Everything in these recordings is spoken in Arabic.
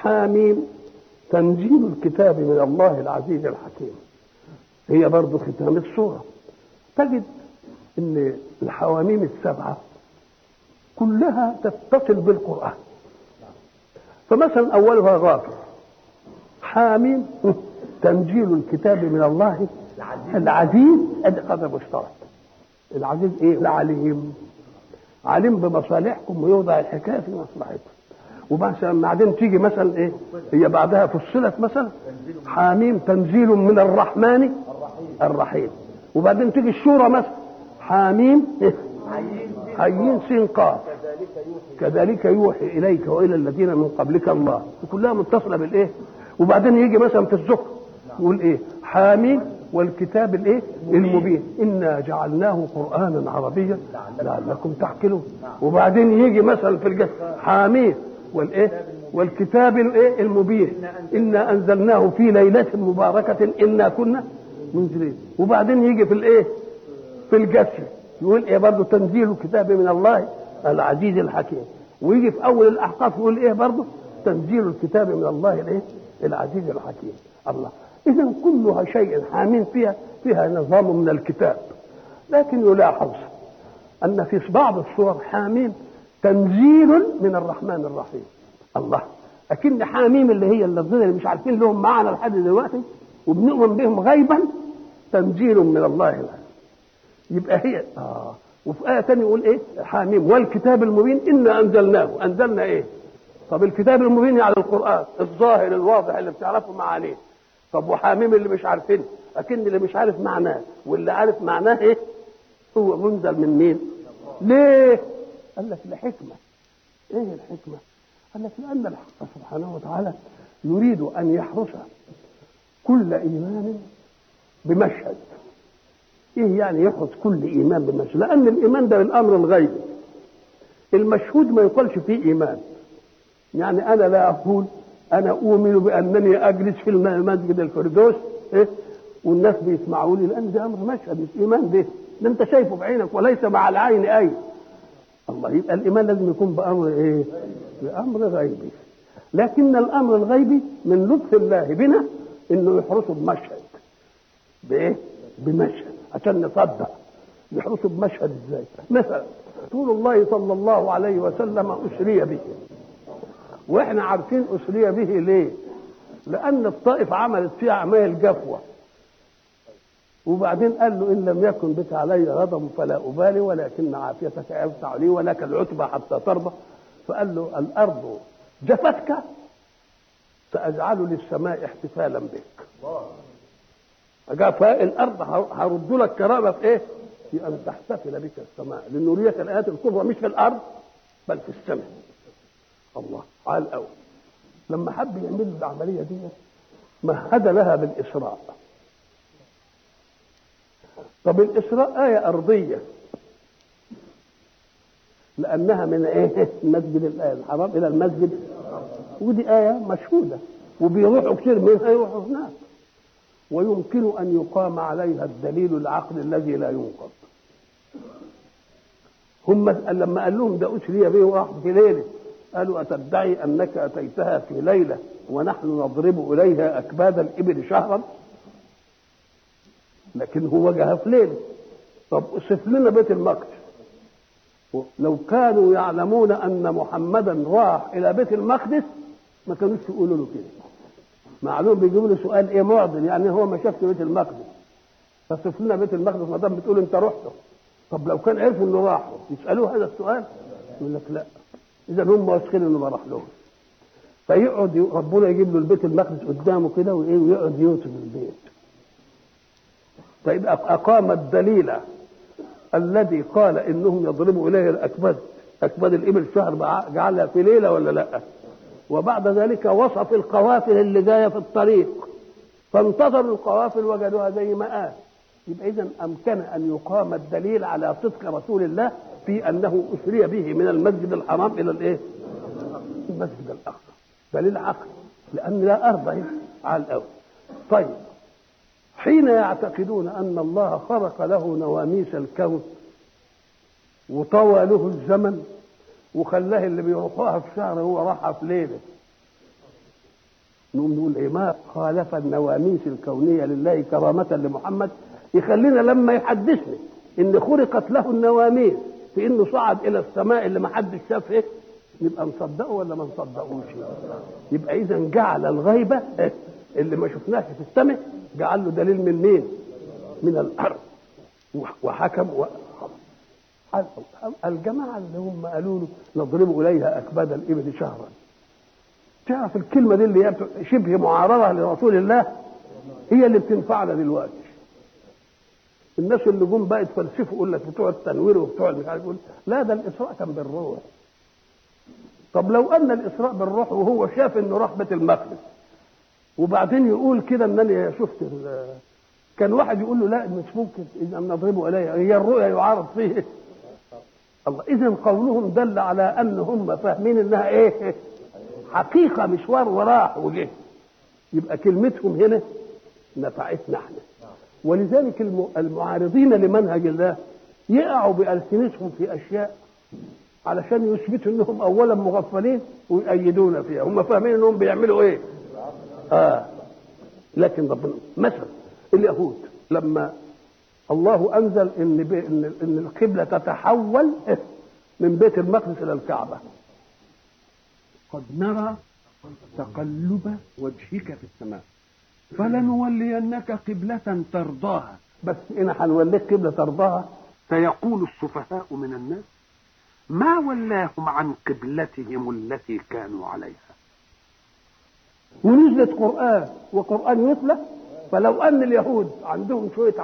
حاميم تنزيل الكتاب من الله العزيز الحكيم. هي برضو ختام السورة. تجد ان الحواميم السبعة كلها تتصل بالقرآن. فمثلا اولها غافر، حاميم تنزيل الكتاب من الله العزيز. ادي قدر مشترك. العزيز ايه؟ العليم، عليم بمصالحكم ويوضع الحكايه في مصلحتكم. ومثلا بعدين تيجي مثلا ايه؟ هي بعدها فصلت مثلا حاميم تنزيل من الرحمن الرحيم. وبعدين تيجي الشورى مثلا حاميم حيين سين قاف كذلك يوحي اليك والى الذين من قبلك الله. كلها متصله بالايه. وبعدين يجي مثلا في الزخرف يقول ايه؟ حاميم والكتاب الايه المبين انا جعلناه قرانا عربيا لعلكم تعقلون. وبعدين يجي مثلا في الجسد حاميم والايه والكتاب الايه المبين انا انزلناه في ليله مباركه انا كنا منزلين. وبعدين يجي في الايه في الجسد يقول ايه برضه؟ تنزيل الكتاب من الله العزيز الحكيم. ويجي في اول الاحقاف يقول ايه برضه؟ تنزيل الكتاب من الله الايه العزيز الحكيم. الله. اذا كلها شيء حامين فيها نظام من الكتاب. لكن يلاحظ ان في بعض الصور حامين تنزيل من الرحمن الرحيم. الله. اكن حاميم اللي هي اللفظين اللي مش عارفين لهم معنى لحد دلوقتي وبنؤمن بهم غيبا تنزيل من الله. يبقى هي وفي آية تانية يقول ايه؟ حاميم والكتاب المبين إنا أنزلناه. أنزلنا ايه؟ طب الكتاب المبين على القرآن الظاهر الواضح اللي بتعرفوا معانيه. طب وحاميم اللي مش عارفين، أكن اللي مش عارف معناه واللي عارف معناه ايه؟ هو منزل من مين؟ ليه؟ قال لك لحكمة. ايه الحكمة؟ قال لك لأن الحق سبحانه وتعالى يريد أن يحرس كل إيمان بمشهد. ايه يعني يحرس كل ايمان بمشهد؟ لان الايمان ده الامر الغيبي. المشهود ما يقالش فيه ايمان. يعني انا لا اقول انا اؤمن بانني اجلس في المسجد الفردوس إيه؟ والناس بيسمعوا لي، لان ده امر مشهد مش ايمان. ده انت شايفه بعينك وليس مع العين اي. الله. يبقى الايمان لازم يكون بامر ايه؟ بامر غيبي. لكن الامر الغيبي من لطف الله بنا انه يحرسه بمشهد. بايه؟ بمشهد عشان نصدق. يحرسوا بمشهد ازاي؟ مثلا رسول الله صلى الله عليه وسلم اسري به، واحنا عارفين اسري به ليه؟ لان الطائف عملت فيها اعمال جفوه. وبعدين قال له ان لم يكن بك علي غضب فلا ابالي ولكن عافيتك اوسع لي ولك العتبى حتى ترضى. فقال له الارض جفتك ساجعل للسماء احتفالا بك. جاء الارض هرد لك كرامه في ايه؟ في ان تحتفل بك السماء لنريك الايات الكبرى مش في الارض بل في السماء. الله. على الاول لما حب يعمل له العمليه دي مهد لها بالاسراء. طب الاسراء ايه ارضيه لانها من ايه؟ المسجد الحرام الى المسجد، ودي ايه مشهوده وبيروحوا كثير منها يروحوا هناك. ويمكن أن يقام عليها الدليل العقل الذي لا ينقض. هم لما قال لهم ده أسري به وراح في ليلة قالوا أتدعي أنك أتيتها في ليلة ونحن نضرب إليها أكباد الإبل شهرا؟ لكن هو جاء في ليلة. طب أصف لنا بيت المقدس. لو كانوا يعلمون أن محمدا راح إلى بيت المقدس ما كانوش يقولوا له كده. معلوم بيجيبوا له سؤال ايه معضل، يعني هو ما شافش بيت المقدس فصف لنا بيت المقدس ما دام بتقول انت رحته. طب لو كان عرفوا انه راحوا يسالوه هذا السؤال؟ يقول لك لا. اذا هم واثقين انه ما راح لهم. فيقعد ربنا يجيب له البيت المقدس قدامه كده وايه ويقعد يوصف البيت. طيب اقام الدليل الذي قال انهم يضربوا اليه اكباد الابل شهر جعلها في ليله ولا لا؟ وبعد ذلك وصف القوافل اللي جايه في الطريق فانتظروا القوافل وجدوها زي ما قال. يبقى اذا امكن ان يقام الدليل على صدق رسول الله في انه اسري به من المسجد الحرام الى الايه؟ المسجد الاقصى. دليل عقل لان لا ارض على الاول. طيب حين يعتقدون ان الله خرق له نواميس الكون وطوى له الزمن وخلاه اللي بيروحوها في شهر هو راحها في ليله، نقوم نقول ايه؟ ما خالف النواميس الكونيه لله كرامه لمحمد يخلينا لما يحدثني ان خلقت له النواميس في انه صعد الى السماء اللي ما حدش شاف ايه، نبقى نصدقه ولا ما نصدقوش؟ يبقى اذا جعل الغيبه اللي ما شفناش في السماء جعل له دليل من مين؟ من الارض. وحكم الجماعه اللي هم قالوا له نضرب اليها اكباد الابل شهرا. تعرف الكلمه دي اللي هي شبه معارضه لرسول الله هي اللي بتنفعنا دلوقتي. الناس اللي جم بقى يتفلسفوا يقول لك بتوع التنوير وبتوع مش عارف، يقول لا ده الاسراء كان بالروح. طب لو ان الاسراء بالروح وهو شاف انه راح بيت المقدس وبعدين يقول كده انني شفت كان واحد يقول له لا مش ممكن اذا نضربه اليها، هي الرؤيا يعارض فيه الله. اذا قولهم دل على ان هم فاهمين انها ايه؟ حقيقه مشوار وراح وجه. يبقى كلمتهم هنا نفعتنا احنا. ولذلك المعارضين لمنهج الله يقعوا بألسنتهم في اشياء علشان يثبتوا انهم اولا مغفلين ويؤيدون فيها. هم فاهمين انهم بيعملوا ايه؟ لكن ربنا مثلا اليهود لما الله انزل ان القبله تتحول من بيت المقدس الى الكعبه، قد نرى تقلب وجهك في السماء فلنولينك قبلة ترضاها. بس انا هنوليك قبله ترضاها. سيقول السفهاء من الناس ما ولاهم عن قبلتهم التي كانوا عليها. ونزلت قرآن وقرآن يتلى. فلو أن اليهود عندهم شوية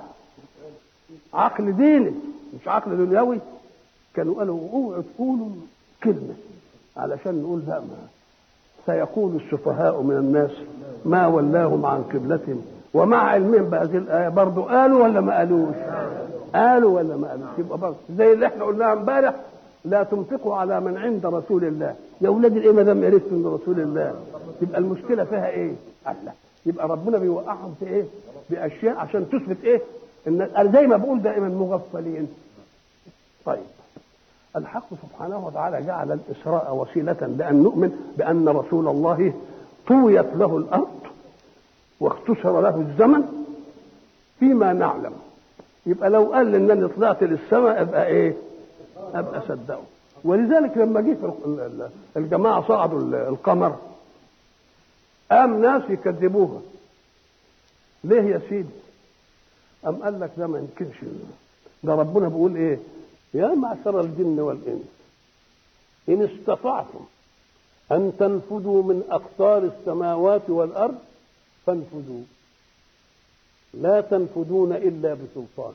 عقل ديني مش عقل دنيوي كانوا قالوا اوعوا تقولوا كلمة علشان نقول لا، ما سيقول السفهاء من الناس ما ولاهم عن قبلتهم. ومع علمهم بهذه الآية برضه قالوا ولا ما قالوش؟ قالوا ولا ما قالوش؟ يبقى برضه زي اللي احنا قلناها امبارح لا تنفقوا على من عند رسول الله. يا اولاد الايه ما دام عرفتوا من رسول الله تبقى المشكله فيها ايه؟ لا، يبقى ربنا بيوقعهم في ايه؟ باشياء عشان تثبت ايه؟ ان انا زي ما بقول دائما مغفلين. طيب الحق سبحانه وتعالى جعل الاسراء وسيله لان نؤمن بان رسول الله طويت له الارض واختصر له الزمن فيما نعلم. يبقى لو قال انني طلعت للسماء ابقى ايه؟ ابقى صدقه. ولذلك لما جه الجماعه صعدوا القمر قام ناس يكذبوها. ليه يا سيدي؟ قام قال لك ده ما يمكنش، ده ربنا بيقول ايه؟ يا معشر الجن والانس ان استطعتم ان تنفذوا من اقطار السماوات والارض فانفذوا لا تنفذون الا بسلطان.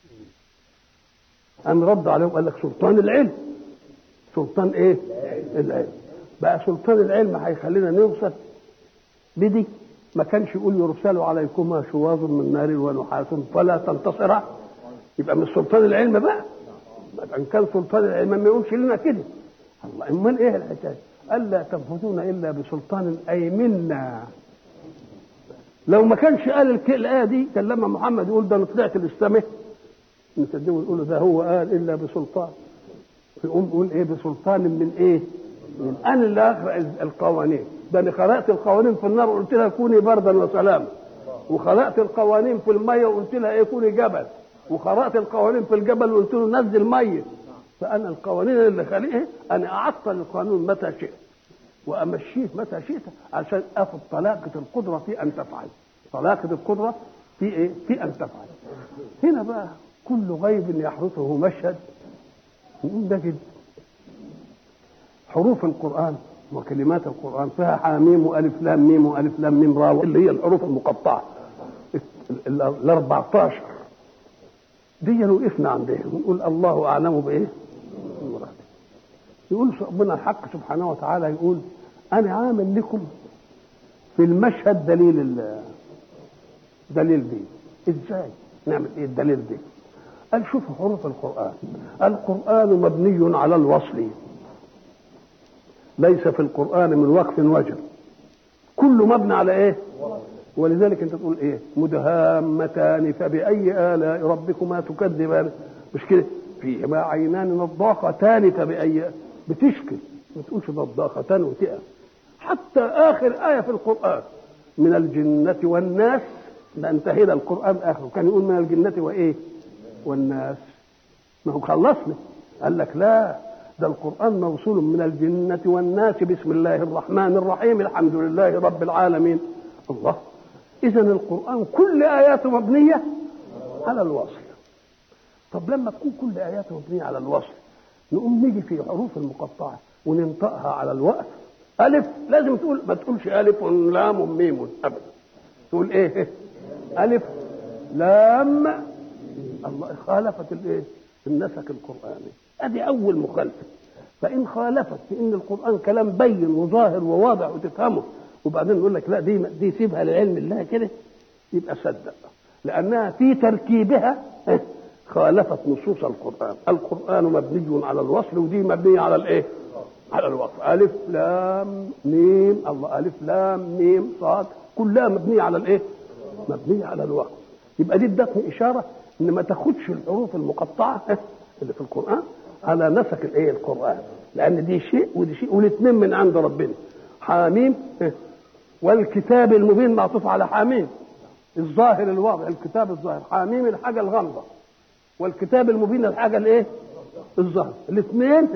أن رد عليهم قال لك سلطان العلم. سلطان ايه؟ العلم. بقى سلطان العلم هيخلينا نوصل بدي. ما كانش يقول يرسل عليكما شواظ من نار ونحاس فلا تنتصرا. يبقى من سلطان العلم بقى. ان كان سلطان العلم ما يقولش لنا كده. الله امال ايه الحكايه؟ قال لا تنفذون الا بسلطان اي منا. لو ما كانش قال الايه دي كان لما محمد يقول ده انا طلعت للسماء نصدقه ونقول له ده هو قال الا بسلطان. يقوم يقول ايه؟ بسلطان من ايه؟ من انا اللي اخرق القوانين. ده انا خلقت القوانين في النار وقلت لها كوني بردا وسلاما، وخلقت القوانين في الميه وقلت لها ايه؟ كوني جبل، وخلقت القوانين في الجبل وقلت له نزل ميه. فانا القوانين اللي خلقها انا اعطل القانون متى شئت وامشيه متى شئت عشان اخذ طلاقه القدره في ان تفعل. طلاقه القدره في ايه؟ في ان تفعل. هنا بقى كل غيب يحرسه مشهد نجد حروف القرآن وكلمات القرآن فيها حاميم وألف لام ميم وألف لام ميم را اللي هي الحروف المقطعة ال 14 دي وقفنا عندهم ونقول الله أعلم بإيه؟ يقول ربنا الحق سبحانه وتعالى يقول أنا عامل لكم في المشهد دليل دي. إزاي نعمل إيه الدليل دي؟ قال شوفوا حروف القرآن. القرآن مبني على الوصل، ليس في القرآن من وقف وجر، كله مبني على ايه؟ ولذلك انت تقول ايه؟ مدهامتان فبأي آلاء ربكما تكذبان. مش كده؟ فيهما عينان نضاختان فبأي بتشكل ما تقولش نضاختان وتقف. حتى آخر آية في القرآن من الجنة والناس، ده انتهينا القرآن آخره، كان يقول من الجنة وإيه والناس، ما هو خلصنا. قال لك لا، ده القرآن موصول من الجنة والناس بسم الله الرحمن الرحيم الحمد لله رب العالمين. الله، إذن القرآن كل آياته مبنية على الوصل. طب لما تكون كل آياته مبنية على الوصل، نقوم نيجي في حروف المقطعة وننطقها على الوقف. ألف لازم تقول، ما تقولش ألف لام وميم أبدا، تقول إيه؟ ألف لام. الله، خالفت الإيه؟ النسق القرآني، ادي اول مخالفه. فان خالفت في ان القران كلام بين وظاهر وواضح وتفهمه، وبعدين نقول لك لا دي سيبها لعلم الله كده، يبقى صدق، لانها في تركيبها خالفت نصوص القران. القران مبني على الوصل، ودي مبنيه على الايه؟ على الوصل. الف لام ميم، الله، الف لام ميم صاد، كلها مبنيه على الايه؟ مبنيه على الوصل. يبقى دي ادتني اشاره ان ما تاخدش الحروف المقطعه اللي في القرآن على نسق الايه؟ القرآن، لأن دي شيء ودي شيء، والاثنين من عند ربنا. حاميم والكتاب المبين معطوف على حاميم الظاهر الواضح، الكتاب الظاهر، حاميم الحاجة الغامضة، والكتاب المبين الحاجة الايه؟ الظاهر. الاثنين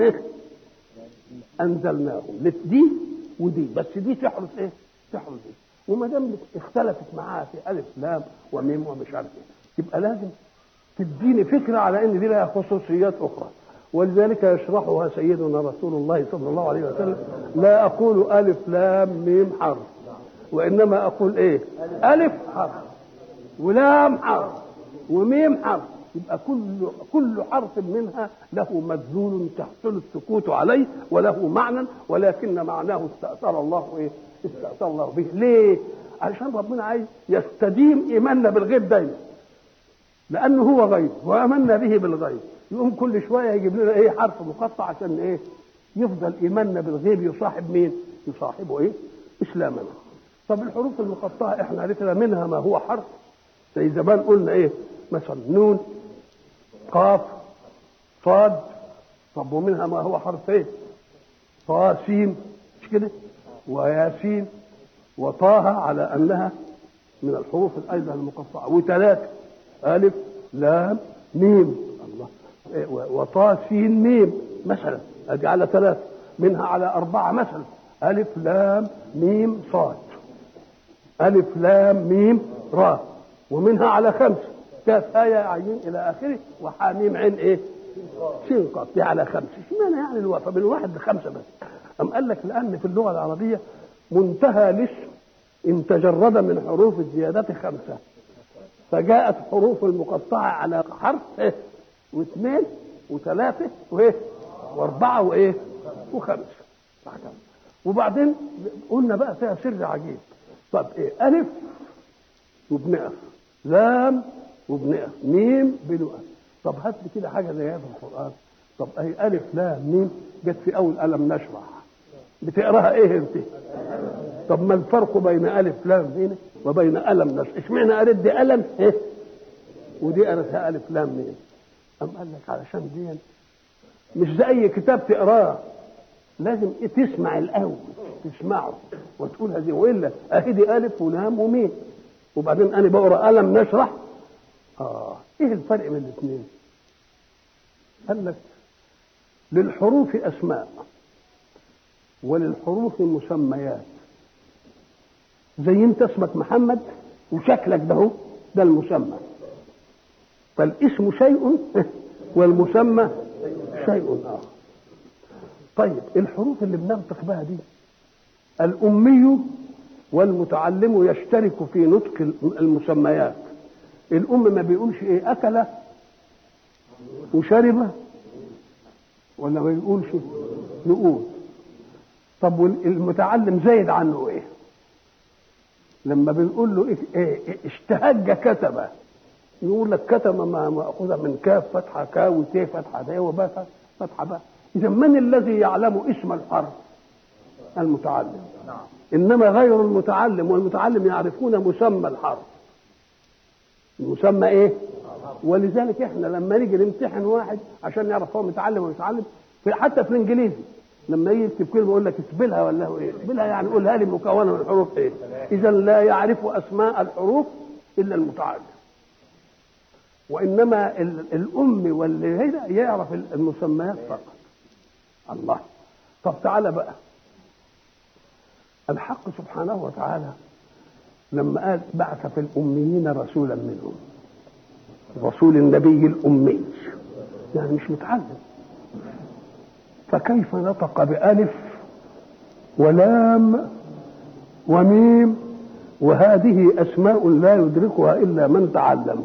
أنزلناهم، دي ودي، بس دي تحرس ايه؟ تحرس ايه؟ وما دام اختلفت معاها في ألف لام وميم ومش عارف ايه، يبقى لازم تديني فكرة على ان دي لها خصوصيات اخرى. ولذلك يشرحها سيدنا رسول الله صلى الله عليه وسلم: لا اقول الف لام ميم حرف، وانما اقول ايه؟ الف حرف ولام حرف وميم حرف. يبقى كل حرف منها له مدلول تحصل السكوت عليه وله معنى، ولكن معناه استأثر الله ايه؟ استأثر الله به. ليه؟ علشان ربنا عايز يستديم ايماننا بالغيب دايما، لانه هو غيب وامنا به بالغيب. يقوم كل شويه يجيب لنا ايه؟ حرف مقطع، عشان ايه؟ يفضل ايماننا بالغيب يصاحب مين؟ يصاحبه ايه؟ اسلامنا. طب الحروف المقطعه احنا عرفنا منها ما هو حرف، زي زمان قلنا ايه؟ مثلا نون، قاف، صاد. طب ومنها ما هو حرف ايه؟ طا سين، مش كده؟ وياسين وطه، على انها من الحروف ايضا المقطعه. وثلاثه ألف لام ميم، الله، وطا سين ميم مثلا، أدي على ثلاثة. منها على أربعة مثلا: ألف لام ميم صاد، ألف لام ميم را. ومنها على خمسة: كاف آية عين إلى آخره، وحاميم عين إيه؟ سين قاف. دي على خمسة. اشمعنى يعني الوقفة من واحد لخمسة بس؟ أم قال لك لأن في اللغة العربية منتهى الاسم إن تجرد من حروف الزيادة خمسة، فجاءت حروف المقطعة على حرف ايه؟ واثنين وثلاثة وايه؟ واربعة وايه؟ وخمسة. وبعدين قلنا بقى فيها سر عجيب. طب ايه؟ ألف وبنقف، لام وبنقف، ميم بنقف. طب هات لي كده حاجة زيها في القرآن. طب اهي ألف لام ميم جت في أول ألم نشرح، بتقراها ايه انت؟ طب ما الفرق بين ألف لام ميم وبين ألم نشرح؟ اشمعنى أرد ألم ايه ودي أردها ألف لام ميم؟ أم قال لك علشان دي مش زي كتاب تقراه، لازم تسمع الأول، تسمعه وتقول هذه، وإلا أهدي ألف ولام وميم، وبعدين أنا بقرأ ألم نشرح. إيه الفرق بين الاثنين؟ قال لك للحروف أسماء وللحروف مسميات. زي انت اسمك محمد وشكلك ده المسمى، فالاسم شيء والمسمى شيء آخر. طيب الحروف اللي بننطق بها دي، الأمي والمتعلم يشترك في نطق المسميات. الأم ما بيقولش إيه؟ أكل وشرب، ولا ما بيقولش؟ نقول. طب والمتعلم زايد عنه إيه؟ لما بنقول له إيه؟ اشتهج كتب، يقول لك كتب ما مأخوذة من كاف فتحة كا وتي فتحة تي وباء فتحة باء. إذا من الذي يعلم اسم الحرف؟ المتعلم. إنما غير المتعلم والمتعلم يعرفون مسمى الحرف. المسمى إيه؟ ولذلك إحنا لما نيجي نمتحن واحد عشان نعرف هو متعلم ولا متعلم، حتى في الإنجليزي لما يجي يكتب كلمه يقول لك اسبلها ولا هو ايه؟ اسبلها يعني قولها لي مكونه من حروف ايه؟ اذا لا يعرف اسماء الحروف الا المتعلم، وانما الام واللي هنا يعرف المسميات فقط. الله. طب تعالى بقى، الحق سبحانه وتعالى لما قال بعث في الاميين رسولا منهم، رسول النبي الامي يعني مش متعلم، فكيف نطق بألف ولام وميم وهذه أسماء لا يدركها إلا من تعلم؟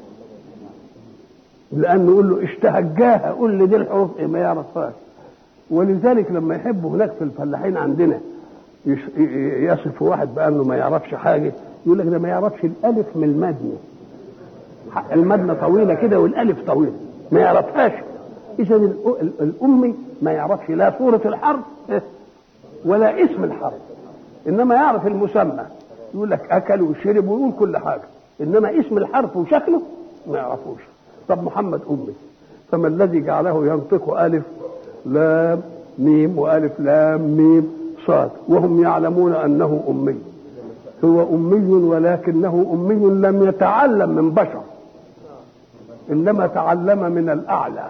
لأنه يقول له اشتهجاها، قول لي دي الحروف إيه، ما يعرفهاش. ولذلك لما يحبوا هناك في الفلاحين عندنا يصف واحد بأنه ما يعرفش حاجة، يقول لك ده ما يعرفش الألف من المدنة، المدنة طويلة كده والألف طويلة ما يعرفهاش. إذا الأمي ما يعرفش لا صورة الحرف ولا اسم الحرف، إنما يعرف المسمى، يقول لك أكل وشرب ويقول كل حاجة، إنما اسم الحرف وشكله ما يعرفوش. طب محمد أمي، فما الذي جعله ينطق ألف لام ميم وألف لام ميم صاد وهم يعلمون أنه أمي؟ هو أمي ولكنه أمي لم يتعلم من بشر، إنما تعلم من الأعلى.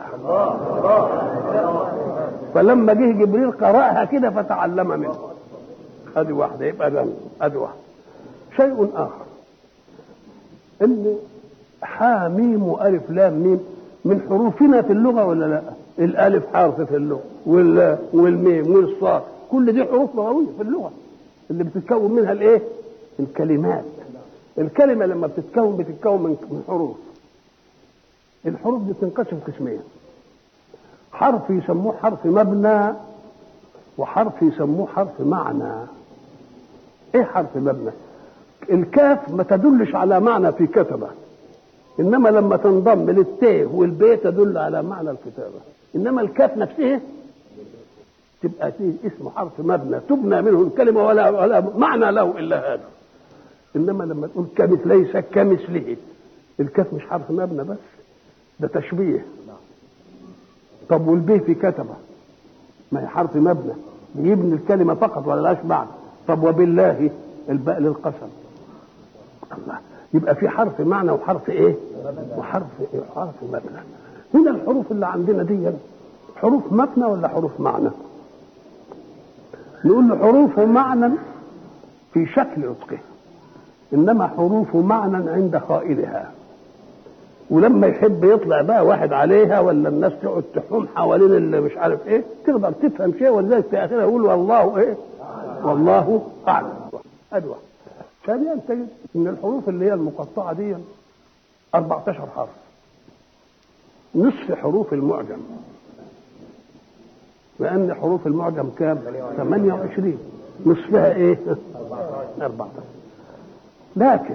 فلما جه جبريل قرأها كده فتعلم منه. هذه واحدة، يبقى ده هذه واحدة. شيء آخر إن حاميم وألف لام ميم من حروفنا في اللغة ولا لا؟ الألف حرف في اللغة والميم والصاد كل دي حروف لغوية في اللغة اللي بتتكون منها الإيه؟ الكلمات. الكلمة لما بتتكون من حروف. الحروف دي بتنقسم قسمين، حرف يسموه حرف مبنى وحرف يسموه حرف معنى. ايه حرف مبنى؟ الكاف ما تدلش على معنى في كتبة، انما لما تنضم للتاء والباء تدل على معنى الكتابة، انما الكاف نفسها تبقى اسمه حرف مبنى تبنى منه الكلمة ولا معنى له الا هذا. انما لما تقول كمث ليس كمثله، الكاف مش حرف مبنى بس، ده تشبيه. طب والبيه في كتبه ما هي حرف مبنى بيبني الكلمه فقط ولا لاش معنى. طب وبالله الباء للقسم. الله. يبقى في حرف معنى وحرف ايه وحرف إيه؟ حرف مبنى. هنا الحروف اللي عندنا دي حروف مبنى ولا حروف معنى؟ نقول له حروف معنى في شكل نطقه، انما حروف معنى عند قائلها. ولما يحب يطلع بقى واحد عليها ولا الناس تقعد تحوم حوالين اللي مش عارف ايه تقدر تفهم شيء، ولذلك في اخرها يقول والله ايه والله اعلم. ادوى. ثانيا تجد ان الحروف اللي هي المقطعه دي 14 حرف، نصف حروف المعجم، لان حروف المعجم كام؟ 28، نصفها ايه؟ 14. لكن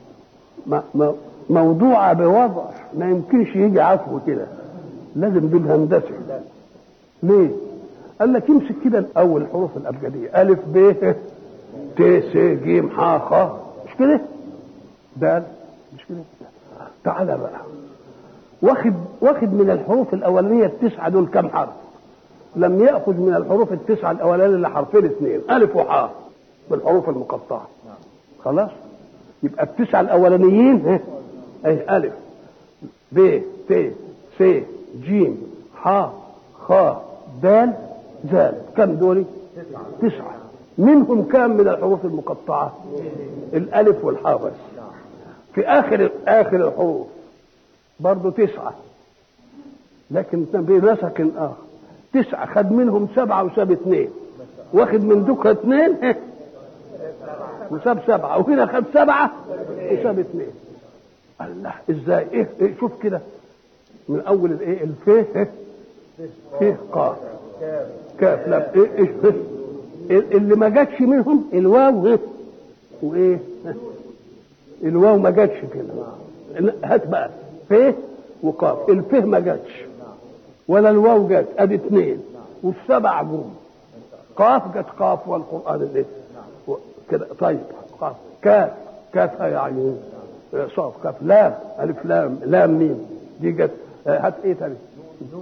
موضوعة بوضع ما يمكنش يجي عفو كده، لازم بالهندسة. ليه؟ قال لك امسك كده اول الحروف الابجديه، الف ب ت س ج ح خ، مش كده؟ دال، مش كده؟ تعالى بقى واخد من الحروف الاولانيه التسعه دول كم حرف؟ لم ياخذ من الحروف التسعه الاولانيه الا حرفين اثنين، الف وحاء بالحروف المقطعه. خلاص؟ يبقى التسعه الاولانيين ايه؟ الف ب ت س ج ح خ دال زال. كم دول؟ 9. منهم كام من الحروف المقطعه؟ الالف والحاء بس. في اخر الحروف برضه 9، لكن بنسق اخر 9 خد منهم 7 وساب 2، واخد من دوكها 2 وساب 7، وهنا خد 7 وساب 2. الله، ازاي؟ ايه شوف كده من اول الايه الف قاف كاف لام ايش اللي ما جاتش منهم الواو وايه؟ الواو ما جاتش كده. هات بقى ف وقاف. الف ما جاتش ولا الواو جات، ادي 2 والسبع جم. قاف جت قاف والقران اللي كده. طيب قاف كاف يا عين صاد كاف لام الف لام ميم دي جت. هات ايه تاني؟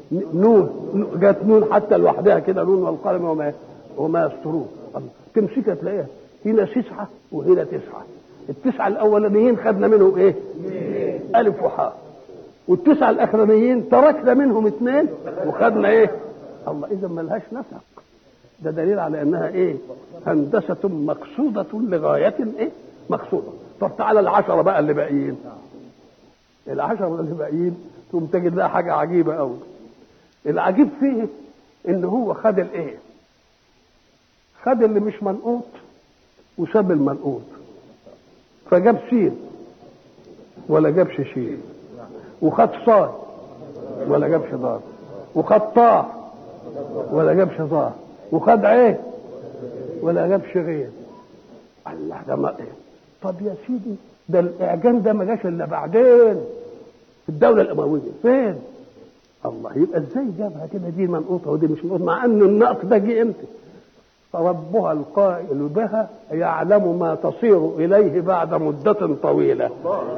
نون، جت نون حتى لوحدها كده، نون والقلم وما يسطرون. تمسكها تلاقيها هنا 9 وهنا 9. ال9 الاولانيين خدنا منهم ايه؟ الف وحاء. وال9 الاخرانيين تركنا منهم 2 وخدنا ايه؟ الله. اذا ما لهاش نسق. ده دليل على انها ايه؟ هندسه مقصوده لغايه ايه؟ مقصوده. طب تعالى ال10 بقى اللي باقيين، ال10 اللي باقيين تقوم تجد لها حاجه عجيبه قوي. العجيب فيه ان هو خد الايه؟ خد اللي مش منقوط وساب المنقوط، فجاب سين ولا جابش شين، وخد صاد ولا جابش ضاد، وخد طاء ولا جابش ظاء، وخد عين ولا جابش غين. الله، ده ما ايه؟ طب يا سيدي، ده الاعجام ده ما جاش الا بعدين في الدوله الامويه. فين؟ الله. يبقى ازاي جابها كده دي منقوطه ودي مش منقوطه، مع ان النقط ده جه امتى؟ فربها القائل بها يعلم ما تصير اليه بعد مده طويله.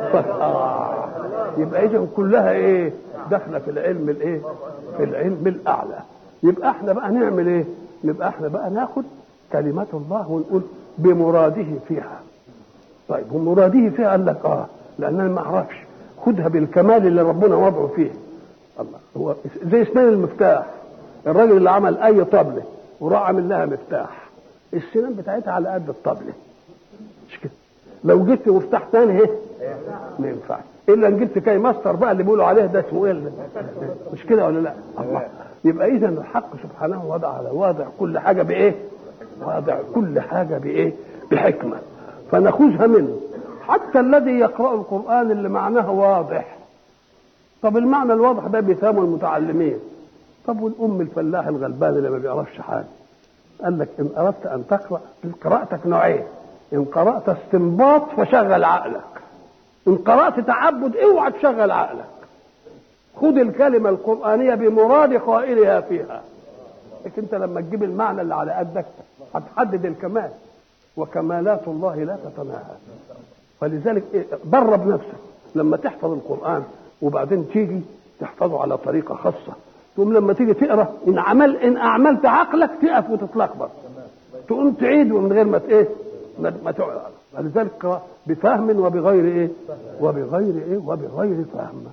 يبقى اذا كلها ايه؟ داخله في العلم الايه؟ في العلم الاعلى. يبقى احنا بقى نعمل ايه؟ نبقى احنا بقى ناخد كلمات الله ونقول بمراده فيها. طيب ومراده فيها قال لك لان انا ما اعرفش، خدها بالكمال اللي ربنا وضعه فيه. الله. هو زي اسنان المفتاح، الراجل اللي عمل اي طبله وراح عامل لها مفتاح، السنان بتاعتها على قد الطبله، مش كده؟ لو جبت مفتاح ثاني ايه؟ ما ينفعش الا ان جبت كاي ماستر بقى اللي بيقولوا عليه ده اسمه ايه؟ مش كده ولا لا؟ الله. يبقى اذا الحق سبحانه واضع كل حاجه بايه؟ واضع كل حاجه بايه؟ بحكمه. فناخذها منه. حتى الذي يقرأ القرآن اللي معناه واضح، طب المعنى الواضح ده بيفهمه المتعلمين. طب والأم الفلاح الغلبان اللي ما بيعرفش حاجة، قال لك إن أردت أن تقرأ قراءتك نوعين: إن قرأت استنباط فشغل عقلك، إن قرأت تعبد اوعى تشغل عقلك. خد الكلمة القرآنية بمراد قائلها فيها. لكن أنت لما تجيب المعنى اللي على قدك هتحدد الكمال، وكمالات الله لا تتناهى. فلذلك درب نفسك لما تحفظ القرآن وبعدين تيجي تحفظه على طريقة خاصة، تقوم لما تيجي تقرأ إن أعملت عقلك تقف وتتلخبط، تقوم تعيد من غير ما تقرأ. فلذلك بفهم وبغير إيه؟ وبغير فهم.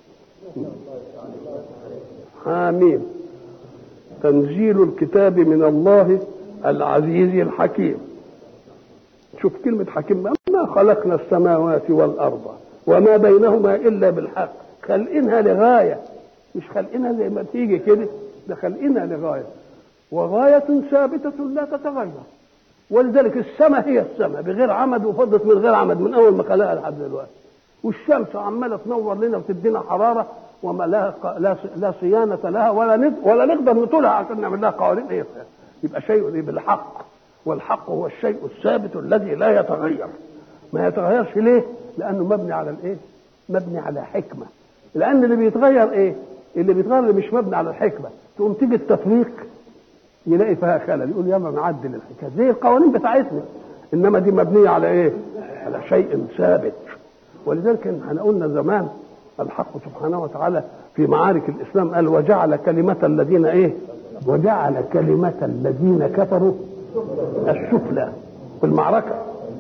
آمين. تنزيل الكتاب من الله العزيز الحكيم. شوف كلمة حكيم، ما خلقنا السماوات والأرض وما بينهما إلا بالحق. خلقينها لغاية، مش خلقينها زي ما تيجي كده، ده خلقينها لغاية، وغاية ثابتة لا تتغير. ولذلك السماء هي السماء بغير عمد، وفضت من غير عمد من أول ما خلقها لحد دلوقتي. والشمس عمالة تنور لنا وتدينا حرارة وما لها لا صيانة لها ولا نقدر نطولها عشان نعمل لها قوانين إيه. يبقى شيء بالحق، والحق هو الشيء الثابت الذي لا يتغير. ما يتغيرش ليه؟ لأنه مبني على الإيه؟ مبني على حكمة. لأن اللي بيتغير إيه؟ اللي بيتغير اللي مش مبني على الحكمة. تقوم تيجي التطبيق يلاقي فيها خلل، يقول يلا نعدل الحكاية زي القوانين بتاعتنا. إنما دي مبنية على إيه؟ على شيء ثابت. ولذلك احنا قلنا زمان الحق سبحانه وتعالى في معارك الإسلام قال وجعل كلمة الذين إيه؟ وجعل كلمة الذين كفروا السفلى في المعركة.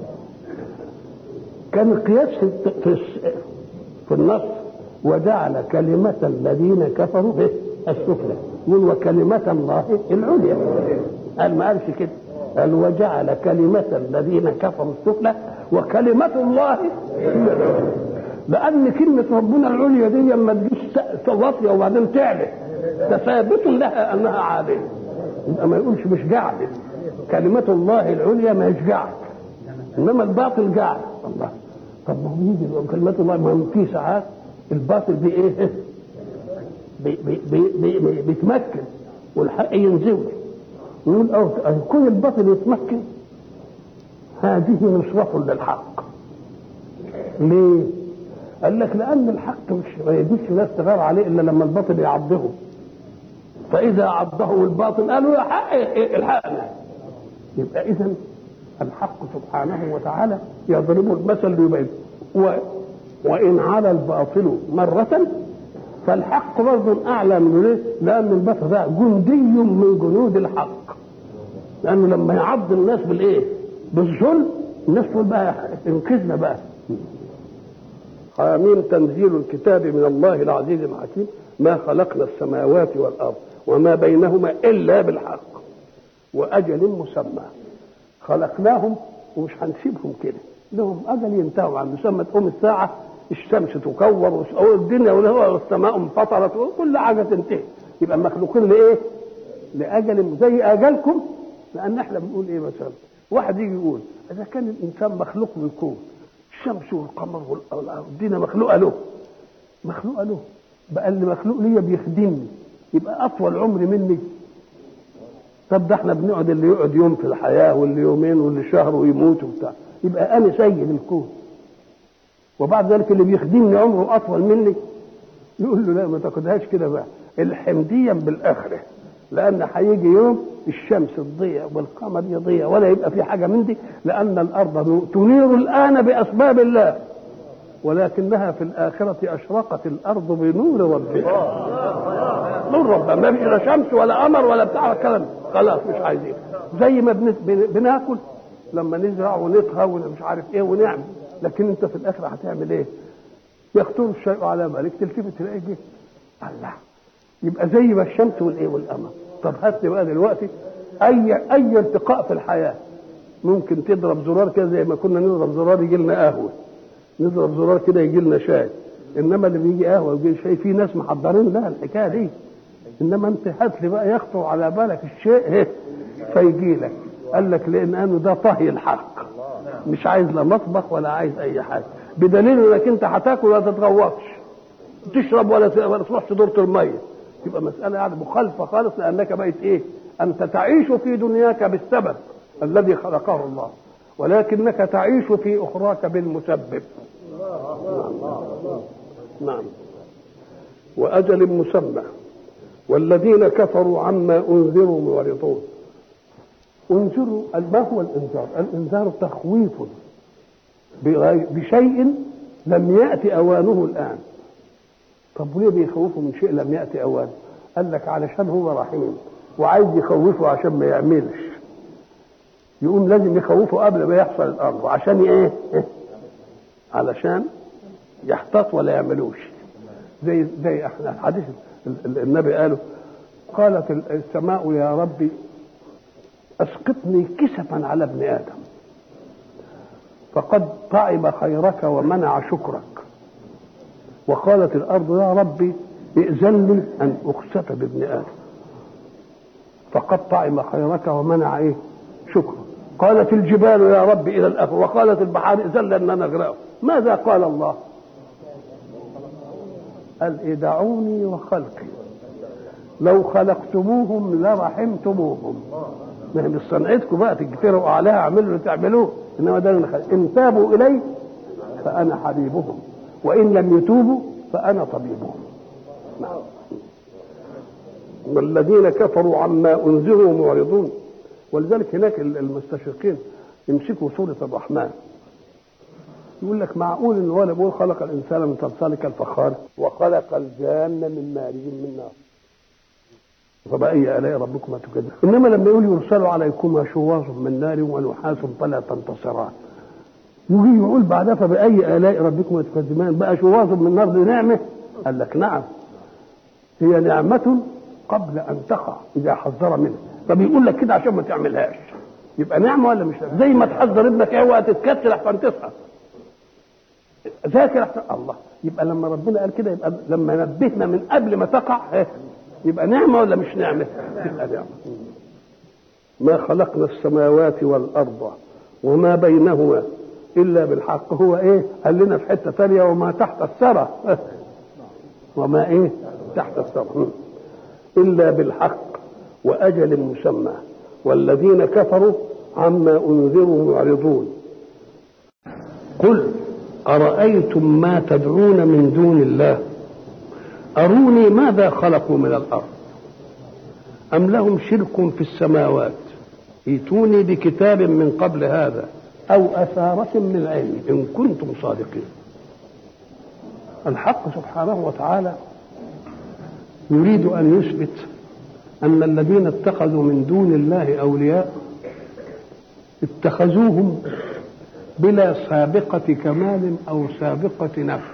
كان القياس في النص وجعل كلمة الذين كفروا السفلى، وكلمة الله العليا. قال ما قالش كده، قال وجعل كلمة الذين كفروا السفلى وكلمة الله العليا. لأن كلمة ربنا العليا دي لما تجيش واطية وبعدين تعلى تثابت لها أنها عالية، يبقى ما يقولش مش جعل. كلمة الله العليا ما هيش جعل، إنما الباطل جعل. الله. طب ما هو يجي كلمة الله، ما في ساعات الباطل بإيه؟ بيتمكن والحق ينزوي. يقول كل الباطل يتمكن، هذه نصرة للحق. ليه؟ قال لك لأن الحق مش ما يجيش ناس تغار عليه إلا لما الباطل يعضه. فإذا عضه الباطل قالوا يا حق الحقنا. يبقى إذن الحق سبحانه وتعالى يضرب المثل ليبين وإن على الباطل مرة فالحق برضه اعلى منه. ليه؟ لان البشر ده جندي من جنود الحق، لانه لما يعض الناس بالايه؟ بالظلم، الناس تقول بقى انقذنا بقى. حميم تنزيل الكتاب من الله العزيز الحكيم ما خلقنا السماوات والارض وما بينهما الا بالحق واجل مسمى. خلقناهم ومش هنسيبهم كده، لهم اجل ينتهوا عن مسمى. تقوم الساعه الشمس تكور والدنيا والسماء انفطرت وكل حاجه تنتهي. يبقى مخلوقين لايه؟ لاجل زي اجلكم. لان احنا بنقول ايه مثلا؟ واحد يجي يقول اذا كان الانسان مخلوق بالكون، الشمس والقمر والدنيا مخلوقه له، مخلوقه له، بقى اللي مخلوق ليا بيخدمني، يبقى اطول عمري مني. طب ده احنا بنقعد اللي يقعد يوم في الحياه واللي يومين واللي شهر ويموت وبتاع، يبقى انا سيد الكون، وبعد ذلك اللي بيخدمني عمره اطول مني. يقول له لا ما تاخدهاش كده بقى، الحمديا بالاخره، لان هيجي يوم الشمس تضيع والقمر يضيع ولا يبقى في حاجه من دي، لان الارض تنير الان باسباب الله، ولكنها في الاخره اشرقت الارض بنور ربها. نور ربها، ما فيش لا شمس ولا قمر ولا بتاع الكلام، خلاص مش عايزين. زي ما بناكل لما نزرع ونطهى ومش عارف ايه ونعمل، لكن انت في الاخره هتعمل ايه؟ يخطر الشيء على بالك تلتفت تلاقي جه الله. يبقى زي ما الشمس والايه والقمر. طب هات لي بقى دلوقتي اي ارتقاء في الحياه، ممكن تضرب زرار كده زي ما كنا نضرب زرار يجي لنا قهوه، نضرب زرار كده يجي لنا شاي. انما اللي بيجي قهوه ويجي شاي في ناس محضرين لها الحكايه دي. انما انت هات لي بقى يخطر على بالك الشيء فيجي لك. قال لك لانه ده طهي الحق، مش عايز لا مطبخ ولا عايز اي حاجه، بدليل انك انت هتاكل ولا تتغوطش، تشرب ولا تروح دورة الميه. تبقى مساله يعني مخالفه خالص، لانك بقيت ايه؟ انت تعيش في دنياك بالسبب الذي خلقه الله، ولكنك تعيش في اخراك بالمسبب. نعم. واجل مسمى والذين كفروا عما انذروا معرضون. انذروا، ما هو الانذار؟ الانذار تخويف بشيء لم يأتي اوانه الان. طب ليه بيخوفوا من شيء لم يأتي اوانه؟ قال لك علشان هو رحيم وعايز يخوفه عشان ما يعملش، يقوم لازم يخوفه قبل ما يحصل الامر. عشان ايه؟ علشان يحتاط ولا يعملوش. زي احنا الحديث النبي قالت السماء يا ربي اسقطني كسفا على ابن ادم فقد طعم خيرك ومنع شكرك. وقالت الارض يا ربي ائذن لي ان اخسف بابن ادم فقد طعم خيرك ومنع ايه؟ شكرك. قالت الجبال يا رب الى الاخر، وقالت البحار ائذن لي ان انا اغرقه. ماذا قال الله؟ قال إيه؟ دعوني وخلقي لو خلقتموهم لرحمتموهم. ما هي مش صنعتكم بقى تجترئوا عليها اعملوا اللي تعملوه، انما ده ان تابوا الي فانا حبيبهم وان لم يتوبوا فانا طبيبهم. نعم. والذين كفروا عما انذروا معرضون. ولذلك هناك المستشرقين يمسكوا سوره الرحمن يقول لك معقول ان هو بيقول خلق الانسان من صلصال كالفخار وخلق الجان من مارج من نار فبأي آلاء ربكما تكذبان. انما لما يقول يرسل عليكما شواظ من نار ونحاس فلا تنتصران، يجي يقول بعدها فبأي آلاء ربكما تكذبان. بقى شواظ من نار دي نعمه؟ قال لك نعم، هي نعمه قبل ان تقع اذا حذر منها، فبيقول لك كده عشان ما تعملهاش. يبقى نعمه ولا مش نعمه؟ زي ما تحذر ابنك ايه وقت تتكسر احسن تصحى ذاكر احسن الله. يبقى لما ربنا قال كده يبقى لما نبهنا من قبل ما تقع يبقى نعمه ولا مش نعمه؟ تبقى نعمه. ما خلقنا السماوات والارض وما بينهما الا بالحق. هو ايه؟ قال لنا في حته ثانيه وما تحت الثرى وما ايه تحت الثرى الا بالحق واجل مسمى والذين كفروا عما انذروا معرضون. قل أرأيتم ما تدعون من دون الله أروني ماذا خلقوا من الأرض أم لهم شرك في السماوات ائتوني بكتاب من قبل هذا أو أثارة من علم إن كنتم صادقين. الحق سبحانه وتعالى يريد أن يثبت أن الذين اتخذوا من دون الله أولياء اتخذوهم بلا سابقة كمال أو سابقة نفع،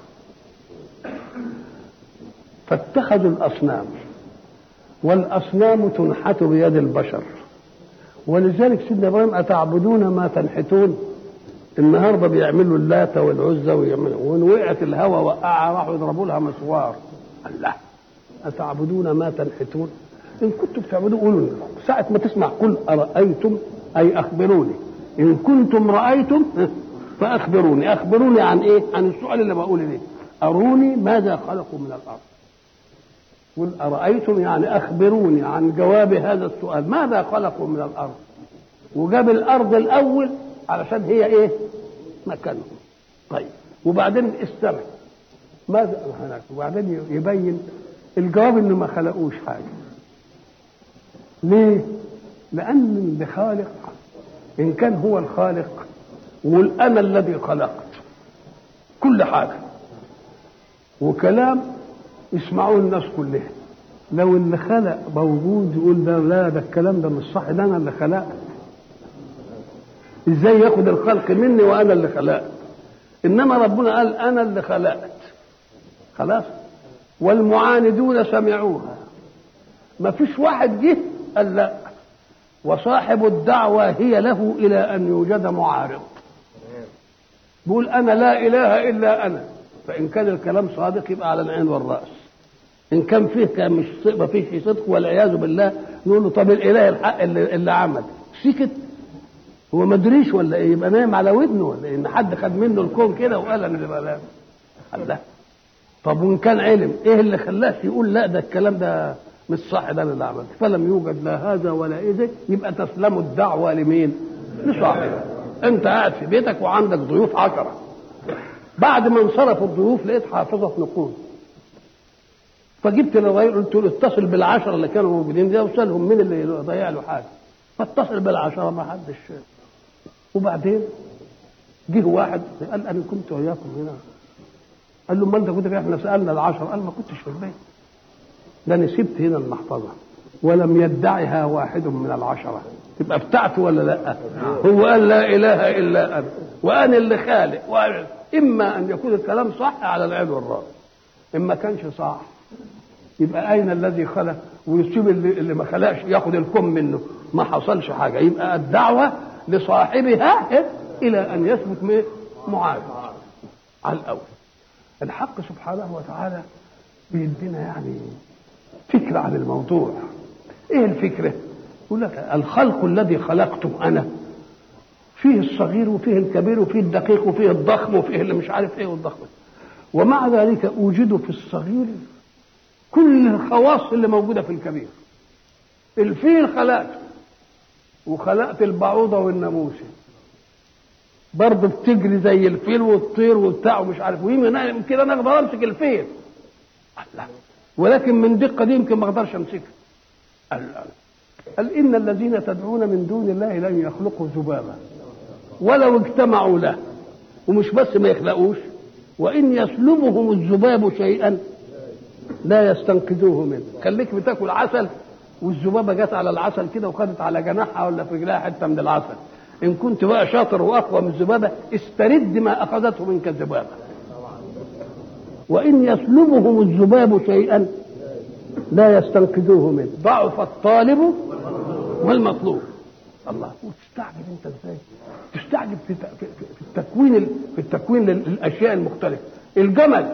فاتخذوا الأصنام، والأصنام تنحت بيد البشر. ولذلك سيدنا إبراهيم أتعبدون ما تنحتون، النهارده بيعملوا اللات والعزى ويعملوا، وإن وقعت الهوى وقعها راحوا يضربوا لها مسوار. الله، أتعبدون ما تنحتون، إن كنتم بتعبدوا قولوا ساعة ما تسمع قل أرأيتم أي أخبروني، إن كنتم رأيتم فأخبروني. أخبروني عن إيه؟ عن السؤال اللي بقوله ليه، أروني ماذا خلقوا من الأرض. قل أرأيتم يعني أخبروني عن جواب هذا السؤال، ماذا خلقوا من الأرض. وجاب الأرض الأول علشان هي إيه؟ مكانهم. طيب وبعدين السماء ماذا هناك، وبعدين يبين الجواب إنه ما خلقوش حاجة. ليه؟ لأن اللي خالق إن كان هو الخالق يقول أنا الذي خلقت كل حاجة، وكلام يسمعوه الناس كلها. لو اللي خلق موجود يقول ده لا، ده الكلام ده مش صح، ده أنا اللي خلقت. إزاي ياخد الخلق مني وأنا اللي خلقت؟ إنما ربنا قال أنا اللي خلقت خلاص. والمعاندون سمعوها، ما فيش واحد جه قال لا، وصاحب الدعوة هي له إلى أن يوجد معارض. بيقول أنا لا إله إلا أنا، فإن كان الكلام صادق يبقى على العين والرأس. إن كان فيه كان مش ما فيش صدق والعياذ بالله نقول له طب الإله الحق اللي عمل سكت، هو ما ادريش ولا إيه؟ يبقى نايم على ودنه ولا إيه؟ إن حد خد منه الكون كده وقال أنا اللي بقى لا. طب وإن كان علم إيه اللي خلاش يقول لا ده الكلام ده مش صح، ده اللي عمل؟ فلم يوجد لا هذا ولا إيه، يبقى تسلم الدعوة لمين؟ لصاحبه. أنت قاعد في بيتك وعندك ضيوف 10، بعد ما انصرفوا الضيوف لقيت حافظة نقود، فجبت للراجل قلت له اتصل بالعشرة اللي كانوا موجودين دي وسألهم مين اللي ضيع له حاجة، فاتصل بالعشرة ما حدش. وبعدين جه واحد قال أنا كنت وياكم هنا، قال له ما أنت كنت فين؟ احنا سألنا العشرة، قال ما كنتش في البيت، لأني سبت هنا المحفظة ولم يدعها واحد من العشرة، تبقى بتاعته ولا لا؟ هو قال لا إله إلا أنا وأنا اللي خالق، إما أن يكون الكلام صح على العين والرأس، إما كانش صح يبقى أين الذي خلق ويسيب اللي ما خلقش ياخد الكم منه؟ ما حصلش حاجة. يبقى الدعوة لصاحبها إلى أن يثبت معارض على الأول. الحق سبحانه وتعالى بيدينا يعني فكرة عن الموضوع. إيه الفكرة؟ يقول لك الخلق الذي خلقته أنا فيه الصغير وفيه الكبير وفيه الدقيق وفيه الضخم وفيه اللي مش عارف إيه والضخم، ومع ذلك أوجد في الصغير كل الخواص اللي موجودة في الكبير. الفيل خلقته وخلقت البعوضة والناموسة برضه بتجري زي الفيل والطير وبتاع ومش عارف، ويمكن كده انا اقدر امسك الفيل ولكن من دقة دي يمكن ما اقدرش امسكها. قال إن الذين تدعون من دون الله لن يخلقوا ذبابا ولو اجتمعوا له، ومش بس ما يخلقوش، وإن يسلبهم الذباب شيئا لا يستنقذوه منه. خليك بتاكل عسل والذبابة جت على العسل كده وخدت على جناحها ولا في رجلها حتة من العسل، إن كنت بقى شاطر وأقوى من الذبابة استرد ما أخذته منك الذبابة. وإن يسلبهم الذباب شيئا لا يستنقذوه منه، ضعف الطالب والمطلوب. الله، وتستعجب انت ازاي؟ تستعجب في التكوين للاشياء المختلفه. الجمل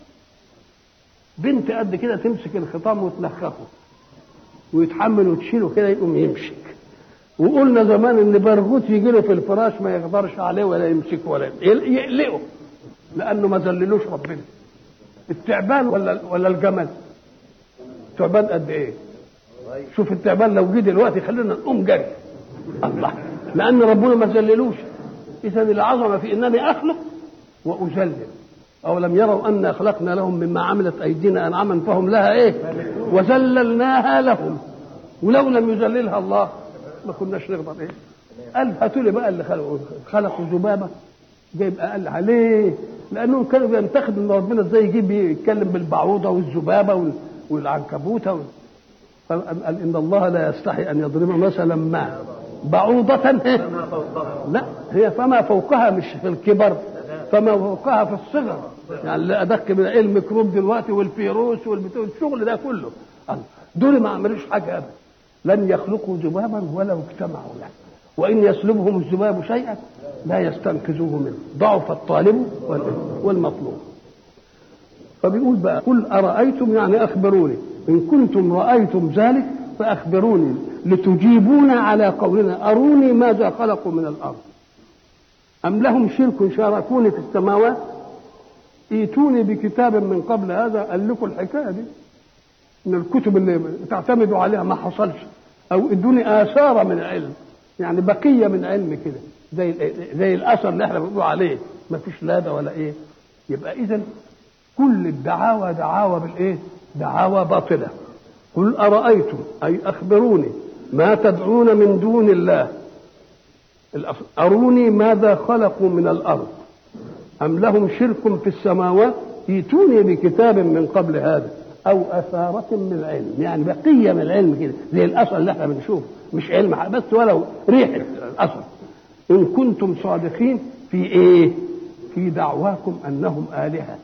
بنت قد كده تمسك الخطام وتلخفه ويتحمل وتشيله كده يقوم يمشي. وقلنا زمان ان برغوت يجي له في الفراش ما يقدرش عليه ولا يمسكه ولا يقلقه لانه ما ذللوش ربنا. التعبان ولا الجمل؟ التعبان قد ايه؟ شوف التعبان لو جه دلوقتي خلينا نقوم جري الله، لان ربنا ما ذللوش. اذا العظمه في انني اخلق واذلل. اولم يروا انا خلقنا لهم مما عملت ايدينا انعاما فهم لها ايه؟ وذللناها لهم. ولو لم يذللها الله ما كناش نقدر ايه؟ قال هاتوا لي بقى اللي خلقوا ذبابه جايب اقل عليه، لانهم كانوا بينتقدوا ان ربنا ازاي يجيب يتكلم بالبعوضه والذبابه والعنكبوت قال إن الله لا يستحي أن يضرب مثلا ما بعوضة لا هي فما فوقها، مش في الكبر، فما فوقها في الصغر، يعني لا أدق من الميكروب دلوقتي والفيروس والشغل ده كله، دول ما عملوش حاجة أبدا، لن يخلقوا ذبابا ولو اجتمعوا له، وإن يسلبهم الذباب شيئا لا يستنقذوه منه، ضعف الطالب والمطلوب. فبيقول بقى قل أرأيتم، يعني أخبروني إن كنتم رأيتم ذلك فأخبروني لتجيبون على قولنا أروني ماذا خلقوا من الأرض أم لهم شرك شاركوني في السماوات ائتوني بكتاب من قبل هذا. قال لكم الحكاية دي من الكتب اللي تعتمدوا عليها ما حصلش، أو ادوني آثار من علم، يعني بقية من علم كده زي الأثر اللي احنا بنقول عليه ما فيش لا ده ولا إيه. يبقى إذن كل الدعاوى دعاوى بالإيه؟ دعاوى باطلة. قل أرأيتم أي أخبروني ما تدعون من دون الله، أروني ماذا خلقوا من الأرض أم لهم شرك في السماوات ائتوني بكتاب من قبل هذا أو أثارة من علم، يعني بقية من العلم كده زي الأثر اللي احنا بنشوفه، مش علم بس ولو ريحة الأثر، إن كنتم صادقين في إيه؟ في دعواكم أنهم آلهة.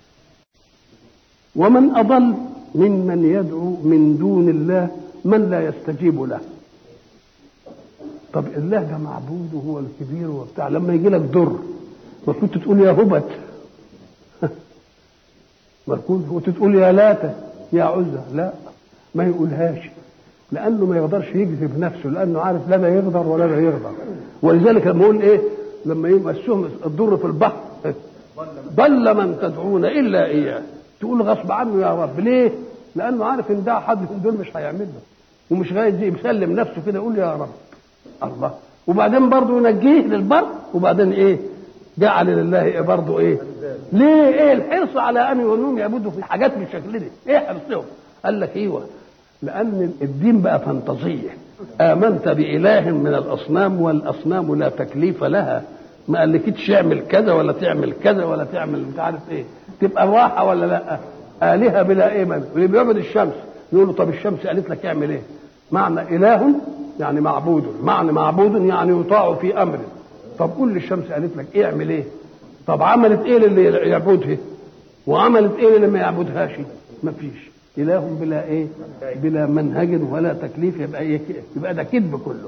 ومن أضل ممن يدعو من دون الله من لا يستجيب له. طب الله ده معبود وهو الكبير وبتاع، لما يجي لك ضر ما كنت تقول يا هبت ما كنت تقول يا لاتة يا عزة، لا ما يقولهاش، لأنه ما يقدرش يجذب نفسه، لأنه عارف لا ده يقدر ولا ده يقدر. ولذلك لما يقول إيه لما يمسهم الضر في البحر ضل من تدعون إلا إياه، تقول غصب عنه يا رب. ليه؟ لأنه عارف إن ده حد من دول مش هيعمل له، ومش غاية يسلم نفسه كده يقول يا رب الله، وبعدين برضه ينجيه للبر، وبعدين إيه جعل لله برضه إيه؟ ليه؟ إيه الحرص على أن يقولون يعبدوا في حاجات بالشكل ده؟ إيه حرصهم؟ قال لك إيوه، لأن الدين بقى فانتازية. آمنت بإله من الأصنام والأصنام لا تكليف لها، ما قالكيتش اعمل كذا ولا تعمل كذا ولا تعمل مش عارف ايه، تبقى الراحه ولا لا؟ آلهة بلا ايمان. واللي بيعبد الشمس يقول له طب الشمس قالت لك اعمل ايه؟ معنى اله يعني معبود، معنى معبود يعني يطاع في امره. طب قول للشمس قالت لك ايه اعمل ايه؟ طب عملت ايه للي يعبدها وعملت ايه للي ما يعبدهاش؟ ما فيش. اله بلا ايه؟ بلا منهج ولا تكليف، يبقى ايه؟ يبقى ده كذب كله.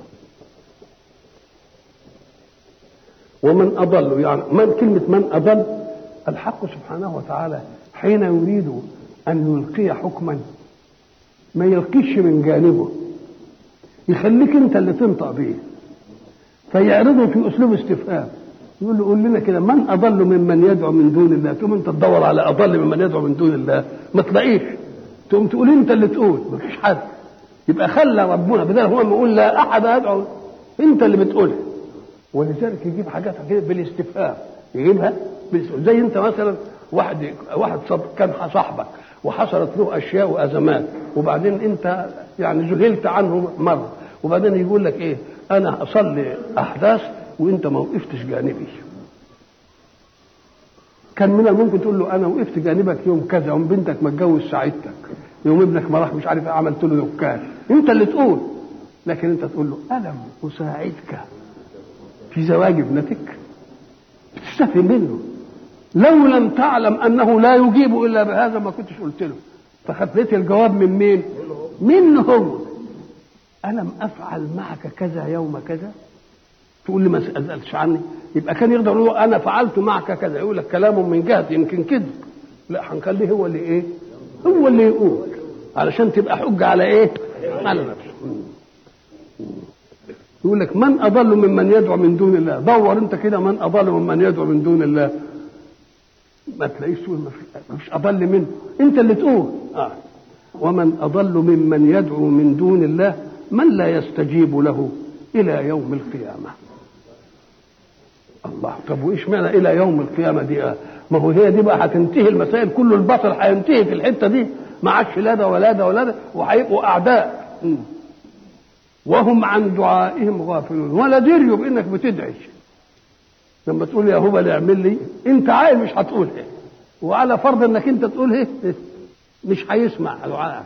ومن أضل، يعني من كلمة من أضل، الحق سبحانه وتعالى حين يريد أن يلقي حكما ما يلقيش من جانبه، يخليك أنت اللي تنطق به، فيعرضه في أسلوب استفهام، يقول له قول لنا كده من أضل ممن يدعو من دون الله، تقوم أنت تدور على أضل ممن يدعو من دون الله ما تلاقيش، تقوم تقول أنت اللي تقول ما فيش حد. يبقى خلى ربنا بدل هو ما يقول لا أحد يدعو، أنت اللي بتقولها. ولذلك يجيب حاجات كده بالاستفهام، يجيبها زي انت مثلا واحد كان صاحبك وحصلت له اشياء وازمات، وبعدين انت يعني ذهلت عنه مره، وبعدين يقول لك ايه انا اصلي احداث وانت ما وقفتش جانبي. كان من الممكن تقول له انا وقفت جانبك يوم كذا، يوم بنتك ما اتجوز ساعدتك، يوم ابنك ما راح مش عارف عملت له دكان، انت اللي تقول. لكن انت تقول له الم اساعدك في زواج ابنتك، بتستفهم منه. لو لم تعلم انه لا يجيب الا بهذا ما كنتش قلت له، فخفيت الجواب من مين؟ منه هو. الم افعل معك كذا يوم كذا، تقول لي ما سالتش عني، يبقى كان يقدر يقول انا فعلت معك كذا، يقول لك كلامه من جهه يمكن كذب، لا هنخليه هو اللي ايه؟ هو اللي يقول، علشان تبقى حجه على ايه؟ على نفسه. يقول لك من أضل ممن يدعو من دون الله، دور انت كده من أضل ممن يدعو من دون الله، ما تلاقيش تقول ما فيش أضل منه، انت اللي تقول. ومن أضل ممن يدعو من دون الله من لا يستجيب له إلى يوم القيامة. الله، طب وإيش معنى إلى يوم القيامة دي؟ ما هو هي دي بقى هتنتهي المسائل، كل البطل هينتهي في الحتة دي، ما عادش لا ده ولا ده ولا ده، وهيبقوا أعداء وهم عن دعائهم غافلون، ولا دريوا بانك بتدعي. لما تقول يا هبل اعمل لي، انت عايز مش هتقول ايه، وعلى فرض انك انت تقول ايه مش هيسمع دعائك.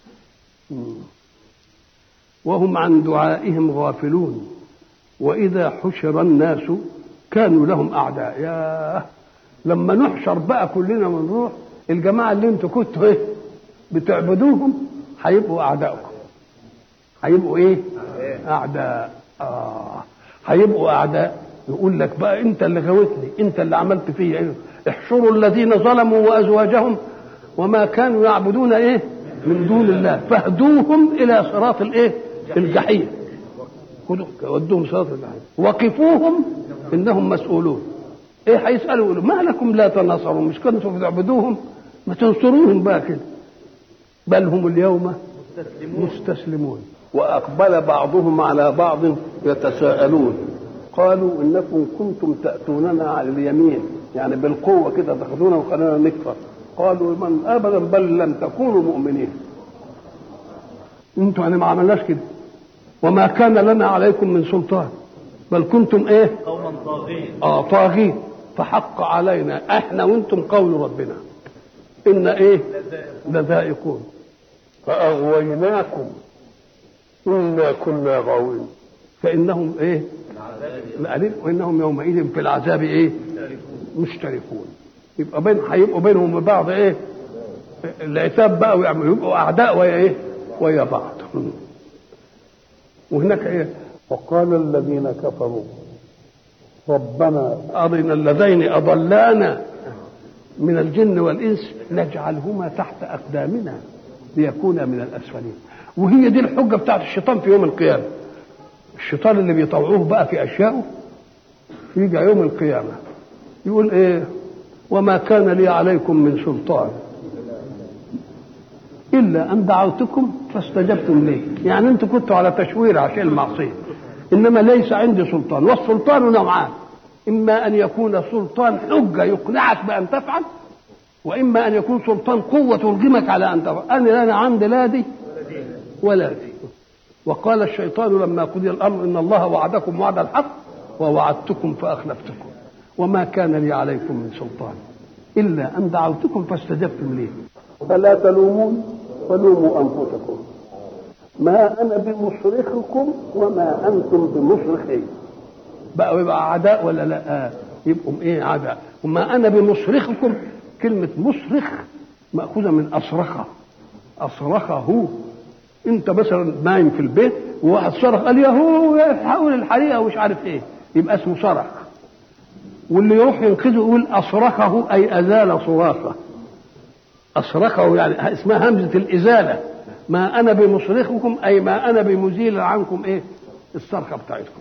وهم عن دعائهم غافلون وإذا حشر الناس كانوا لهم أعداء. يا لما نحشر بقى كلنا ونروح، الجماعة اللي انتوا كنتوا ايه بتعبدوهم هيبقوا أعدائكم. هيبقوا ايه؟ أعداء. هيبقوا أعداء. يقول لك بقى انت اللي غوتني، انت اللي عملت فيا ايه. احشروا الذين ظلموا وأزواجهم وما كانوا يعبدون ايه من دون الله فاهدوهم إلى صراط الايه الجحيم. ودوهم صراط الجحيم وقفوهم إنهم مسؤولون. ايه هيسألوا يقولوا ما لكم لا تناصرون؟ مش كنتوا بتعبدوهم؟ ما تنصروهم بقى كده. بل هم اليوم مستسلمون. وأقبل بعضهم على بعض يتساءلون قالوا إنكم كنتم تأتوننا على اليمين، يعني بالقوة كده تاخذونا وخلونا نكفر. قالوا من أبدا بل لم تكونوا مؤمنين، انتوا يعني ما عملناش كده، وما كان لنا عليكم من سلطان بل كنتم ايه قوما طاغين. طاغين فحق علينا احنا وانتم قول ربنا ان ايه لذائقون فاغويناكم انا كنا غاوين فانهم ايه وانهم يومئذ في العذاب ايه مشتركون. يبقى هيبقوا بينهم وبعض ايه العتاب بقى، ويعملوا يبقوا اعداء ويا ايه ويا بعض. وهناك ايه وقال الذين كفروا ربنا أرنا اللذين أضلانا من الجن والإنس نجعلهما تحت أقدامنا ليكونا من الأسفلين. وهي دي الحجة بتاعت الشيطان في يوم القيامة. الشيطان اللي بيطوعوه بقى في أشيائه يجي يوم القيامة يقول إيه وما كان لي عليكم من سلطان إلا أن دعوتكم فاستجبتم لي. يعني أنتم كنتوا على تشوير عشان المعصية، إنما ليس عندي سلطان. والسلطان نوعان، إما أن يكون سلطان حجة يقنعك بأن تفعل، وإما أن يكون سلطان قوة ترغمك على أن تفعل. أنا عندي لا دي ولا دي. وقال الشيطان لما قضي الأمر إن الله وعدكم وعد الحق ووعدتكم فأخلفتكم وما كان لي عليكم من سلطان إلا أن دعوتكم فاستجبتم لي فلا تلومون ولوموا أنفسكم ما أنا بمصرخكم وما أنتم بمصرخي. بقوا يبقى أعداء ولا لا؟ يبقوا إيه أعداء. وما أنا بمصرخكم، كلمة مصرخ مأخوذة من أصرخة. أصرخه. أنت مثلا نايم في البيت وواحد صرخ قال يا هو حاول الحريقة ومش عارف إيه، يبقى اسمه صرخ. واللي يروح ينقذه يقول أصرخه أي أزال صراخه. أصرخه يعني اسمها همزة الإزالة. ما أنا بمصرخكم أي ما أنا بمزيل عنكم إيه الصرخة بتاعتكم.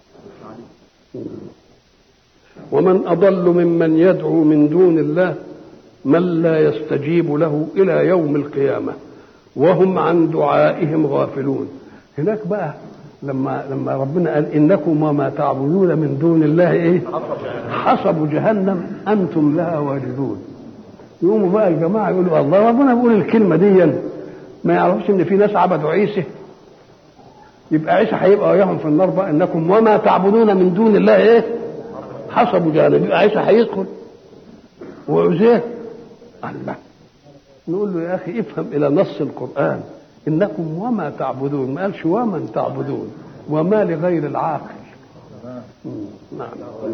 ومن أضل ممن يدعو من دون الله من لا يستجيب له إلى يوم القيامة وهم عن دعائهم غافلون. هناك بقى لما ربنا قال إنكم وما تعبدون من دون الله إيه حصب جهنم أنتم لها واردون. يقوموا بقى الجماعة يقولوا الله ربنا بيقول الكلمة دي ما يعرفش ان في ناس عبدوا عيسى، يبقى عيسى هيبقى وياهم في النار بقى. انكم وما تعبدون من دون الله ايه حسبوا جهنم، يبقى عيسى هيدخل وعزير. الله نقول له يا اخي افهم الى نص القرآن انكم وما تعبدون، ما قالش ومن تعبدون وما لغير العاقل. نعم.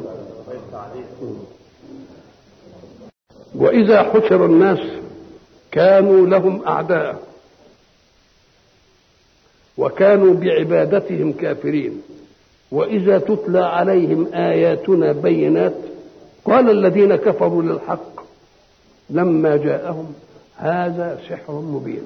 وإذا حشر الناس كانوا لهم أعداء وكانوا بعبادتهم كافرين وإذا تتلى عليهم آياتنا بينات قال الذين كفروا للحق لما جاءهم هذا سحر مبين.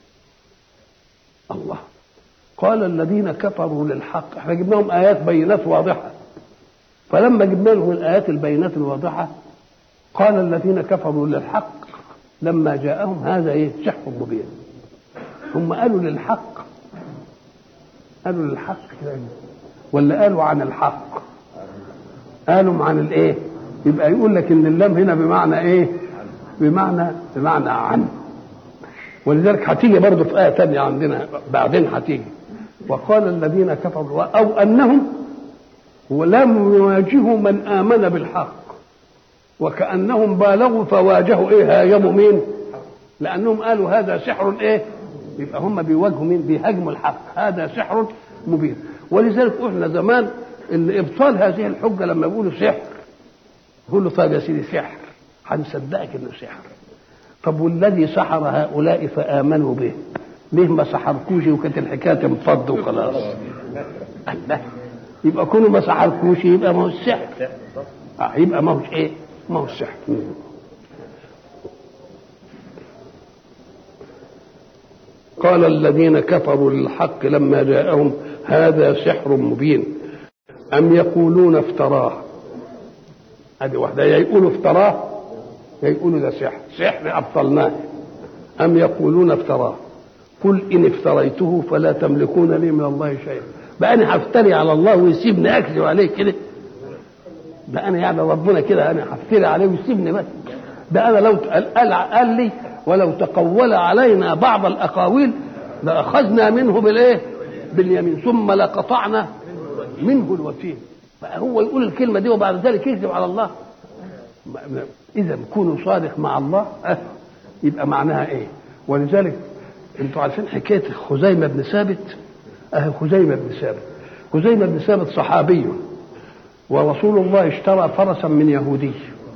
الله قال الذين كفروا للحق، احنا جبنا لهم آيات بينات واضحة، فلما جبنا لهم الآيات البينات الواضحة قال الذين كفروا للحق لما جاءهم هذا ايه سحر مبين. هم قالوا للحق يعني ولا قالوا عن الحق؟ قالوا عن الايه. يبقى يقول لك ان اللام هنا بمعنى ايه بمعنى عن. ولذلك هتيجي برضه في آية تانية عندنا بعدين هتيجي وقال الذين كفروا او انهم ولم يواجهوا من آمن بالحق وكأنهم بالغوا فواجهوا ايه هاجموا مين لأنهم قالوا هذا سحر إيه؟ يبقى هم بيواجهوا مين؟ بيهاجموا الحق، هذا سحر مبين. ولذلك قلنا زمان إن إبطال هذه الحجة لما يقولوا سحر يقول له طيب يا سيدي سحر، هنصدقك إنه سحر. طب والذي سحر هؤلاء فآمنوا به ليه ما سحركوش وكانت الحكاية تنفض وخلاص؟ الله، يبقى كونه ما سحركوش يبقى ما هو السحر، يبقى ما هوش إيه؟ ما هو السحر. قال الذين كفروا للحق لما جاءهم هذا سحر مبين أم يقولون افتراه. هذه واحدة، يا يقولوا افتراه يا يقولوا ده سحر أبطلناه. أم يقولون افتراه قل إن افتريته فلا تملكون لي من الله شيئا. بقى أنا هفتري على الله ويسيبني أكذب عليه كده؟ ده أنا يعني ربنا كده أنا هفتري عليه ويسيبني بس؟ ده أنا لو قال لي ولو تقول علينا بعض الأقاويل لأخذنا منه بالإيه؟ باليمين ثم لقطعنا منه الوتين. بقى هو يقول الكلمة دي وبعد ذلك يكذب على الله؟ إذا كونوا صادق مع الله يبقى معناها إيه؟ ولذلك أنتوا عارفين حكاية خزيمة بن ثابت. خزيمة بن ثابت صحابي، ورسول الله اشترى فرسا من يهودي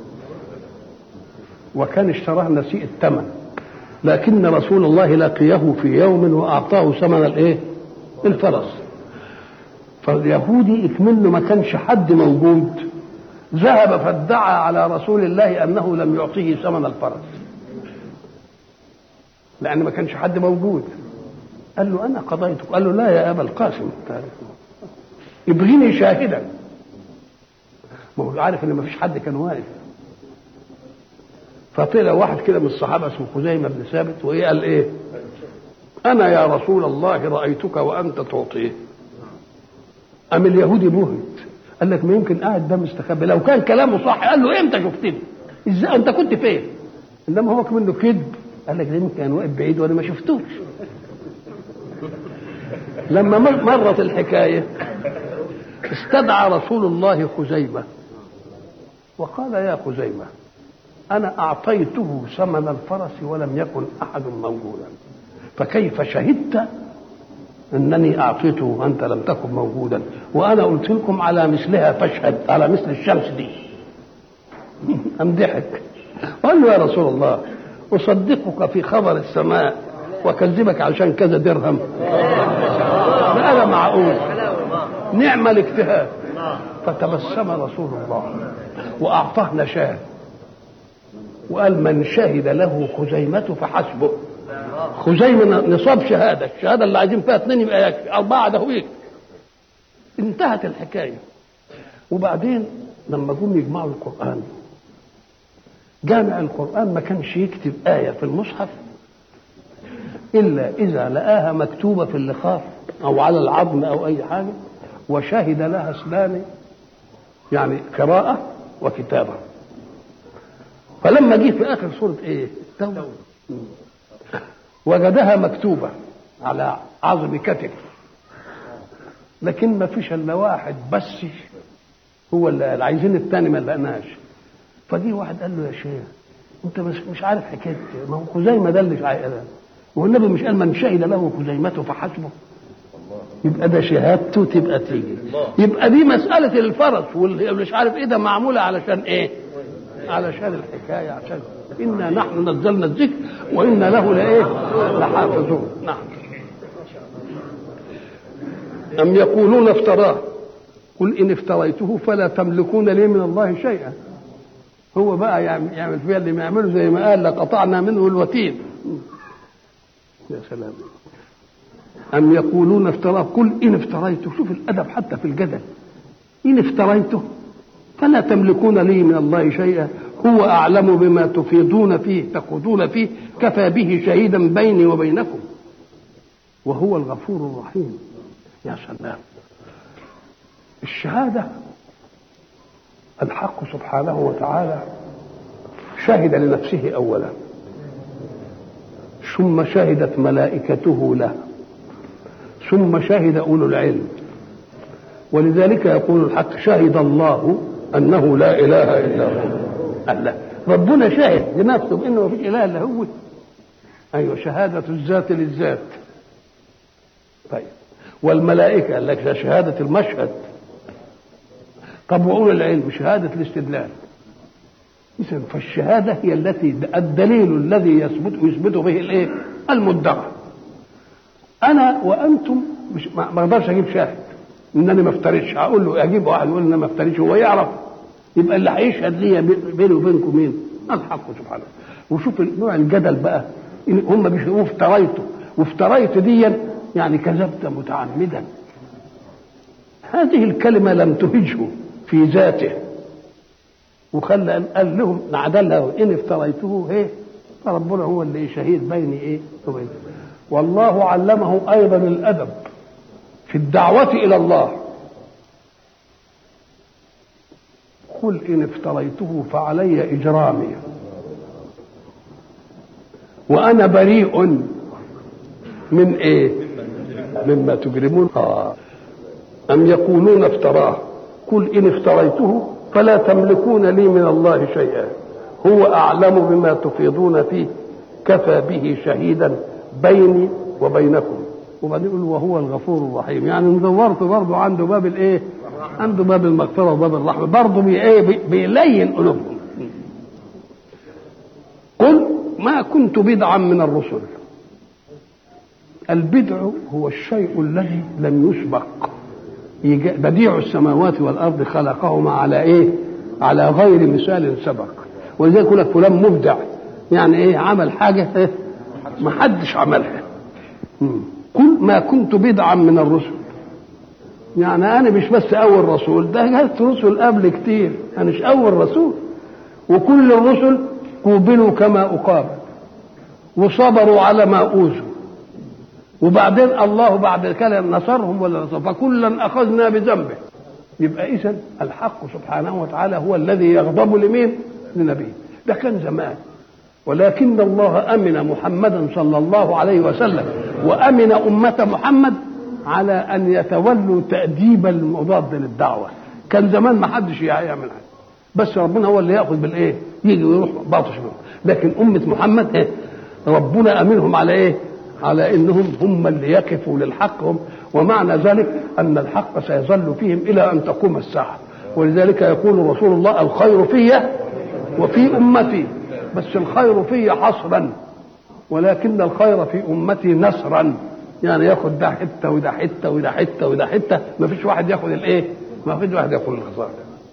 وكان اشتراه نسيء الثمن، لكن رسول الله لقيه في يوم وأعطاه ثمن الإيه؟ الفرس. فاليهودي اكمنه ما كانش حد موجود، ذهب فادعى على رسول الله أنه لم يعطيه ثمن الفرس لأن ما كانش حد موجود. قال له أنا قضيتك. قال له لا يا أبا القاسم، ابغيني شاهدا. ما هو عارف إن ما فيش حد كان واقف. فطلع واحد كده من الصحابة اسمه خزيمة بن ثابت وإيه قال إيه؟ أنا يا رسول الله رأيتك وأنت تعطيه. أم اليهودي مهد قال لك ما يمكن قاعد ده مستخبي، لو كان كلامه صح قال له إمتى شفتني؟ إزاي أنت كنت فين؟ إنما هو كمان له كذب، قال لك ده يمكن كان واقف بعيد وأنا ما شفتوش. لما مرت الحكاية استدعى رسول الله خزيمة وقال يا خزيمة أنا أعطيته ثمن الفرس ولم يكن أحد موجودا، فكيف شهدت أنني أعطيته وأنت لم تكن موجودا وأنا قلت لكم على مثلها فاشهد، على مثل الشمس دي؟ أم ضحك. قال له يا رسول الله أصدقك في خبر السماء وأكذبك عشان كذا درهم؟ لا أنا معقول؟ نعم الاجتهاد. فتبسم رسول الله وأعطاه نشاه وقال من شهد له خزيمة فحسبه. خزيمة نصاب شهادة، الشهادة اللي عايزين فيها 2 يبقى يكفي، 4 ده هيك. انتهت الحكاية. وبعدين لما جم يجمعوا القرآن، جامع القرآن ما كانش يكتب آية في المصحف إلا إذا لقاها مكتوبة في اللخاف أو على العظم أو أي حاجة وشهد لها اثنان، يعني قراءة وكتابة. فلما جه في آخر سورة إيه؟ التوبة، وجدها مكتوبة على عظم كتف، لكن ما فيش إلا واحد بس هو اللي عايزين، الثاني ما لقناش. فجي واحد قال له يا شيخ انت مش عارف حكايه، ما هو خزيمه ده اللي عايزها، والنبي مش قال من شهد له خزيمته فحسبه؟ يبقى ده شهادته تبقى تيجي. يبقى دي مساله الفرس واللي مش عارف ايه ده معموله علشان ايه؟ علشان الحكايه، عشان انا نحن نزلنا الذكر وانا له لايه؟ لحافظون. نعم. ام يقولون افتراه قل ان افتريته فلا تملكون لي من الله شيئا. هو بقى يعمل فيها اللي ما يعمله، زي ما قال لقطعنا منه الوتين. يا سلام. أم يقولون افتراه قل إن افتريته. شوف الأدب حتى في الجدل. إن افتريته فلا تملكون لي من الله شيئا هو أعلم بما تفيضون فيه تخوضون فيه كفى به شهيدا بيني وبينكم وهو الغفور الرحيم. يا سلام. الشهادة الحق سبحانه وتعالى شهد لنفسه أولا، ثم شهدت ملائكته له، ثم شهد أولو العلم. ولذلك يقول الحق شهد الله أنه لا إله إلا هو. الله، ربنا شاهد لنفسه بأنه ما فيش إله إلا هو. ايوه شهاده الذات للذات. طيب والملائكه قال لك شهاده المشهد. طب وأولي العلم شهاده الاستدلال. إذا فالشهاده هي التي الدليل الذي يثبت به الايه؟ المدعى. انا وانتم مش ما اقدرش اجيب شاهد انني ما افتريش. هقول له اجيب واحد يقول انا ما افتريش هو يعرف، يبقى اللي هيشهد لي بيني وبينكم مين؟ الحق سبحانه. وشوف نوع الجدل بقى، هم بيقولوا افتريته، وافتريت دي يعني كذبت متعمدا. هذه الكلمه لم تهجه في ذاته، وخلى قال لهم نعدلها ان افتريته ايه؟ فربنا هو اللي شهيد بيني ايه وبينه. والله علمه ايضا الادب في الدعوه الى الله. قل ان افتريته فعلي اجرامي وانا بريء من ايه؟ مما تجرمون. ام يقولون افتراه قل ان افتريته فلا تملكون لي من الله شيئا هو اعلم بما تفيضون فيه كفى به شهيدا بيني وبينكم. وبعدين يقول وهو الغفور الرحيم. يعني ندورت برضه عنده باب الايه؟ عنده باب المغفره وباب الرحمه، برضه بيلين قلوبهم. قل ما كنت بدعا من الرسل. البدع هو الشيء الذي لم يسبق. بديع السماوات والارض خلقهما على ايه؟ على غير مثال سبق. ولذلك يقول لك فلان مبدع، يعني ايه؟ عمل حاجه إيه؟ ما حدش عملها. قل ما كنت بدعا من الرسل. يعني انا مش بس اول رسول، ده جت رسل قبل كتير، انا مش اول رسول. وكل الرسل قوبلوا كما اقابل وصبروا على ما اوذوا، وبعدين الله بعد كده نصرهم ولا نصر، فكلا اخذنا بذنبه. يبقى اذا الحق سبحانه وتعالى هو الذي يغضب لمين؟ لنبيه. ده كان زمان، ولكن الله امن محمدا صلى الله عليه وسلم وامن امه محمد على ان يتولوا تاديب المضاد للدعوه. كان زمان ما حدش يعمل حاجه، بس ربنا هو اللي ياخذ بالايه؟ يجي ويروح باطش منهم. لكن امه محمد ايه؟ ربنا امنهم على ايه؟ على انهم هم اللي يقفوا للحق هم. ومعنى ذلك ان الحق سيظل فيهم الى ان تقوم الساعه. ولذلك يقول رسول الله الخير في وفي امتي، بس الخير في حصرا، ولكن الخير في امتي نصرا. يعني ياخد ده حته وده حته وده حته وده حته، ما فيش واحد ياخد الايه؟ ما فيش واحد ياخد الخساره.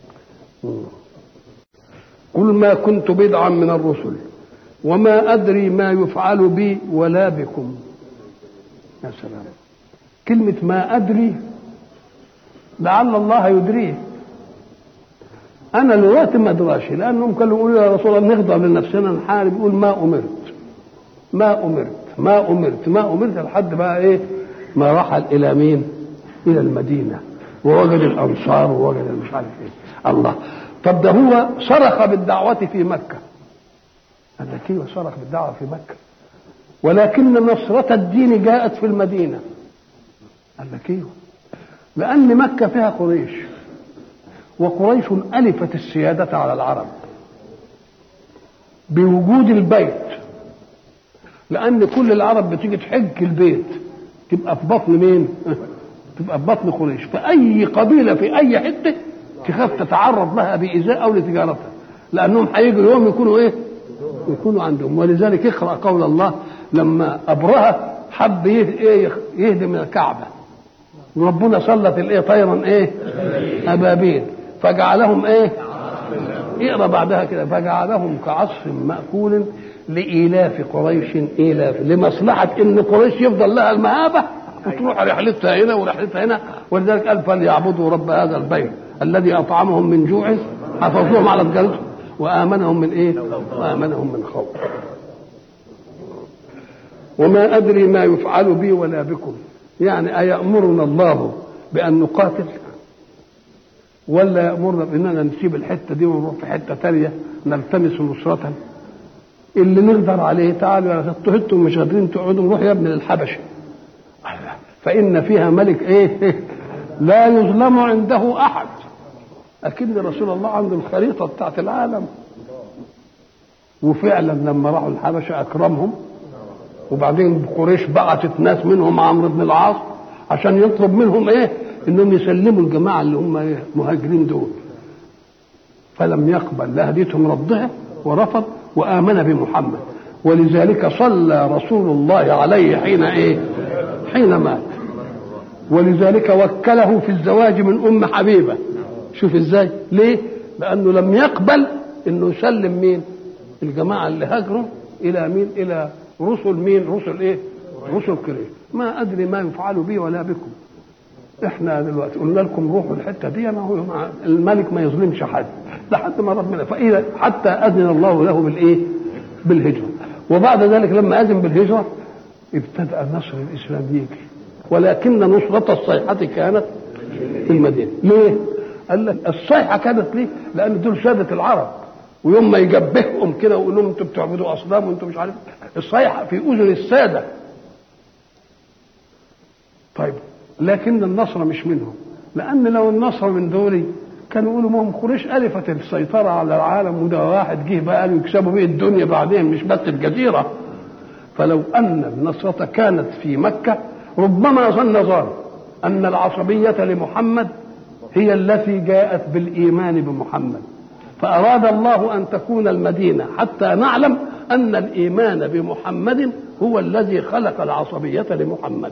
قل ما كنت بدعا من الرسل وما أدري ما يفعل بي ولا بكم. يا سلام، كلمة ما أدري لعل الله يدريه. أنا دلوقتي ما أدراش، لأنهم كانوا يقولوا يا رسول الله نخضع لنفسنا نحارب. يقول ما أمرت ما أمرت ما أمرت ما أمرت لحد بقى إيه؟ ما رحل إلى مين؟ إلى المدينة ووجد الأنصار ووجد مش عارف إيه. الله، طب ده هو صرخ بالدعوة في مكة. قال لك ايه؟ صرخ بالدعوه في مكه، ولكن نصرة الدين جاءت في المدينه. قال لك ايه؟ لان مكه فيها قريش، وقريش الفت السياده على العرب بوجود البيت، لان كل العرب بتيجي تحج البيت تبقى في بطن مين؟ تبقى في بطن قريش. فاي قبيله في اي حته تخاف تتعرض لها بايذاء او لتجارتها، لانهم هيجوا يوم يكونوا ايه؟ يكونوا عندهم. ولذلك اقرأ قول الله لما أبرهة حب يهدم الكعبة، وربنا سلط الايه؟ طيرا ايه؟ أبابيل، فجعلهم ايه؟ اقرأ بعدها كده فجعلهم كعصف مأكول لإيلاف قريش إيلاف، لمصلحة إن قريش يفضل لها المهابة وتروح رحلتها هنا ورحلتها هنا. ولذلك قال فليعبدوا رب هذا البيت الذي أطعمهم من جوع حفظوهم على تجارتهم وآمنهم من ايه؟ وآمنهم من خوف. وما أدري ما يفعل بي ولا بكم. يعني أيأمرنا الله بأن نقاتل ولا يأمرنا بأننا نسيب الحتة دي ونروح في حتة تانية نلتمس نصرة؟ اللي نقدر عليه تعالوا يا انتم مش قادرين تقعدوا، نروح يا ابن الحبشة فإن فيها ملك ايه؟ لا يظلم عنده أحد. أكيد رسول الله عنده الخريطة بتاعت العالم، وفعلا لما راحوا الحبشة أكرمهم وبعدين قريش بعتت ناس منهم عمرو بن العاص عشان يطلب منهم ايه؟ انهم يسلموا الجماعه اللي هم إيه؟ مهاجرين دول. فلم يقبل، لا هديتهم ربها ورفض وآمن بمحمد، ولذلك صلى رسول الله عليه حين ايه؟ حين مات. ولذلك وكله في الزواج من ام حبيبه. شوف ازاي؟ ليه؟ لانه لم يقبل انه يسلم مين؟ الجماعه اللي هاجروا الى مين؟ الى رسل مين؟ رسل ايه؟ رسل قريش. ما ادري ما يفعل بي ولا بكم. احنا دلوقتي قلنا لكم روحوا الحته دي، ما هو الملك ما يظلمش حد لحد ما ربنا، فاذا حتى اذن الله له بالايه؟ بالهجره. وبعد ذلك لما اذن بالهجره ابتدأ نصر الاسلام يجي، ولكن نصرة الصيحة كانت في المدينة. ليه؟ قال لك الصيحة كانت ليه؟ لأن دول سادة العرب، ويوم ما يجبههم كده ويقول لهم انتوا بتعبدوا أصنام وانتوا مش عارف، الصيحة في أذن السادة. طيب لكن النصر مش منهم، لأن لو النصر من دولي كانوا يقولوا ما هم قريش ألفت السيطرة على العالم، وده واحد جه بقى قالوا يكسبوا بيه الدنيا بعدين مش بس الجزيرة. فلو أن النصرة كانت في مكة ربما ظن أن العصبية لمحمد هي التي جاءت بالإيمان بمحمد، فأراد الله أن تكون المدينة حتى نعلم أن الإيمان بمحمد هو الذي خلق العصبية لمحمد.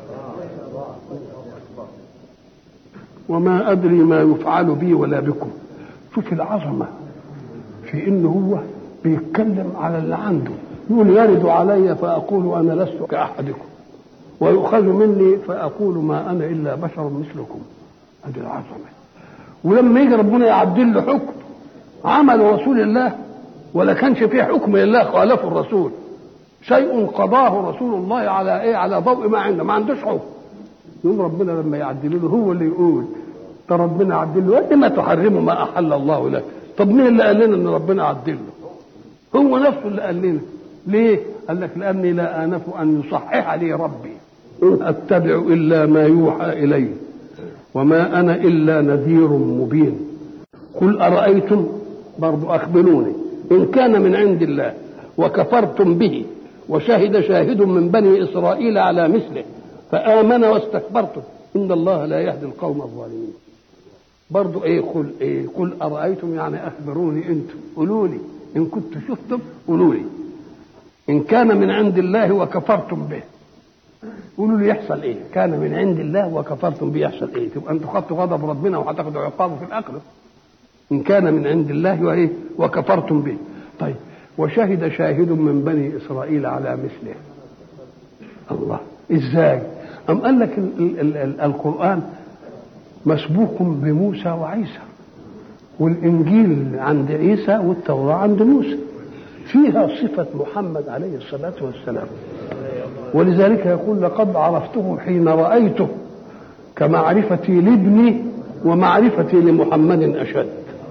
وما أدري ما يفعل بي ولا بكم. شوف العظمة في إنه هو بيتكلم على اللي عنده، يقول يرد علي فأقول أنا لست كأحدكم ويؤخذ مني فأقول ما أنا إلا بشر مثلكم. هذه العظمة. ولما يجي ربنا يعدل له حكم عمل رسول الله ولا كانش فيه حكم لله خالفه الرسول، شيء قضاه رسول الله على ايه؟ على ضوء ما عنده، ما عندوش حكم. يقول ربنا لما يعدل له هو اللي يقول ده ربنا عدل له، لما تحرموا ما أحل الله لك. طب مين اللي قال لنا ان ربنا عدل له؟ هو نفسه اللي قال لنا. ليه؟ قال لك لأني لا آنف أن يصحح لي ربي، إن أتبع إلا ما يوحى إلي وما أنا إلا نذير مبين. قل أرأيتم، برضو أخبروني، إن كان من عند الله وكفرتم به وشهد شاهد من بني إسرائيل على مثله فآمن واستكبرتم إن الله لا يهدي القوم الظالمين. برضو قل أرأيتم يعني أخبروني أنتم، قولوا لي إن كنتم شفتم، قولوا لي إن كان من عند الله وكفرتم به، قولوا لي يحصل إيه؟ كان من عند الله وكفرتم به يحصل إيه؟ تبقى أنتوا خدتوا غضب ربنا وهتاخدوا عقابه في الآخرة. إن كان من عند الله وإيه؟ وكفرتم به. طيب وشهد شاهد من بني إسرائيل على مثله. الله، إزاي؟ أم قال لك القرآن مسبوق بموسى وعيسى، والإنجيل عند عيسى والتوراة عند موسى، فيها صفة محمد عليه الصلاة والسلام. ولذلك يقول لقد عرفته حين رأيته كمعرفتي لابني ومعرفتي لمحمد أشد.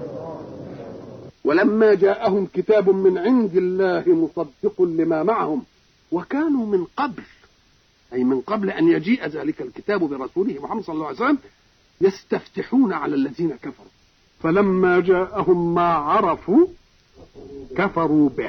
ولما جاءهم كتاب من عند الله مصدق لما معهم وكانوا من قبل، أي من قبل أن يجيء ذلك الكتاب برسوله محمد صلى الله عليه وسلم، يستفتحون على الذين كفروا، فلما جاءهم ما عرفوا كفروا به.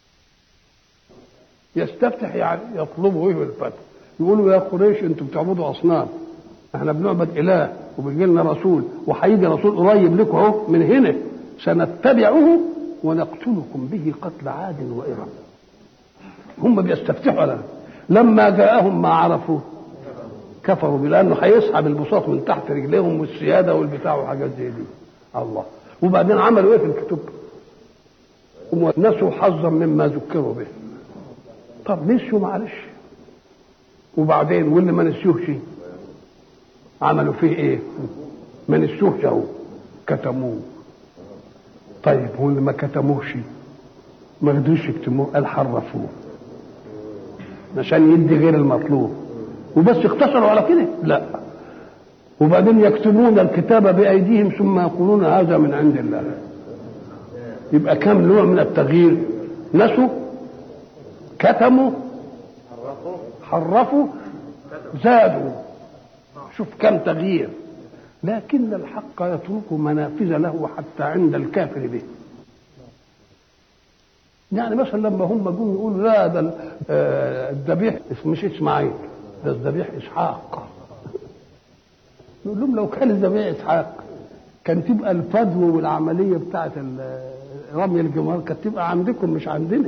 يستفتح يعني يطلبوا ايه الفتح، يقولوا يا قريش انتم بتعبدوا اصنام، احنا بنعبد اله وبيجي لنا رسول وهيجي رسول قريب لكم اهو من هنا سنتبعه ونقتلكم به قتل عاد وإرم. هم بيستفتحوا لنا. لما جاءهم ما عرفوا كفروا به، لانه هيسحب البساط من تحت رجليهم والسياده والبتاع وحاجات زي دي. الله. وبعدين عملوا ايه في الكتب؟ ونسوا حظا مما ذكروا به. طب نسيوا معلش، وبعدين واللي ما نسيوش عملوا فيه ايه؟ ما نسيوش اهو كتموه. طيب واللي ما كتموش ما قدروش يكتموه، قال حرفوه عشان يدي غير المطلوب، وبس اقتصروا على كده؟ لا. وبعدين يكتبون الكتاب بأيديهم ثم يقولون هذا من عند الله. يبقى كم نوع من التغيير؟ نسوا، كتموا، حرفوا، زادوا. شوف كم تغيير. لكن الحق يترك منافذ له حتى عند الكافر به. يعني مثلا لما هم جم يقولوا لا ده الذبيح مش اسماعيل، ده الذبيح اسحاق، نقول لهم لو كان الذبيح اسحاق كان تبقى الفدو والعمليه بتاعت رمي الجمار كانت تبقى عندكم مش عندنا.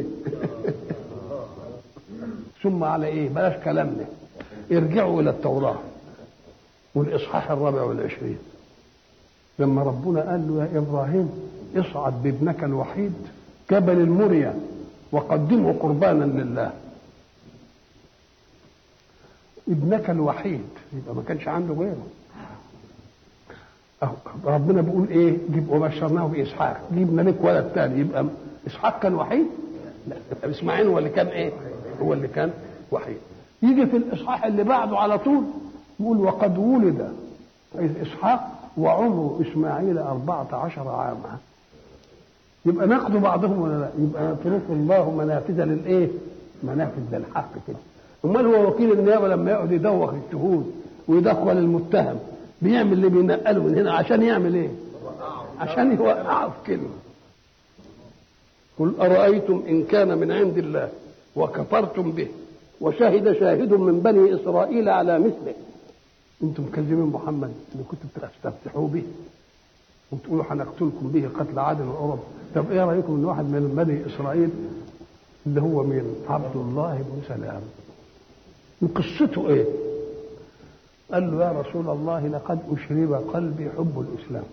ثم على ايه؟ بلاش كلامنا، ارجعوا الى التوراه والاصحاح 24 لما ربنا قال له يا ابراهيم اصعد بابنك الوحيد جبل المريا وقدمه قربانا لله. ابنك الوحيد يبقى ما كانش عنده غيره. ربنا بيقول ايه؟ وبشرناه باسحاق، جبنا لك ولد ثاني، يبقى اسحاق كان وحيد؟ لا، يبقى اسماعيل هو اللي كان ايه؟ هو اللي كان وحيد. يجي في الاصحاح اللي بعده على طول يقول وقد ولد اسحاق وعمر اسماعيل 14 عاما. يبقى ناخذ بعضهم ولا لا؟ يبقى يترك الله منافذ للايه؟ منافذ للحق كده. امال هو وكيل النيابه لما يقعد يدوخ الشهود ويدخل المتهم بيعمل اللي بينقله من هنا عشان يعمل ايه؟ عشان يوقعه في كلمه. قل ارايتم ان كان من عند الله وكفرتم به وشهد شاهد من بني اسرائيل على مثله. انتم مكذبين محمد اللي كنتم تستفتحوا به وتقولوا هنقتلكم به قتل عاد وارم. طب ايه رايكم ان واحد من بني اسرائيل اللي هو مين؟ عبد الله بن سلام، وقصته ايه؟ قال له يا رسول الله لقد اشرب قلبي حب الاسلام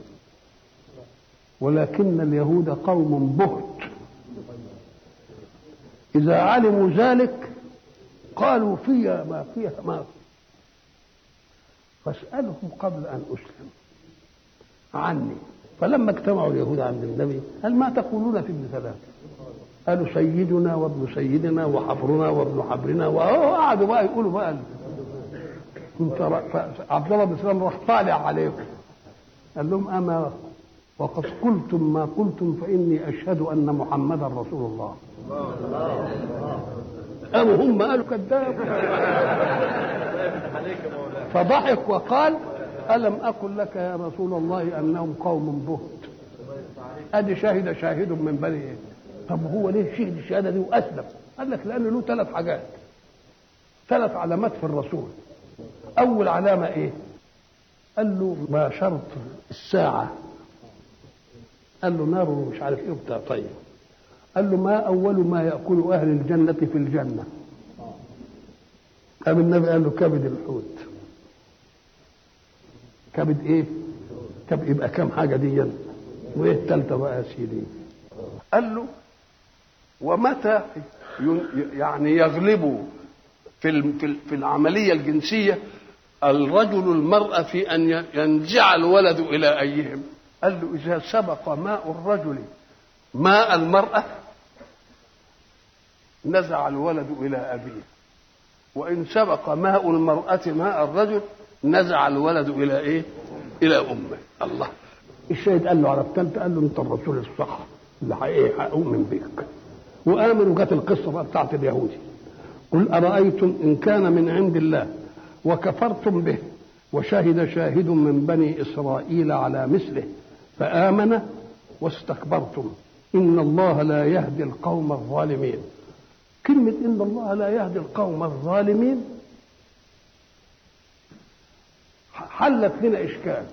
ولكن اليهود قوم بهت، اذا علموا ذلك قالوا فيها ما فاسالهم قبل ان اسلم عني. فلما اجتمعوا اليهود عند النبي قال ما تقولون في ابن سلام؟ قالوا سيدنا وابن سيدنا وحبرنا وابن حبرنا، وقعدوا بقى يقولوا بقى عبد الله بن سلام راح طالع عليهم قال لهم اما وقد قلتم ما قلتم فاني اشهد ان محمدا رسول الله. قاموا هم قالوا كذاب. فضحك وقال ألم أقل لك يا رسول الله أنهم قوم بهت؟ أدي شاهد شاهد من بني إيه؟ طب هو ليه شهد الشهادة دي وأسلم؟ قال لك لأنه له 3 حاجات، 3 علامات في الرسول. أول علامة إيه؟ قال له ما شرط الساعة؟ قال له نار ومش عارف إيه وبتاع. طيب قال له ما أول ما يأكل أهل الجنة في الجنة؟ قام النبي قال له كبد الحوت. كبد ايه؟ كبد. يبقى كم حاجه دي؟ وايه الثالثه بقى يا سيدي؟ قال له ومتى يعني يغلب في العمليه الجنسيه الرجل المراه في ان ينزع الولد الى ايهم؟ قال له اذا سبق ماء الرجل ماء المراه نزع الولد الى ابيه، وان سبق ماء المراه ماء الرجل نزع الولد الى ايه؟ الى امه. الله. الشاهد قال له على الثالثه قال له انت الرسول الصح اللي هؤمن بك. وامنوا. جت القصه بقى بتاعت اليهودي قل ارايتم ان كان من عند الله وكفرتم به وشهد شاهد من بني اسرائيل على مثله فامن واستكبرتم ان الله لا يهدي القوم الظالمين. كلمه ان الله لا يهدي القوم الظالمين حلت لنا اشكال،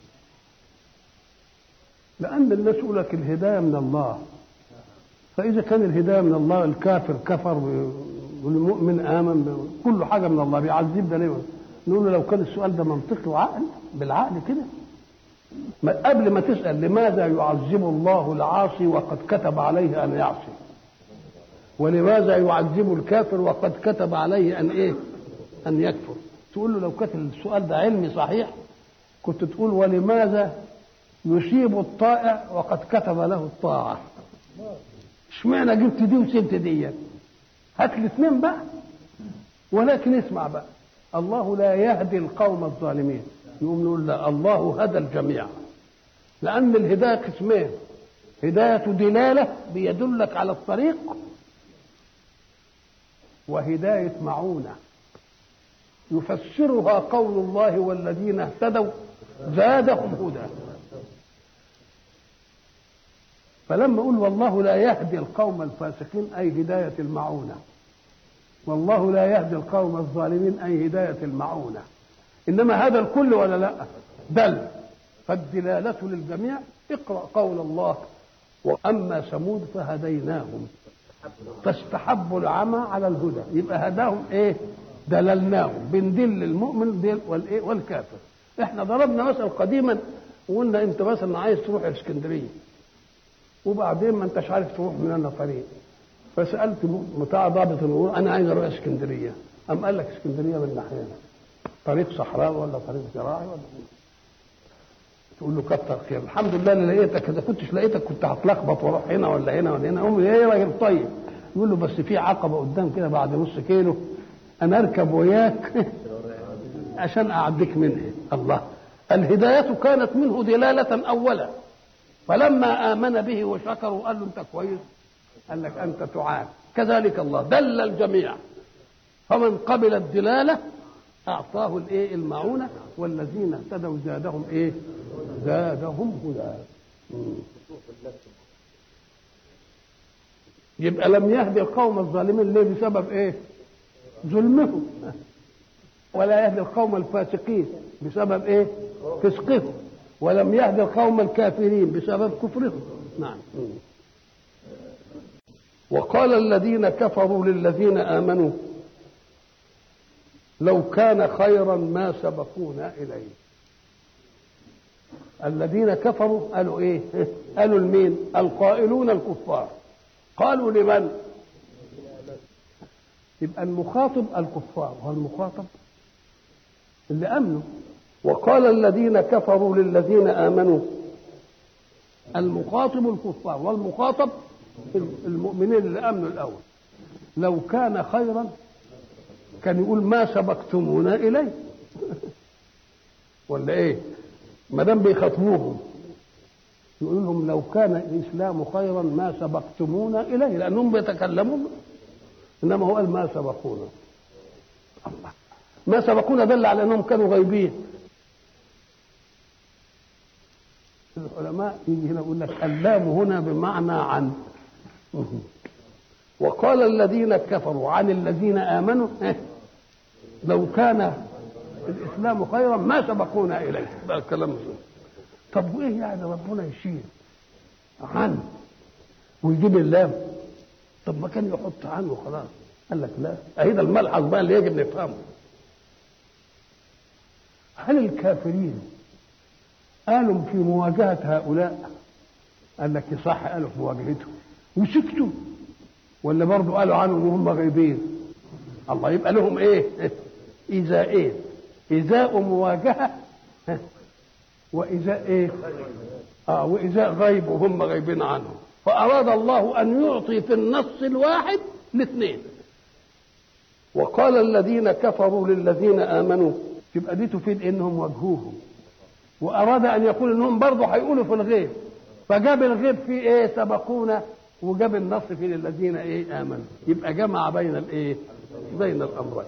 لان الناس يقول لك الهدايه من الله، فاذا كان الهدايه من الله الكافر كفر والمؤمن امن كل حاجه من الله بيعذب ده ليه؟ نقول له لو كان السؤال ده منطقي وعقل بالعقل كده قبل ما تسال لماذا يعذب الله العاصي وقد كتب عليه ان يعصي، ولماذا يعذب الكافر وقد كتب عليه ان ايه؟ ان يكفر. تقول له لو كان السؤال ده علمي صحيح كنت تقول ولماذا يصيب الطائع وقد كتب له الطاعة؟ اشمعنى جبت دي وسبت دي؟ هات الاثنين بقى. ولكن اسمع بقى، الله لا يهدي القوم الظالمين. نقوم نقول لا، الله هدى الجميع، لأن الهداية قسمين: هداية دلالة بيدلك على الطريق، وهداية معونة يفسرها قول الله والذين اهتدوا زادهم هدى. فلما أقول والله لا يهدي القوم الفاسقين أي هداية المعونة، والله لا يهدي القوم الظالمين أي هداية المعونة. إنما هذا الكل ولا لا؟ دل، فالدلالة للجميع. اقرأ قول الله وأما ثمود فهديناهم فاستحبوا العمى على الهدى. يبقى هداهم ايه؟ دللناهم، بندل المؤمن والايه والكافر. احنا ضربنا مثل قديما وقلنا انت مثلا عايز تروح الاسكندريه وبعدين ما انتش عارف تروح من انا طريق، فسالت بتاع ضابط المرور انا عايز اروح اسكندريه، قام قال لك اسكندريه من ناحيه طريق صحراء ولا طريق زراعي ولا تقول له كتر خير الحمد لله اللي لقيتك، اذا كنتش لقيتك كنت هتلخبط واروح هنا ولا هنا ولا هنا. قوم ايه راجل طيب، يقول له بس في عقبه قدام كده بعد نص كيلو انا اركب وياك عشان اعديك منها. الله، الهدايه كانت منه دلاله اولا، فلما امن به وشكر وقال له انت كويس قال لك انت تعان. كذلك الله دل الجميع، فمن قبل الدلاله اعطاه الايه المعونه، والذين اهتدوا زادهم ايه؟ زادهم هدى. يبقى لم يهدي القوم الظالمين ليه؟ بسبب ايه؟ ظلمهم. ولا يهدي القوم الفاسقين بسبب ايه؟ فسقهم. ولم يهدي القوم الكافرين بسبب كفرهم. نعم. وقال الذين كفروا للذين آمنوا لو كان خيرا ما سبقونا إليه. الذين كفروا قالوا ايه؟ قالوا لمين؟ القائلون الكفار. قالوا لمن؟ يبقى المخاطب الكفار والمخاطب اللي امنوا. وقال الذين كفروا للذين امنوا، المخاطب الكفار والمخاطب المؤمنين اللي امنوا الاول. لو كان خيرا كان يقول ما سبقتمونا اليه ولا ايه؟ ما دام بيخاطبوهم يقول لهم لو كان الاسلام خيرا ما سبقتمونا اليه، لانهم بيتكلمون. انما هو قال ما سبقونا. الله، ما سبقونا دل على انهم كانوا غيبين. العلماء يجي هنا يقول لك اللام هنا بمعنى عن. وقال الذين كفروا عن الذين امنوا لو كان الاسلام خيرا ما سبقونا اليه. بقى الكلام ده. طب وايه يعني ربنا يشيل عن ويجيب اللام؟ طب ما كان يحط عنه خلاص. قال لك لا، اهي ده الملحظ بقى اللي يجب نفهمه. هل الكافرين قالوا في مواجهة هؤلاء؟ قال لك صح، قالوا في مواجهتهم وسكتوا، ولا برضه قالوا عنهم وهم غايبين؟ الله، يبقى لهم ايه؟ إيذاءين، إيذاء مواجهة وإيذاء ايه؟ وإيذاء غيب وهم غايبين عنه. فأراد الله أن يعطي في النص الواحد الاثنين. وقال الذين كفروا للذين آمنوا، يبقى دي تفيد انهم واجهوهم، واراد ان يقول انهم برضه هيقولوا في الغيب، فجاب الغيب في ايه؟ سبقونا، وجاب النص في للذين ايه؟ امنوا. يبقى جمع بين الايه؟ بين الامرين.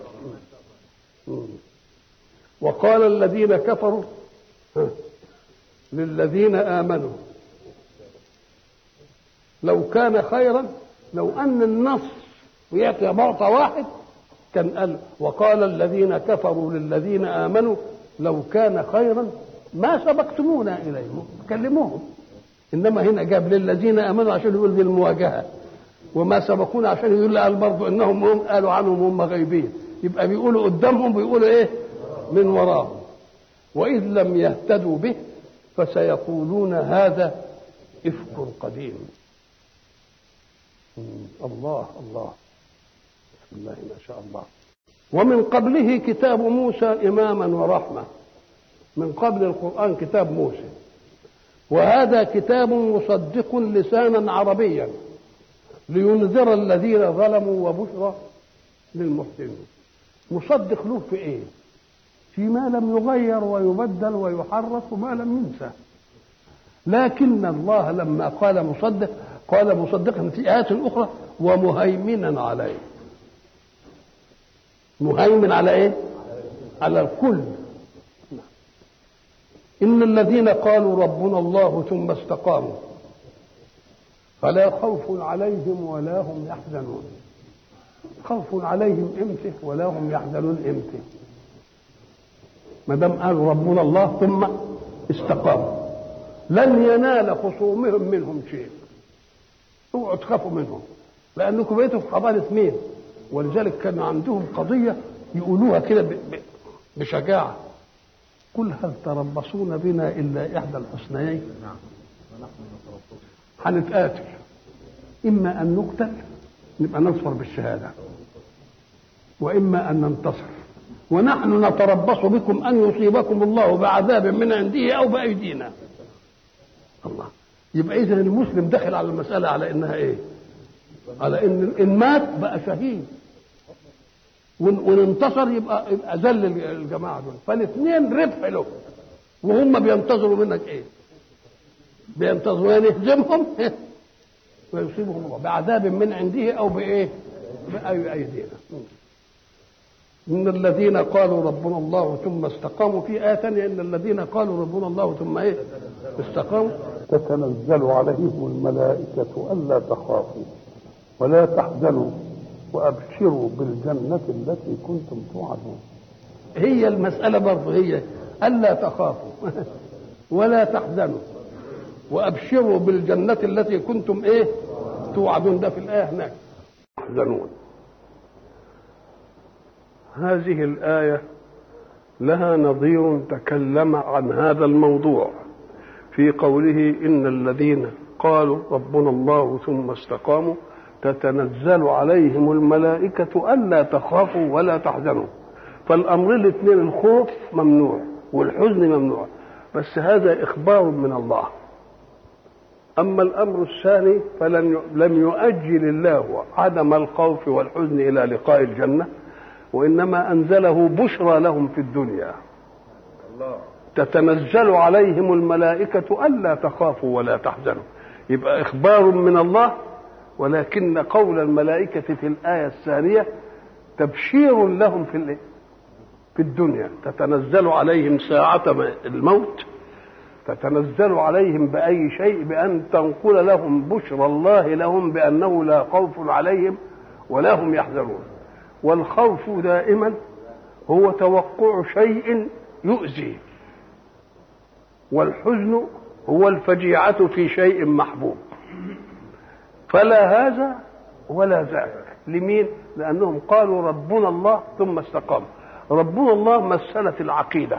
وقال الذين كفروا للذين امنوا لو كان خيرا، لو ان النص وياتي بعض واحد كان قال وقال الذين كفروا للذين آمنوا لو كان خيرا ما سبقتمونا إليه، كلموهم. إنما هنا جاب للذين آمنوا عشان يقول دي المواجهة، وما سبقونا عشان يقول قال برضو إنهم هم قالوا عنهم هم غيبين. يبقى بيقولوا قدامهم بيقولوا إيه؟ من وراهم. وإذ لم يهتدوا به فسيقولون هذا إفك قديم. الله الله، بسم الله ما شاء الله. ومن قبله كتاب موسى إماما ورحمة. من قبل القرآن كتاب موسى، وهذا كتاب مصدق لسانا عربيا لينذر الذين ظلموا وبشرى للمحسنين. مصدق له في ايه؟ فيما لم يغير ويبدل ويحرف وما لم ينسى. لكن الله لما قال مصدق قال مصدقا في آيات أخرى ومهيمنا عليه. مهيمن على ايه؟ على الكل. إن الذين قالوا ربنا الله ثم استقاموا فلا خوف عليهم ولا هم يحزنون. خوف عليهم امتى ولا هم يحزنون امتى؟ ما دام قالوا ربنا الله ثم استقاموا لن ينال خصومهم منهم شيء. اوعوا تخافوا منهم لانكم بقيتوا في حضانه مين؟ ولذلك كان عندهم قضيه يقولوها كده بشجاعه: قل هل تربصون بنا الا احدى الحسنيين؟ هنتقاتل، اما ان نقتل نبقى نظفر بالشهاده، واما ان ننتصر، ونحن نتربص بكم ان يصيبكم الله بعذاب من عنده او بايدينا. الله. يبقى اذا المسلم دخل على المساله على انها ايه؟ على ان مات بقى شهيد، وانتصر يبقى ذل الجماعه دول. فالاثنين ربح له، وهم بينتظروا منك ايه؟ بينتظروا ان يهزمهم ويصيبهم الله بعذاب من عنده او بايه؟ بايدينا. ان الذين قالوا ربنا الله ثم استقاموا، في آية ثانية ان الذين قالوا ربنا الله ثم ايه؟ استقاموا تتنزل عليهم الملائكة ألا تخافوا ولا تحزنوا وأبشروا بالجنة التي كنتم توعدون. هي المسألة برضه هي ألا تخافوا ولا تحزنوا وأبشروا بالجنة التي كنتم ايه؟ توعدون. ده في الآية هناك تحزنون. هذه الآية لها نظير تكلم عن هذا الموضوع في قوله إن الذين قالوا ربنا الله ثم استقاموا تتنزل عليهم الملائكة ألا تخافوا ولا تحزنوا. فالأمر الاثنين، الخوف ممنوع والحزن ممنوع، بس هذا إخبار من الله. أما الأمر الثاني فلم يؤجل الله عدم الخوف والحزن إلى لقاء الجنة، وإنما أنزله بشرى لهم في الدنيا. تتنزل عليهم الملائكة ألا تخافوا ولا تحزنوا، يبقى إخبار من الله، ولكن قول الملائكة في الآية الثانية تبشير لهم في الدنيا. تتنزل عليهم ساعة الموت، تتنزل عليهم بأي شيء؟ بأن تنقل لهم بشرى الله لهم بأنه لا خوف عليهم ولا هم يحزنون. والخوف دائما هو توقع شيء يؤذي، والحزن هو الفجيعة في شيء محبوب. فلا هذا ولا ذاك. لمين؟ لأنهم قالوا ربنا الله ثم استقاموا. ربنا الله مسألة العقيدة،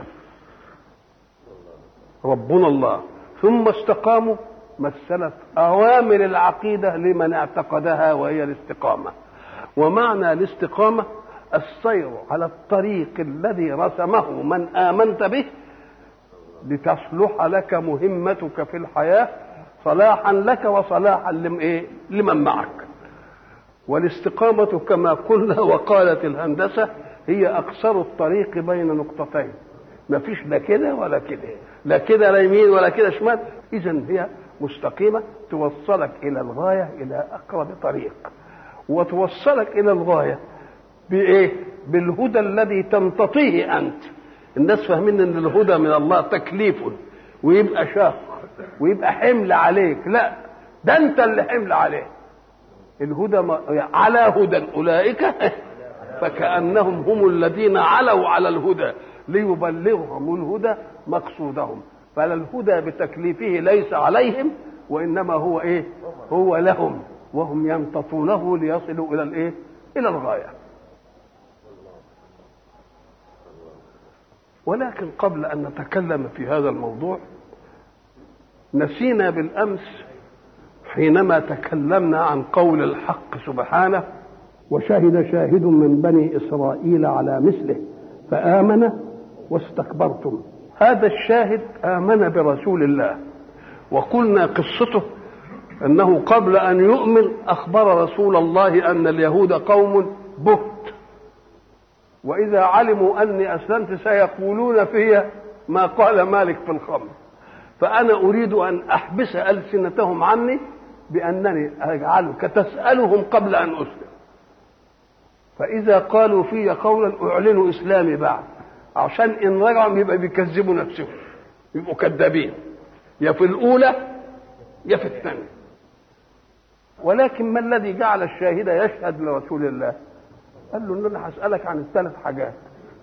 ربنا الله ثم استقاموا مسألة أوامر العقيدة لمن اعتقدها، وهي الاستقامة. ومعنى الاستقامة السير على الطريق الذي رسمه من آمنت به لتصلح لك مهمتك في الحياة صلاحا لك وصلاحا لمن معك. والاستقامة كما قلنا وقالت الهندسة هي أقصر الطريق بين نقطتين، ما فيش لا كده ولا كده، لا كده لا يمين ولا كده شمال. إذن هي مستقيمة توصلك إلى الغاية، إلى أقرب طريق، وتوصلك إلى الغاية بإيه؟ بالهدى الذي تمتطيه أنت. الناس فاهمين أن الهدى من الله تكليف ويبقى شاق ويبقى حمل عليك. لا، ده أنت اللي حمل عليه. الهدى على هدى أولئك فكأنهم هم الذين علوا على الهدى ليبلغهم الهدى مقصودهم. فالهدى بتكليفه ليس عليهم، وإنما هو إيه؟ هو لهم، وهم يمتطونه ليصلوا إلى الإيه؟ إلى الغاية. ولكن قبل أن نتكلم في هذا الموضوع نسينا بالأمس حينما تكلمنا عن قول الحق سبحانه: وشهد شاهد من بني إسرائيل على مثله فآمن واستكبرتم. هذا الشاهد آمن برسول الله، وقلنا قصته أنه قبل أن يؤمن أخبر رسول الله أن اليهود قوم بهت، وإذا علموا أني أسلمت سيقولون في ما قال مالك في الخمر، فأنا أريد أن أحبس ألسنتهم عني بأنني أجعلك تسألهم قبل أن أسلم، فإذا قالوا في قولا أعلنوا إسلامي بعد، عشان إن رجعوا يبقى بيكذبوا نفسهم، يبقوا كذابين يا في الأولى يا في الثانية. ولكن ما الذي جعل الشاهد يشهد لرسول الله؟ قال له ان انا هسألك عن الثلاث حاجات.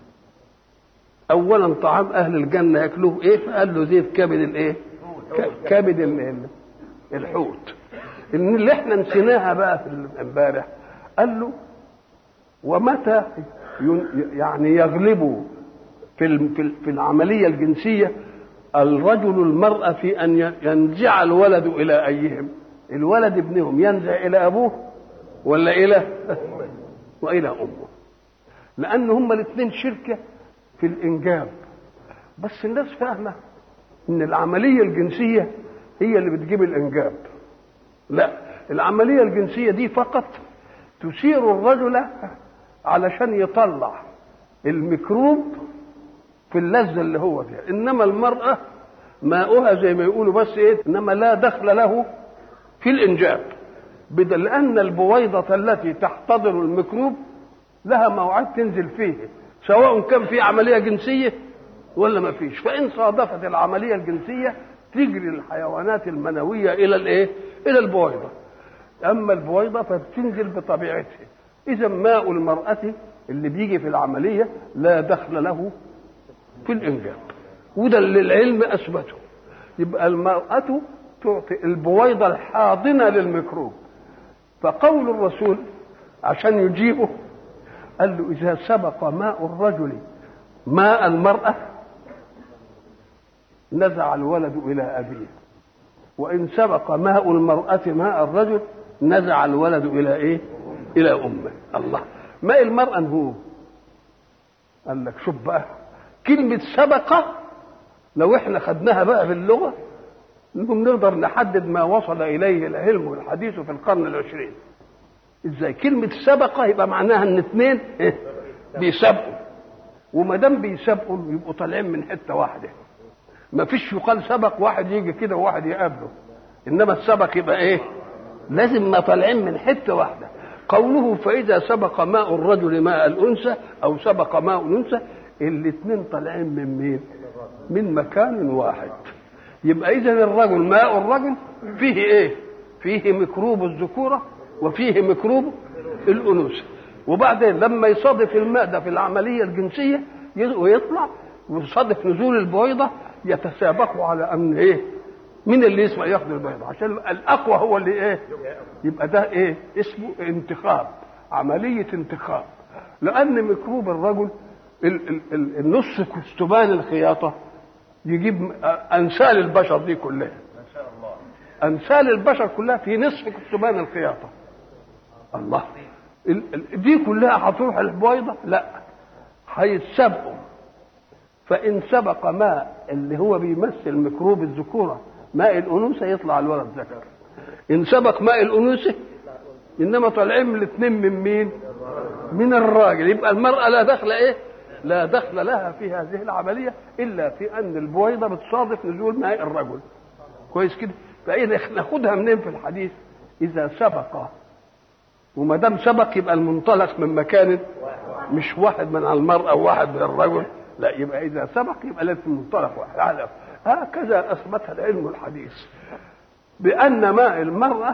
اولا طعام اهل الجنة ياكلوه ايه؟ فقال له زيت كبد الايه؟ كبد الحوت. ان اللي احنا نسيناها بقى في امبارح، قال له ومتى يعني يغلب في العملية الجنسية الرجل المرأة في أن ينزع الولد إلى أيهم؟ الولد ابنهم ينزع إلى أبوه ولا وإلى أمه؟ لأن هما الاثنين شركة في الإنجاب. بس الناس فاهمة إن العملية الجنسية هي اللي بتجيب الإنجاب. لا، العملية الجنسية دي فقط تثير الرجل علشان يطلع الميكروب في اللذة اللي هو فيها، إنما المرأة ماؤها زي ما يقولوا بس إيه، إنما لا دخل له في الإنجاب، لأن البويضة التي تحتضر الميكروب لها موعد تنزل فيه، سواء كان في عملية جنسية ولا ما فيش. فإن صادفت العملية الجنسية تجري الحيوانات المنوية إلى البويضة، أما البويضة فبتنزل بطبيعتها. إذا ماء المرأة اللي بيجي في العملية لا دخل له في الإنجاب، وده اللي العلم أثبته. يبقى المرأة تعطي البويضة الحاضنة للميكروب. فقول الرسول عشان يجيبه قال له إذا سبق ماء الرجل ماء المرأة نزع الولد إلى أبيه، وإن سبق ماء المرأة ماء الرجل نزع الولد إلى أمه. الله، ماء المرأة هو قال لك شوف بقى كلمة سبق، لو احنا خدناها بقى في اللغة نقدر نحدد ما وصل إليه العلم والحديث في القرن العشرين. ازاي كلمة سبق يبقى معناها ان اثنين بيسابقوا، وما دام بيسابقوا يبقوا طالعين من حتة واحدة. ما فيش يقال سبق واحد يجي كده وواحد يقابله، انما السبق يبقى لازم ما طالعين من حتة واحدة. قوله فإذا سبق ماء الرجل ماء الأنثى أو سبق ماء الأنثى، الاثنين طالعين من مين؟ من مكان واحد. يبقى إذن الرجل ماء الرجل فيه فيه ميكروب الذكورة وفيه ميكروب الأنوثة. وبعدين لما يصادف الماء ده في العملية الجنسية ويطلع ويصادف نزول البويضة، يتسابقوا على أن مين اللي يسمع ياخد البيضة، عشان الأقوى هو اللي يبقى ده اسمه انتخاب، عملية انتخاب. لأن ميكروب الرجل النص كستبان الخياطة يجيب أنسال البشر دي كلها، أنسال البشر كلها في نصف كستبان الخياطة. الله، دي كلها هتروح البويضة؟ لا، هيتسابقوا. فإن سبق ماء اللي هو بيمثل ميكروب الذكورة ماء الأنوثة يطلع الولد ذكر. إن سبق ماء الأنوثة إنما طالعين من الاثنين من مين؟ من الراجل. يبقى المرأة لا دخل لها في هذه العملية إلا في أن البويضة بتصادف نزول ماء الرجل. كويس كده؟ فإذا ناخدها منين في الحديث؟ إذا سبق، وما دام سبق يبقى المنطلق من مكان، مش واحد من المرأة وواحد من الرجل، لا، يبقى إذا سبق يبقى لازم المنطلق واحد. هكذا أثبتها العلم الحديث، بأن ماء المرأة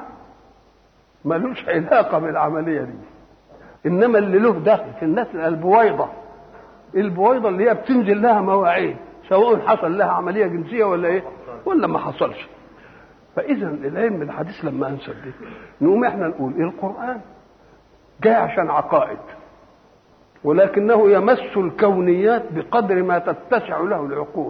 ملوش علاقة بالعملية دي، إنما اللي له دخل في الناس البويضة اللي هي بتنزل لها مواعيد، سواء حصل لها عملية جنسية ولا ما حصلش. فإذا العلم الحديث لما أنسب دي نقوم إحنا نقول القرآن جاي عشان عقائد، ولكنه يمس الكونيات بقدر ما تتسع له العقول،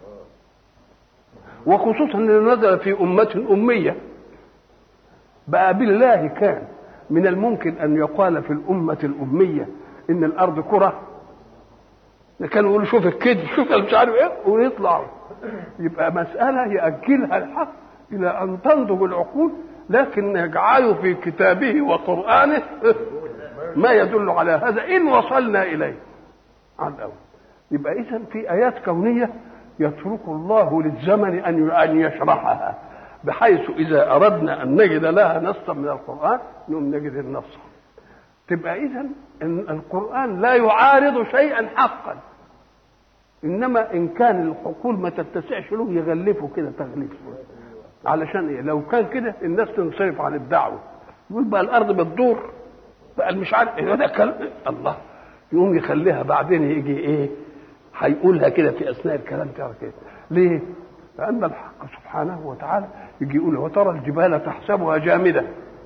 وخصوصا انه نزل في أمة أمية. بقى بالله كان من الممكن أن يقال في الأمة الأمية إن الأرض كرة؟ كانوا يقولوا شوف الكذب، شوف مش عارف ويطلعوا. يبقى مسألة يأجلها الحق إلى أن تنضج العقول، لكن يجعله في كتابه وقرآنه ما يدل على هذا إن وصلنا إليه عن الأول. يبقى إذن في آيات كونية يترك الله للزمن أن يشرحها، بحيث إذا أردنا أن نجد لها نصا من القرآن نقوم نجد النص. تبقى إذن إن القرآن لا يعارض شيئا حقا، إنما إن كان الحقول ما تتسعش له يغلفه كده تغليف. علشان لو كان كده الناس تنصرف عن الدعوة، يقول بقى الارض بتدور بقى مش عارف ايه ده كلام الله، يقوم يخليها بعدين يجي ايه هيقولها كده في اثناء الكلام تعرف كده ليه؟ لان الحق سبحانه وتعالى يجي يقول وترى الجبال تحسبها جامده،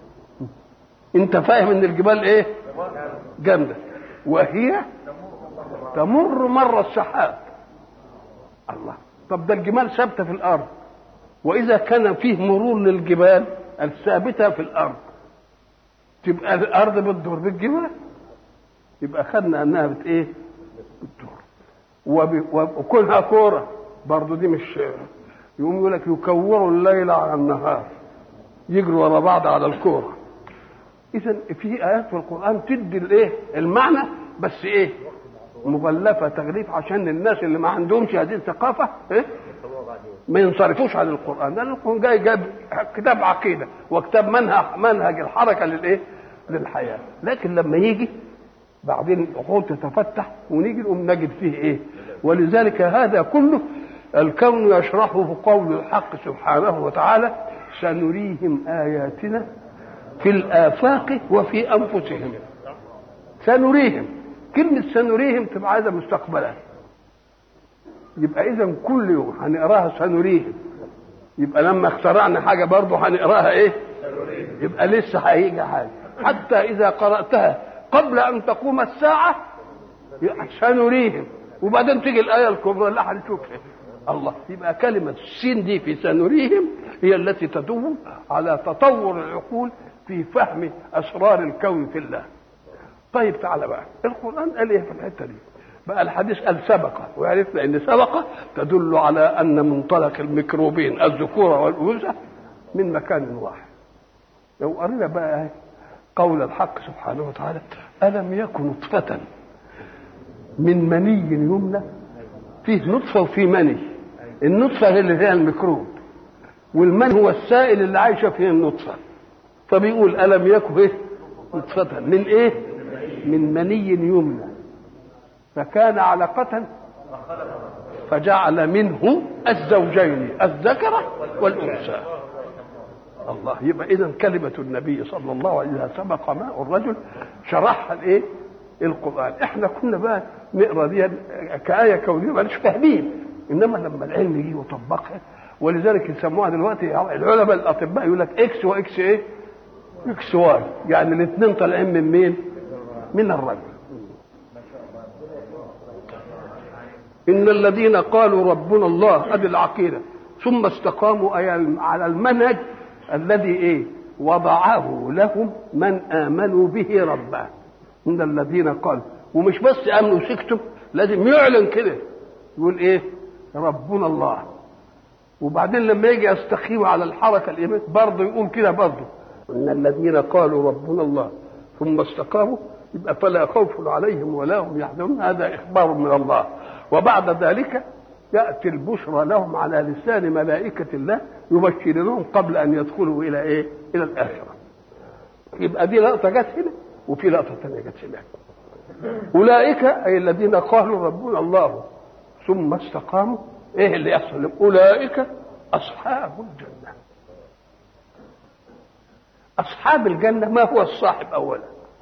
انت فاهم ان الجبال ايه جامده وهي تمر مر السحاب. الله، طب ده الجمال ثابته في الارض، واذا كان فيه مرور للجبال الثابته في الارض تبقى الارض بتدور بالجبال، يبقى خدنا انها ايه بتدور. وكونها كوره برضه دي مش يقوم يقول لك يكوروا الليل على النهار، يجروا ورا بعض على الكوره. اذا في ايات في القران تدي الايه المعنى، بس ايه مغلفه تغليف عشان الناس اللي ما عندهمش هذه الثقافه ايه ما ينصرفوش عن القران، لان القران جاي جاب كتاب عقيده وكتاب منهج الحركه للايه للحياه. لكن لما يجي بعدين العقول تتفتح ونيجي نقوم نجد فيه ايه. ولذلك هذا كله الكون يشرحه في قول الحق سبحانه وتعالى سنريهم آياتنا في الآفاق وفي أنفسهم. سنريهم، كلمة سنريهم تبقى عايزة مستقبلا، يبقى إذا كل يوم هنقراها سنريهم، يبقى لما اخترعنا حاجة برضه هنقراها إيه؟ يبقى لسه هيجي حاجة، حتى إذا قرأتها قبل أن تقوم الساعة سنريهم، وبعدين تيجي الآية الكبرى اللي هنشوفها الله. يبقى كلمة السين دي في سنريهم هي التي تدل على تطور العقول في فهم أسرار الكون في الله. طيب تعالى بقى القرآن قال إيه في الحتة دي؟ بقى الحديث قال سبق، وعرفنا إن سبق تدل على أن منطلق الميكروبين الذكورة والأنوثة من مكان واحد. لو قرينا بقى قول الحق سبحانه وتعالى ألم يكن نطفة من مني يمنى، فيه نطفة وفيه مني، النطفة هي اللي فيها الميكروب والمني هو السائل اللي عايشة فيه النطفة. فبيقول ألم يكن إيه نطفة من إيه من مني يمنى فكان علقة فجعل منه الزوجين الذكر والأنثى. الله، يبقى إذن كلمة النبي صلى الله عليه وسلم سبق ماء الرجل شرحها الإيه القرآن. إحنا كنا بقى نقرأ دي كآية كونية مالش فاهمين، إنما لما العلم يجي وطبقها، ولذلك يسموها دلوقتي العلماء الأطباء يقول لك إكس وإكس إيه إكس واي، يعني الاثنين طالعين من مين؟ من الرجل. إن الذين قالوا ربنا الله أدي العقيدة ثم استقاموا على المنهج الذي إيه وضعه لهم من آمنوا به ربا. إن الذين قالوا، ومش بس آمنوا وسكتوا، لازم يعلن كده يقول إيه ربنا الله، وبعدين لما يجي يستقيم على الحركة الإيمان برضه يقول كده برضه إن الذين قالوا ربنا الله ثم استقاموا، يبقى فلا خوف عليهم ولا هم يحزنون، هذا إخبار من الله. وبعد ذلك يأتي البشرى لهم على لسان ملائكة الله يبشرونهم قبل أن يدخلوا إلى إيه إلى الآخرة. يبقى دي لقطة جت هنا وفي لقطة ثانية جت هناك. أولئك أي الذين قالوا ربنا الله ثم استقاموا، إيه اللي يحصل لهم؟ أولئك أصحاب الجنة. أصحاب الجنة ما هو الصاحب أولا؟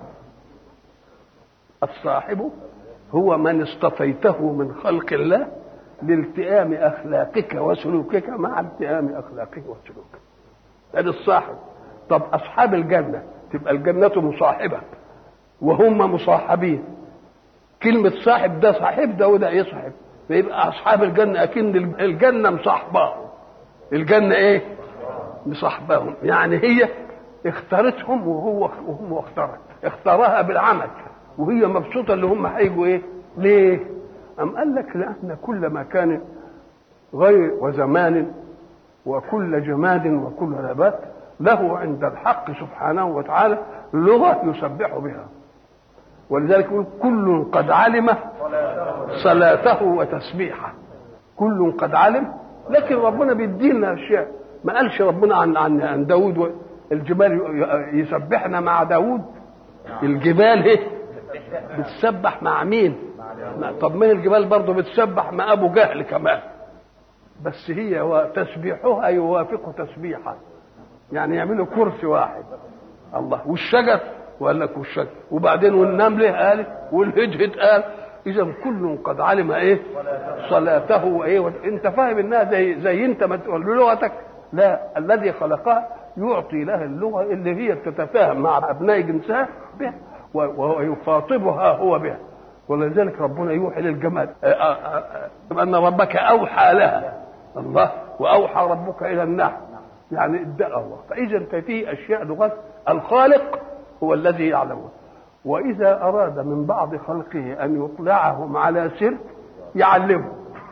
الصاحب هو من اصطفيته من خلق الله لالتئام أخلاقك وسلوكك مع التئام أخلاقك وسلوكك، هذا الصاحب. طب أصحاب الجنة تبقى الجنة مصاحبة وهم مصاحبين، كلمة صاحب ده صاحب ده وده يصاحب، فيبقى أصحاب الجنة أكن الجنة مصاحباهم، الجنة إيه مصاحباهم، يعني هي اختارتهم وهم اختارها بالعمل، وهي مبسوطة اللي هم هيجوا إيه ليه؟ أم قال لك لأن كل مكان غير وزمان وكل جماد وكل نبات له عند الحق سبحانه وتعالى لغة يسبح بها، ولذلك يقول كل قد علم صلاته وتسبيحه، كل قد علم. لكن ربنا بيدينا أشياء، ما قالش ربنا عن داود الجبال يسبحنا مع داود، الجبال هي بتسبح مع مين؟ طب ما الجبال برضه بتسبح مع ابو جهل كمان، بس هي تسبيحها يوافق تسبيحه، يعني يعملوا كرسي واحد الله، والشجر وقال لك والشجر، وبعدين والنمل قال، والهدهد قال. اذا كل قد علم ايه صلاته وايه. انت فاهم انها زي انت ما تقول بلغتك؟ لا، الذي خلقها يعطي لها اللغه اللي هي تتفاهم مع ابناء جنسها بها ويخاطبها هو بها. ولذلك ربنا يوحي للجماد ان ربك اوحى لها. الله، واوحى ربك الى النحل، يعني ادعى الله. فاذا في اشياء لغات الخالق هو الذي يعلمها. واذا اراد من بعض خلقه ان يطلعهم على سر يعلمهم.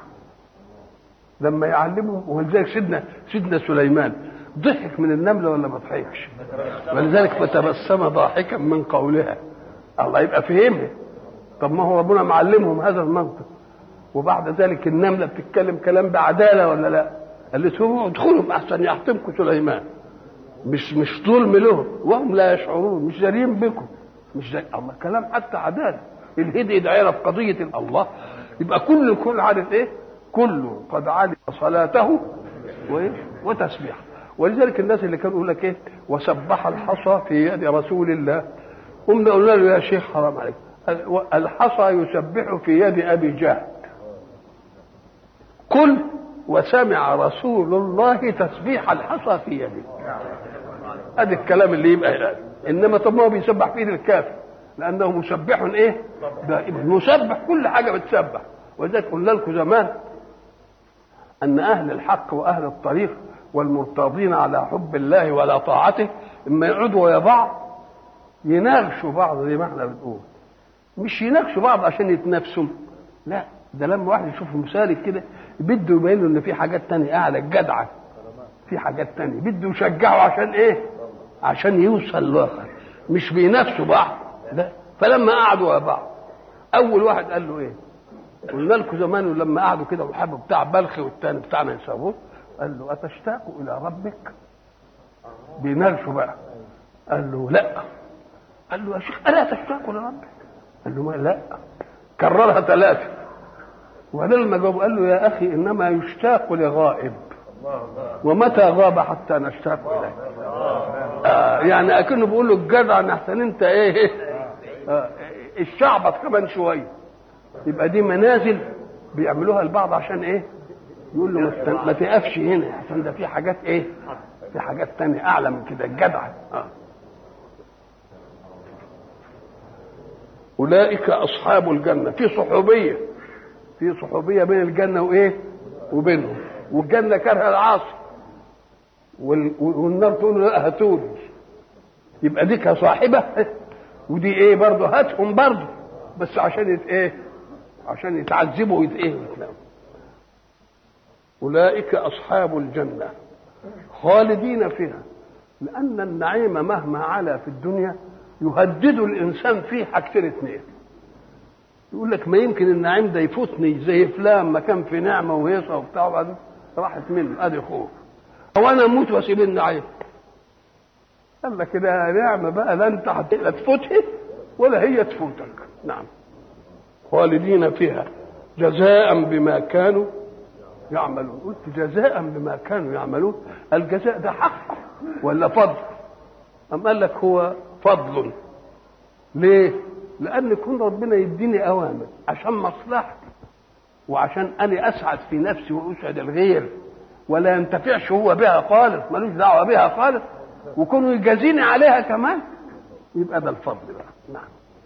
لما يعلمهم، ولذلك سيدنا سليمان ضحك من النمله ولا ما ضحكش؟ ولذلك فتبسم ضاحكا من قولها. الله، يبقى فهمها. طب ما هو ربنا معلمهم هذا المنطق. وبعد ذلك النمله بتتكلم كلام بعداله ولا لا؟ قالت له ادخلوا احسن يحتمكم سليمان. مش ظلم لهم وهم لا يشعرون، مش جارين بكم، مش زي الله، كلام حتى عداله. الهدي عرف قضيه الله. يبقى كل الكل عارف ايه؟ كله قد علم صلاته وتسبيحه. ولذلك الناس اللي كانوا يقول لك ايه وسبح الحصى في يد رسول الله، قمنا قلنا له يا شيخ حرام عليك، الحصى يسبح في يد ابي جهل. قل وسمع رسول الله تسبيح الحصى في يده. ادي الكلام اللي يبقى الان. انما طب ما هو بيسبح في ايد الكافر، لانه مسبح ايه دائما، مسبح كل حاجه بتسبح. ولذلك قلنا لكم زمان ان اهل الحق واهل الطريق والمرتاضين على حب الله ولا طاعته اما يقعدوا ويا بعض يناقشوا بعض زي ما احنا بنقول. مش يناقشوا بعض عشان يتنافسوا، لا، ده لما واحد يشوف مسالك كده بده يبين له ان في حاجات تانية اعلى الجدعه، في حاجات تانية بده يشجعه عشان ايه؟ عشان يوصل لاخر. مش بينافسوا بعض، لا. فلما قعدوا ويا بعض اول واحد قال له ايه؟ قلنا لكم زمان لما قعدوا كده وحبوا بتاع بلخ والتاني بتاعنا يسابوه، قال له اتشتاق الى ربك؟ بيناقشوا بقى. قال له لا. قال له يا شيخ الا تشتاق لربك؟ قال له ما لا. كررها 3. وبعدين لما جاوب قال له يا اخي انما يشتاق لغائب، ومتى غاب حتى نشتاق اليه. يعني اكنه بيقول له الجدع احسن انت ايه الشعبط كمان شويه. يبقى دي منازل بيعملوها البعض عشان ايه؟ يقول له ما تقفش هنا عشان ده في حاجات ايه؟ في حاجات تانية اعلى من كده الجدع. اولئك اصحاب الجنه. في صحوبيه بين الجنه وايه؟ وبينهم. والجنه كارهه العاصي والنار تقول له لا هاتوني. يبقى دي كصاحبه ودي ايه برضه؟ هاتهم برضه، بس عشان ايه؟ عشان يتعذبوا ويتقهوا. اولئك اصحاب الجنه خالدين فيها. لان النعيم مهما علا في الدنيا يهدد الانسان فيه حاجتين 2. يقول لك ما يمكن النعيم ده يفوتني زي فلان ما كان في نعمه وهيصه وبتاع وبعدين راحت منه، ادي خوف. او انا اموت واسيب النعيم. قال لك كده نعمه بقى لا انت لا تفوتها ولا هي تفوتك. نعم، خالدين فيها جزاء بما كانوا يعملون. قلت جزاء بما كانوا يعملون. الجزاء ده حق ولا فضل؟ أم قال لك هو فضل. ليه؟ لأن يكون ربنا يديني أوامر عشان مصلحتي وعشان أنا أسعد في نفسي وأسعد الغير، ولا ينتفعش هو بها خالص، ملوش دعوة بها خالص، وكونوا يجازيني عليها كمان، يبقى ده الفضل بقى. نعم.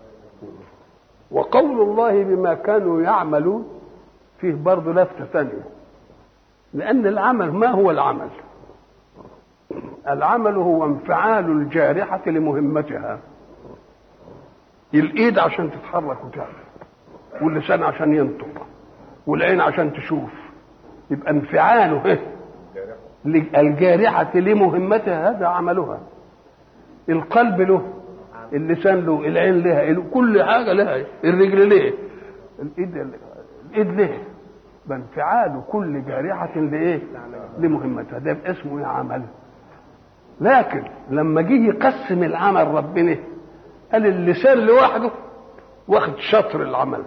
وقول الله بما كانوا يعملون فيه برضه لفتة ثانية. لأن العمل ما هو العمل؟ العمل هو انفعال الجارحة لمهمتها. الإيد عشان تتحرك وتعمل، واللسان عشان ينطق، والعين عشان تشوف. يبقى انفعاله الجارحة لمهمتها هذا عملها. القلب له، اللسان له، العين لها، كل حاجة لها، الرجل ليه، الإيد ليه. بانفعال كل جارحة لإيه؟ لمهمتها. ده اسمه عمل. لكن لما جه يقسم العمل ربنا قال اللسان لوحده واخد شطر العمل.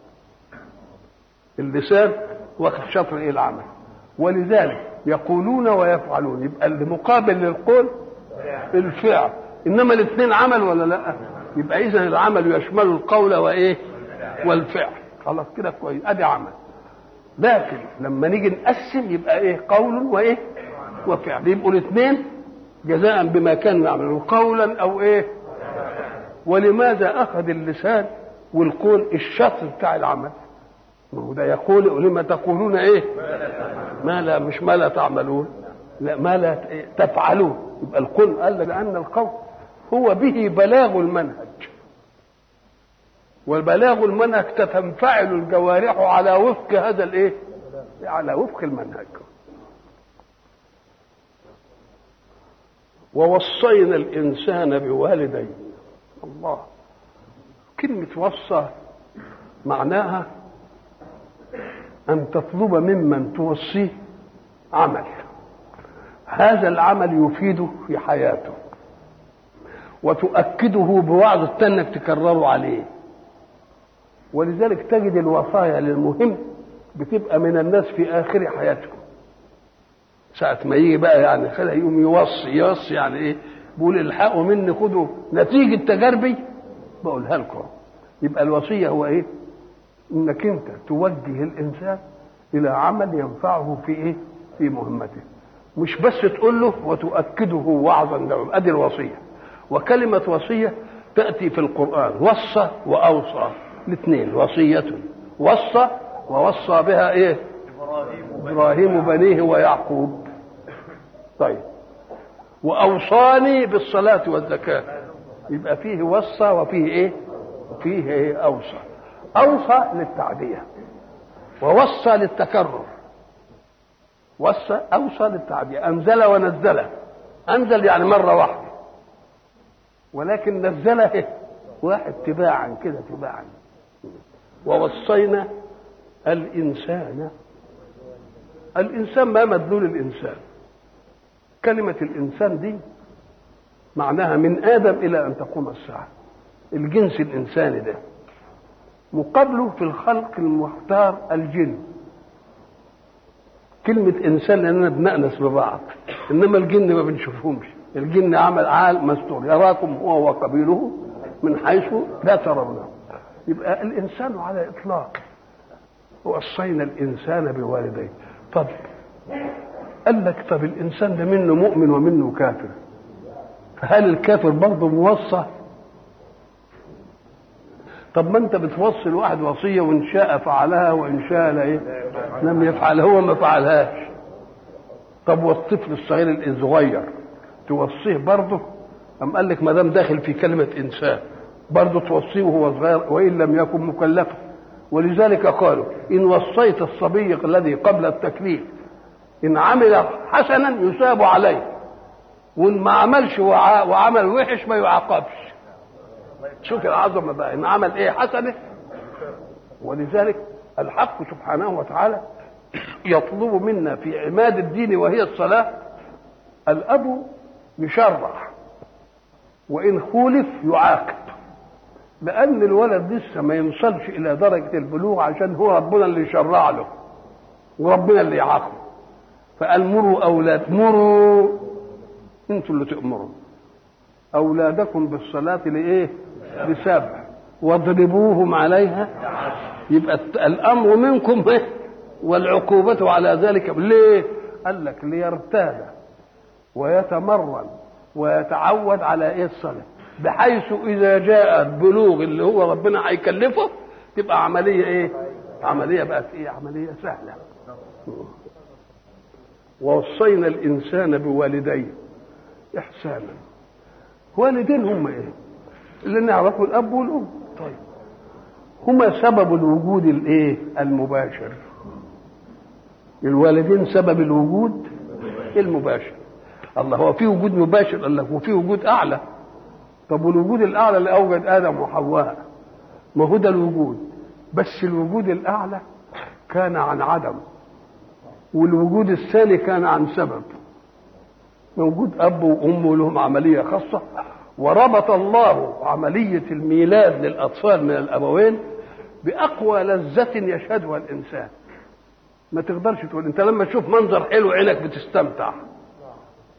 اللسان واخد شطر ايه؟ العمل. ولذلك يقولون ويفعلون. يبقى المقابل للقول الفعل. انما الاثنين عمل ولا لا؟ يبقى اذا العمل يشمل القول وايه والفعل. خلاص كده كويس، ادي عمل. لكن لما نيجي نقسم يبقى ايه؟ قول وايه وفعل، يبقوا الاثنين جزاء بما كان نعمله قولا او ايه. ولماذا اخذ اللسان والقول الشطر بتاع العمل؟ ما هو ده يقول لما تقولون ايه ما لا، مش ما لا تعملون، لا ما لا تفعلون. يبقى القول قال لأن القول هو به بلاغ المنهج، والبلاغ المنهج تنفعل الجوارح على وفق هذا الايه؟ على وفق المنهج. ووصينا الإنسان بوالديه. الله، كلمة وصى معناها أن تطلب ممن توصيه عمل، هذا العمل يفيده في حياته وتؤكده بوعظ انك تكرره عليه. ولذلك تجد الوصايا للمهم بتبقى من الناس في آخر حياتهم، ساعة ما يجي بقى يعني خلق يقوم يوصي يعني ايه؟ بيقول الحقوا مني، خدوا نتيجة تجاربي بقولها لكم. يبقى الوصية هو ايه؟ انك انت توجه الانسان الى عمل ينفعه في ايه؟ في مهمته، مش بس تقول له وتؤكده وعظا له. ادي الوصية. وكلمة وصية تأتي في القرآن وصى وأوصى، الاثنين وصية. وصى ووصى بها ايه؟ إبراهيم بنيه ويعقوب. طيب، وأوصاني بالصلاة والزكاة، يبقى فيه وصى وفيه ايه؟ وفيه ايه؟ أوصى. أوصى للتعدية ووصى للتكرر. وصى أوصى للتعدية. أنزل ونزل، أنزل يعني مرة واحدة، ولكن نزله واحد تباعا كده تباعا. ووصينا الإنسان. الإنسان ما مدلول الإنسان؟ كلمة الإنسان دي معناها من آدم إلى أن تقوم الساعة، الجنس الإنساني ده. مقابله في الخلق المختار الجن. كلمة إنسان لأننا بنأنس ببعض، إنما الجن ما بنشوفهمش. الجن عمل عال مستور، يراكم هو وقبيله من حيث لا ترونه. يبقى الإنسان على إطلاق. ووصينا الإنسان بوالديه. طب قال لك طب الإنسان ده منه مؤمن ومنه كافر، فهل الكافر برضه موصى؟ طب ما انت بتوصي الواحد وصيه وان شاء فعلها وان شاء لا ايه لم يفعل، هو ما فعلهاش. طب والطفل الصغير الصغير توصيه برضه؟ أم قال لك ما دام داخل في كلمه انسان برضه توصيه وهو صغير وان لم يكن مكلفا. ولذلك قالوا ان وصيت الصبي الذي قبل التكليف ان عمل حسنا يثاب عليه، وان ما عملش وعمل وحش ما يعاقبش. شوف العظمه بقى، ان عمل ايه حسنه. ولذلك الحق سبحانه وتعالى يطلب منا في عماد الدين وهي الصلاه. الاب يشرع وان خولف يعاقب، لان الولد لسه ما يوصلش الى درجه البلوغ عشان هو ربنا اللي يشرع له وربنا اللي يعاقبه. فقال مروا اولاد، مروا انتوا اللي تأمروا اولادكم بالصلاه لايه؟ لسبع واضربوهم عليها. يبقى الامر منكم والعقوبه على ذلك. ليه؟ قال لك ليرتاد ويتمرن ويتعود على ايه؟ الصلاه، بحيث اذا جاء البلوغ اللي هو ربنا هيكلفه تبقى عمليه ايه؟ عمليه بقت ايه؟ عمليه سهله. ووصينا الانسان بوالديه احسانا. والدين هم ايه؟ اللي نعرفه الاب والام. طيب هما سبب الوجود الايه؟ المباشر. الوالدين سبب الوجود المباشر. الله هو في وجود مباشر، قال لك وفي وجود اعلى. طب والوجود الاعلى اللي اوجد ادم وحواء ما هو ده الوجود، بس الوجود الاعلى كان عن عدم، والوجود الثاني كان عن سبب. وجود اب وام لهم عمليه خاصه، وربط الله عمليه الميلاد للاطفال من الابوين باقوى لذه يشهدها الانسان. ما تقدرش تقول انت لما تشوف منظر حلو عينك بتستمتع،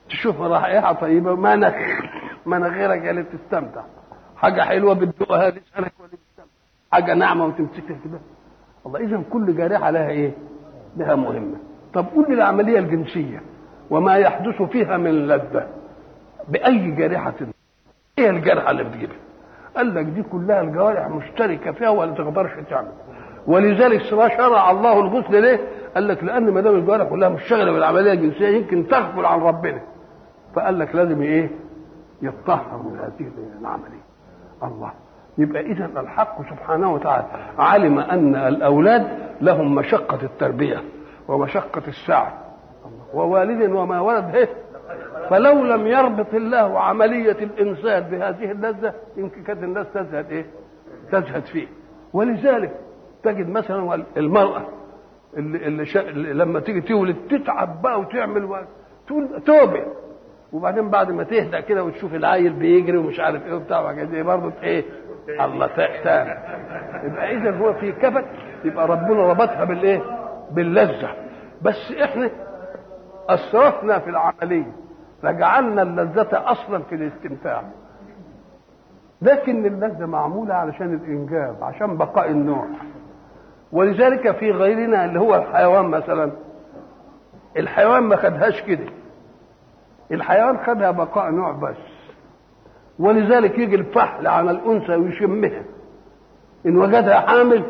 تشوف رائحه طيبه مناخيرك اللي بتستمتع، حاجه حلوه بتدوقها لسانك واللي بتستمتع، حاجه ناعمه وتمسكها كده. الله، اذا كل جارحه لها ايه؟ لها مهمه. طب قول لي العمليه الجنسيه وما يحدث فيها من لذه باي جارحه؟ ايه الجرحه اللي بتجيبها؟ قال لك دي كلها الجوارح مشتركه فيها ولا تقدرش تعمل. ولذلك شرع الله الغسل ليه؟ قال لك لان ما دام الجوارح كلها مشتغله بالعمليه الجنسيه يمكن تغفل عن ربنا، فقال لك لازم ايه؟ يتطهر من هذه العمليه. الله، يبقى اذا الحق سبحانه وتعالى علم ان الاولاد لهم مشقه التربيه ومشقه السعي، ووالد وما ولد ايه؟ فلو لم يربط الله عمليه الانسان بهذه اللذه يمكن كانت الناس تزهد ايه؟ تزهد فيه. ولذلك تجد مثلا المراه اللي لما تيجي تولد تتعب بقى وتعمل تقول توبه، وبعدين بعد ما تهدأ كده وتشوف العيل بيجري ومش عارف ايه وبتاع وحاجات دي برضه ايه؟ الله تاني. يبقى اذا هو في كبد، يبقى ربنا ربطها بالايه؟ باللذه. بس احنا اسرفنا في العمليه فجعلنا اللذه اصلا في الاستمتاع، لكن اللذه معموله علشان الانجاب، عشان بقاء النوع. ولذلك في غيرنا اللي هو الحيوان مثلا، الحيوان ما خدهاش كده، الحيوان خدها بقاء نوع بس. ولذلك يجي الفحل على الانثى ويشمها، ان وجدها حامل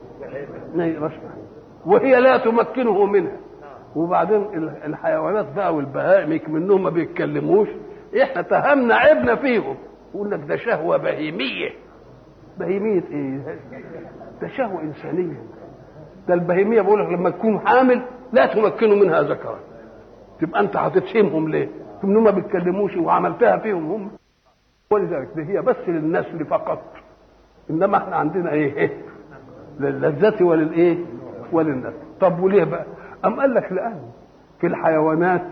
وهي لا تمكنه منها. وبعدين الحيوانات بقى والبهائم منهم ما بيتكلموش، احنا تهمنا عيبنا فيهم، يقول لك ده شهوه بهيميه. بهيميه ايه؟ ده شهوه انسانيه. ده البهيميه بقول لك لما تكون حامل لا تمكنه منها ذكرا، تبقى انت هتتهمهم ليه؟ انهم ما بيتكلموش وعملتها فيهم هم. ولذلك دي هي بس للنسل فقط، انما احنا عندنا ايه؟ للذة وللايه؟ وللنسل. طب وليه بقى؟ ام قال لك لان في الحيوانات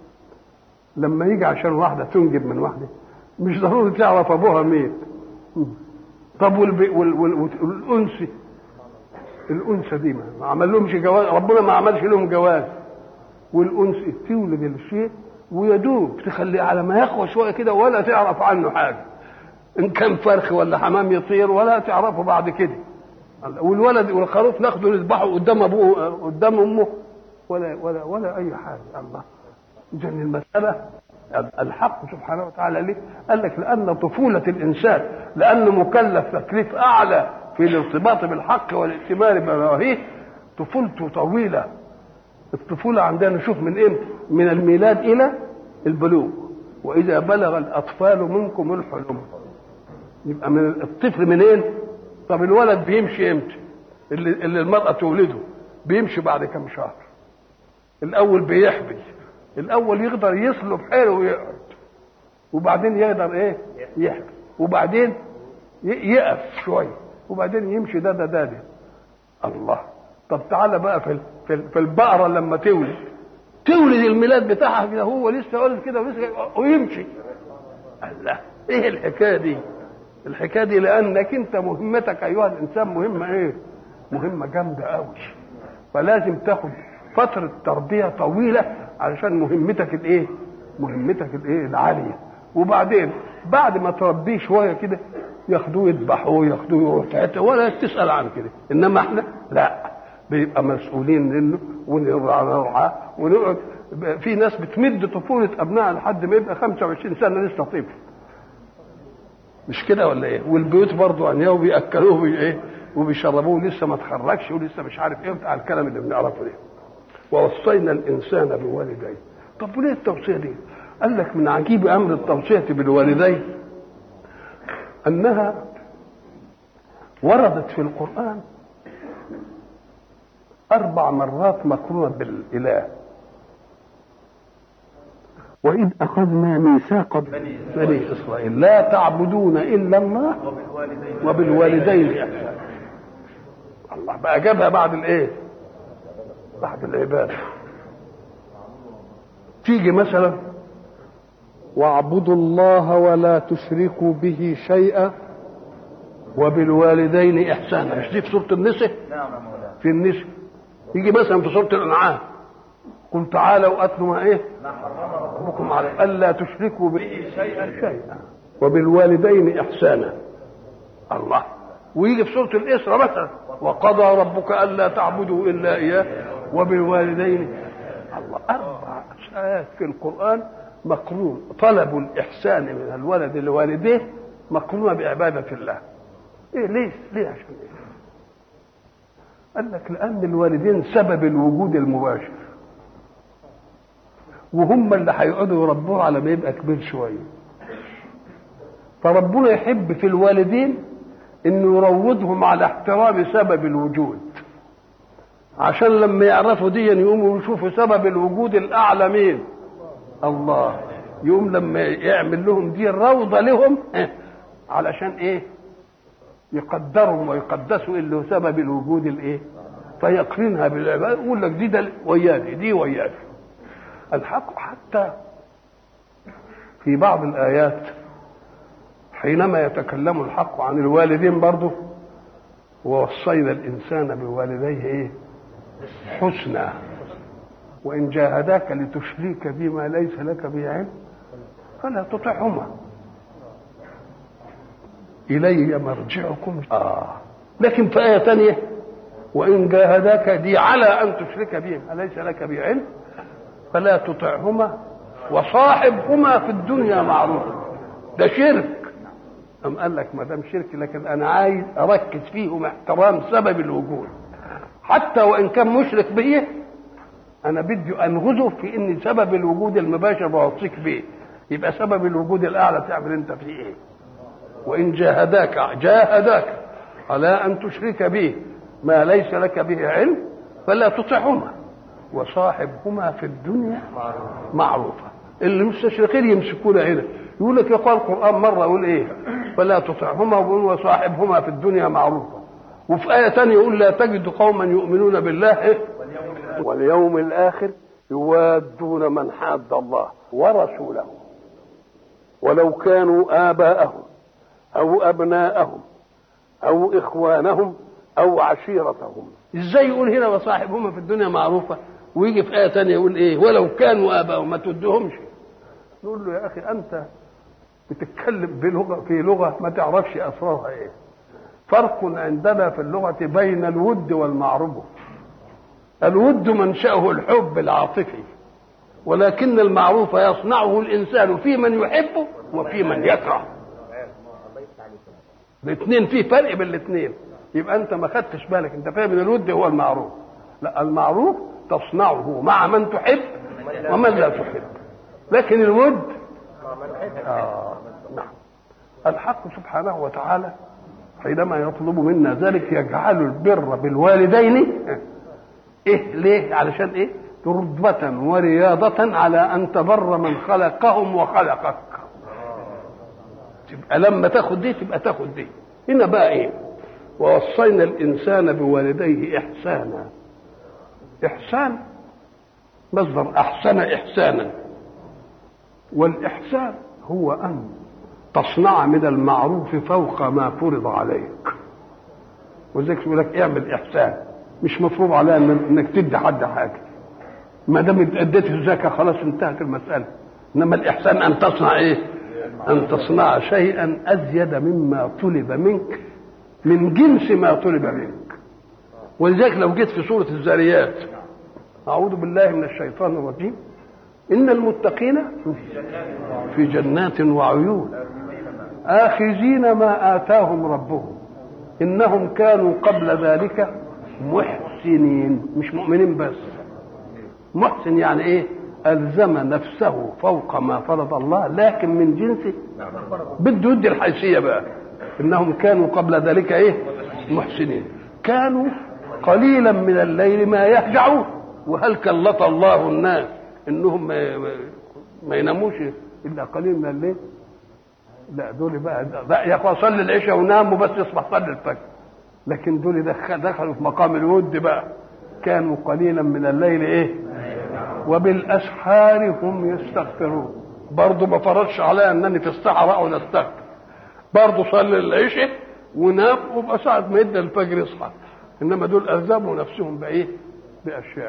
لما يجي عشان واحده تنجب من واحده مش ضروري تعرف ابوها مين. طب والانثى، الانثى دي ما عمل لهمش جواز، ربنا ما عملش لهم جواز. والانثى تولد الشيء ويدوب تخليه على ما يقوى شويه كده ولا تعرف عنه حاجه، ان كان فرخ ولا حمام يطير ولا تعرفه بعد كده. والولد والخروف ناخده نذبحه قدام ابوه قدام امه ولا اي حاجه. الله، اذا المساله الحق سبحانه وتعالى ليه؟ قال لك لان طفوله الانسان لانه مكلف تكليف اعلى في الارتباط بالحق والائتمان بنواهيه، طفولته طويله. الطفوله عندنا نشوف من امتى؟ من الميلاد الى البلوغ. واذا بلغ الاطفال منكم الحلم، يبقى من الطفل منين؟ طب الولد بيمشي امتى؟ اللي المراه تولده بيمشي بعد كم شهر. الاول بيحبي، الاول يقدر يصلب حيله ويقعد، وبعدين يقدر ايه؟ يحبي، وبعدين يقف شويه، وبعدين يمشي ده. الله، طب تعالى بقى في البقره لما تولد الميلاد بتاعها كده هو لسه ولد كده ولسه ويمشي. الله، ايه الحكايه دي؟ الحكايه دي لانك انت مهمتك ايها الانسان مهمه ايه؟ مهمه جامده قوي، فلازم تاخد فتره تربيه طويله علشان مهمتك الايه؟ مهمتك الايه؟ العاليه. وبعدين بعد ما تربيه شويه كده ياخدوه يذبحوه، ياخدوه يروح في حته ولا تسال عن كده. انما احنا لا، بيبقى مسؤولين منه ونرعاه ونقعد. في ناس بتمد طفوله ابنائها لحد ما يبقى 25 سنه لسه طفل، مش كده ولا ايه؟ والبيوت برضه عنيا وبياكلوه ايه؟ وبيشربوه لسه ما اتخرجش ولسه مش عارف ايه بتاع الكلام اللي بنعرفه ده. ووصينا الانسان بوالديه. طب وليه التوصيه دي؟ قال لك من عجيب امر التوصيه بالوالدين انها وردت في القران 4 مرات مقرونه بالاله. وإذ أخذنا ميثاق بني إسرائيل لا تعبدون إلا الله وبالوالدين إحسانا. الله بقى جابها بعد الإيه؟ بعد العبادة. تيجي مثلا واعبدوا الله ولا تشركوا به شيئا وبالوالدين إحسانا. مش دي في سورة النساء؟ في النساء. يجي مثلا في سورة الأنعام قل تعالوا اتلوا ما ايه ربكم على الا تشركوا به شيئا وبالوالدين احسانا. الله. ويجي في سوره الاسراء مثلا وقضى ربك الا تعبدوا الا اياه وبالوالدين. الله. 4 آيات في القران مقرون طلب الاحسان من الولد لوالديه مقرونه بعباده الله. ايه ليه عشان ايه؟ قال لك لان الوالدين سبب الوجود المباشر، وهم اللي هيقعدوا يربوه على ما يبقى كبير شويه. فربنا يحب في الوالدين انه يروضهم على احترام سبب الوجود، عشان لما يعرفوا دي يقوموا يشوفوا سبب الوجود الاعلى مين؟ الله. يقوم لما يعمل لهم دي الروضه لهم علشان ايه؟ يقدرهم ويقدسوا اللي هو سبب الوجود الايه؟ فيقرنها بالعباده. يقول لك دي ويادي دي ويادي. الحق حتى في بعض الآيات حينما يتكلم الحق عن الوالدين برضه ووصينا الإنسان بوالديه إيه؟ حسنا وإن جاهداك لتشرك بما ليس لك به علم فلا تطعهما إلي مرجعكم. لكن في آية تانية وإن جاهداك دي على أن تشرك بما ليس لك به علم فلا تطعهما وصاحبهما في الدنيا معروفا. ده شرك. أم قال لك ما دام شرك لكن أنا عايز أركز فيهم احترام سبب الوجود حتى وإن كان مشرك به. أنا بدي أنغزه في إن سبب الوجود المباشر بوصيك به، يبقى سبب الوجود الأعلى تعمل أنت فيه إيه؟ وإن جاهداك على أن تشرك به ما ليس لك به علم فلا تطعهما وصاحبهما في الدنيا معروفة. اللي مستشرقين يمسكونا هنا يقول لك يقال القرآن مرة يقول ايه فلا تطعهما وصاحبهما في الدنيا معروفة، وفي آية تانية يقول لا تجد قوما يؤمنون بالله واليوم الآخر يوادون من حاد الله ورسوله ولو كانوا آباءهم أو أبناءهم أو إخوانهم أو عشيرتهم. ازاي يقول هنا وصاحبهما في الدنيا معروفة ويجي في آية تانية يقول ايه ولو كانوا آباءهم؟ ما تدهمش. نقول له يا أخي أنت بتتكلم في لغة ما تعرفش أسرارها ايه. فرق عندنا في اللغة بين الود والمعروف. الود منشأه الحب العاطفي، ولكن المعروف يصنعه الإنسان في من يحبه وفي من يكره. الاثنين في فرق بين الاثنين. يبقى انت ما خدتش بالك، انت فاهم ان الود هو المعروف. لا، المعروف تصنعه مع من تحب ومن لا تحب، لكن الود نعم. الحق سبحانه وتعالى حينما يطلب منا ذلك يجعل البر بالوالدين ايه ليه؟ علشان ايه؟ رتبة ورياضة على ان تبر من خلقهم وخلقك. تبقى لما تاخد دي تبقى تاخد دي. هنا بقى ايه؟ ووصينا الانسان بوالديه احسانا. احسان مصدر احسن احسانا، والاحسان هو ان تصنع من المعروف فوق ما فرض عليك. وذلك يقول لك اعمل احسان، مش مفروض عليها انك تدي حد حاجه. ما دام اديت الزكاه خلاص انتهت المساله. انما الاحسان ان تصنع ايه؟ ان تصنع شيئا ازيد مما طلب منك من جنس ما طلب منك. ولذلك لو جيت في سوره الذاريات اعوذ بالله من الشيطان الرجيم ان المتقين في جنات وعيون آخذين ما آتاهم ربهم إنهم كانوا قبل ذلك محسنين. مش مؤمنين بس، محسن يعني إيه؟ ألزم نفسه فوق ما فرض الله لكن من جنسه بده يدي الحيثية بقى. إنهم كانوا قبل ذلك إيه؟ محسنين. كانوا قليلا من الليل ما يهجعون. وهل كلف الله الناس إنهم ما يناموش إلا قليل من الليل؟ لا، دول بقى يا صلي العشاء وناموا بس يصبح صلي الفجر. لكن دول دخلوا في مقام الود بقى. كانوا قليلا من الليل ايه؟ وبالاسحار هم يستغفرون. برضه ما فرضش عليا انني في الصحراء اقعد استغفر. برضه صلي العشاء ونام وبقى ساعة ما يدى الفجر يصحى. انما دول الزموا نفسهم بايه؟ باشياء.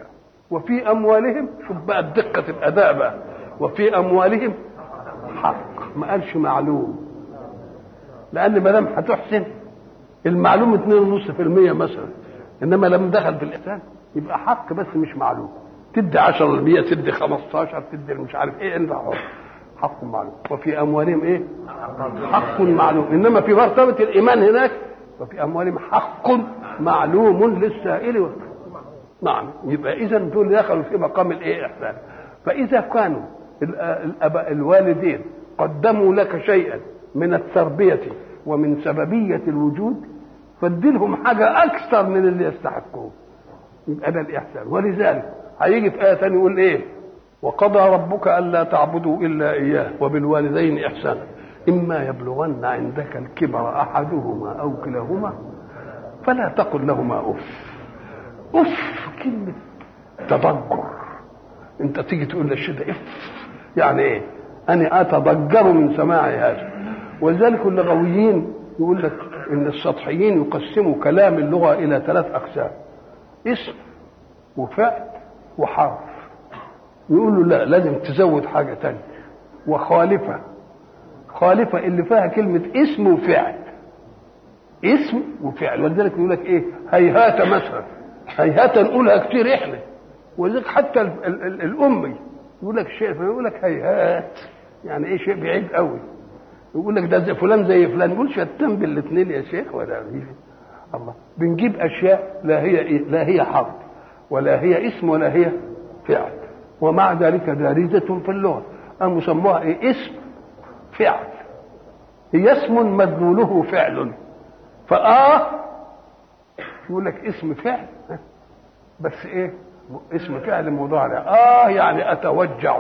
وفي أموالهم، شوف بقى دقة الأداء بقى، وفي أموالهم حق، ما قالش معلوم، لأن ما دام هتحسن المعلوم 2.5% مثلا، إنما لما دخل في الإحسان يبقى حق بس مش معلوم. تدي 10%، تدي 15، تدي مش عارف إيه، أنت حق معلوم. وفي أموالهم إيه؟ حق معلوم. إنما في مرتبة الإيمان هناك وفي أموالهم حق معلوم للسائل نعم. يبقى إذا دول دخلوا في مقام الإيه؟ إحسان. فإذا كانوا الوالدين قدموا لك شيئا من التربية ومن سببية الوجود، فادلهم حاجة أكثر من اللي يستحقوه، يبقى ده الإحسان. ولذلك هيجي في آية ثانية يقول إيه؟ وقضى ربك ألا تعبدوا إلا إياه وبالوالدين إحسانا إما يبلغن عندك الكبر أحدهما أو كلاهما فلا تقل لهما أف. أف كلمة تضجر، أنت تيجي تقول للشيء ده أف، يعني إيه؟ أنا أتضجر من سماع هذا. ولذلك اللغويين يقول لك إن السطحيين يقسموا كلام اللغة إلى 3 أقسام: اسم وفعل وحرف. يقولوا لا، لازم تزود حاجة تانية، وخالفة. خالفة اللي فيها كلمة اسم وفعل، اسم وفعل. ولذلك يقول لك ايه؟ هيهات مثلا، هيهات نقولها كتير احنا. ولذلك حتى الامي يقول لك شيء فيقول لك هيهات، يعني ايه؟ شيء بعيد قوي. يقول لك ده زي فلان زي فلان، يقول شتان بالاثنين يا شيخ ولا الله. بنجيب اشياء لا هي حرف ولا هي اسم ولا هي فعل، ومع ذلك دارجة في اللغة. قاموا سموها ايه؟ اسم فعل. هي اسم مدلوله فعل، يقول لك اسم فعل بس ايه؟ اسم فعل مضارع. يعني اتوجع،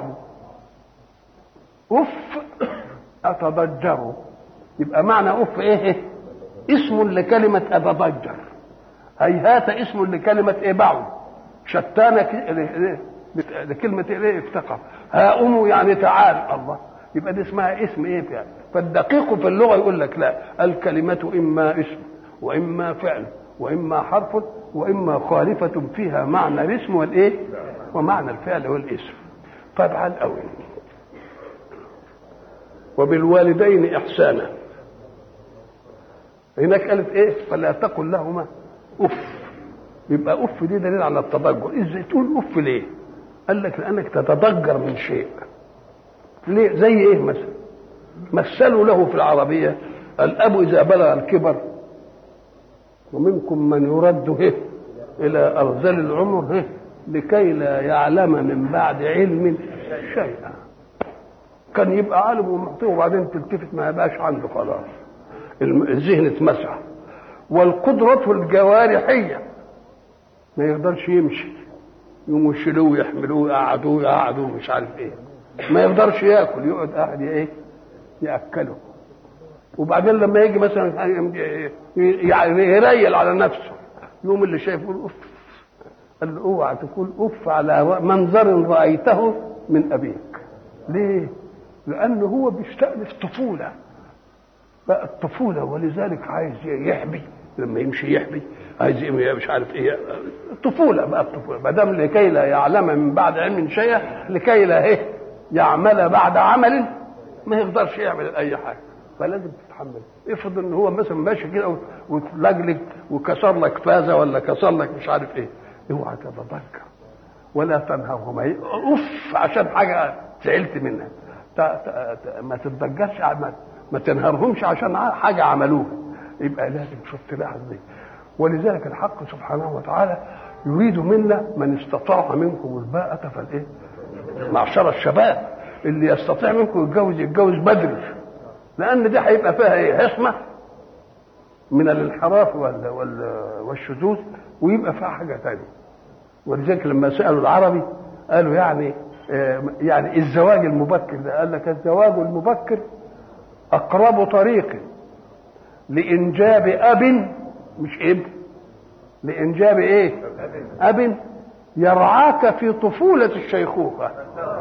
اف اتضجر. يبقى معنى اف ايه؟ اسم لكلمة اتضجر. هيهات اسم لكلمة ايه؟ بعد. شتانك لكلمة ايه؟ افتقر. هاؤم يعني تعال الله. يبقى دي اسمها اسم ايه؟ فعل. فالدقيق في اللغة يقول لك لا، الكلمة اما اسم واما فعل واما حرف واما خالفة فيها معنى الاسم والايه؟ ومعنى الفعل والاسم. فافعل قوي. وبالوالدين احسانا. هناك قالت ايه؟ فلا تقل لهما اف. يبقى اف دي دليل على التضجر. ازاي تقول اف ليه؟ قال لك لانك تتضجر من شيء. ليه؟ زي ايه مثلا؟ مثلوا له في العربيه: الاب اذا بلغ الكبر ومنكم من يرد الى ارذل العمر لكي لا يعلم من بعد علم شيئا. كان يبقى عالم ومعطيه وبعدين تلتفت ما يبقاش عنده خلاص، الذهن اتمسح. والقدرة الجوارحية ما يقدرش يمشي، يقوموا يشيلوه يحملوه يقعدوه مش عارف ايه. ما يقدرش ياكل، يقعد قاعد ايه؟ ياكله. وبعدين لما يجي مثلا يعني يريل على نفسه، يوم اللي شايف يقول اف. قال له اوعى تقول اف على منظر رايته من ابيك. ليه؟ لانه هو بيستأنف طفوله بقى، الطفوله، ولذلك عايز يحبي، لما يمشي يحبي، عايز مش عارف ايه. الطفوله بقى، الطفوله ما دام لكي لا يعلم من بعد علم شيئا، لكي لا يعمل بعد عمل، ما يقدرش يعمل اي حاجه، فلازم تتحمل. افرض ان هو مثلا ماشي كده وتلجلج وكسر لك فازه ولا كسر لك مش عارف ايه، اوعى تتذكر ولا تنهرهما اف عشان حاجه زعلت منها. ما تتذكرش، ما تنهرهمش عشان حاجه عملوها. يبقى لازم تلاحظ دي. ولذلك الحق سبحانه وتعالى يريد منا من استطاع منكم الباءة فالايه؟ معشر الشباب اللي يستطيع منكم يتجوز بدري، لان دي هيبقى فيها ايه؟ حصمه من الانحراف والشذوذ، ويبقى فيها حاجه ثانيه. ولذلك لما سالوا العربي قالوا يعني الزواج المبكر ده، قال لك الزواج المبكر اقرب طريق لانجاب اب، مش ابن، لانجاب ايه؟ اب يرعاك في طفوله الشيخوخه.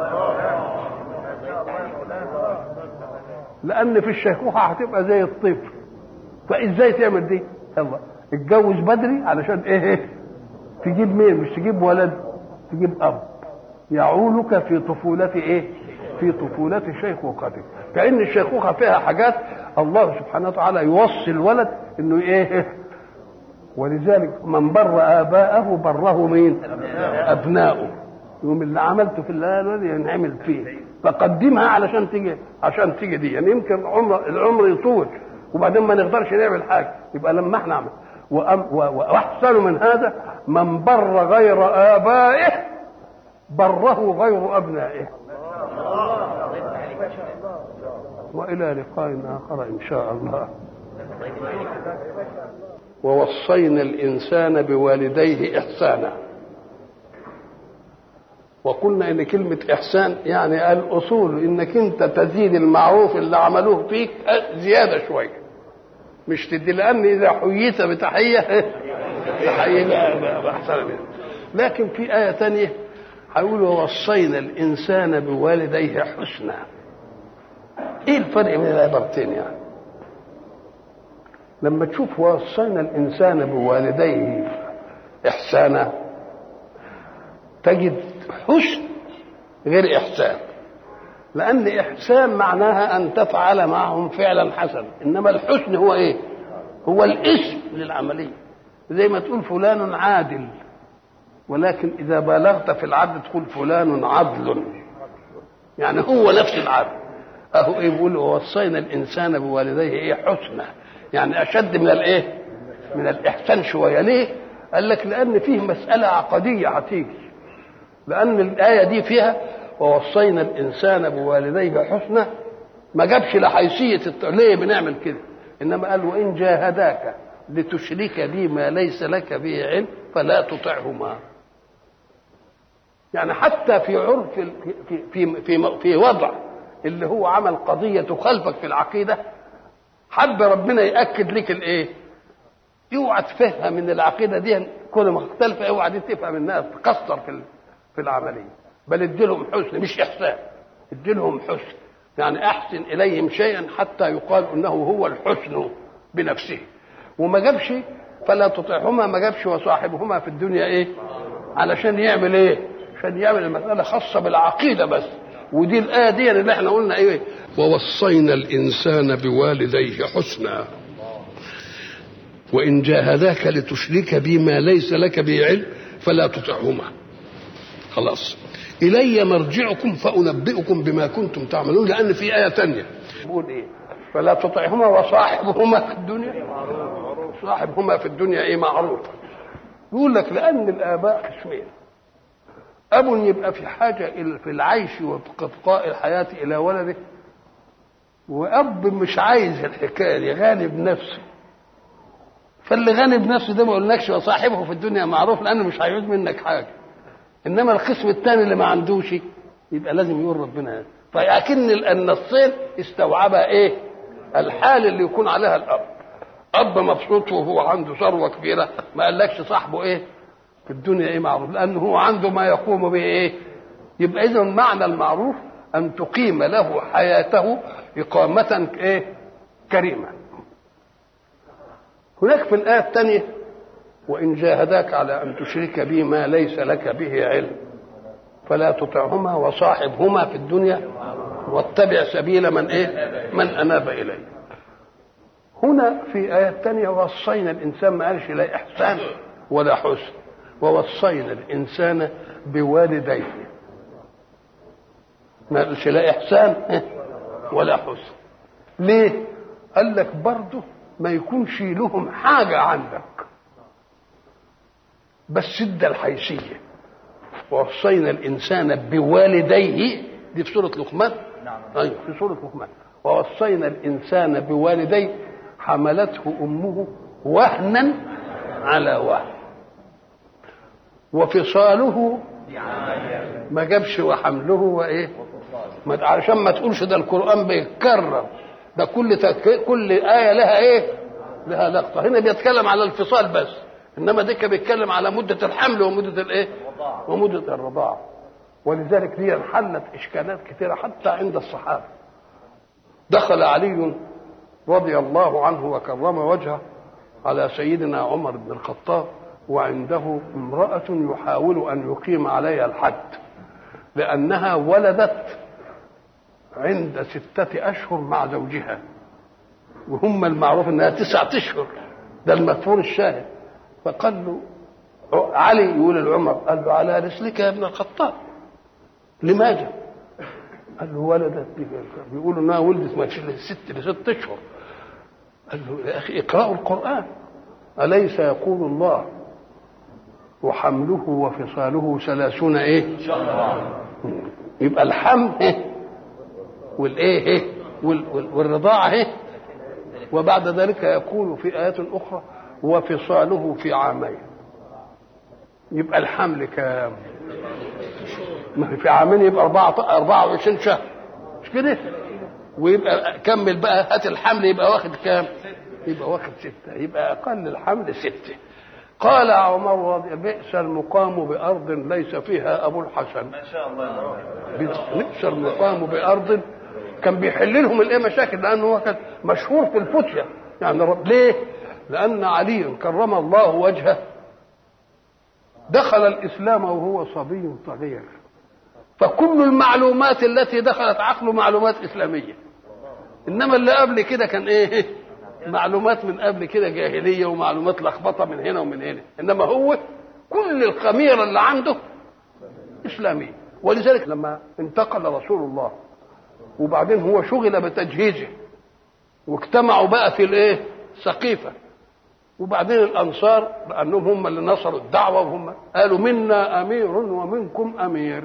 لان في الشيخوخه هتبقى زي الطفل، فازاي تعمل دي؟ يلا اتجوز بدري علشان ايه؟ تجيب مين؟ مش تجيب ولد، تجيب اب يعولك في طفولة ايه؟ في طفولة شيخوختك. كأن الشيخوخة فيها حاجات الله سبحانه وتعالى يوصي الولد انه ايه؟ ولذلك من بر آباءه بره مين؟ أبناؤه. يوم اللي عملته في الولد ينعمل فيه، فقدمها عشان تيجي دي. يعني يمكن العمر يطول وبعدين ما نقدرش نعمل حاجة، يبقى لما احنا نعمل. وأحسن من هذا من بر غير آبائه بره غير أبنائه. وإلى لقاء آخر إن شاء الله. ووصينا الإنسان بوالديه إحسانا. وقلنا إن كلمة إحسان يعني الأصول إنك أنت تزيد المعروف اللي عملوه فيك زيادة شوية، مش تدي، لأن إذا حييت بتحية تحية بأحسن منها. لكن في آية ثانية هيقول ووصينا الإنسان بوالديه حسنا. إيه الفرق بين العبارتين يعني؟ لما تشوف وصينا الإنسان بوالديه إحسانا تجد حسن غير إحسان، لأن إحسان معناها أن تفعل معهم فعلا حسنا، إنما الحسن هو إيه؟ هو الاسم للعملية. زي ما تقول فلان عادل، ولكن إذا بالغت في العدل تقول فلان عدل، يعني هو نفس العدل. أهو إيه بيقول ووصينا الإنسان بوالديه إيه؟ حسنا، يعني أشد من الإيه؟ من الإحسان شوية. ليه؟ قال لك لأن فيه مسألة عقدية هتيجي، لأن الآية دي فيها ووصينا الإنسان بوالديه حسنا، ما جابش لحيثية ليه بنعمل كده، إنما قال وإن جاهداك لتشرك بي ما ليس لك به علم فلا تطعهما. يعني حتى في عرف في وضع اللي هو عمل قضية تخالفك في العقيدة، حب ربنا يأكد لك الايه؟ اوعى تفهم من العقيدة دي كل ما اختلف، اوعى دي تفهم انها تقصر في العملية، بل اديلهم حسن مش احسان، اديلهم حسن، يعني احسن اليهم شيئا حتى يقال انه هو الحسن بنفسه. وما جابش فلا تطعهما، ما جابش وصاحبهما في الدنيا ايه؟ علشان يعمل ايه؟ عشان يعمل المسألة خاصة بالعقيدة بس. ودي الآية دي اللي احنا قلنا ايه؟ ووصينا الإنسان بوالديه حسنا وإن جاهداك لتشرك بي ما ليس لك به علم فلا تطعهما. خلاص، إلي مرجعكم فأنبئكم بما كنتم تعملون. لأن في آية تانية بيقول ايه؟ فلا تطعهما وصاحبهما في الدنيا، صاحبهما في الدنيا ايه؟ معروف. يقول لك لأن الآباء قسمين، أب يبقى في حاجة في العيش وابقاء الحياة إلى ولده، وأب مش عايز الحكاية دي، غني بنفسه. فاللي غني بنفسه ده ما قلناكش وصاحبه في الدنيا معروف، لأنه مش هيعوز منك حاجة. إنما القسم الثاني اللي ما عندوش يبقى لازم يقول ربنا. فلكن النصين استوعبها إيه؟ الحال اللي يكون عليها الأب. أب مبسوط وهو عنده ثروة كبيرة، ما قالكش صاحبه إيه؟ في الدنيا ايه؟ معروف، لانه هو عنده ما يقوم به ايه؟ يبقى اذا معنى المعروف ان تقيم له حياته اقامه ايه؟ كريمه. هناك في الايه الثانيه وان جاهداك على ان تشرك بي ما ليس لك به علم فلا تطعهما وصاحبهما في الدنيا واتبع سبيل من ايه؟ من اناب اليه. هنا في ايه ثانيه وصينا الانسان، ما قالش لا احسان ولا حسن، ووصينا الإنسان بوالديه، ما قالش لا إحسان ولا حسن. ليه؟ قال لك برضه ما يكونش لهم حاجة عندك، بس ادى الحيثية. ووصينا الإنسان بوالديه، دي في سورة لقمان. أيوة في سورة لقمان. ووصينا الإنسان بوالديه حملته أمه وهنا على وهن وفصاله، ما جابش وحمله وايه؟ علشان ما تقولش ده القرآن بيتكرر، ده كل آية لها ايه؟ لها لقطة. هنا بيتكلم على الفصال بس، انما ديك بيتكلم على مدة الحمل ومدة الايه؟ ومدة الرضاعة. ولذلك دي انحلت اشكالات كثيرة حتى عند الصحابة. دخل علي رضي الله عنه وكرم وجهه على سيدنا عمر بن الخطاب وعنده امرأة يحاول أن يقيم عليها الحد لأنها ولدت عند 6 أشهر مع زوجها، وهم المعروف أنها 9 أشهر، ده المذكور الشاهد. فقال له علي يقول لعمر، قال له على رسلك يا ابن الخطاب، لماذا؟ قال له ولدت، بيقولوا انها ولدت ما 6 أشهر. قال له يا اخي اقرأوا القرآن، أليس يقول الله وحمله وفصاله 30 ايه؟ يبقى الحمل والايه والرضاعة وبعد ذلك يقول في آيات أخرى وفصاله في 2 عام. يبقى الحمل كام؟ ما في 2 عام يبقى 24 شهر، مش كده؟ ويبقى كمل بقى، هات الحمل يبقى واخد كام؟ يبقى واخد 6، يبقى أقل الحمل 6. قال عمر رضي بئس المقام بأرض ليس فيها أبو الحسن. ما شاء الله. بئس المقام بأرض، كان بيحل لهم الايه مشاكل، لانه هو كان مشهور في الفتية يعني. ليه؟ لان علي كرم الله وجهه دخل الاسلام وهو صبي صغير، فكل المعلومات التي دخلت عقله معلومات اسلاميه، انما اللي قبل كده كان ايه؟ معلومات من قبل كده جاهليه ومعلومات لخبطه من هنا ومن هنا، انما هو كل الخميره اللي عنده اسلاميه. ولذلك لما انتقل رسول الله وبعدين هو شغل بتجهيزه واجتمعوا بقى في الايه؟ سقيفه، وبعدين الانصار لانهم هم اللي نصروا الدعوه، وهم قالوا منا امير ومنكم امير،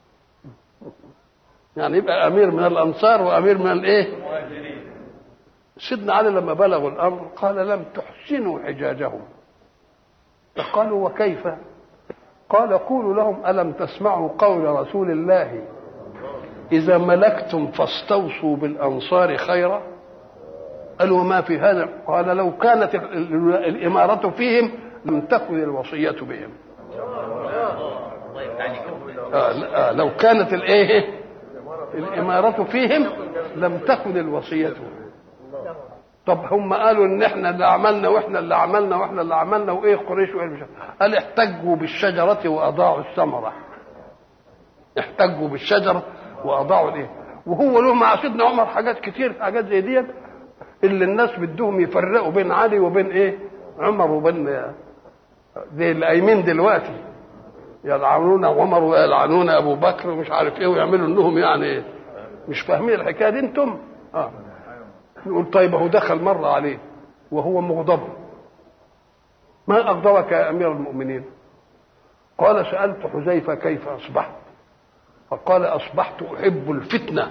يعني يبقى امير من الانصار وامير من الايه؟ سيدنا علي لما بلغوا الامر قال لم تحسنوا حجاجهم. فقالوا وكيف؟ قال قولوا لهم الم تسمعوا قول رسول الله إذا ملكتم فاستوصوا بالأنصار خيرا؟ قالوا ما في هذا؟ قال لو كانت الإمارة فيهم لم تكن الوصية بهم. لو كانت الإمارة فيهم لم تكن الوصية بهم. طب هم قالوا ان احنا اللي عملنا واحنا اللي عملنا واحنا اللي عملنا وايه قريش وايه مش قال احتجوا بالشجرة واضاعوا الثمرة. احتجوا بالشجرة واضاعوا الايه؟ وهو له مع سيدنا عمر حاجات كتير، حاجات زي دي اللي الناس بدهم يفرقوا بين علي وبين ايه؟ عمر، وبين زي الايمين دلوقتي يلعنون عمر ويلعنون ابو بكر ومش عارف ايه، ويعملوا انهم يعني مش فاهمين الحكايه دي انتم. نقول طيب هو دخل مره عليه وهو مغضب، ما اغضبك يا امير المؤمنين؟ قال سالت حذيفه كيف اصبحت؟ فقال اصبحت احب الفتنه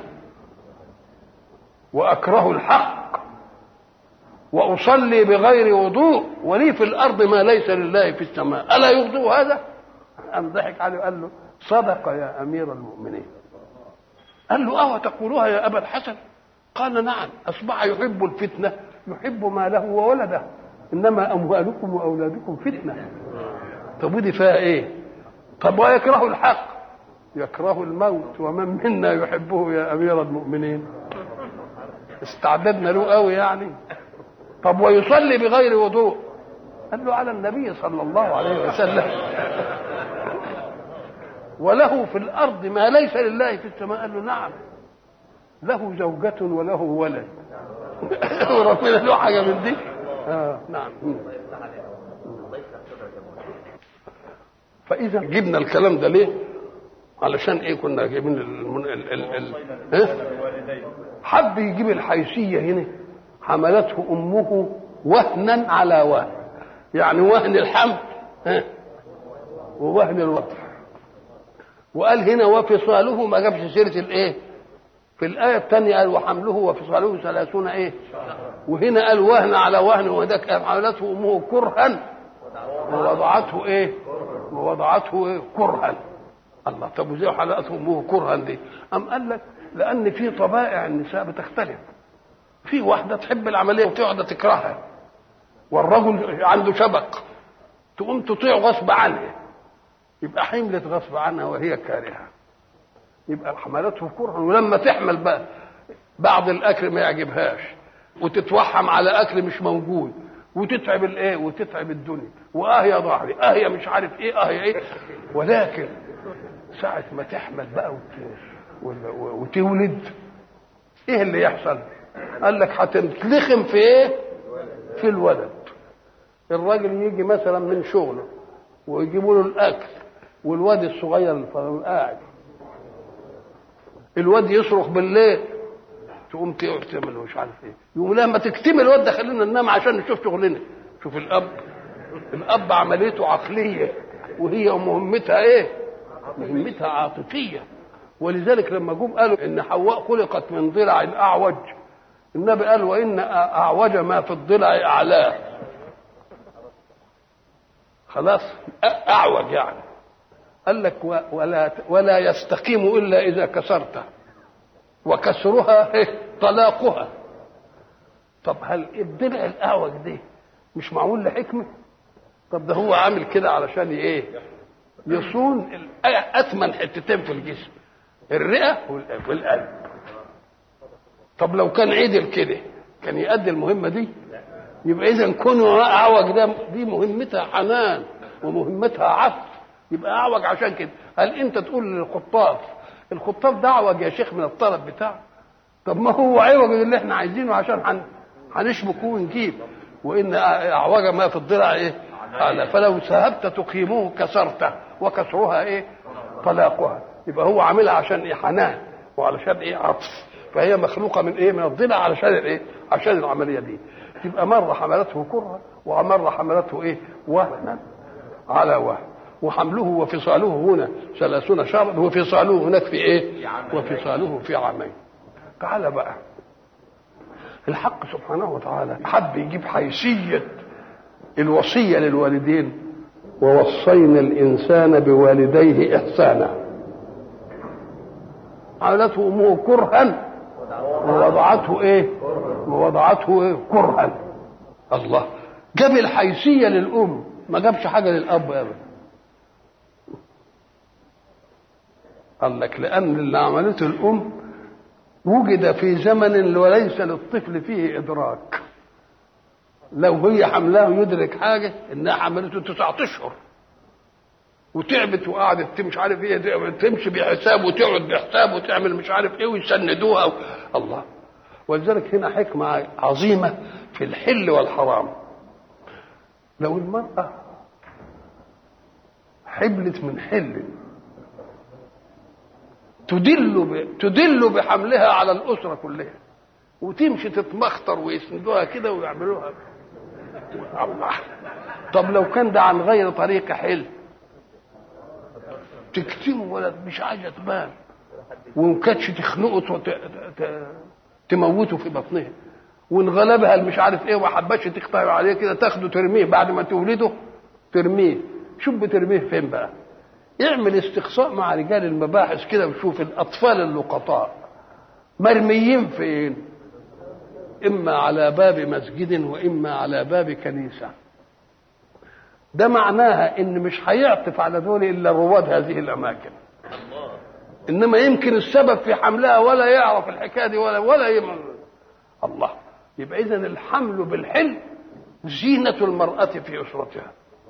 واكره الحق واصلي بغير وضوء ولي في الارض ما ليس لله في السماء، الا يغضب هذا؟ قام ضحك عليه وقال له صدق يا امير المؤمنين. قال له اوى تقولها يا ابا الحسن؟ قال نعم، اصبح يحب الفتنه، يحب ماله وولده، انما اموالكم واولادكم فتنه. طب ودي فيها ايه؟ طب ويكره الحق؟ يكره الموت، ومن منا يحبه يا امير المؤمنين؟ استعددنا له قوي يعني. طب ويصلي بغير وضوء؟ قال له على النبي صلى الله عليه وسلم. وله في الارض ما ليس لله في السماء؟ قال له نعم، له زوجة وله ولد. وربنا له حاجة من دي؟ نعم. فإذا جبنا الكلام ده ليه؟ علشان ايه كنا جايبين حب يجيب الحيثية هنا. حملته أمه وهنا على وهن، يعني وهن الحمل ووهن الوطر. وقال هنا وفصاله، ما جابش سيرة الايه؟ في الآية الثانية قال وحمله وفصاله 30 ايه؟ وهنا قال وهن على وهن، وذاك حملته أمه كرها ووضعته ايه؟ ووضعته ايه؟ كرها. الله، طب وزي حلقته أمه كرها دي؟ أم قال لك لأن في طبائع النساء بتختلف. في واحدة تحب العملية وفي واحدة تكرهها، والرجل عنده شبق تقوم تطيع غصب عنها، يبقى حملت غصب عنها وهي كارهة، يبقى حملته كرها. ولما تحمل بقى بعض الأكل ما يعجبهاش وتتوحم على أكل مش موجود وتتعب الايه وتتعب الدنيا، يا ظهري يا مش عارف يا ايه. ولكن ساعة ما تحمل بقى وتولد ايه اللي يحصل؟ قال لك هتتلخم في ايه؟ في الولد. الراجل يجي مثلا من شغله ويجيبوا له الاكل والواد الصغير قاعد، الواد يصرخ بالليل تقوم تعمل مش عارف ايه، يقوم لما تكتمل الواد ده خلينا ننام عشان نشوف شغلنا. شوف الاب عمليته عقليه وهي مهمتها ايه؟ مهمتها عاطفيه. ولذلك لما جم قالوا ان حواء خلقت من ضلع اعوج، النبي قال وان اعوج ما في الضلع اعلاه. خلاص اعوج يعني. قال لك ولا يستقيم الا اذا كسرته، وكسرها طلاقها. طب هل الضلع الاعوج ده مش معمول لحكمه؟ طب ده هو عامل كده علشان ايه؟ يصون اثمن حتتين في الجسم، الرئه والقلب. طب لو كان عدل كده كان يؤدي المهمه دي؟ يبقى اذا كونه اعوج ده دي مهمتها حنان ومهمتها عطف، يبقى اعوج عشان كده. هل انت تقول الخطاف ده اعوج يا شيخ من الطلب بتاعه؟ طب ما هو عوج اللي احنا عايزينه عشان هنشبكه ونجيب. وان اعوج ما في الضلع ايه؟ اعلى. فلو ذهبت تقيموه كسرته، وكسرها ايه؟ طلاقها. يبقى هو عاملها عشان ايه؟ حنان وعلشان ايه؟ عطف. فهي مخلوقه من ايه؟ من الضلع علشان ايه؟ عشان العمليه دي. تبقى مره حملته كره ومره حملته ايه؟ وهنا على وهن. وحمله وفصاله هنا 30 شهرا، وفصاله هناك في ايه؟ وفصاله في عامين. تعالى بقى الحق سبحانه وتعالى حب يجيب حيثيه الوصيه للوالدين، ووصينا الانسان بوالديه احسانا. حملته امه كرها ووضعته ايه؟ كرها. الله جاب الحيثيه للام، ما جابش حاجه للاب ابدا. قال لك لان اللي عملته الام وجد في زمن وليس للطفل فيه ادراك. لو هي حملاه يدرك حاجه انها حملته 9 اشهر وتعبت وقعدت مش عارف ايه، تمشي بحساب وتقعد بحساب وتعمل مش عارف ايه ويسندوها الله. ولذلك هنا حكمه عظيمه في الحل والحرام. لو المراه حبلت من حل تدل بحملها على الاسره كلها، وتمشي تتمخطر ويسندوها كده ويعملوها الله. طب لو كان ده عن غير طريق حل، تكتمه ولا مش عايزه تبان، وان كانتش تخنقه تموته في بطنها، وان غلبها مش عارف ايه وما حبتش تقطع عليه كده تاخده ترميه بعد ما تولده، ترميه. شوف بترميه فين بقى؟ اعمل استقصاء مع رجال المباحث كده وشوف الاطفال اللقطاء مرميين فين؟ اما على باب مسجد واما على باب كنيسه. ده معناها ان مش هيعطف على دول الا رواد هذه الاماكن، انما يمكن السبب في حملها ولا يعرف الحكايه دي ولا الله. يبقى اذا الحمل بالحل زينه المراه في اسرتها،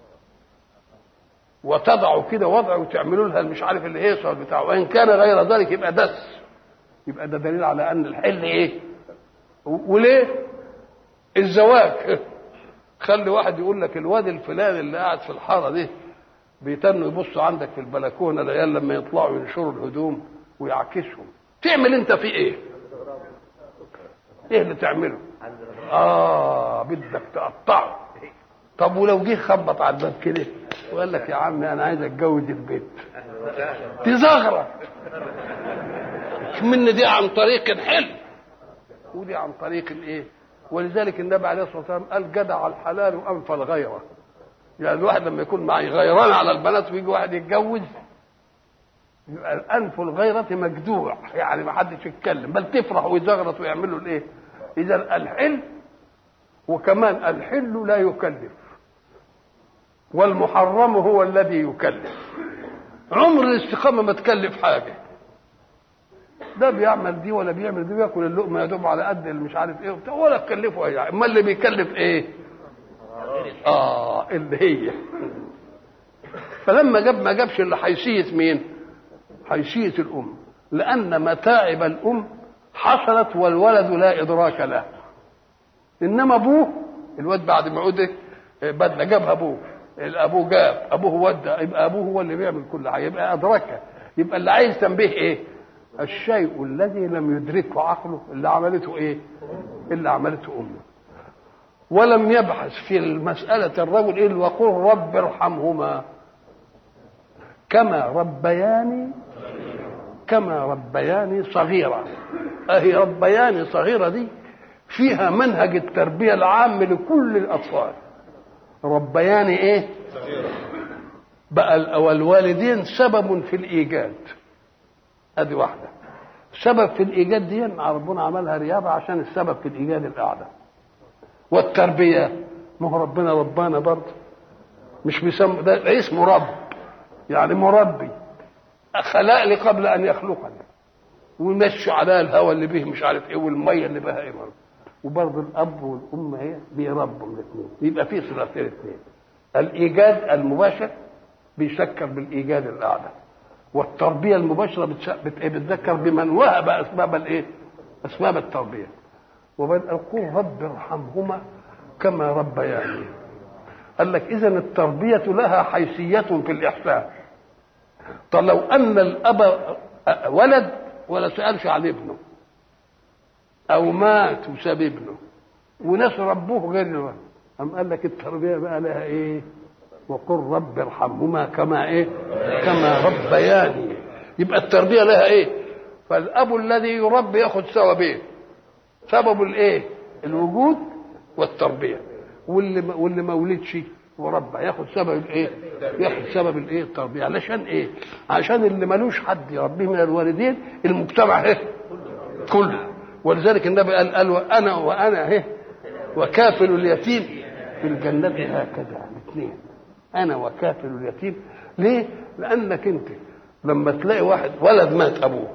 وتضع كده وضع وتعملوا لها مش عارف اللي هي صار بتاعه، وان كان غير ذلك يبقى يبقى ده دليل على ان الحل ايه. وليه الزواج؟ خلي واحد يقول لك الواد الفلاني اللي قاعد في الحاره دي بيتنوا يبصوا عندك في البلكونه العيال لما يطلعوا ينشروا الهدوم ويعكسهم، تعمل انت فيه ايه؟ ايه اللي تعمله؟ بدك تقطعه. طب ولو جه خبط على الباب كده وقال لك يا عمي انا عايز اتجوز البيت، تزغرط من دي عن طريق الحل ودي عن طريق الايه. ولذلك النبي عليه الصلاه والسلام قال جدع الحلال وانفى الغيره. يعني الواحد لما يكون معي غيران على البنات ويجي واحد يتجوز يبقى انف الغيره مجدوع، يعني ما حدش يتكلم بل تفرح ويزغرط ويعملوا الايه. اذا الحل، وكمان الحل لا يكلف والمحرم هو الذي يكلف. عمر الاستقامه ما تكلف حاجه، ده بيعمل دي ولا بيعمل دي، بياكل اللقمه يا دوب على قد اللي مش عارف ايه وبتاع ولا تكلفه يعني. اما اللي بيكلف ايه؟ اللي هي. فلما ما جابش اللي حيثيه مين؟ حيثيه الام، لان متاعب الام حصلت والولد لا ادراك له. انما ابوه الواد بعد ما عود بدله جابها ابوه، الابوه جاب ابوه ودى، يبقى ابوه هو اللي بيعمل كل حاجه، يبقى ادركها. يبقى اللي عايز تنبيه ايه؟ الشيء الذي لم يدركه عقله اللي عملته ايه؟ اللي عملته امه. ولم يبحث في المساله الرجل الا وقل رب ارحمهما كما ربياني صغيرة. اهي ربياني صغيرة دي فيها منهج التربية العام لكل الأطفال. ربياني ايه؟ صغيرة. بقى والوالدين سبب في الإيجاد، ادي واحدة. سبب في الإيجاد دي ربنا عملها رياضة عشان السبب في الإيجاد الأعلى. والتربية ما هو ربنا ربانا برضه، مش بيسمى ده اسمه رب، يعني مربي، خلق لي قبل ان يخلقني، ويمشي على الهواء اللي به مش عارف ايه والميه اللي بها ايه. وبرضه الاب والام هي بيربوا الاثنين، يبقى في صلتين اثنين. الايجاد المباشر بيشكر بالايجاد الاعلى، والتربيه المباشره بتذكر بمن وهب اسباب الايه؟ اسباب التربيه. وقل رب ارحمهما كما ربياني. قال لك اذا التربيه لها حيثيه في الاحسان. طب لو ان الاب ولد ولا سالش عن ابنه او مات وساب ابنه وناس ربوه غير الولد، قال لك التربيه بقى لها ايه؟ وقل رب ارحمهما كما ايه؟ كما ربياني. يبقى التربيه لها ايه؟ فالاب الذي يربي ياخذ ثوابين، سبب الايه؟ الوجود والتربيه. واللي ما ولدش وربى ياخد سبب الايه؟ ياخد سبب الايه؟ التربيه. علشان ايه؟ عشان اللي ملوش حد يربيه من الوالدين المجتمع ايه؟ كله. ولذلك النبي قال وانا ايه؟ وكافل اليتيم في الجنه هكذا، الاثنين، انا وكافل اليتيم. ليه؟ لانك انت لما تلاقي واحد ولد مات ابوه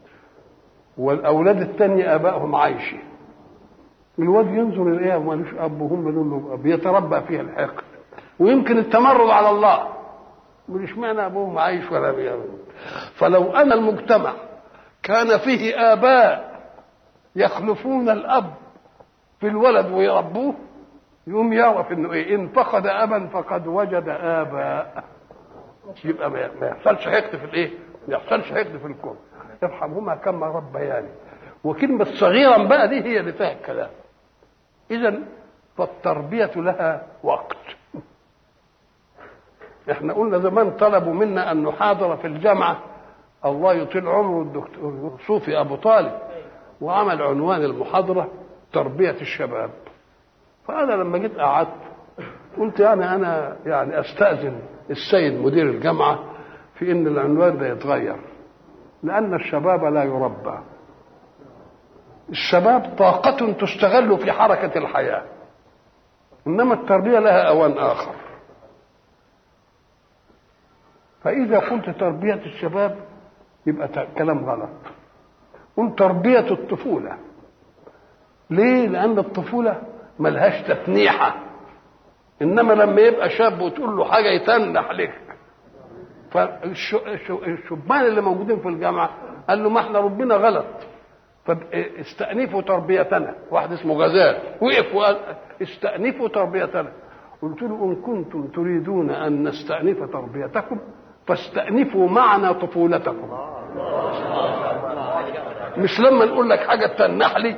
والاولاد الثانيه ابائهم عايشين، الواد ينظر الايه مالوش اب وهم بدون اب، يتربى فيها الحقد ويمكن التمرد على الله، مش معنى ابوهم عايش ولا بيعمل. فلو ان المجتمع كان فيه اباء يخلفون الاب في الولد ويربوه، يقوم يعرف انه ايه؟ ان فقد ابا فقد وجد اباء. يبقى ما يحصلش حقد في الايه؟ ما يحصلش حقد في الكون. ارحمهما كما ربياني. وكلمه صغيرا بقى دي هي اللي فيها الكلام. اذا فالتربيه لها وقت. احنا قلنا زمان طلبوا منا ان نحاضر في الجامعه، الله يطيل عمره الدكتور صوفي ابو طالب، وعمل عنوان المحاضره تربيه الشباب. فانا لما جيت قعدت قلت انا يعني استاذن السيد مدير الجامعه في ان العنوان ده يتغير، لان الشباب لا يربى. الشباب طاقه تستغل في حركه الحياه، انما التربيه لها اوان اخر. فاذا قلت تربيه الشباب يبقى كلام غلط. قل تربيه الطفوله. ليه؟ لان الطفوله ملهاش تتنيحه، انما لما يبقى شاب وتقول له حاجه يتنح لك. فالشبان اللي موجودين في الجامعه قال له ما احنا ربنا غلط، فاستأنفوا تربيتنا. واحد اسمه غزال وقف وقال استأنفوا تربيتنا. قلت له ان كنتم تريدون ان نستأنف تربيتكم فاستأنفوا معنا طفولتكم. مش لما نقول لك حاجه تنح لي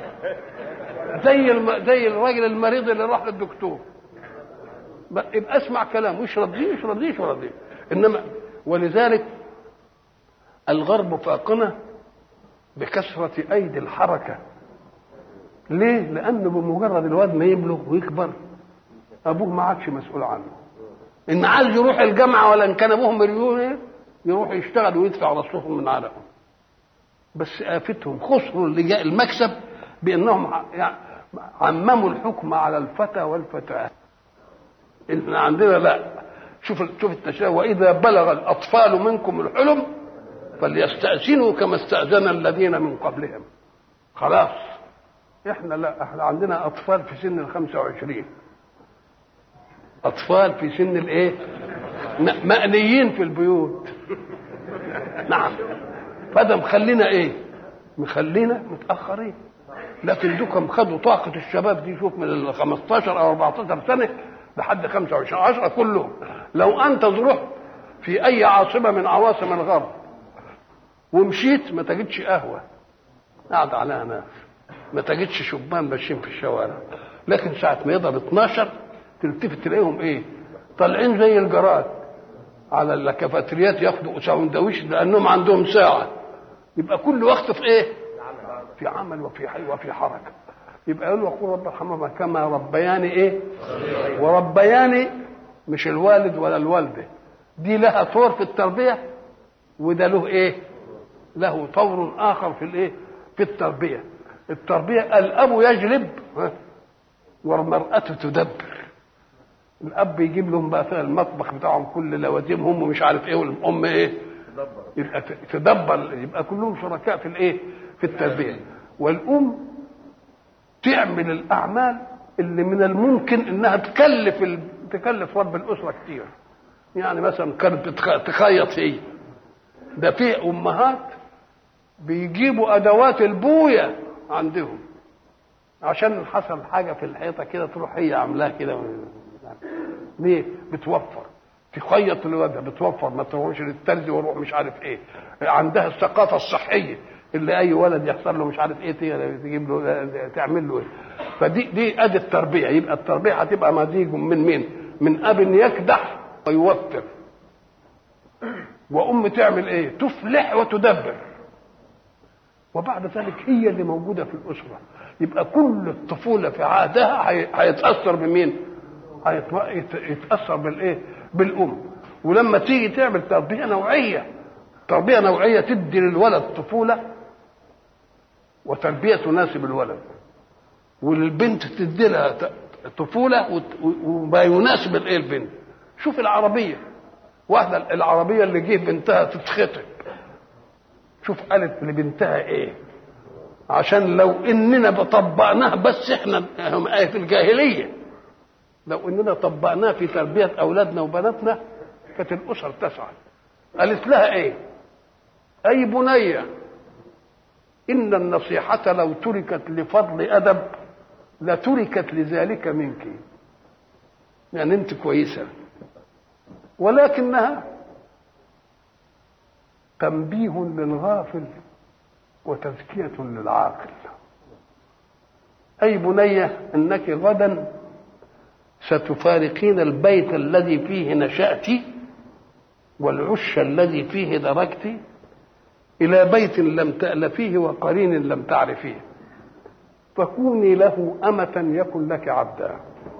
زي الراجل المريض اللي راح للدكتور، يبقى اسمع كلام واشرب دي. انما ولذلك الغرب فاقنا بكثرة أيدي الحركة. ليه؟ لأنه بمجرد الواد ما يبلغ ويكبر أبوه ما عادش مسؤول عنه. إن عايز يروح الجامعة ولا إن كان أبوه مليونير يروح يشتغل ويدفع رصهم من عرقهم. بس آفتهم خسروا المكسب بأنهم عمموا الحكم على الفتى والفتاة. إحنا عندنا لا، شوف التشابه. وإذا بلغ الأطفال منكم الحلم فليستأذنوا كما استأذن الذين من قبلهم. خلاص احنا لا، احنا عندنا اطفال في سن 25 اطفال في سن الايه؟ مأنيين في البيوت. نعم. فده مخلينا ايه؟ مخلينا متاخرين. لكن دوكم خدوا طاقه الشباب دي، شوف من ال 15 او 14 سنه لحد 25 10 كلهم. لو انت رحت في اي عاصمه من عواصم الغرب ومشيت ما تجدش قهوه قاعد عليها ناس، ما تجدش شبان ماشيين في الشوارع. لكن ساعه ما يضرب 12 تلتفت تلاقيهم ايه؟ طالعين زي الجراد على الكافيتريات ياخدوا ساندويش لانهم عندهم ساعه. يبقى كل وقت في ايه؟ في عمل وفي حي وفي حركه. يبقى يقول وقول رب ارحمهما كما ربياني ايه؟ وربياني مش الوالد ولا الوالده، دي لها طور في التربيه وده له ايه؟ له طور اخر في الايه؟ في التربيه. التربيه الاب يجلب والمراه تدبر. الاب يجيب لهم بقى المطبخ بتاعهم كل لوازمهم ومش عارف ايه، والام ايه؟ يبقى تدبر. يبقى كلهم شركاء في الايه؟ في التربيه. والام تعمل الاعمال اللي من الممكن انها تكلف رب الاسره كتير. يعني مثلا كانت تخيط هي، ده في امهات بيجيبوا ادوات البويه عندهم عشان حصل حاجه في الحيطه كده تروح هي عاملاها كده. ليه؟ بتوفر. تخيط لوجهها بتوفر، ما تروحش للترزي وروح مش عارف ايه. عندها الثقافه الصحيه اللي اي ولد يحصل له مش عارف ايه تجيب له تعمل له ايه. فدي ادي التربيه. يبقى التربيه هتبقى مزيج من مين؟ من اب يكدح ويوفر، وام تعمل ايه؟ تفلح وتدبر، وبعد ذلك هي اللي موجوده في الاسره. يبقى كل الطفوله في عهدها هيتاثر بمين؟ هيتاثر بالايه؟ بالام. ولما تيجي تعمل تربيه نوعيه، تربيه نوعيه تدي للولد طفوله وتربيه تناسب الولد، وللبنت تدي لها طفوله وما يناسب الايه؟ البنت. شوف العربيه، واحده العربيه اللي جه بنتها تتخطب، شوف قالت لبنتها ايه؟ عشان لو اننا طبقناها بس احنا في الجاهليه، لو اننا طبقناها في تربيه اولادنا وبناتنا كانت الاسر تسعد. قالت لها ايه؟ اي بنيه ان النصيحه لو تركت لفضل ادب لتركت لذلك منك. يعني انت كويسه، ولكنها تنبيه للغافل وتزكيه للعاقل. اي بنيه انك غدا ستفارقين البيت الذي فيه نشأت والعش الذي فيه دركت إلى بيت لم تألفيه وقرين لم تعرفيه، فكوني له أمة يكن لك عبدا.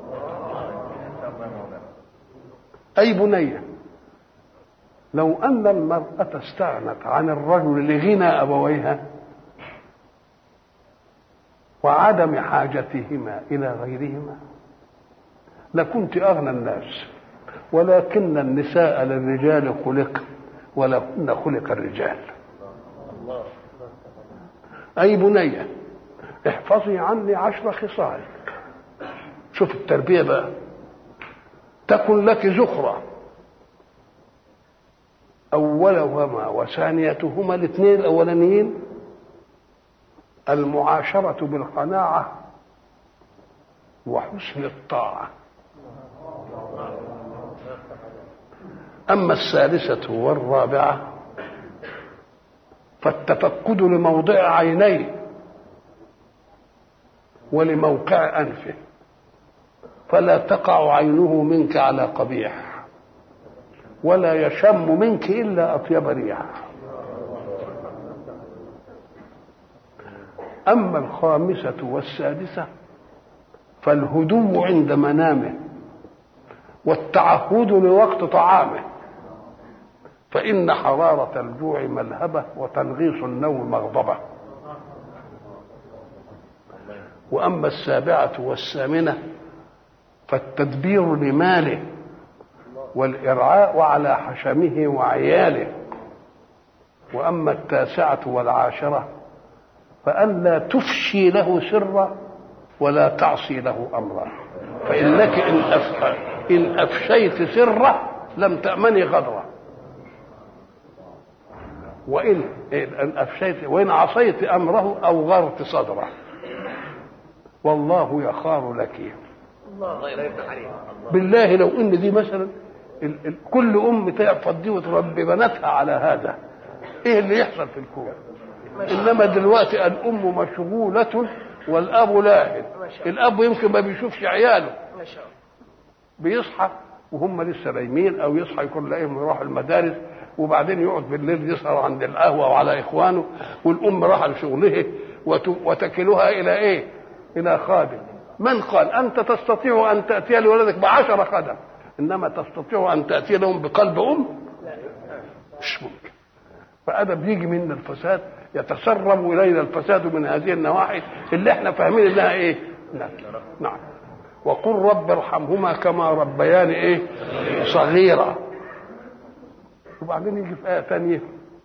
أي بنية لو أن المرأة استغنت عن الرجل لغنى أبويها وعدم حاجتهما إلى غيرهما لكنت أغنى الناس، ولكن النساء للرجال خلق ولهن خلق الرجال. أي بنية احفظي عني 10 خصال. شوف التربية بقى. تكن لك زخرة أولهما وثانيتهما، الاثنين الأولانيين المعاشرة بالقناعة وحسن الطاعة. أما الثالثة والرابعة فالتفقد لموضع عينيه ولموقع أنفه، فلا تقع عينه منك على قبيح ولا يشم منك إلا أطيب ريح. أما الخامسة والسادسة فالهدوء عند منامه والتعهد لوقت طعامه، فإن حرارة الجوع ملهبة وتنغيص النوم مغضبة. وأما السابعة والثامنة فالتدبير لماله والإرعاء على حشمه وعياله. وأما التاسعة والعاشرة فألا تفشي له سرا ولا تعصي له أمرا، فإنك إن أفشيت سره لم تأمني غدره، وإن أفشيت وإن عصيت أمره أوغرت صدره، والله يخار لك. الله يفتح عليك. بالله لو إن دي مثلا كل أم تعفض دي وتربي بناتها على هذا، إيه اللي يحصل في الكون؟ إنما دلوقتي الأم مشغولة والأب لاهٍ. الأب يمكن ما بيشوفش عياله، بيصحى وهم لسه نايمين، أو يصحى يكون لاقيهم يروحوا المدارس، وبعدين يقعد بالليل يسهر عند القهوة وعلى إخوانه، والأم راح لشغلها وتكلها إلى إيه؟ إلى خادم. من قال أنت تستطيع أن تأتي لولدك ب10 خدم، إنما تستطيع أن تأتي لهم بقلب أم؟ مش ممكن. فهذا بيجي من الفساد، يتسرب إلينا الفساد من هذه النواحي اللي احنا فاهمين انها ايه؟ نعم. وقل رب ارحمهما كما ربياني ايه؟ صغيرا. وبعدين يجي في آية ثانية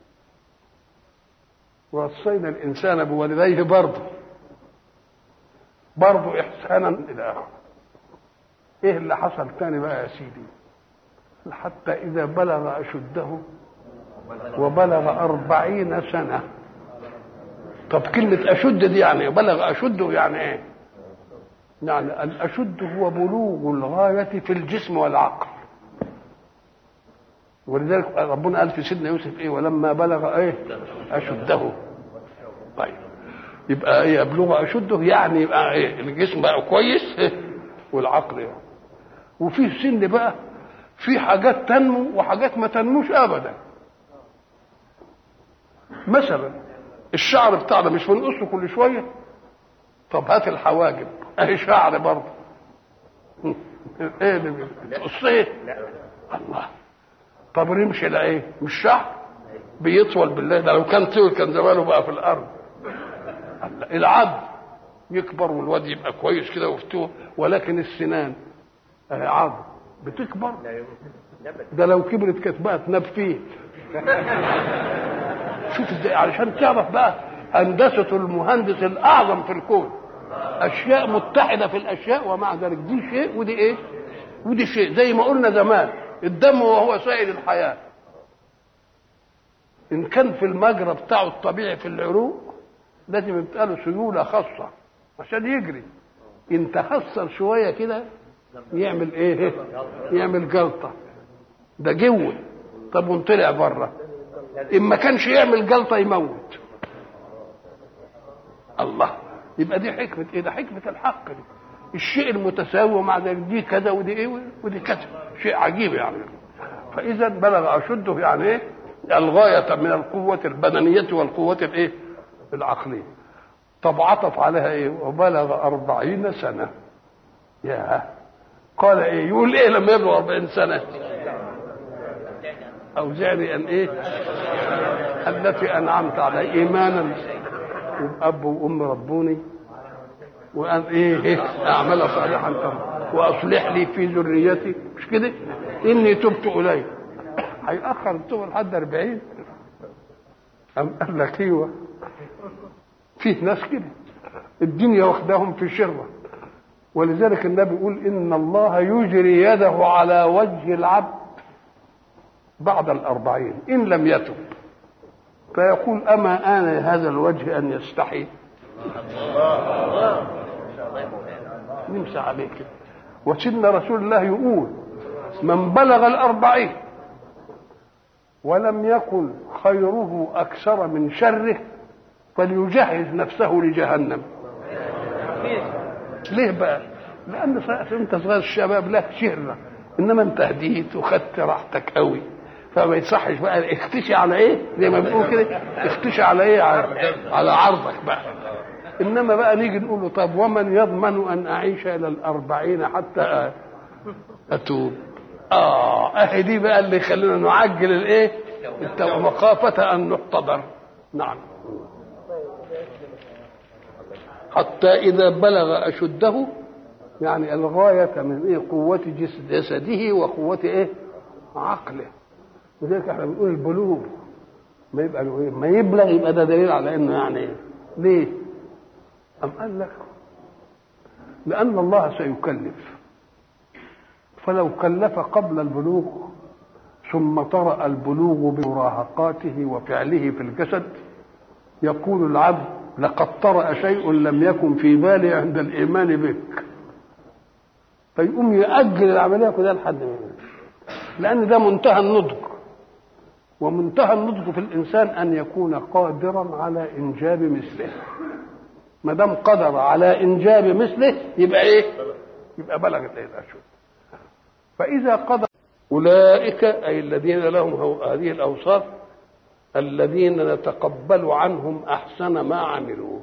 ووصينا الإنسان بوالديه برضه إحسانا إلى آخره. إيه اللي حصل تاني بقى يا سيدي؟ حتى إذا بلغ أشده وبلغ 40 سنة. طب كلمة أشد دي يعني بلغ أشده يعني إيه؟ يعني الأشد هو بلوغ الغاية في الجسم والعقل، ولذلك ربنا قال في سيدنا يوسف إيه؟ ولما بلغ إيه؟ أشده. طيب يبقى إيه يبلغ أشده؟ يعني يبقى إيه؟ الجسم بقى كويس إيه؟ والعقل إيه؟ وفي سن بقى في حاجات تنمو وحاجات ما تنموش أبدا. مثلا الشعر بتاعنا مش بنقصه كل شويه؟ طب هات الحواجب اهي شعر برضه. ايه اللي بتقصيه؟ الله. طب نمشي لا ايه؟ مش شعر بيطول بالله، ده لو كان طول كان زمانه بقى في الارض. العظم يكبر والواد يبقى كويس كده وفتوه، ولكن السنان عظم بتكبر، ده لو كبرت كانت بقى تناب فيه. شوف ازاي علشان تعرف بقى هندسة المهندس الأعظم في الكون، أشياء متحدة في الأشياء، ومع ذلك دي شيء ودي إيه؟ ودي شيء. زي ما قلنا زمان الدم وهو سائل الحياة، إن كان في المجرى بتاعه الطبيعي في العروق لازم يبقى له سيولة خاصة عشان يجري. إن تخسر شوية كده يعمل إيه؟ يعمل جلطة، ده جوه. طب ونطلع بره إن ما كانش يعمل جلطة يموت. الله. يبقى دي حكمة إيه؟ ده حكمة الحق دي. الشيء المتساوي، ومع ذلك دي كذا ودي إيه ودي كذا، شيء عجيب يعني. فإذا بلغ أشده يعني إيه؟ الغاية من القوة البدنية والقوة الإيه؟ العقلية. طب عطف عليها إيه؟ وبلغ 40 سنة. يا قال إيه؟ يقول إيه لما يبلغ 40 سنة؟ أوزعني أن إيه؟ التي أنعمت علي إيمانا وأب وأم ربوني، وأن إيه أعمل صالحا وأصلح لي في ذريتي، مش كده؟ إني تبت إليه. هيأخر التوبة لحد 40؟ أم قال لك أيوه، فيه ناس كده الدنيا واخداهم في شرة. ولذلك النبي يقول إن الله يجري يده على وجه العبد بعد 40 إن لم يتب، فيقول أما آن هذا الوجه أن يستحي. نمسى عليه كده. وسيدنا رسول الله يقول من بلغ 40 ولم يكن خيره أكثر من شره فليجهز نفسه لجهنم. ليه بقى؟ لأن أنت صغير الشباب له شهرة، إنما أنت هديت وخدت راحتك قوي، فما يصحش بقى اختشي على ايه زي ما بنقول كده، اختشي على ايه؟ على عرضك بقى. انما بقى نيجي نقول له طب ومن يضمن ان اعيش الى 40 حتى اتوب؟ اهي دي بقى اللي يخلينا نعجل الايه؟ مخافة ان نحتضر. نعم. حتى اذا بلغ اشده يعني الغاية من ايه؟ قوة جسده وقوة ايه؟ عقله. وذلك احنا بنقول البلوغ ما يبقى له ايه؟ ما يبلغ يبقى ده دليل على انه يعني ايه؟ ليه؟ أم قال لك لأن الله سيكلف، فلو كلف قبل البلوغ ثم طرأ البلوغ بمراهقاته وفعله في الجسد، يقول العبد لقد طرأ شيء لم يكن في بالي عند الإيمان بك، فيقوم يؤجل العملية كلها لحد ما يموت، لأن ده منتهى النضج. ومنتهى النضج في الإنسان أن يكون قادرا على إنجاب مثله. ما دام قدر على إنجاب مثله يبقى إيه؟ يبقى بلغت الأشد. فإذا قدر أولئك أي الذين لهم هذه الأوصاف الذين نتقبل عنهم أحسن ما عملوا.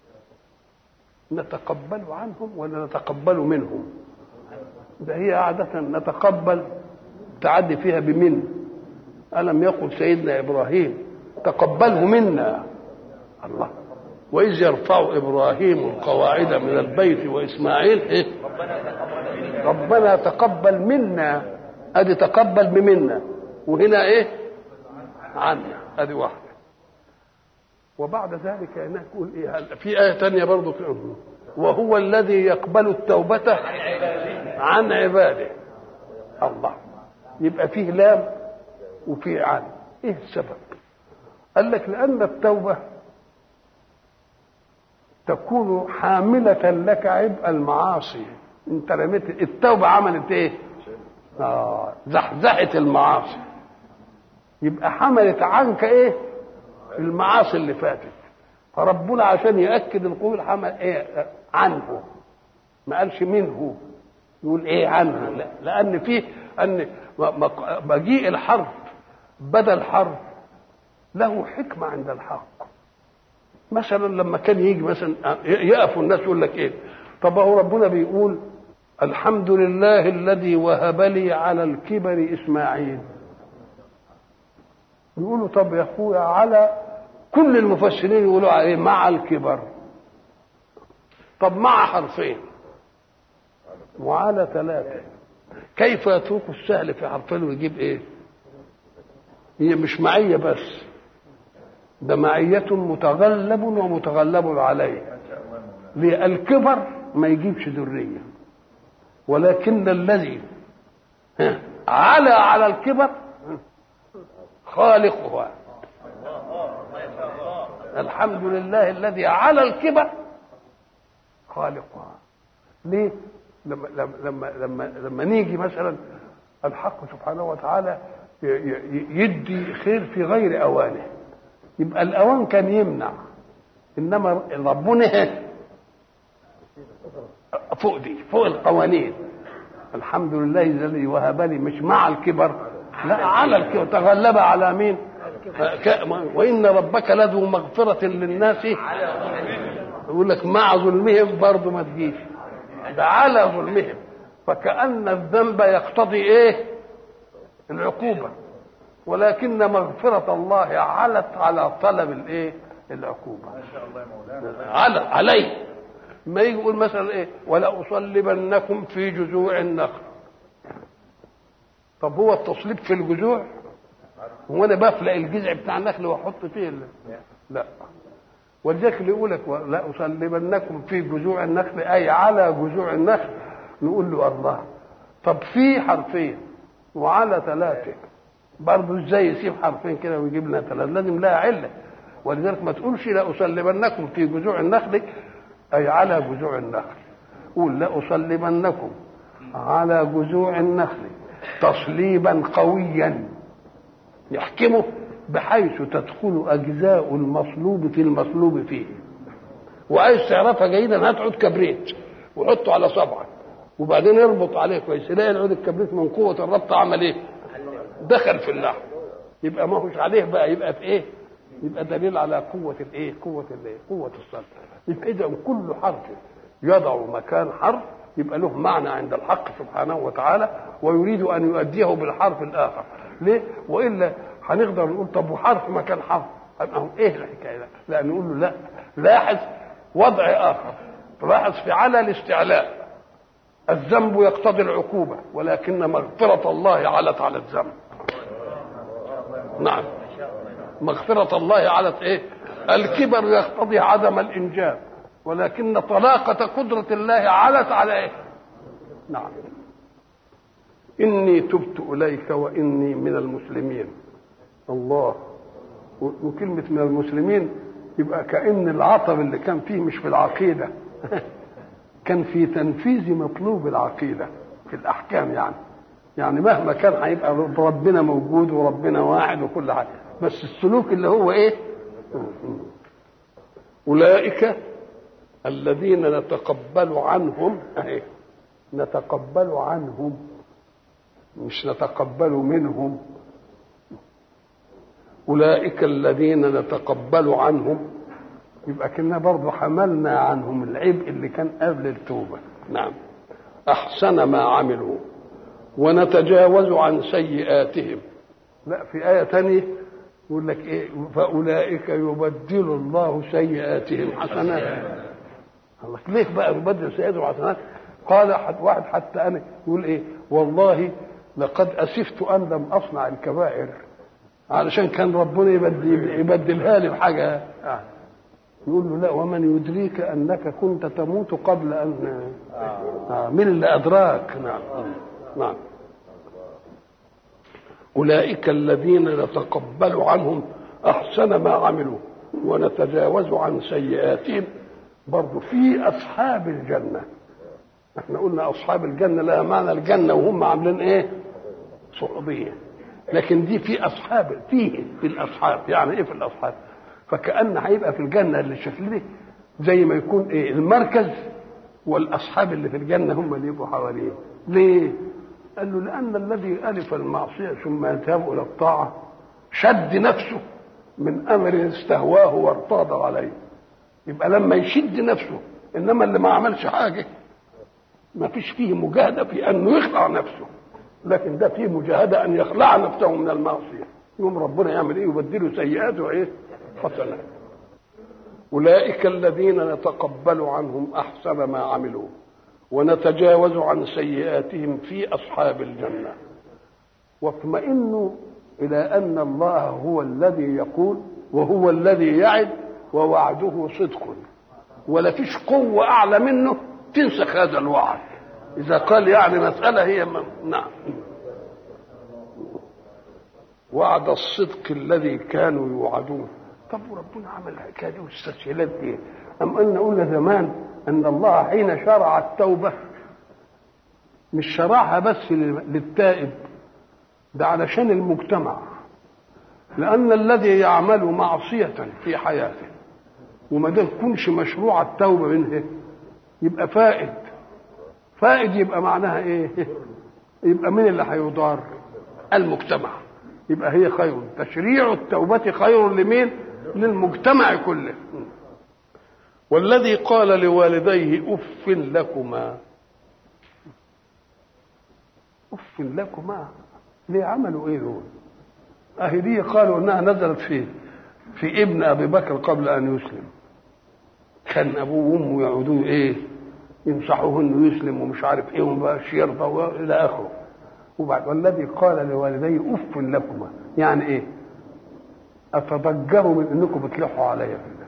نتقبل عنهم ولا نتقبل منهم؟ ده هي عادة نتقبل تعدي فيها بمن. ألم يقل سيدنا إبراهيم تقبله منا؟ الله، وإذ يرفع إبراهيم القواعد من البيت وإسماعيل إيه؟ ربنا تقبل منا. أدي تقبل بمنا، وهنا إيه؟ عنا. أدي واحدة. وبعد ذلك نقول إيه؟ في آية تانية برضو، وهو الذي يقبل التوبة عن عباده. الله، يبقى فيه لام وفيه عن. إيه السبب؟ قال لك لأن التوبة تكون حاملة لك عبء المعاصي. انت رميت التوبة، عملت ايه؟ زحزحت المعاصي، يبقى حملت عنك ايه؟ المعاصي اللي فاتت. فربنا عشان يأكد القول حمل ايه؟ عنه، ما قالش منه، يقول ايه؟ عنه. لا، لأن فيه أن مجيء الحرف بدل حرف له حكمة عند الحق. مثلا لما كان يجي مثلا يقفوا الناس يقول لك ايه؟ طب هو ربنا بيقول الحمد لله الذي وهب لي على الكبر اسماعيل. يقولوا طب يا اخويا، على كل المفسرين يقولوا عليه مع الكبر. طب مع حرفين وعلى ثلاثة، كيف يترك السهل في حرفين ويجيب ايه؟ هي مش معية بس، ده معية متغلب ومتغلب عليه. للكبر ما يجيبش ذرية، ولكن الذي على الكبر خالقها. الحمد لله الذي على الكبر خالقها. ليه؟ لما نيجي مثلا الحق سبحانه وتعالى يدي خير في غير اوانه، يبقى الاوان كان يمنع، انما ربنا فوق دي، فوق القوانين. الحمد لله الذي وهب لي، مش مع الكبر، لا على الكبر. تغلب على مين؟ وان ربك لذو مغفرة للناس، يقول لك مع ظلمهم برضه ما تجيش، ده على ظلمهم. فكأن الذنب يقتضي ايه؟ العقوبة، ولكن مغفرة الله علت على طلب الايه؟ العقوبة. عليه. ما يقول مثلا ايه؟ ولأصلبنكم في جذوع النخل. طب هو التصليب في الجذوع؟ هو انا بفلق الجذع بتاع النخل واحط فيه لا. ولذلك اللي يقول لك لأصلبنكم في جذوع النخل اي على جذوع النخل، نقول له الله، طب في حرفين وعلى ثلاثه برضه ازاي يسيب حرفين كده ويجيب لنا ثلاثه؟ لازم لها عله. ولذلك ما تقولش لأصلبنكم في جذوع النخل أي على جذوع النخل، قول لأصلبنكم على جذوع النخل تصليبا قويا يحكمه بحيث تدخل أجزاء المصلوب في المصلوب فيه. وعايز تعرفها جيدا، هات عود كبريت وحطه على صبعك وبعدين اربط عليه كويس، تلاقي العود الكبريت من قوة الربط عمل ايه؟ دخل في اللحم. يبقى ما هوش عليه بقى، يبقى في ايه؟ يبقى دليل على قوة الايه؟ قوة الصلب. يبقى إذا كل حرف يضع مكان حرف يبقى له معنى عند الحق سبحانه وتعالى، ويريد أن يؤديه بالحرف الآخر. ليه؟ وإلا هنقدر نقول طب وحرف مكان حرف، إيه الحكاية ده؟ لا، نقول له لا، لاحظ وضع آخر. لاحظ في على الاستعلاء، الذنب يقتضي العقوبة، ولكن مغفرة الله علت على الذنب. نعم، مغفرة الله علت ايه؟ الكبر يقتضي عدم الانجاب، ولكن طلاقة قدرة الله علت على ايه؟ نعم. إني تبت إليك وإني من المسلمين. الله. وكلمة من المسلمين يبقى كأن العطب اللي كان فيه مش في العقيدة كان في تنفيذ مطلوب العقيدة في الأحكام. يعني مهما كان هيبقى ربنا موجود وربنا واحد وكل حاجة، بس السلوك اللي هو إيه؟ أولئك الذين نتقبل عنهم، نتقبل عنهم مش نتقبل منهم. أولئك الذين نتقبل عنهم، يبقى كنا برضو حملنا عنهم العبء اللي كان قبل التوبة. نعم. أحسن ما عملوا ونتجاوز عن سيئاتهم. لا، في آية تانية يقول لك إيه؟ فأولئك يبدل الله سيئاتهم حسنات. الله، ليه بقى يبدل سيئاتهم حسنات؟ قال واحد حتى أنا يقول إيه؟ والله لقد أسفت أن لم أصنع الكبائر، علشان كان ربنا يبدلها لي بحاجة. يقول له لا، ومن يدريك أنك كنت تموت قبل أن من اللي أدراك. نعم. أولئك الذين نتقبل عنهم أحسن ما عملوا ونتجاوز عن سيئاتهم. برضو في أصحاب الجنة، احنا قلنا أصحاب الجنة لها معنى الجنة وهم عاملين إيه؟ صحوبية. لكن دي في أصحاب، في الأصحاب. يعني إيه في الأصحاب؟ فكأن هيبقى في الجنة اللي الشكل دي زي ما يكون إيه؟ المركز، والأصحاب اللي في الجنة هم اللي يبقوا حواليه. ليه؟ قال له لأن الذي ألف المعصية ثم يذهب إلى الطاعة شد نفسه من أمر استهواه وارتاض عليه. يبقى لما يشد نفسه، إنما اللي ما عملش حاجة ما فيش فيه مجاهدة في أنه يخلع نفسه، لكن ده فيه مجاهدة أن يخلع نفسه من المعصية. يوم ربنا يعمل إيه؟ يبدله سيئاته إيه؟ حسنات. أولئك الذين نتقبل عنهم أحسن ما عملوا ونتجاوز عن سيئاتهم في أصحاب الجنة. واطمئنوا إلى أن الله هو الذي يقول وهو الذي يعد ووعده صدق، ولا فيش قوة أعلى منه تنسخ هذا الوعد. إذا قال يعني مسألة هي نعم. وعد الصدق الذي كانوا يوعدون. طب وربنا عمل الحكاية دي والتسهيلات دي؟ أم أن قلنا زمان أن الله حين شرع التوبة مش شرعها بس للتائب، ده علشان المجتمع. لأن الذي يعمل معصية في حياته وما ده يكونش مشروع التوبة منه يبقى فائد يبقى معناها ايه؟ يبقى مين اللي هيضار؟ المجتمع. يبقى هي خير، تشريع التوبة خير لمين؟ للمجتمع كله. والذي قال لوالديه أف لكما. أف لكما ليه عملوا ايه دول؟ اهي دي قالوا انها نزلت في ابن ابي بكر قبل ان يسلم. كان ابوه وامه يعودوه ايه؟ ينصحوه انه يسلم ومش عارف ايه ومبقاش يرضى الى اخره. وبعد والذي قال لوالديه اف لكما، يعني ايه؟ اتضجروا من انكم بتلحوا عليا في الله.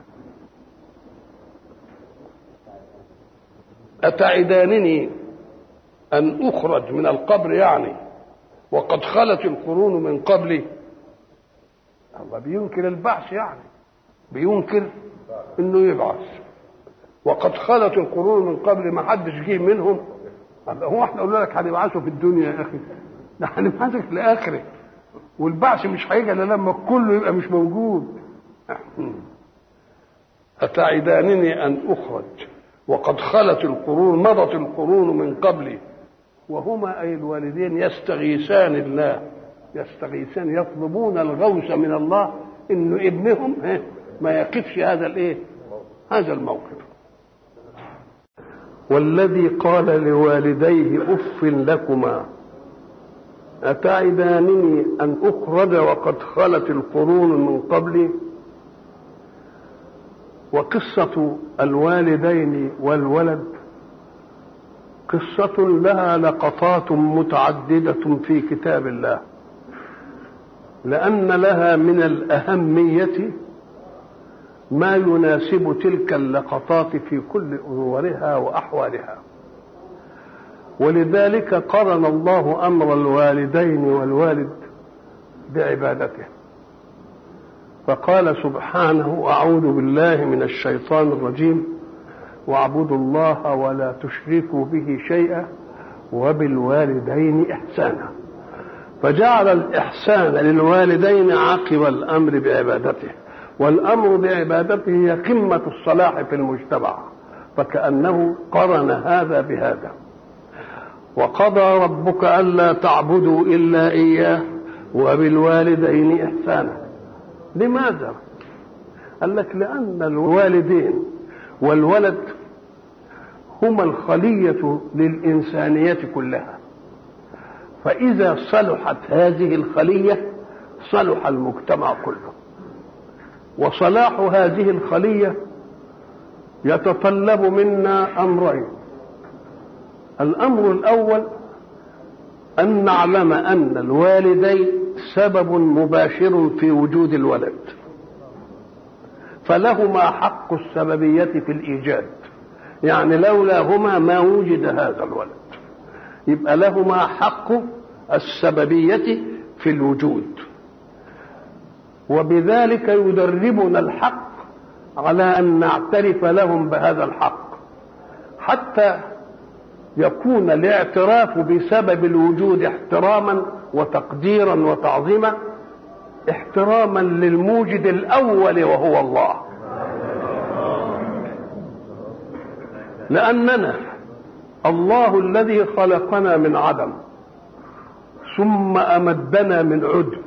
اتعدانني ان اخرج من القبر، يعني وقد خلت القرون من قبلي. الله بينكر البعث، يعني بينكر انه يبعث. وقد خلت القرون من قبل، ما حدش جه منهم. هو احنا قلنا لك هنبعثوا في الدنيا يا اخي؟ ده هنبعثك في الاخره، والبعث مش هيجي الا لما كله يبقى مش موجود. اتعدانني ان اخرج وقد خلت القرون، مضت القرون من قبلي، وهما اي الوالدين يستغيثان الله، يستغيثان يطلبون الغوث من الله انه ابنهم ما يقفش هذا الايه؟ هذا الموقف. والذي قال لوالديه اف لكما اتعدانني ان اخرج وقد خلت القرون من قبلي. وقصة الوالدين والولد قصة لها لقطات متعددة في كتاب الله، لأن لها من الأهمية ما يناسب تلك اللقطات في كل أمورها وأحوالها. ولذلك قرن الله أمر الوالدين والوالد بعبادته، فقال سبحانه: أعوذ بالله من الشيطان الرجيم، واعبدوا الله ولا تشركوا به شيئا وبالوالدين إحسانا، فجعل الإحسان للوالدين عقب الأمر بعبادته، والأمر بعبادته هي قمة الصلاح في المجتمع، فكأنه قرن هذا بهذا. وقضى ربك ألا تعبدوا إلا إياه وبالوالدين إحسانا. لماذا؟ قال لك لأن الوالدين والولد هما الخلية للإنسانية كلها، فإذا صلحت هذه الخلية صلح المجتمع كله. وصلاح هذه الخلية يتطلب منا أمرين: الأمر الأول أن نعلم أن الوالدين سبب مباشر في وجود الولد، فلهما حق السببية في الإيجاد، يعني لولاهما ما وجد هذا الولد، يبقى لهما حق السببية في الوجود. وبذلك يدربنا الحق على أن نعترف لهم بهذا الحق، حتى يكون الاعتراف بسبب الوجود احتراما وتقديرا وتعظيما، احتراما للموجد الأول وهو الله. لأننا الله الذي خلقنا من عدم ثم أمدنا من عدم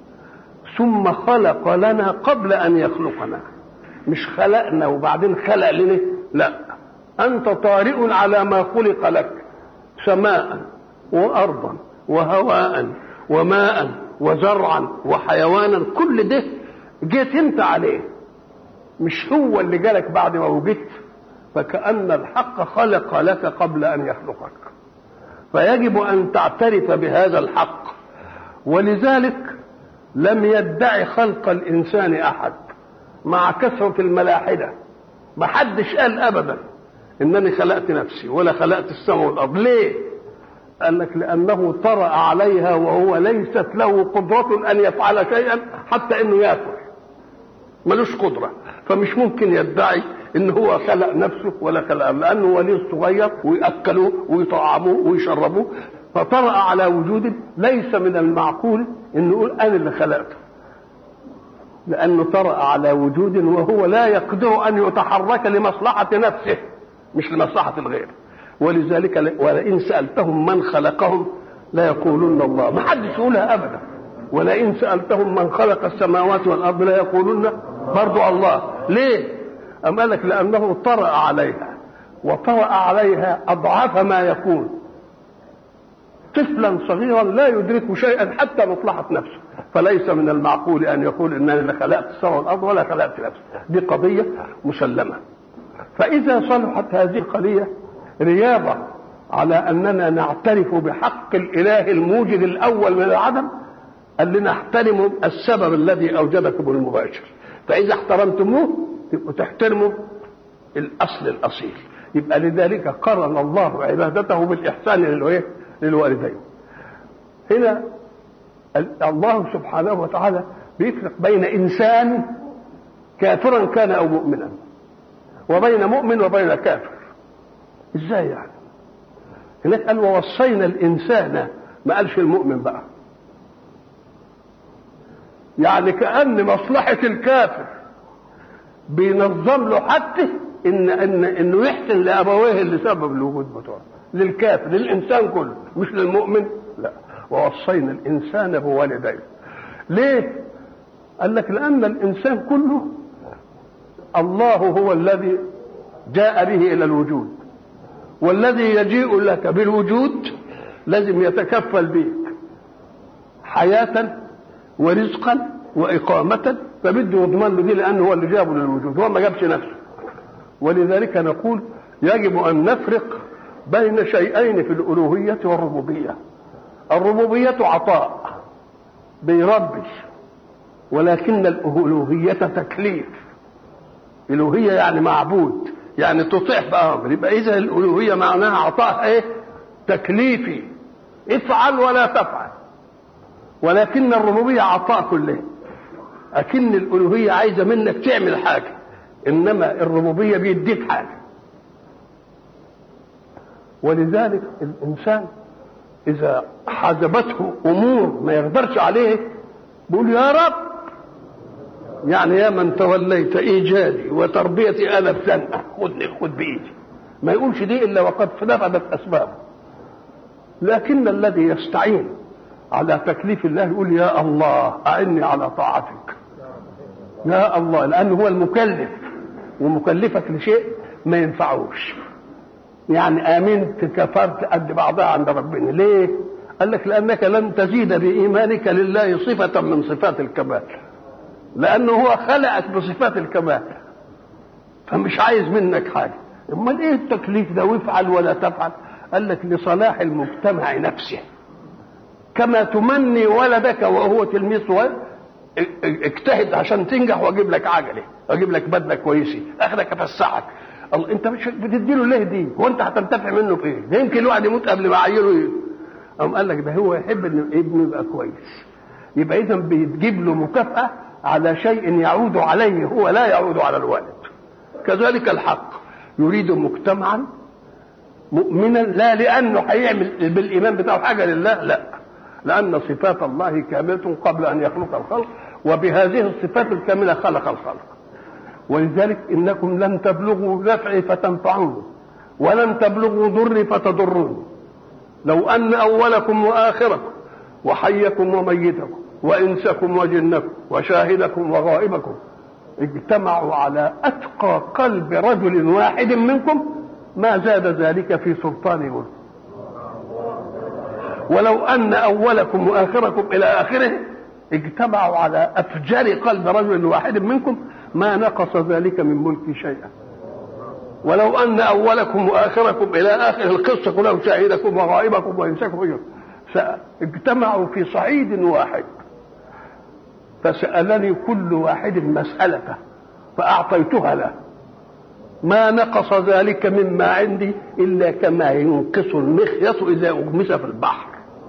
ثم خلق لنا قبل أن يخلقنا، مش خلقنا وبعدين خلق لنا، لا، أنت طارئ على ما خلق لك، سماء وأرضا وهواء وماء وزرعا وحيوانا، كل ده جيت انت عليه، مش هو اللي جالك بعد ما وجدت. فكأن الحق خلق لك قبل أن يخلقك، فيجب أن تعترف بهذا الحق. ولذلك لم يدعي خلق الإنسان أحد مع كثرة الملاحدة، ما حدش قال أبدا إنني خلقت نفسي ولا خلقت السماء والأرض. ليه؟ قال لك لأنه طرأ عليها وهو ليست له قدرة أن يفعل شيئا، حتى إنه يأكل ملوش قدرة، فمش ممكن يدعي إن هو خلق نفسه ولا خلق، لأنه وليه صغير ويأكلوه ويطعموه ويشربوه، فطرأ على وجود ليس من المعقول إنه يقول أنا اللي خلقته، لأنه طرأ على وجود وهو لا يقدر أن يتحرك لمصلحة نفسه مش لمصلحة الغير. ولذلك ولئن سألتهم من خلقهم لا يقولون الله، ما حدش يقولها أبدا. ولئن سألتهم من خلق السماوات والأرض لا يقولون برضو الله. ليه؟ أم قال لك لأنه طرأ عليها، وطرأ عليها أضعاف ما يكون، طفلا صغيرا لا يدرك شيئا حتى مصلحة نفسه، فليس من المعقول أن يقول إنني لا خلقت السماء والأرض ولا خلقت نفسي، دي قضية مسلمة. فإذا صلحت هذه القضية رياضة على أننا نعترف بحق الإله الموجد الأول من العدم، قال لنا احترموا السبب الذي أوجدكم المباشر، فإذا احترمتموه تبقوا تحترموا الأصل الأصيل. يبقى لذلك قرن الله عبادته بالإحسان للوالدين. هنا الله سبحانه وتعالى بيفرق بين إنسان كافرا كان أو مؤمنا، وبين مؤمن وبين كافر. ازاي يعني؟ هناك قال ووصينا الإنسان، ما قالش المؤمن بقى، يعني كأن مصلحة الكافر بينظم له حتى انه يحسن لابويه اللي سبب الوجود بتوعه، للكافر، للانسان كله مش للمؤمن، لا. ووصينا الانسان بوالديه. ليه؟ قال لك لان الانسان كله الله هو الذي جاء به الى الوجود، والذي يجيء لك بالوجود لازم يتكفل بك حياة ورزقا وإقامة، فبده يضمن له دي لأنه هو اللي جابه للوجود، هو ما جابش نفسه. ولذلك نقول يجب أن نفرق بين شيئين في الألوهية والربوبية. الربوبية عطاء بيربي، ولكن الألوهية تكليف. الألوهية يعني معبود، يعني تطيع بأمر، يبقى إذا الألوهية معناها عطاء إيه؟ تكليفي افعل ولا تفعل، ولكن الربوبية عطاء كله، أكن الألوهية عايزة منك تعمل حاجة، إنما الربوبية بيديك حاجة. ولذلك الإنسان إذا حجبته أمور ما يقدرش عليه بيقول يا رب، يعني يا من توليت إيجادي وتربيتي أنا بزنقة خد بإيدي، ما يقولش دي إلا وقد نفذت أسبابه. لكن الذي يستعين على تكليف الله يقول يا الله أعني على طاعتك يا الله، لأنه هو المكلف، ومكلفك لشيء ما ينفعوش. يعني آمنت كفرت قد بعضها عند ربنا. ليه؟ قال لك لأنك لن تزيد بإيمانك لله صفة من صفات الكمال، لأنه هو خلقك بصفات الكمال، فمش عايز منك حاجة. امال ايه التكليف ده؟ وافعل ولا تفعل. قال لك لصلاح المجتمع نفسه، كما تمني ولدك وهو تلميذ صغير اجتهد عشان تنجح واجيب لك عجله واجيب لك بدله كويسه اخدك افسحك. الله، انت مش بتديله ليه دي؟ هو انت هتنتفع منه بايه؟ ده يمكن الواحد يموت قبل ما عيله ايه. قام قال لك ده هو يحب ان ابنه يبقى كويس، يبقى اذا بتجيب له مكافاه على شيء يعود عليه هو لا يعود على الوالد. كذلك الحق يريد مجتمعا مؤمنا، لا لانه هيعمل بالايمان بتاعه حاجه لله، لا، لان صفات الله كامله قبل ان يخلق الخلق، وبهذه الصفات الكامله خلق الخلق. ولذلك انكم لن تبلغوا نفعي فتنفعوني ولن تبلغوا ضري فتضروني. لو ان اولكم واخركم وحيكم وميتكم وانسكم وجنكم وشاهدكم وغائبكم اجتمعوا على اتقى قلب رجل واحد منكم ما زاد ذلك في سلطان ملك. ولو ان اولكم واخركم الى اخره اجتمعوا على افجر قلب رجل واحد منكم ما نقص ذلك من ملك شيئا. ولو ان اولكم واخركم الى اخر القصه كلها شاهدكم وغائبكم وانسكم اجتمعوا في صعيد واحد فسالني كل واحد مسالته فاعطيتها له ما نقص ذلك مما عندي الا كما ينقص المخيط اذا اغمس في البحر.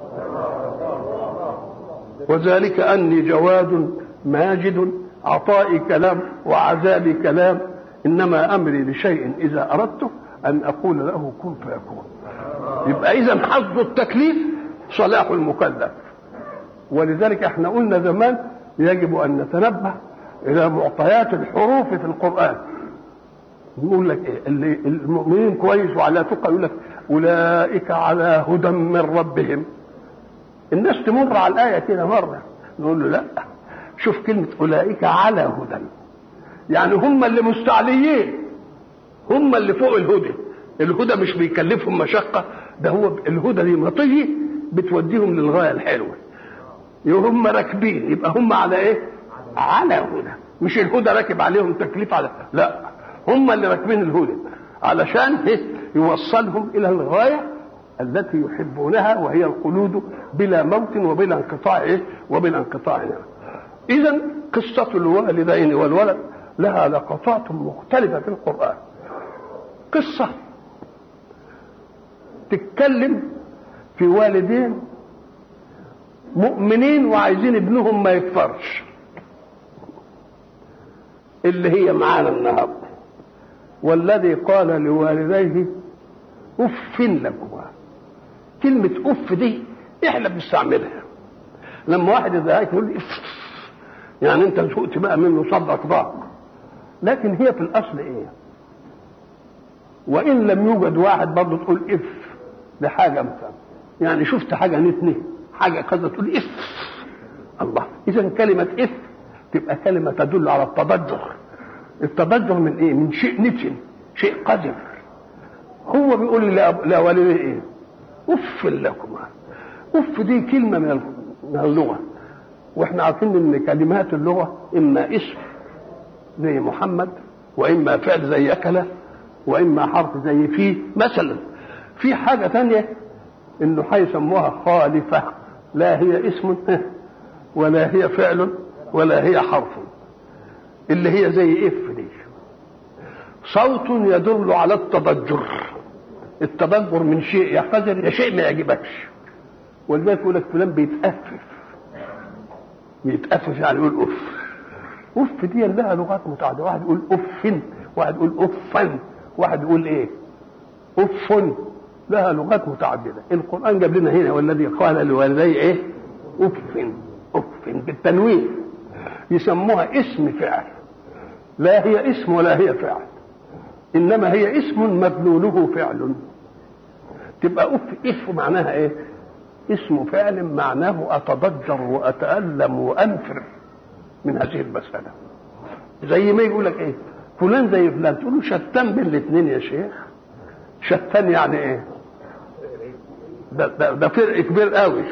وذلك اني جواد ماجد عطائي كلام وعذابي كلام، انما امري لشيء اذا اردته ان اقول له كن فيكون. يبقى اذا حظ التكليف صلاح المكلف. ولذلك احنا قلنا زمان يجب ان نتنبه الى معطيات الحروف في القران. يقول لك ايه اللي المؤمنين كويس وعلى تقى، يقول لك اولئك على هدى من ربهم. الناس تمر على الايه كده مره نقول له لا، شوف كلمه اولئك على هدى، يعني هم اللي مستعليين، هم اللي فوق الهدى. الهدى مش بيكلفهم مشقه، ده هو الهدى دي مطيه بتوديهم للغايه الحلوه. هم راكبين، يبقى هم على ايه؟ على هدى، مش الهدى راكب عليهم تكليف على، لا، هم اللي راكبين الهدى علشان يوصلهم الى الغايه التي يحبونها، وهي الخلود بلا موت وبلا انقطاع وبلا انقطاع. اذا قصه الوالدين والولد لها لقطات مختلفه في القران. قصه تتكلم في والدين مؤمنين وعايزين ابنهم ما يكفرش، اللي هي معانا النهارده. والذي قال لوالديه اف لكما. كلمه اف دي احنا بنستعملها لما واحد يزهقك يقول اف، يعني انت سقت بقى منه صدرك ضاق، لكن هي في الاصل ايه؟ وان لم يوجد واحد برضه تقول اف لحاجه مثلا، يعني شفت حاجه نتنه حاجه كذا تقول اف. الله، اذا كلمه اف تبقى كلمه تدل على التضجر. التضجر من ايه؟ من شيء نتن، شيء قذر. هو بيقول لوالديه ايه؟ اف لكما. اف دي كلمه من اللغه، واحنا عارفين ان كلمات اللغه اما اسم زي محمد، واما فعل زي اكله، واما حرف زي فيه. مثلا في حاجه ثانيه انه هيسموها خالفه، لا هي اسم ولا هي فعل ولا هي حرف، اللي هي زي اف دي، صوت يدل على التضجر. التدبر من شيء يحتجر يا شيء ما يعجبكش. ولذلك يقول لك فلان بيتأفف يعني يقول أف دي لها لغات متعددة. واحد يقول أف، واحد يقول أفا، واحد يقول إيه أف، لها لغات متعددة. القرآن جاب لنا هنا والذي قال لوالديه إيه أف بالتنوين، يسموها اسم فعل، لا هي اسم ولا هي فعل، إنما هي اسم مدلوله فعل. تبقى أف معناها إيه؟ اسم فعل معناه أتضجر وأتألم وأنفر من هذه المسألة. زي ما يقول لك إيه فلان زي فلان، تقول له شتان بين الاثنين يا شيخ. شتان يعني إيه؟ ده فرق كبير قوي.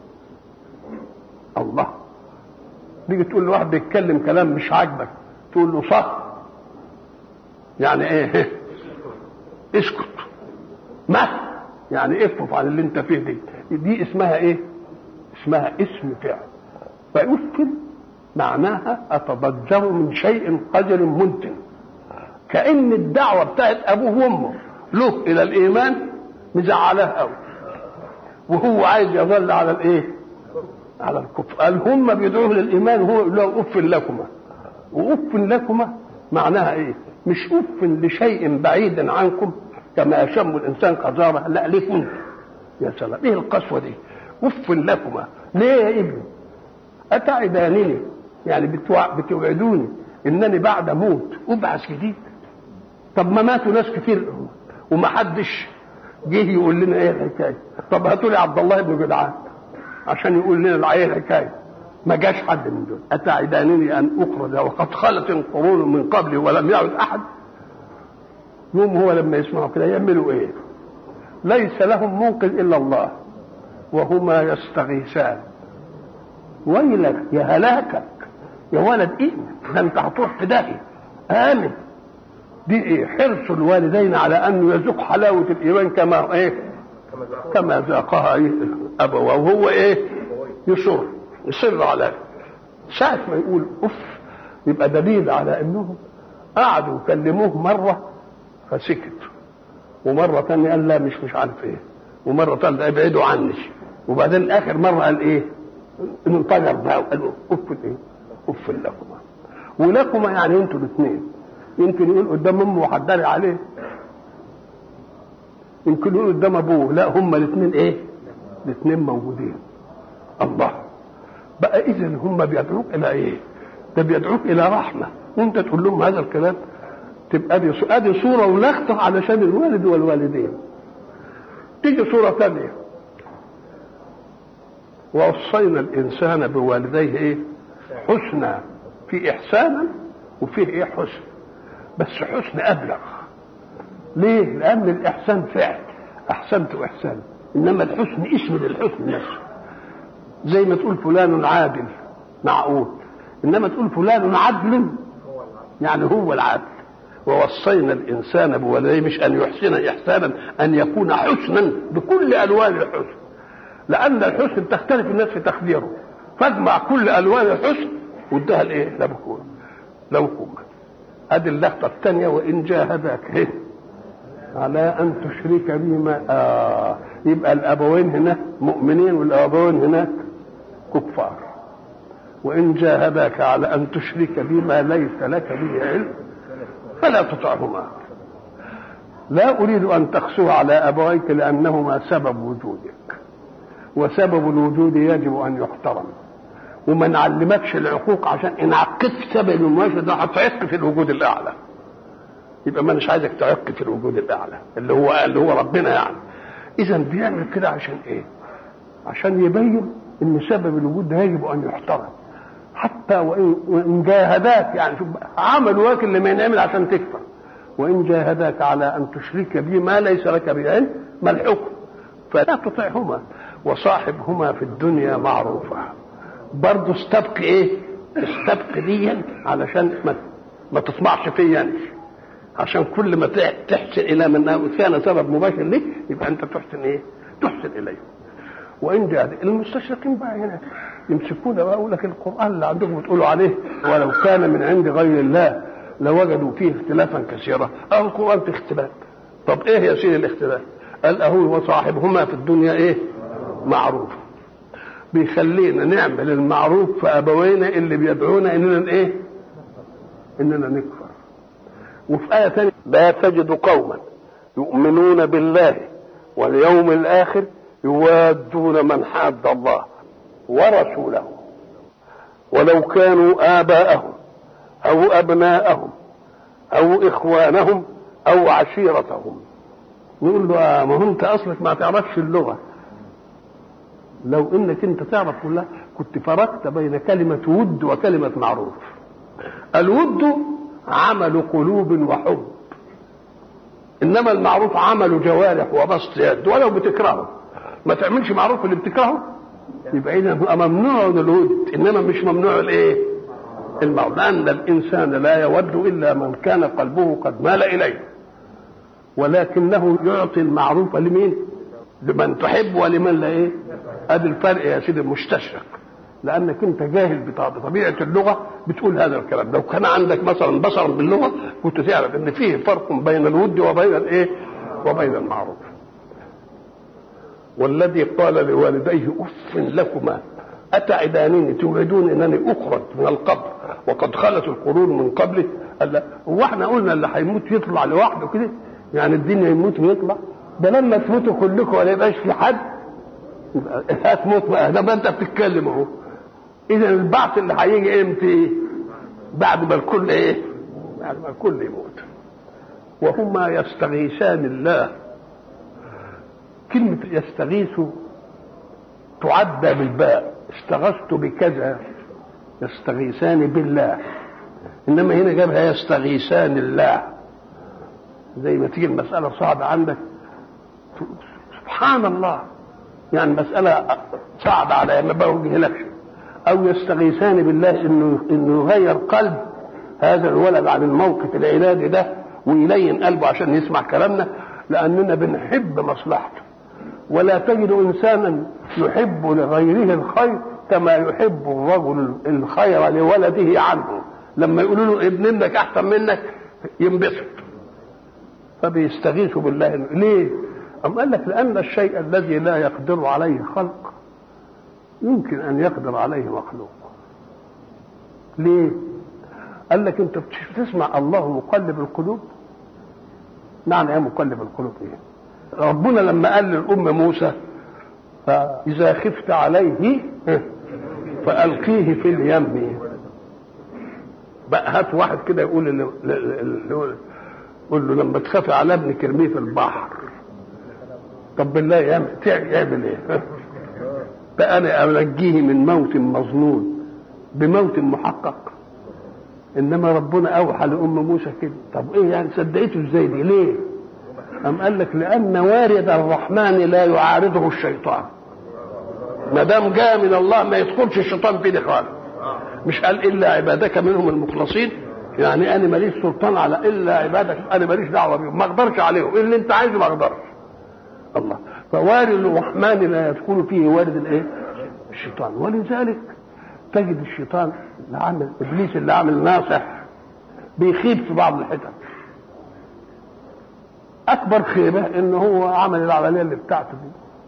الله، تيجي تقول لواحد بيتكلم كلام مش عاجبك تقول له صح، يعني ايه؟ اسكت. ما يعني اكفف عن اللي انت فيه. دي اسمها ايه؟ اسمها اسم فعل. فأفل معناها اتضجر من شيء قدر منتن، كأن الدعوة بتاعت ابوه وامه له الى الايمان مزعلاه قوي، وهو عايز يظل على الايه؟ على الكفر. قال هم بيدعوه للايمان وهو يقول له اف لكما. واف لكما معناها ايه؟ مش اف لشيء بعيد عنكم كما يشم الانسان قذاره، لا لكم. يا سلام، ايه القسوه دي؟ اف لكما. ليه يا ابني؟ اتعدانني، يعني بتوعدوني انني بعد موت ابعث جديد؟ طب ما ماتوا ناس كتير وما حدش جه يقول لنا ايه الحكايه. طب هاتوا لي عبد الله بن جدعان عشان يقول لنا ايه الحكايه، ما جاش حد من دول. اتعدانني ان اخرج وقد خلت القرون من قبلي ولم يعد احد؟ يوم هو لما يسمعوا كده يعملوا ايه؟ ليس لهم منقذ الا الله وهما يستغيثان. ويلك يا هلاكك يا ولد، ايه ده انت هتروح في داهيه. امن. دي ايه؟ حرص الوالدين على ان يذوق حلاوه الايمان كما ايه؟ كما ذاقها إيه؟ ابوه. وهو ايه؟ يصر على ساعه ما يقول اف يبقى دليل على انهم قعدوا يكلموه مره فسكت، ومره ثانيه قال لا مش عارف ايه، ومره ثالثه ابعدوا عني، وبعدين اخر مره قال ايه؟ انطلق بقى وقال اف ايه؟ اف لكما. ولكما يعني انتوا الاثنين. يمكن يقول قدام امه وحدري عليه، يمكن يقول قدام ابوه، لا هم الاثنين ايه؟ الاثنين موجودين. الله، بقى اذا هم بيدعوك الى ايه؟ ده بيدعوك الى رحمه، وانت تقول لهم هذا الكلام. تبقى ادي صوره ولخطه علشان الوالد والوالدين. تيجي صوره ثانيه، ووصينا الانسان بوالديه ايه؟ حسنا. في احسانا وفيه ايه؟ حسن، بس حسن ابلغ. ليه؟ لان الاحسان فعل، احسنت واحسان، انما الحسن اسم للحسن نفسه. زي ما تقول فلان عادل معقول، انما تقول فلان عدل يعني هو العدل. ووصينا الانسان بوالديه، مش ان يحسن احسانا، ان يكون حسنا بكل الوان الحسن، لان الحسن تختلف الناس في تقديره، فاجمع كل الوان الحسن وادها الايه؟ لو كما. ادي اللقطه الثانيه، وان جاهداك على ان تشرك بما يبقى الابوين هناك مؤمنين والابوين هناك كفار. وان جاهداك على ان تشرك بما ليس لك به علم فلا تطعهما. لا اريد ان تقسو على ابويك لانهما سبب وجودك، وسبب الوجود يجب ان يحترم. وما نعلمكش العقوق عشان ان عقدت سبب المماشى ده هتعق في الوجود الاعلى. يبقى ما مش عايزك تعق في الوجود الاعلى اللي هو ربنا يعني. اذا بيعمل كده عشان ايه؟ عشان يبين ان سبب الوجود ده يجب ان يحترم، حتى وان جاهداك، يعني شوف عمل واكل اللي ما ينعمل عشان تكفر. وان جاهداك على ان تشرك بي ما ليس لك به علم، ما الحكم؟ فلا تطعهما وصاحبهما في الدنيا معروفا. برضه استبق ايه؟ استبق ديا علشان ما تطمعش فيا يعني. عشان كل ما تحسن الى من كان سبب مباشر لك يبقى انت تحسن ايه؟ تحسن اليه. وان جاء المستشرقين بقى هنا يمسكون بقى يقول لك القران اللي عندكم بتقولوا عليه ولو كان من عند غير الله لوجدوا فيه اختلافا كثيرا. القران في اختلاف. طب ايه يا سيدي الاختلاف؟ قال أهو وصاحبهما في الدنيا إيه؟ معروف. بيخلينا نعمل المعروف في أبوينا اللي بيدعونا إننا إيه؟ إننا نكفر. وفي آية ثانية لا تجد قوما يؤمنون بالله واليوم الآخر يوادون من حاد الله ورسوله ولو كانوا آباءهم أو أبناءهم أو إخوانهم أو عشيرتهم. نقول له ما هو أنت أصلك ما تعرفش اللغة، لو إنك أنت تعرف كلها كنت فرقت بين كلمة ود وكلمة معروف. الود عمل قلوب وحب، إنما المعروف عمل جوارح وبسط يد. ولو بتكرهه ما تعملش معروف اللي بتكرهه، يبقى إذا ممنوع الود، إنما مش ممنوع الإيه؟ المعروف. لأن الإنسان لا يود إلا من كان قلبه قد مال إليه، ولكنه يعطي المعروف لمين؟ لمن تحب ولمن لا إيه؟ أدي الفرق يا سيدي المستشرق. لأنك أنت جاهل بطبيعة اللغة بتقول هذا الكلام. لو كان عندك مثلا بصر باللغة كنت تعرف إن فيه فرق بين الود وبين الإيه؟ وبين المعروف. والذي قال لوالديه أف لكما أتعدانني توعدون أنني أخرج من القبر وقد خلت القرون من قبله. قال هو احنا قلنا اللي هيموت يطلع لوحده كده؟ يعني الدنيا يموت ويطلع؟ ده لما تموتوا كلكم ولا يبقاش في حد هتموت بقى. ده انت بتتكلم اهو. اذا البعث اللي هيجي امتى؟ بعد ما الكل ايه؟ بعد ما الكل يموت. وهما يستغيثان الله. كلمة يستغيث تعدى بالباء، استغثت بكذا يستغيثان بالله، انما هنا جابها يستغيثان الله. زي ما تيجي المسألة صعبة عندك سبحان الله، يعني مسألة صعبة على ما بوجه لك. أو يستغيثان بالله إنه يغير قلب هذا الولد عن الموقف العلاجي ده ويلين قلبه عشان يسمع كلامنا، لأننا بنحب مصلحته. ولا تجد إنسانا يحب لغيره الخير كما يحب الرجل الخير لولده عنه. لما يقولوا له ابنك أحسن منك ينبسط. فبيستغيثوا بالله. ليه؟ أم قال لك لأن الشيء الذي لا يقدر عليه خلق يمكن أن يقدر عليه مخلوق. ليه؟ قال لك أنت بتسمع الله مقلب القلوب. معنى إيه مقلب القلوب؟ إيه؟ ربنا لما قال للأم موسى فإذا خفت عليه فألقيه في اليم. بقى هات واحد كده يقول قول له لما تخافي على ابنك ارميه في البحر. طب بالله يعمل ايه؟ بقى انا انجيه من موت مظنون بموت محقق. انما ربنا اوحى لام موسى كده. طب ايه يعني صدقته ازاي دي؟ ليه؟ قام قال لك لان وارد الرحمن لا يعارضه الشيطان. ما دام جاء من الله ما يدخلش الشيطان فيه خالص. مش قال الا عبادك منهم المخلصين؟ يعني انا ماليش سلطان على الا عبادك، انا ماليش دعوه بيهم، ما اقدرش عليهم، اللي انت عايزه ما اقدرش. الله. فوارد الرحمن لا يدخل فيه وارد الايه؟ الشيطان. ولذلك تجد الشيطان اللي عامل ابليس اللي عامل ناصح بيخيب في بعض الحتت. اكبر خيبه ان هو عمل العمليه اللي بتاعته دي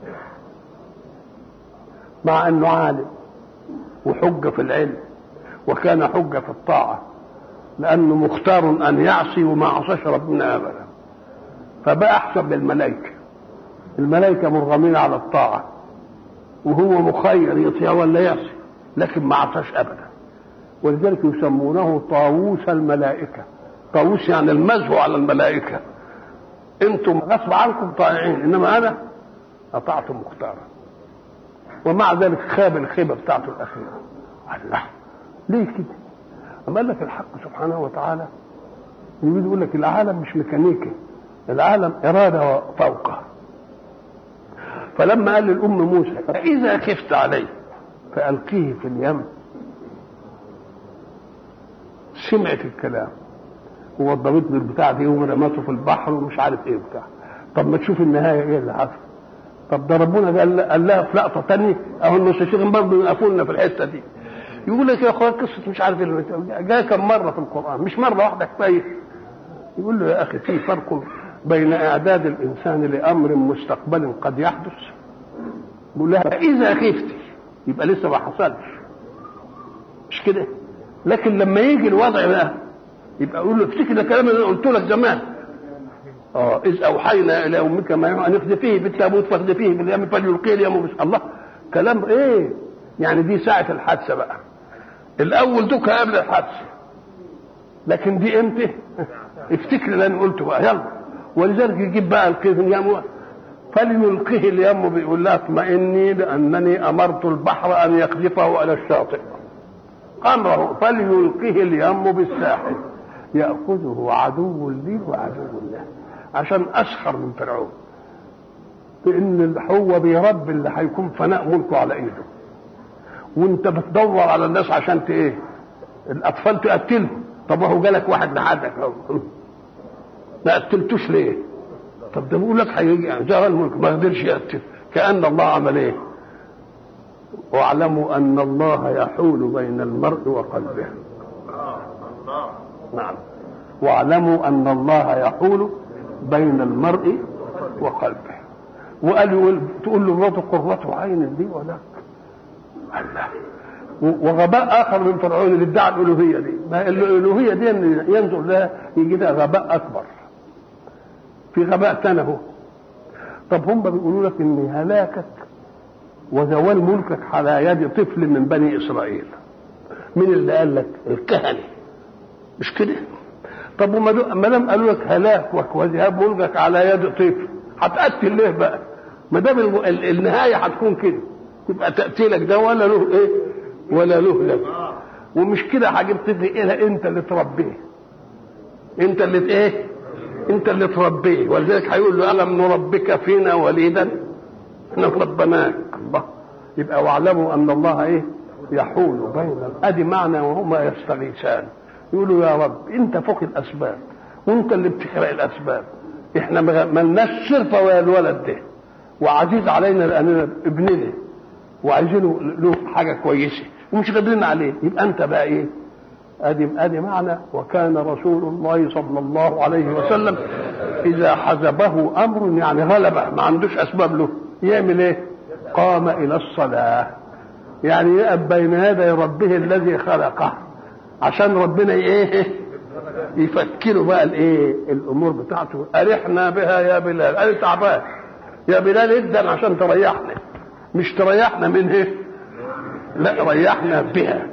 مع انه عالم وحجه في العلم وكان حجه في الطاعه، لانه مختار ان يعصي وما عصاش ربنا ابدا. فبقى احسن بالملائكه. الملائكه مرغمين على الطاعه وهو مخير يطيع ولا يعصي، لكن ما عصاش ابدا. ولذلك يسمونه طاووس الملائكه. طاووس يعني المزه على الملائكه. انتم غصب عنكم طائعين، انما انا اطعت مختارا. ومع ذلك خاب الخيبه بتاعته الاخيره. الله ليه كده؟ اما قال لك الحق سبحانه وتعالى يريد يقول لك العالم مش ميكانيكي، العالم اراده فوقه. فلما قال للام موسى اذا خفت عليه فالقيه في اليم، سمعت الكلام ووضبت له البتاع دي ورمته في البحر ومش عارف ايه بتاع. طب ما تشوف النهايه ايه اللي حصل. طب ده ربنا قال لها في لقطه ثانيه اهو المستشرقين برضه يقفلنا في الحته دي. يقول لك يا اخويا قصه مش عارف جاء كم مره في القران، مش مره واحده كفايه. يقول له يا اخي في فرق بين اعداد الانسان لامر مستقبل قد يحدث، بيقول لها اذا خفتي، يبقى لسه ما حصلش، مش كده؟ لكن لما يجي الوضع بقى يبقى اقول له افتكر الكلام اللي قلت لك زمان، اذ اوحينا الى امك ما ان اخذفيه بالتابوت فاخذفيه باليم فليلقيه اليم الله. كلام ايه يعني؟ دي ساعه الحادثه بقى، الاول دوك قبل الحادثه، لكن دي امتى؟ افتكر اللي انا قلته بقى، يلا. ولذلك يجيب بقى القيه اليم فليلقيه اليم، بيقول لها اطمئني لانني امرت البحر ان يقذفه على الشاطئ، امره فليلقيه اليم بالساحل ياخذه عدو لي وعدو له، عشان اسخر من فرعون، بان هو بيربي اللي هيكون فناء ملكه على ايده، وانت بتدور على الناس عشان ايه؟ الاطفال تقتلهم. طب هو جالك واحد لحدك ما قتلتوش ليه؟ طب ده بيقول لك هيجي زغل الملك ما قدرش يقتل، كأن الله عمل ايه؟ واعلموا ان الله يحول بين المرء وقلبه. نعم، واعلموا ان الله يحول بين المرء وقلبه. وقال تقول له مراته قرة عين دي ولا الله. وغباء اخر من فرعون اللي ادعى الالوهيه دي، ما الالوهيه دي ينظر لها يجي لها غباء اكبر، في غباء ثاني اهو. طب هم بيقولوا لك ان هلاكك وزوال ملكك على يد طفل من بني اسرائيل. مين اللي قال لك؟ الكهنه، مش كده؟ طب وما دام قالوا لك هلاكك وذهاب ملكك على يد طفل، هتقتل ليه بقى؟ ما دام النهايه هتكون كده، يبقى تقتيلك ده ولا له ايه؟ ولا له لك. ومش كده هجيب طفل ايه؟ انت اللي تربيه، انت اللي ايه؟ انت اللي تربيه. ولذلك هيقول له الم نربك فينا وليدا؟ احنا ربناك. الله. يبقى واعلموا ان الله ايه؟ يحول بين ادي معنى وهما يستغيثان، يقولوا يا رب انت فوق الاسباب وانت اللي بتخلق الاسباب، احنا ما لناش صرفه ولا الولد ده، وعزيز علينا لاننا ابننا وعايزينه له حاجه كويسه ومش قادرين عليه، يبقى انت بقى ايه؟ ادي معنى. وكان رسول الله صلى الله عليه وسلم اذا حزبه امر يعني غلبه ما عندوش اسباب له، يعمل ايه؟ قام الى الصلاه، يعني يقف بين يدي ربه الذي خلقه عشان ربنا ايه؟ يفكره بقى الايه؟ الامور بتاعته. ارحنا بها يا بلال، انا تعبان يا بلال جدا عشان تريحنا، مش تريحنا من ايه؟ لا، ريحنا بها.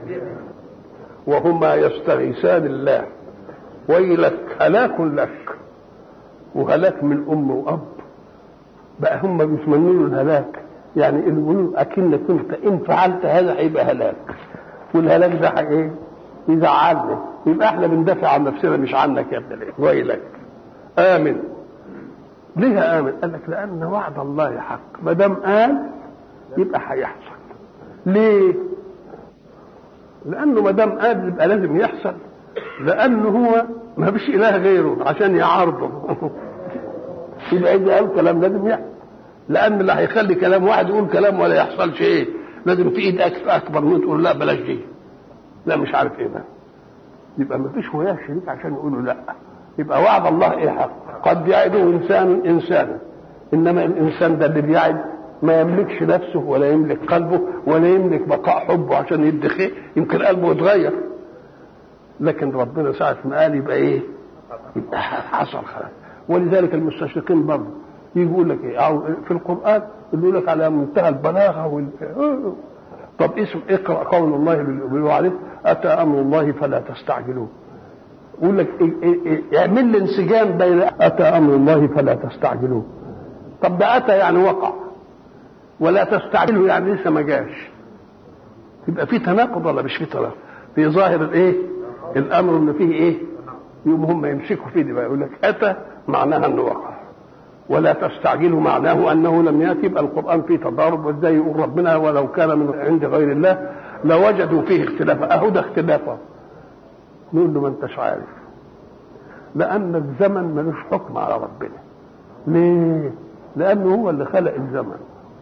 وهما يستغيثان الله ويلك هلاك لك وهلاك من ام واب. بقى هم بيتمنوا له الهلاك، يعني يقولوا اكنك انت ان فعلت هذا هيبقى هلاك، والهلاك ده ايه؟ يزعلنا، يبقى احنا بندافع عن نفسنا مش عنك يا ابن الايه. ويلك امن. ليه امن؟ قال لك لان وعد الله حق، ما دام قال يبقى هيحصل. ليه؟ لانه ما دام قال يبقى لازم يحصل، لانه هو ما فيش اله غيره عشان يعارضه. يبقى اذا قال كلام لازم يحصل، لان اللي هيخلي كلام واحد يقول كلام ولا يحصلش ايه؟ لازم في ايد اكبر من تقول لا بلاش دي، لا مش عارف ايه ده، يبقى ما فيش وياه شريك عشان يقولوا لا. يبقى وعد الله ايه؟ حق. قد يعده انسان انسانا، انما الانسان ده اللي بيعد ما يملكش نفسه ولا يملك قلبه ولا يملك بقاء حبه عشان يدي خير، يمكن قلبه يتغير، لكن ربنا ساعة ما قال يبقى ايه؟ يبقى حصل خلاص. ولذلك المستشرقين برضه يقول لك ايه؟ او في القرآن يقول لك على منتهى البلاغة طب اسم اقرأ قول الله بالوعد أتى أمر الله فلا تستعجلوه. يقول لك اعمل لي انسجام بين أتى أمر الله فلا تستعجلوه. طب ده أتى يعني وقع، ولا تستعجله يعني لسه ما جاش. يبقى في تناقض ولا مش في تناقض؟ في ظاهر الايه؟ الامر ان فيه ايه؟ يوم هم يمسكوا فيه دي بقى يقول لك اتى معناها انه وقع، ولا تستعجله معناه انه لم ياتي. يبقى القران فيه تضارب. وازاي يقول ربنا ولو كان من عند غير الله لوجدوا فيه اختلافا؟ اهو ده اختلافا. نقول له ما انتش عارف، لان الزمن ملوش حكم على ربنا. ليه؟ لانه هو اللي خلق الزمن،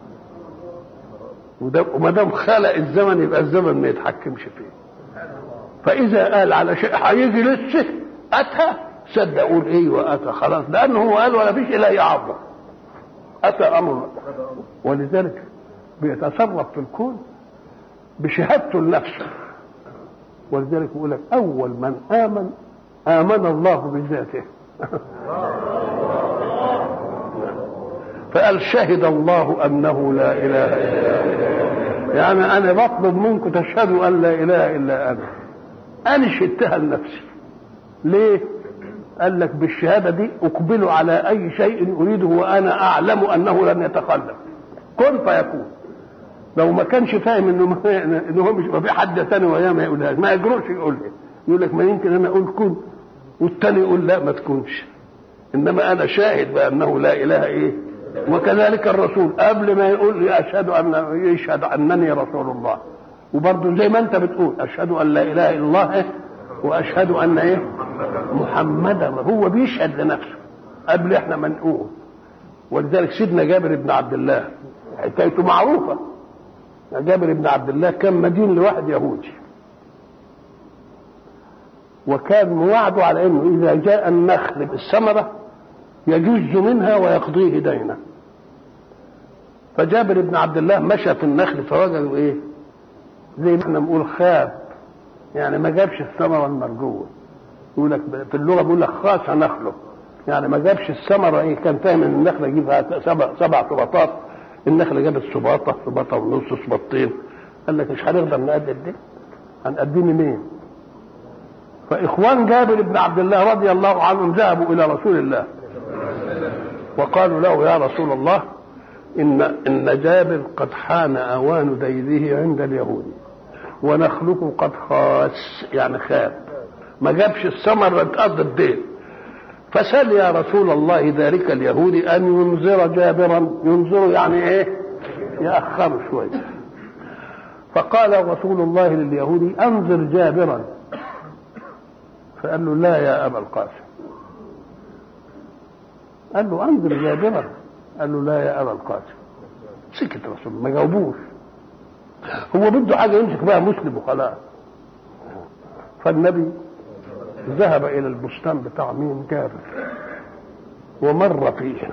وما دام خلق الزمن يبقى الزمن ما يتحكمش فيه. فاذا قال على شيء هيجي لسه اتى صدق اقول ايه واتى خلاص، لانه هو قال ولا فيش اله يعظم. اتى امر، ولذلك بيتصرف في الكون بشهادته لنفسه. ولذلك بيقول لك اول من امن الله بذاته. فقال شهد الله انه لا اله الا هو. يعني انا بطلب منكم تشهدوا ان لا اله الا انا شهدتها لنفسي. ليه؟ قال لك بالشهاده دي اقبل على اي شيء اريده وانا اعلم انه لن يتخلف. كن فيكون. لو ما كانش فاهم انه هو مش في حد ثاني وياه ما يقولهاش، ما يجرؤش يقولها. يقول لك ما يمكن انا اقول كن والثاني يقول لا ما تكونش. انما انا شاهد بانه لا اله ايه. وكذلك الرسول قبل ما يقول يشهد انني رسول الله. وبرضه زي ما انت بتقول اشهد ان لا اله الا الله واشهد ان ايه محمدا، هو بيشهد لنفسه قبل احنا ما نقول. ولذلك سيدنا جابر بن عبد الله حكايته معروفه. جابر بن عبد الله كان مدين لواحد يهودي، وكان موعده على انه اذا جاء النخل بالثمره يجز منها ويقضيه دينه. فجابر بن عبد الله مشى في النخل فوجد ايه زي ما احنا بنقول خاب، يعني ما جابش الثمره المرجوه. يقول لك في اللغه بيقول لك خاص نخله، يعني ما جابش الثمره. ايه كان فاهم ان النخله يجيبها سبع سباطات، النخله جابت سباطه ونص سباطتين. قال لك مش هنقدر نقدم دي، هنقدم منين؟ فاخوان جابر بن عبد الله رضي الله عنهم ذهبوا الى رسول الله وقالوا له يا رسول الله ان جابر قد حان اوان دينه عند اليهود ونخلقه قد خاس، يعني خاب، ما جابش الثمر تقضي الدين. فسأل يا رسول الله ذلك اليهودي ان ينذر جابرا. ينذر يعني ايه؟ يأخر شويه. فقال رسول الله لليهودي انذر جابرا. فقال له لا يا ابا القاسم. قال له انذر جابرا. قال له لا يا ابا القاسم. سكت رسول ما جاوبوش، هو بده حاجه يمسك بها مسلم وخلاص. فالنبي ذهب الى البستان بتاع مين؟ جابر، ومر فيه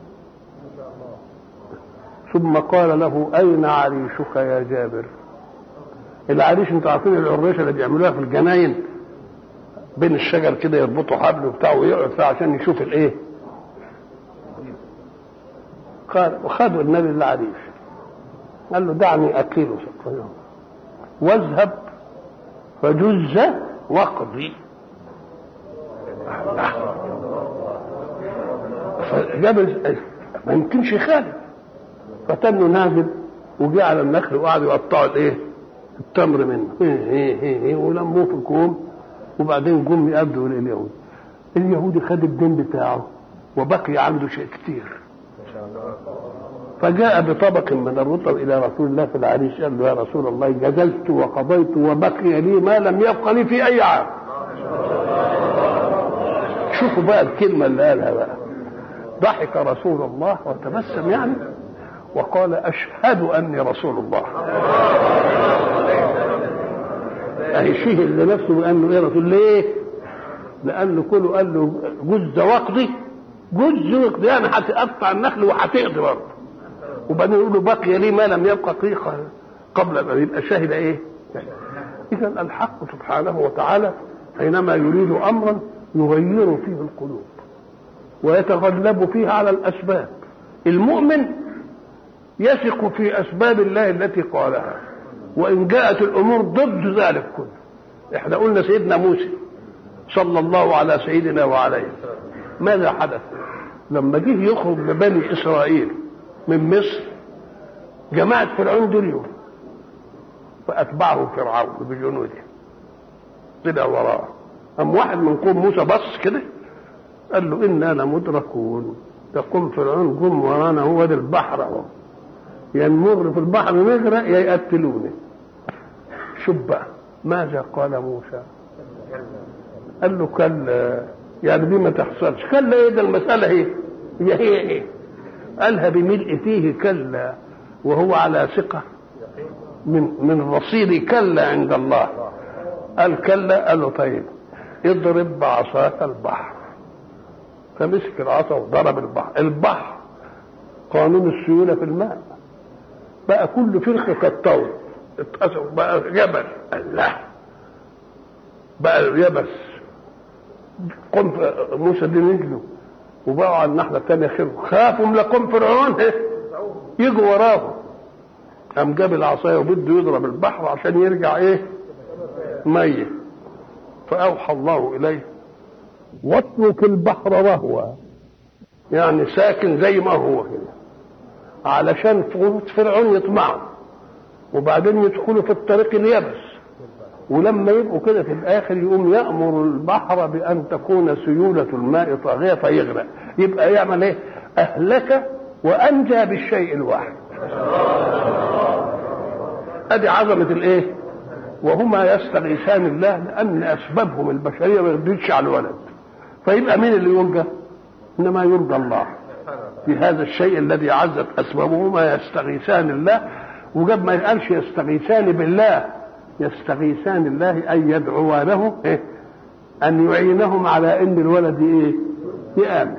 ثم قال له اين عريشك يا جابر؟ العريش انتوا عارفين العريشه اللي بيعملوها في الجناين بين الشجر كده، يربطوا حبل وبتاع ويقعد فيها عشان يشوف الايه. قال وخدوا النبي العريش، قال له دعني اكله واذهب فجز واقضي. فجابر ما يمكنش يخالف، فتنه نازل وجاء على النخل وقعدوا يقطعوا الايه التمر منه ولموه في كوم، وبعدين جم يقابلوا اليهود. اليهودي خد الدين بتاعه وبقي عنده شيء كتير، فجاء بطبق من الرطب الى رسول الله في العريش. قال له يا رسول الله جزلت وقضيت وبقي لي ما لم يبق لي في اي عام. شوفوا بقى الكلمه اللي قالها بقى. ضحك رسول الله وتبسم يعني وقال اشهد اني رسول الله. اهي شهد لنفسه بانه ايه رسول. ليه؟ لانه كله قال له جز واقضي. جز واقضي يعني هتقطع النخل وهتقضي برضه، وبعدين يقول له بقي لي ما لم يبقى قيقه قبل ان يبقى شاهد ايه. اذا الحق سبحانه وتعالى حينما يريد امرا يغير فيه القلوب ويتغلب فيها على الاسباب. المؤمن يثق في اسباب الله التي قالها، وان جاءت الامور ضد ذلك كله. احنا قلنا سيدنا موسى صلى الله على سيدنا وعليه ماذا حدث لما جه يخرج ببني اسرائيل من مصر؟ جماعة فرعون دول فاتبعه فرعون بجنوده طلع وراه. قام واحد من قوم موسى بص كده قال له انا لمدركون. تقوم فرعون قوم ورانا، هو ده البحر اهو، يا نمر في البحر نغرق يا يقتلوني. شوف بقى ماذا قال موسى؟ قال له كلا، يعني دي ما تحصلش. كلا ايه ده؟ المسألة هي ايه؟ قالها بملء فيه كلا، وهو على ثقة من رصيد كلا عند الله. قال كلا. قال له طيب اضرب بعصاك البحر فمسك العصا وضرب البحر قانون السيولة في الماء، بقى كل فرقة كالطول اتقسم، بقى جبل. الله، بقى اليبس. قم موسى دي نجلوا وبقوا على الناحية الثانية خافوا لقوم فرعون يجوا وراهم. قام جاب العصايه وبده يضرب البحر عشان يرجع ميت. فأوحى الله إليه واترك البحر رهوا، يعني ساكن زي ما هو كده، علشان فرعون يطمعوا وبعدين يدخلوا في الطريق اليابس، ولما يبقوا كده في الآخر يقوم يأمر البحر بأن تكون سيولة الماء طاغية فيغرق. يبقى يعمل أهلك وأنجى بالشيء الواحد. ادي عظمة وهما يستغيثان الله لأن أسبابهم البشرية ما يقدرش على الولد، فيبقى مين اللي يرجى؟ إنما يرجى الله في هذا الشيء الذي عزت أسبابهما. يستغيثان الله، وجاب ما يقالش يستغيثان بالله، يستغيثان الله أن يدعوا له أن يعينهم على أن الولد يآمن.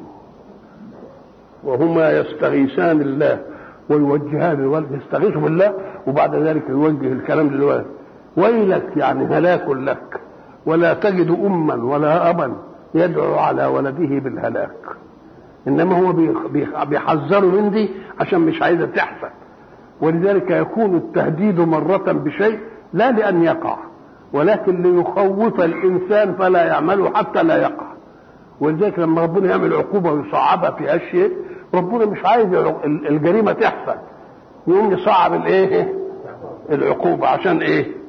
وهما يستغيثان الله ويوجهان الولد، يستغيثوا بالله وبعد ذلك يوجه الكلام للولد. ويلك يعني هلاك لك، ولا تجد أما ولا أبا يدعو على ولده بالهلاك، إنما هو بيحذره من دي عشان مش عايزة تحصل. ولذلك يكون التهديد مرة بشيء لا لأن يقع، ولكن ليخوف الإنسان فلا يعمله حتى لا يقع. ولذلك لما ربنا يعمل عقوبة ويصعبها في أشياء، ربنا مش عايز الجريمة تحصل، يقوم يصعب العقوبة عشان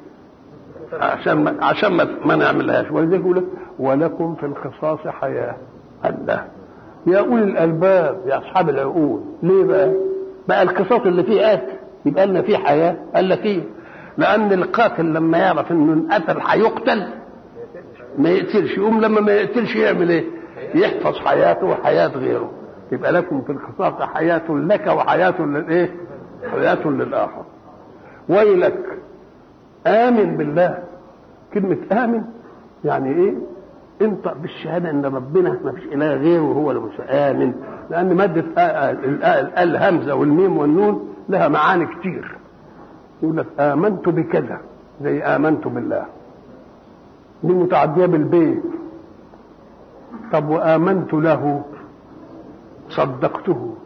عشان ما نعملهاش. ولذلك يقول لك ولكم في القصاص حياة. الله، يا أولي الألباب، يا أصحاب العقول. ليه بقى القصاص اللي فيه يبقى لنا فيه حياة؟ قال لك ايه؟ لأن القاتل لما يعرف إنه انقتل هيقتل ما يقتلش، يقوم لما ما يقتلش يعمل ايه؟ يحفظ حياته وحياة غيره. يبقى لكم في القصاص حياة لك وحياة حياة للآخر. ويلك آمن بالله. كلمة آمن يعني انطق بالشهادة ان ربنا ما فيش اله غيره وهو آمن، لأن مادة الهمزة والميم والنون لها معاني كتير. يقول لك آمنت بكذا زي آمنت بالله، دي متعدية بالبيت. طب وآمنت له صدقته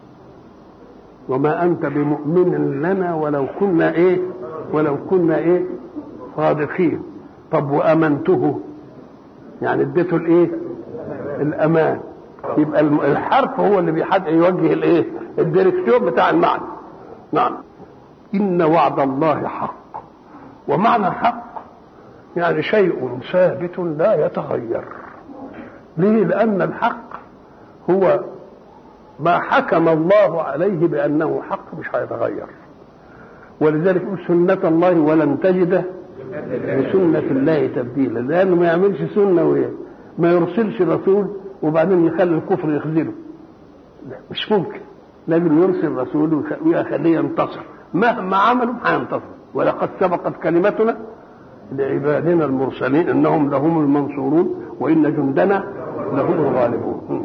وما أنت بمؤمن لنا ولو كنا صادقين. طب وآمنته يعني اديته الأمان. يبقى الحرف هو اللي يوجه الديركتور بتاع المعنى. نعم، إن وعد الله حق. ومعنى حق يعني شيء ثابت لا يتغير. ليه؟ لأن الحق هو ما حكم الله عليه بأنه حق مش هيتغير. ولذلك يقول سنة الله ولن تجد لسنة الله تبديلا، لأنه ما يعملش سنة ما يرسلش رسول وبعدين يخلي الكفر يخذله. مش ممكن، لازم يرسل رسول ويخليه ينتصر، مهما عملوا هينتصر. ولقد سبقت كلمتنا لعبادنا المرسلين انهم لهم المنصورون وان جندنا لهم الغالبون.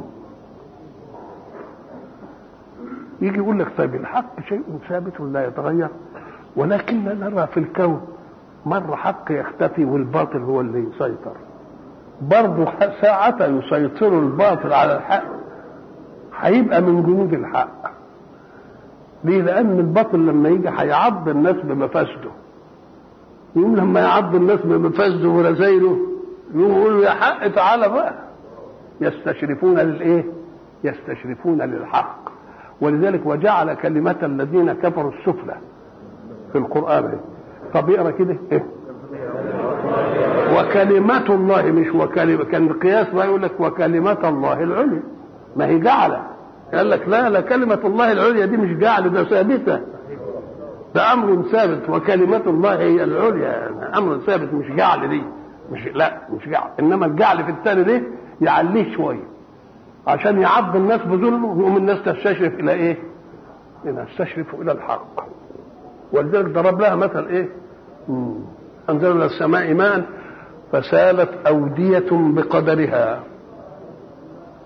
يجي يقول لك طيب الحق شيء ثابت لا يتغير، ولكن نرى في الكون مرة حق يختفي والباطل هو اللي يسيطر. برضه ساعة يسيطر الباطل على الحق هيبقى من جنود الحق. ليه؟ لأن الباطل لما يجي هيعض الناس بمفاسده. يقوم لما يعض الناس بمفاسده ورزايله يقولوا يا حق تعالى بقى. يستشرفون للحق. ولذلك وجعل كلمة الذين كفروا السفلى في القرآن. طب اقرا كده وكلمة الله، مش وكلمة. كان القياس بقى يقول لك وكلمة الله العليا، ما هي جعله. قال لك لا كلمة الله العليا دي مش جعل، ده ثابتة، ده أمر ثابت. وكلمة الله هي العليا، يعني أمر ثابت مش جعل. دي مش جعل. إنما الجعل في الثاني ليه؟ يعليه شوية عشان يعض الناس بذله، يقوم الناس تستشرف إلى تستشرف إلى الحق. ولذلك ضرب لها مثل أنزلنا السماء ماء فسالت أودية بقدرها.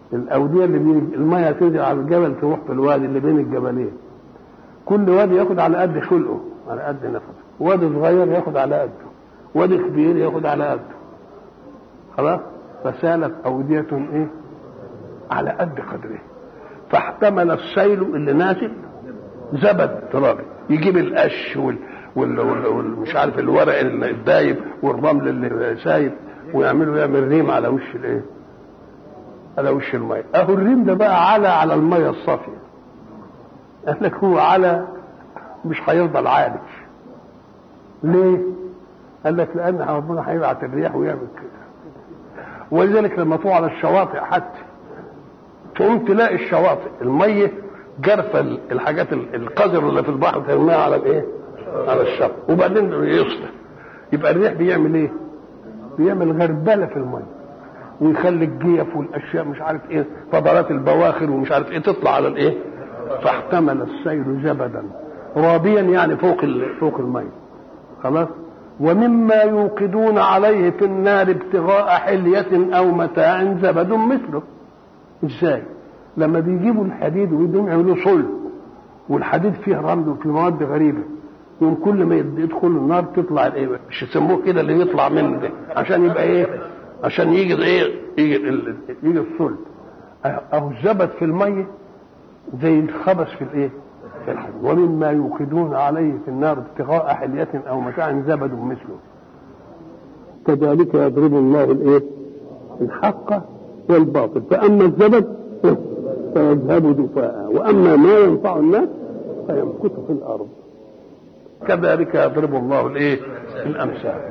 الاوديه اللي بين الميه تنزل على الجبل تروح في الوادي اللي بين الجبلين، كل وادي ياخد على قد خلقه، على قد نفسه، وادي صغير ياخد على قده، وادي كبير ياخد على قده، خلاص. فسالت اوديه ايه على قد قدره، فاحتمل السيل اللي نازل زبد ترابي، يجيب القش والمش عارف الورق الدايب والرمل اللي سايب يعمل ريم على وش الايه، على وش الميه. اهو الريم ده بقى على الميه الصافيه. قال لك هو على مش هيفضل عالي. ليه؟ قال لك لان ربنا هيبعت الرياح ويعمل كده. ولذلك لما تروح على الشواطئ حتى تقوم تلاقي الشواطئ الميه جرفه الحاجات القذر اللي في البحر ترميها على الايه؟ على الشط، وبعدين يصلح. يبقى الريح بيعمل ايه؟ بيعمل غربله في الميه ويخلي الجيف والاشياء مش عارف ايه، فضلات البواخر ومش عارف ايه تطلع على الايه. فاحتمل السيل زبدا رابيا، يعني فوق الميه، خلاص. ومما يوقدون عليه في النار ابتغاء حلية او متاع زبد مثله. ازاي؟ لما بيجيبوا الحديد ويبدوا يعملوا صلب، والحديد فيه رمل وفيه مواد غريبه، يوم كل ما يدخل النار تطلع الايه، مش يسموه كده اللي يطلع منه ده، عشان يبقى ايه، عشان يجي ايه، يجي الصلب. اهو الزبد في الميه زي الخبث في الايه، في الحديد. ومما يوقدون عليه في النار ابتغاء حلية او متاع زبد مثله كذلك يضرب الله الايه، الحق والباطل. فاما الزبد فيذهب دفاء، واما ما ينفع الناس فيمكث في الارض. كذلك يضرب الله الايه، الامثال.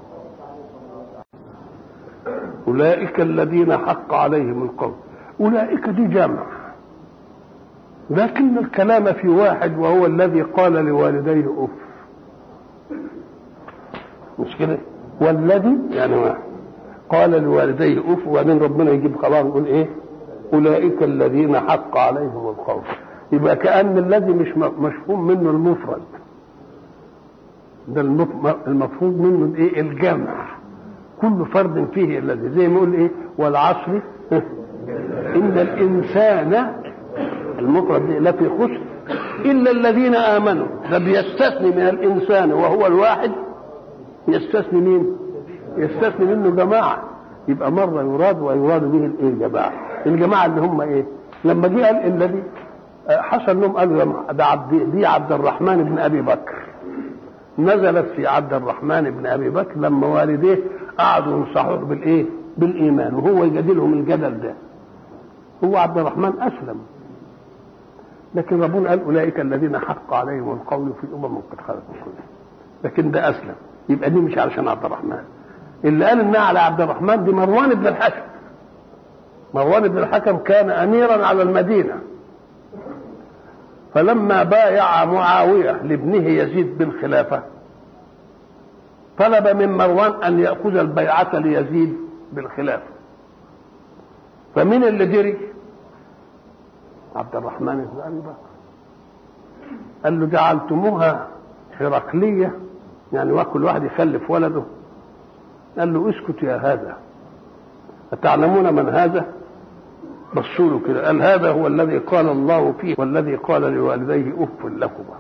اولئك الذين حق عليهم القول. اولئك دي جمع، لكن الكلام في واحد وهو الذي قال لوالديه اف، مش كده؟ والذي يعني واحد قال لوالديه اف، وبعدين ربنا يجيب خلاص يقول ايه، اولئك الذين حق عليهم القول. يبقى كأن الذي مش مفهوم منه المفرد ده، المفروض منه الايه، الجمع، كل فرد فيه الذي، زي ما يقول ايه، والعصر ان الانسان، المفرد لا في خسر الا الذين امنوا. ده بيستثني من الانسان وهو الواحد، يستثني مين؟ يستثني منه جماعه. يبقى مره يراد ويراد به الايه، الجماعه. الجماعه اللي هم ايه؟ لما جه قال الذي حصل لهم قالوا ده عبد الرحمن بن ابي بكر، نزلت في عبد الرحمن بن ابي بكر لما والديه قعدوا ينصحوه بالايه، بالايمان، وهو يجادلهم الجدل ده. هو عبد الرحمن اسلم، لكن ربنا قال اولئك الذين حق عليهم القول في قد خلت من قبلهم، لكن ده اسلم. يبقى دي مش علشان عبد الرحمن. اللي قال انها على عبد الرحمن دي مروان بن الحكم. مروان بن الحكم كان اميرا على المدينه، فلما بايع معاويه لابنه يزيد بالخلافه طلب من مروان ان ياخذ البيعه ليزيد بالخلافه. فمن اللي دري؟ عبد الرحمن بن ابي بكر. قال له جعلتموها هرقليه، يعني كل واحد يخلف ولده. قال له اسكت يا هذا، أتعلمون من هذا؟ بصوا له كده، قال هذا هو الذي قال الله فيه والذي قال لوالديه اف لكما.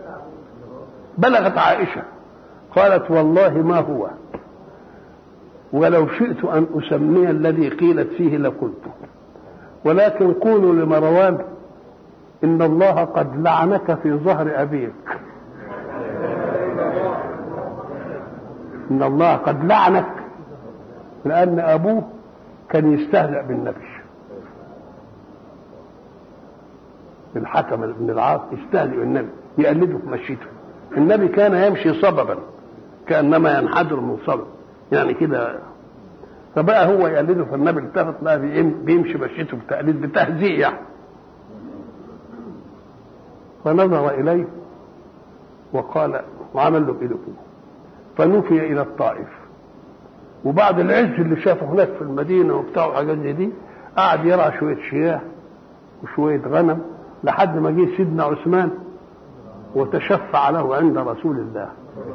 بلغت عائشه قالت والله ما هو، ولو شئت ان اسمي الذي قيلت فيه لقلته، ولكن قولوا لمروان ان الله قد لعنك في ظهر ابيك. ان الله قد لعنك، لان ابوه كان يستهزأ بالنبي. الحكم بن العاص يستهزئ بالنبي، يقلده في مشيته. النبي كان يمشي صببا كانما ينحدر من صبب، يعني كده. فبقى هو يقلده، فالنبي التفت بقى بيمشي مشيته بتقليد بتهزيء يعني. فنظر اليه وقال، وعمل له بايده كده، فنفي الى الطائف. وبعد العز اللي شافه هناك في المدينه وبتاع وحاجات زي دي، قعد يرعى شويه شياه وشويه غنم لحد ما جه سيدنا عثمان وتشفع له عند رسول الله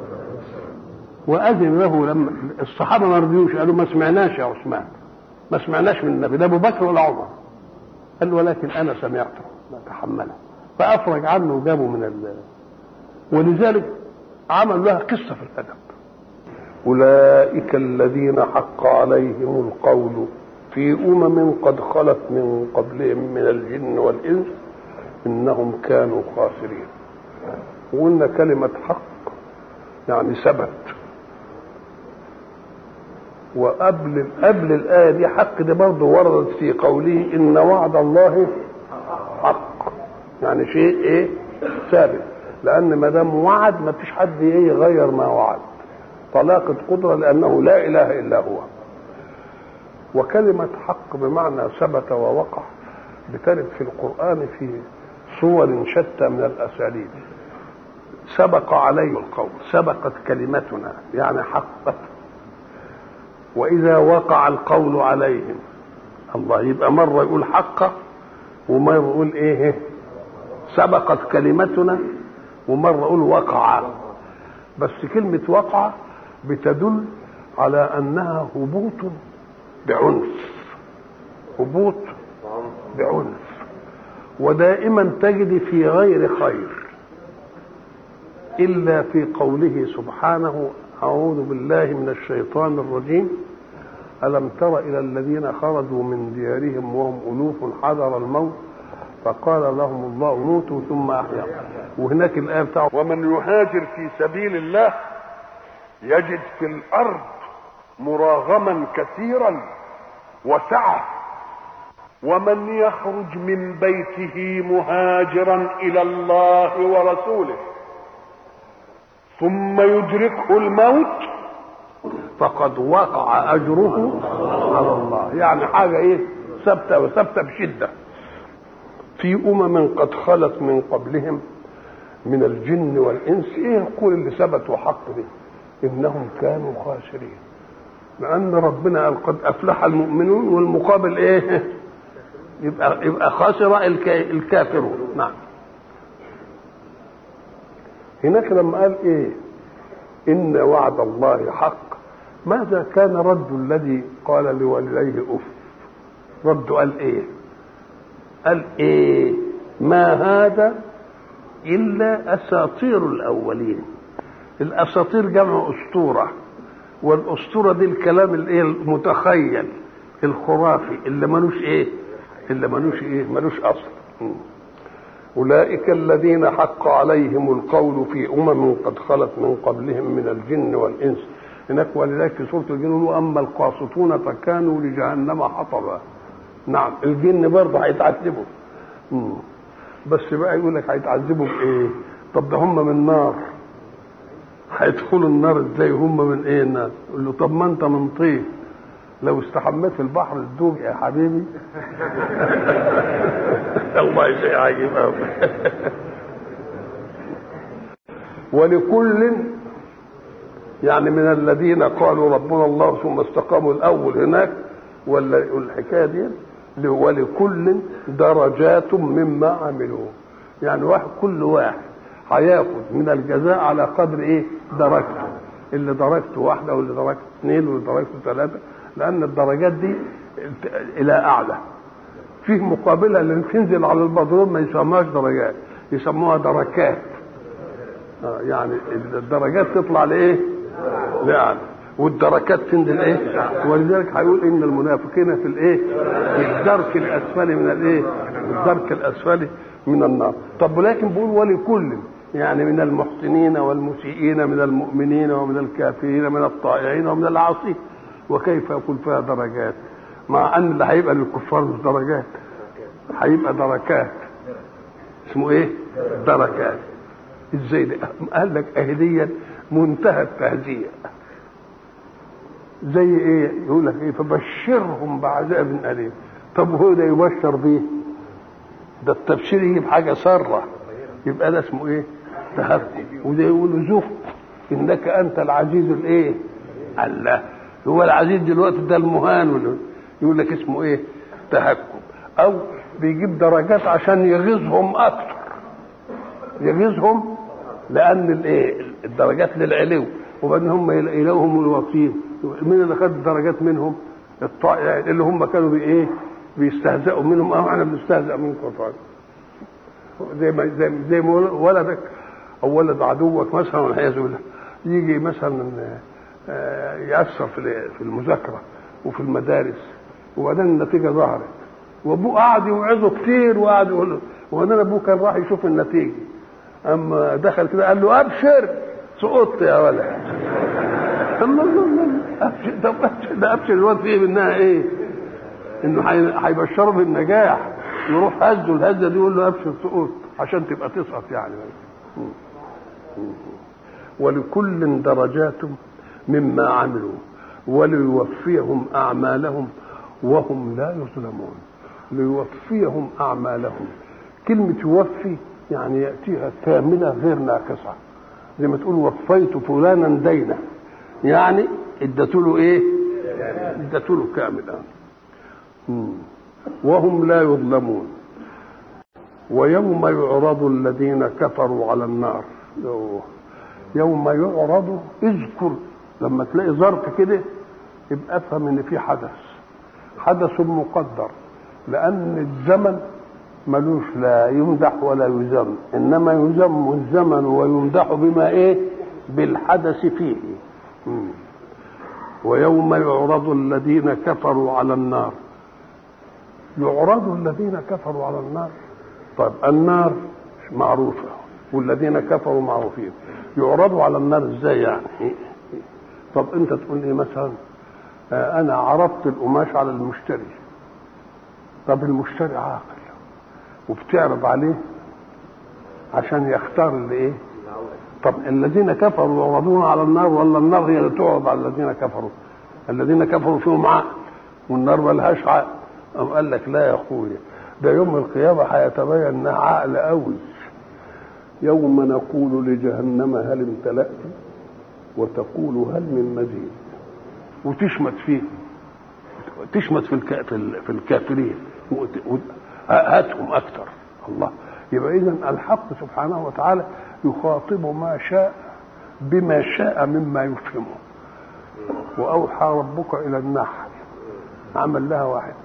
واذن له. لما الصحابه ما رضيوش، قالوا ما سمعناش يا عثمان، ما سمعناش من النبي، ده ابو بكر ولا عمر، قال ولكن انا سمعته تحمله فافرج عنه وجابه من ولذلك عمل لها قصه في الادب. اولئك الذين حق عليهم القول في قد خلت من قبلهم من الجن والانس انهم كانوا خاسرين. وقلنا كلمه حق يعني ثبت، وقبل الآية دي حق دي برضه وردت في قوله إن وعد الله حق، يعني شيء إيه ثابت، لأن ما دام وعد ما فيش حد إيه يغير ما وعد، طلاقة قدرة لأنه لا إله إلا هو. وكلمة حق بمعنى ثبت ووقع بترد في القرآن في صور شتى من الأساليب. سبق عليه القول، سبقت كلمتنا يعني حقت. وإذا وقع القول عليهم الله يبقى مرة يقول حقه ومرة يقول إيه سبقت كلمتنا ومرة يقول وقع. بس كلمة وقع بتدل على أنها هبوط بعنف، هبوط بعنف. ودائما تجد في غير خير إلا في قوله سبحانه أعوذ بالله من الشيطان الرجيم ألم تر إلى الذين خرجوا من ديارهم وهم ألوف حذر الموت فقال لهم الله موتوا ثم أحياهم. وهناك الآية بتاعه ومن يهاجر في سبيل الله يجد في الأرض مراغما كثيرا وسعة ومن يخرج من بيته مهاجرا إلى الله ورسوله ثم يدركه الموت فقد وقع أجره على الله. يعني حاجة إيه ثابتة وثابتة بشدة. في قد خلت من قبلهم من الجن والإنس. إيه القول اللي ثبت وحق دي؟ إنهم كانوا خاسرين، لأن ربنا قال قد أفلح المؤمنون والمقابل إيه يبقى خاسر الكافرون. نعم. هناك لما قال ايه ان وعد الله حق ماذا كان رد الذي قال لوالديه اف؟ رد قال ايه ما هذا الا اساطير الاولين. الاساطير جمع اسطوره، والاسطوره دي الكلام الايه المتخيل الخرافي اللي ملوش اصل. أولئك الذين حق عليهم القول في قد خلت من قبلهم من الجن والإنس. هناك ولذلك في سورة الجن أما القاسطون فكانوا لجهنم حطبا. نعم الجن برضه هيتعذبوا، بس بقى يقول لك هيتعذبوا بإيه؟ طب ده هم من نار، هيدخلوا النار ازاي هم من ايه النار؟ يقول له طب ما انت من طين، لو استحميت في البحر تدوب يا حبيبي. الله شيء عجيب قوي. ولكل يعني من الذين قالوا ربنا الله ثم استقاموا الاول هناك ولا الحكايه دي ولكل درجات مما عملوا. يعني كل واحد هياخد من الجزاء على قدر ايه درجته، اللي درجته واحده واللي درجته اثنين واللي درجته ثلاثه، لان الدرجات دي الى اعلى. فيه مقابلها اللي تنزل على البدروم ما يسموهاش درجات، يسموها دركات. يعني الدرجات تطلع لايه لاعلى والدركات تنزل ايه. ولذلك هيقول ان المنافقين في الايه في الدرك الاسفل من الايه الدرك الاسفل من النار. طب ولكن بيقول ولكل يعني من المحسنين والمسيئين من المؤمنين ومن الكافرين من الطائعين ومن العاصين. وكيف يكون فيها درجات مع ان اللي هيبقى للكفار مش درجات، هيبقى دركات. اسمه ايه دركات. ازاي ده؟ قال لك اهديا منتهى التهزيء. زي ايه؟ يقول لك ايه فبشرهم بعذاب اليم. طب هو ده يبشر بيه؟ ده التبشير يجي بحاجه ساره، يبقى ده اسمه ايه تهكم. وده يقول ذوق انك انت العزيز الايه الله. هو العزيز دلوقتي ده المهان، يقول لك اسمه ايه تهكم. او بيجيب درجات عشان يغيظهم اكتر، يغيظهم لان الايه الدرجات للعلو وبعدين هم الههم الوصيم. مين اللي خد الدرجات منهم؟ الطائعين اللي هم كانوا بايه بيستهزئوا منهم او احنا بنستهزئ منكم. زي ما ولدك او ولد عدوك مثلا والعياذ بالله يجي مثلا يأثر في المذاكره وفي المدارس، وبعدين النتيجه ظهرت وابوه قعد يوعظه كتير وقعد يقول له، وبعدين ابوه كان راح يشوف النتيجه، اما دخل كده قال له ابشر سقطت يا ولد. الله ابشر. طب ده ابشر الواد فيه منها ايه؟ انه هيبشره بالنجاح، يروح هزه الهزه دي يقول له ابشر سقوط عشان تبقى تسقط يعني. ولكل درجات مما عملوا وليوفيهم اعمالهم وهم لا يظلمون. ليوفيهم اعمالهم، كلمه يوفي يعني ياتيها كامله غير ناقصه، زي ما تقول وفيت فلانا دينا، يعني اديته ايه؟ اديته كاملا. وهم لا يظلمون. ويوم يعرض الذين كفروا على النار، يوم يعرض، اذكر لما تلاقي ظرف كده يبقى افهم ان في حدث مقدر، لان الزمن ملوش لا يمدح ولا يذم، انما يذم الزمن ويمدح بما ايه؟ بالحدث فيه. ويوم يعرض الذين كفروا على النار. يعرض الذين كفروا على النار. طيب النار معروفه والذين كفروا معروفين، يعرضوا على النار ازاي يعني؟ طب انت تقول لي مثلا انا عرضت القماش على المشتري، طب المشتري عاقل وبتعرض عليه عشان يختار اللي ايه؟ طب الذين كفروا يعرضون على النار ولا النار هي اللي تعرض على الذين كفروا؟ الذين كفروا فيهم عقل والنار ملهاش عقل. أم قال لك لا يا اخويا، ده يوم القيامه هيتبين انها عقل قوي. يوم نقول لجهنم هل امتلأت وتقول هل من مزيد، وتشمت فيه، تشمت في الكافرين هاتهم اكثر. الله. يبقى اذا الحق سبحانه وتعالى يخاطب ما شاء بما شاء مما يفهمه. واوحى ربك الى النحل، عمل لها واحد،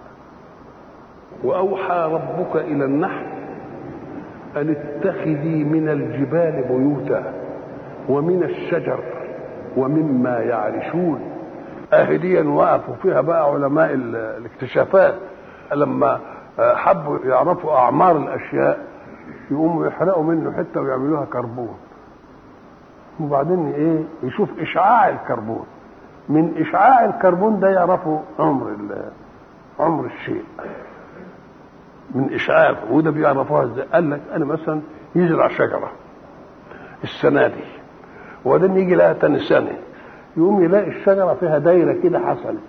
واوحى ربك الى النحل ان اتخذي من الجبال بيوتا ومن الشجر ومما يعرشون. اهديا وقفوا فيها بقى علماء الاكتشافات لما حبوا يعرفوا اعمار الاشياء، يقوموا يحرقوا منه حته ويعملوها كربون، وبعدين ايه؟ يشوف اشعاع الكربون، من اشعاع الكربون ده يعرفوا عمر الشيء من اشعاع. وده بيعرفوها ازاي؟ قال لك انا مثلا يزرع شجره السنه دي وبعدين يجي لها تاني سنه يقوم يلاقي الشجره فيها دايره كده حصلت،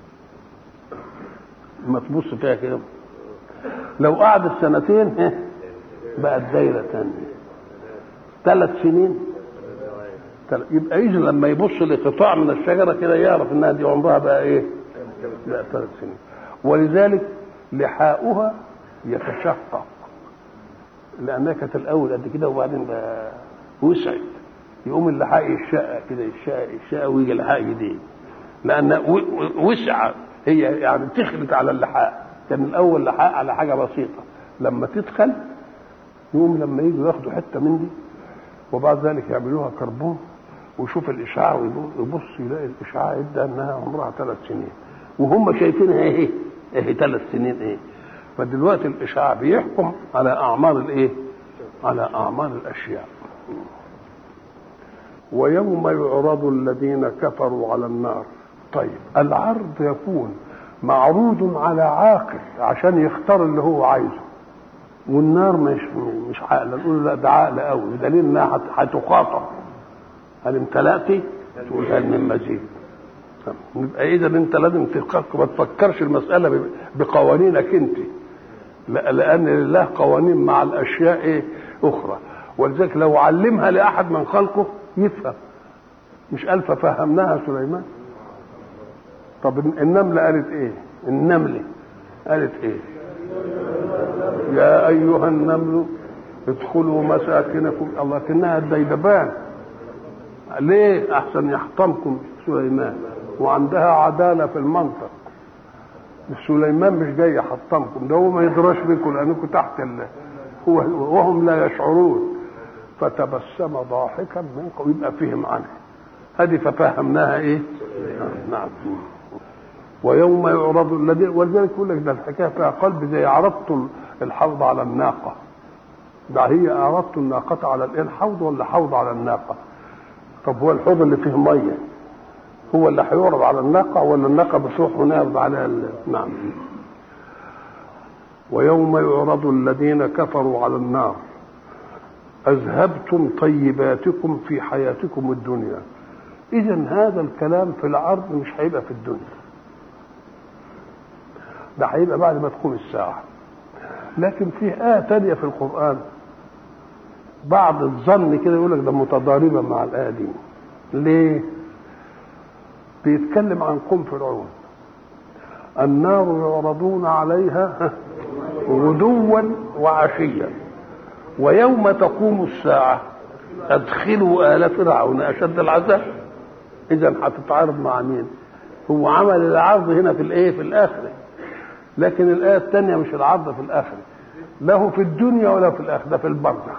ما تبص فيها كده، لو قعدت سنتين بقت دايره ثانيه، 3 سنين يبقى يجي لما يبص لقطاع من الشجره كده يعرف انها دي عمرها بقى ايه؟ بقى 3 سنين. ولذلك لحاؤها يتشقق، لانها كانت الاول قد كده وبعدين بقى وسعت، يقوم اللحاء يشقق كده، يشقق ويجي اللحاء جديد، لان وسع هي يعني تخلت على اللحاء. كان الاول لحاء على حاجه بسيطه، لما تدخل يقوم لما يجوا ياخدوا حته من دي وبعد ذلك يعملوها كربون ويشوف الاشعاع ويبص يلاقي الاشعاع يبدا انها عمرها 3 سنين وهم شايفينها ايه 3 سنين ايه. فدلوقتي الاشعاع بيحكم على اعمار الايه؟ على اعمار الاشياء. ويوم يعرض الذين كفروا على النار. طيب العرض يكون معروض على عاقل عشان يختار اللي هو عايزه، والنار مش عاقل، نقول لا ده عاقل قوي، بدليل انها هتخاطب هل امتلأتي تقول هل من مزيد. يبقى اذا انت لازم ما تفكرش المساله بقوانينك انت، لان لله قوانين مع الاشياء ايه اخرى، ولذلك لو علمها لاحد من خلقه يفهم. مش قال ففهمناها سليمان؟ طب النمله قالت ايه؟ النمله قالت ايه؟ يا ايها النمل ادخلوا مساكنكم. الله كأنها الديدبان، ليه؟ احسن يحطمكم سليمان، وعندها عداله في المنطق. سليمان مش جاي يحطمكم، ده هو ما يدراش بكم لانكم تحت هو وهم لا يشعرون. فتبسم ضاحكا من قوله، يبقى فهم عنه هذه ففهمناها ايه؟ نعم. ويوم يعرض الذين، ولذلك يقول لك ده الحكايه فيها قلب، زي عرضتم الحوض على الناقه. ده هي عرضتم الناقه على الحوض ولا حوض على الناقه؟ طب هو الحوض اللي فيه ميه هو اللي هيعرض على الناقه ولا الناقه بتروح ونعرض عليها نعم. ويوم يعرض الذين كفروا على النار أذهبتم طيباتكم في حياتكم الدنيا. إذن هذا الكلام في العرض مش هيبقى في الدنيا، ده هيبقى بعد ما تقوم الساعة. لكن في آية تانية في القرآن بعض الظن كده يقول لك ده متضاربة مع الآية دي. ليه؟ بيتكلم عن قوم فرعون، النار يعرضون عليها غدوا وعشيا ويوم تقوم الساعة أدخلوا آل فرعون أشد العذاب. إذا هتتعارض مع مين؟ هو عمل العرض هنا في الإيه؟ في الآخرة، لكن الآية الثانية مش العرض في الآخرة، له في الدنيا ولا في الآخرة، ده في البرزخ.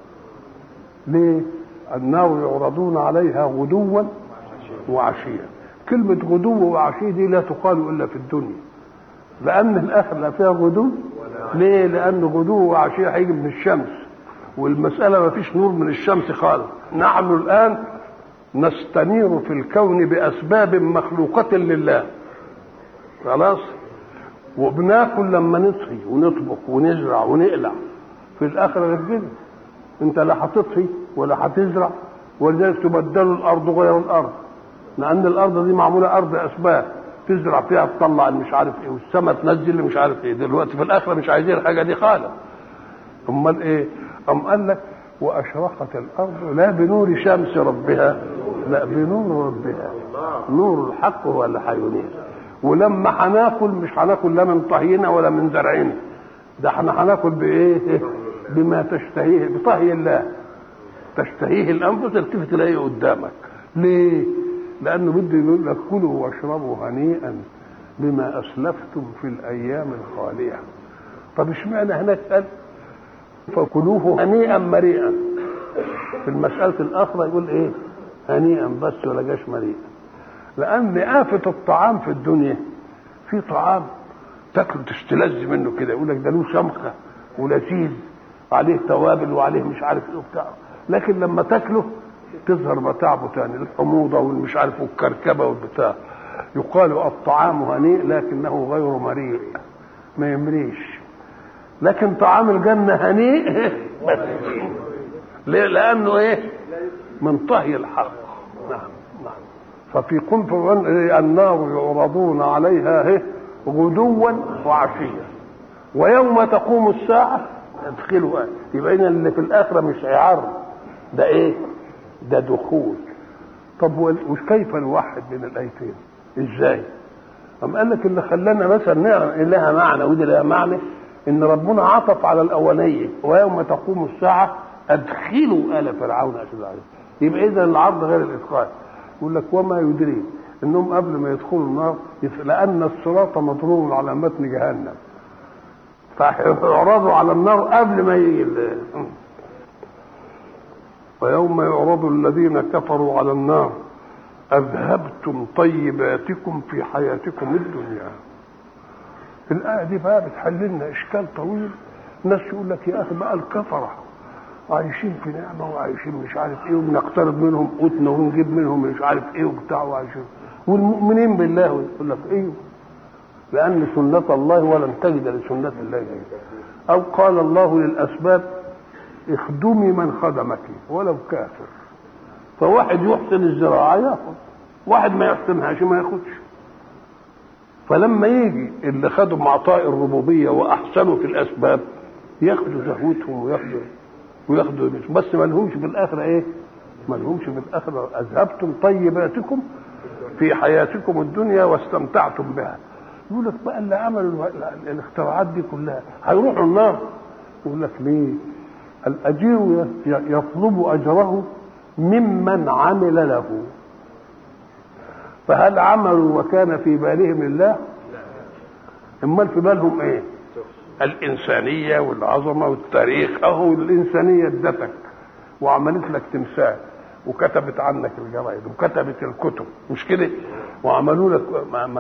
ليه؟ النار يعرضون عليها غدوا وعشيا. كلمة غدو وعشية دي لا تقال إلا في الدنيا، لأن الآخرة لا فيها غدو. ليه؟ لأن غدو وعشية هيجي من الشمس، والمسألة ما فيش نور من الشمس خالص. نحن الآن نستنير في الكون بأسباب مخلوقة لله، خلاص، وبناكل لما نطهي ونطبخ ونزرع ونقلع. في الآخرة غير كده، أنت لا هتطهي ولا هتزرع، ولذلك تبدل الأرض غير الأرض، لأن الأرض دي معمولة أرض أسباب، تزرع فيها تطلع مش عارف ايه، والسماء تنزل مش عارف ايه. دلوقتي في الاخره مش عايزين الحاجه دي خالص. امال ايه؟ قال لك واشرقت الارض لا بنور شمس ربها، لا بنور ربها، نور الحق هو اللي هينير. ولما هناكل مش هناكل لا من طهينا ولا من زرعنا، ده احنا هناكل بايه؟ بما تشتهيه، بطهي الله تشتهيه الانفس تلتفت تلاقيه قدامك. ليه؟ لأنه بده يقول لك كلوا واشربوا هنيئا بما أسلفتم في الأيام الخالية. طب اشمعنى هناك قال فكلوه هنيئا مريئا؟ في المسألة الآخرة يقول إيه؟ هنيئا بس ولا جاش مريئا. لأن آفة الطعام في الدنيا، في طعام تاكله تستلذ منه كده، يقول لك ده له شمخة ولذيذ وعليه توابل وعليه مش عارف إيه وبتاع، لكن لما تاكله تظهر متاعبه تاني، الحموضه والمش عارف والكركبه والبتاع. يقال الطعام هنيء لكنه غير مريء، ما يمريش. لكن طعام الجنه هنيء بس. ليه؟ لانه ايه؟ من طهي الحق. نعم نعم. ففي قنف النار يعرضون عليها غدوا وعشيا ويوم تقوم الساعه ادخلوا. يبقى ان اللي في الاخره مش عرض، ده ايه؟ ده دخول. طب وكيف نوحد بين الايتين؟ ازاي؟ قال لك اللي خلانا مثلا نعرف لها معنى ودي لها معنى، ان ربنا عطف على الاولانيه ويوم تقوم الساعه ادخلوا ال فرعون اشد العذاب. يبقى اذا العرض غير الادخال. يقول لك وما يدري انهم قبل ما يدخلوا النار، لان الصراط مضروب على متن جهنم، فيعرضوا على النار قبل ما يجي. ويوم يعرض الذين كفروا على النار أذهبتم طيباتكم في حياتكم الدنيا. الآية دي بقى بتحل لنا إشكال طويل. الناس يقول لك يا أخي بقى الكفرة عايشين في نعمة وعايشين مش عارف إيه، وبنقترب منهم قوتنا ونجيب منهم مش عارف إيه وبتاع وعايشين، والمؤمنين بالله يقول لك إيه؟ لأن سنة الله ولن تجد لسنة الله جديدة. أو قال الله للأسباب اخدمي من خدمك ولو كافر. فواحد يحسن الزراعة ياخد، واحد ما يحسنهاش ما ياخدش. فلما يجي اللي خدوا معطاء الربوبية وأحسنوا في الأسباب ياخدوا زهوتهم وياخدوا بس ما لهمش في الآخرة إيه؟ ما لهمش في الآخرة. أذهبتم طيباتكم في حياتكم الدنيا واستمتعتم بها. يقول لك بقى اللي عملوا الاختراعات دي كلها هيروحوا النار. يقول لك ليه؟ الأجير يطلب أجره ممن عمل له، فهل عملوا وكان في بالهم الله؟ امال في بالهم ايه؟ الانسانيه والعظمه والتاريخ. اهو الانسانيه ادتك وعملت لك تمثال وكتبت عنك الجرايد وكتبت الكتب، مش كده؟ وعملوا لك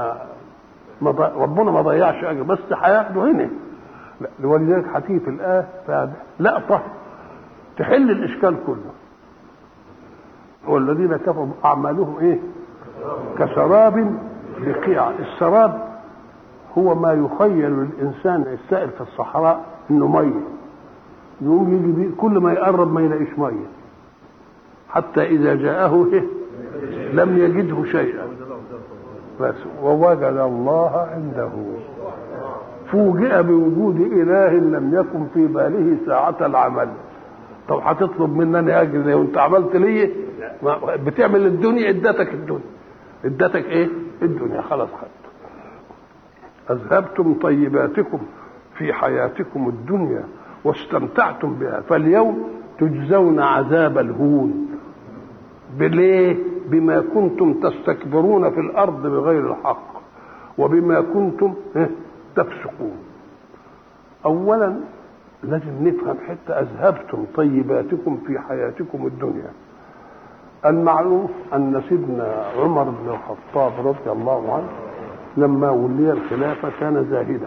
ربنا ما ضيعش اجر، بس هياخده هنا. لا، ولذلك هتيجي في الايه لقطه تحل الاشكال كله. والذين كفروا اعمالهم ايه؟ كسراب بقيع. السراب هو ما يخيل للانسان السائل في الصحراء انه ميه، يقوم يجي بيه كل ما يقرب ما يلاقيش ميه، حتى اذا جاءه لم يجده شيئا بس ووجد الله عنده. فوجئ بوجود اله لم يكن في باله ساعة العمل. طب هتطلب منني اجر زي وانت عملت ليه؟ بتعمل الدنيا، ادتك الدنيا، ادتك ايه؟ الدنيا، خلاص خدت. اذهبتم طيباتكم في حياتكم الدنيا واستمتعتم بها فاليوم تجزون عذاب الهون. بليه؟ بما كنتم تستكبرون في الارض بغير الحق وبما كنتم تفسقون. اولا لازم نفهم حتى اذهبتم طيباتكم في حياتكم الدنيا. المعروف ان سيدنا عمر بن الخطاب رضي الله عنه لما ولي الخلافه كان زاهدا،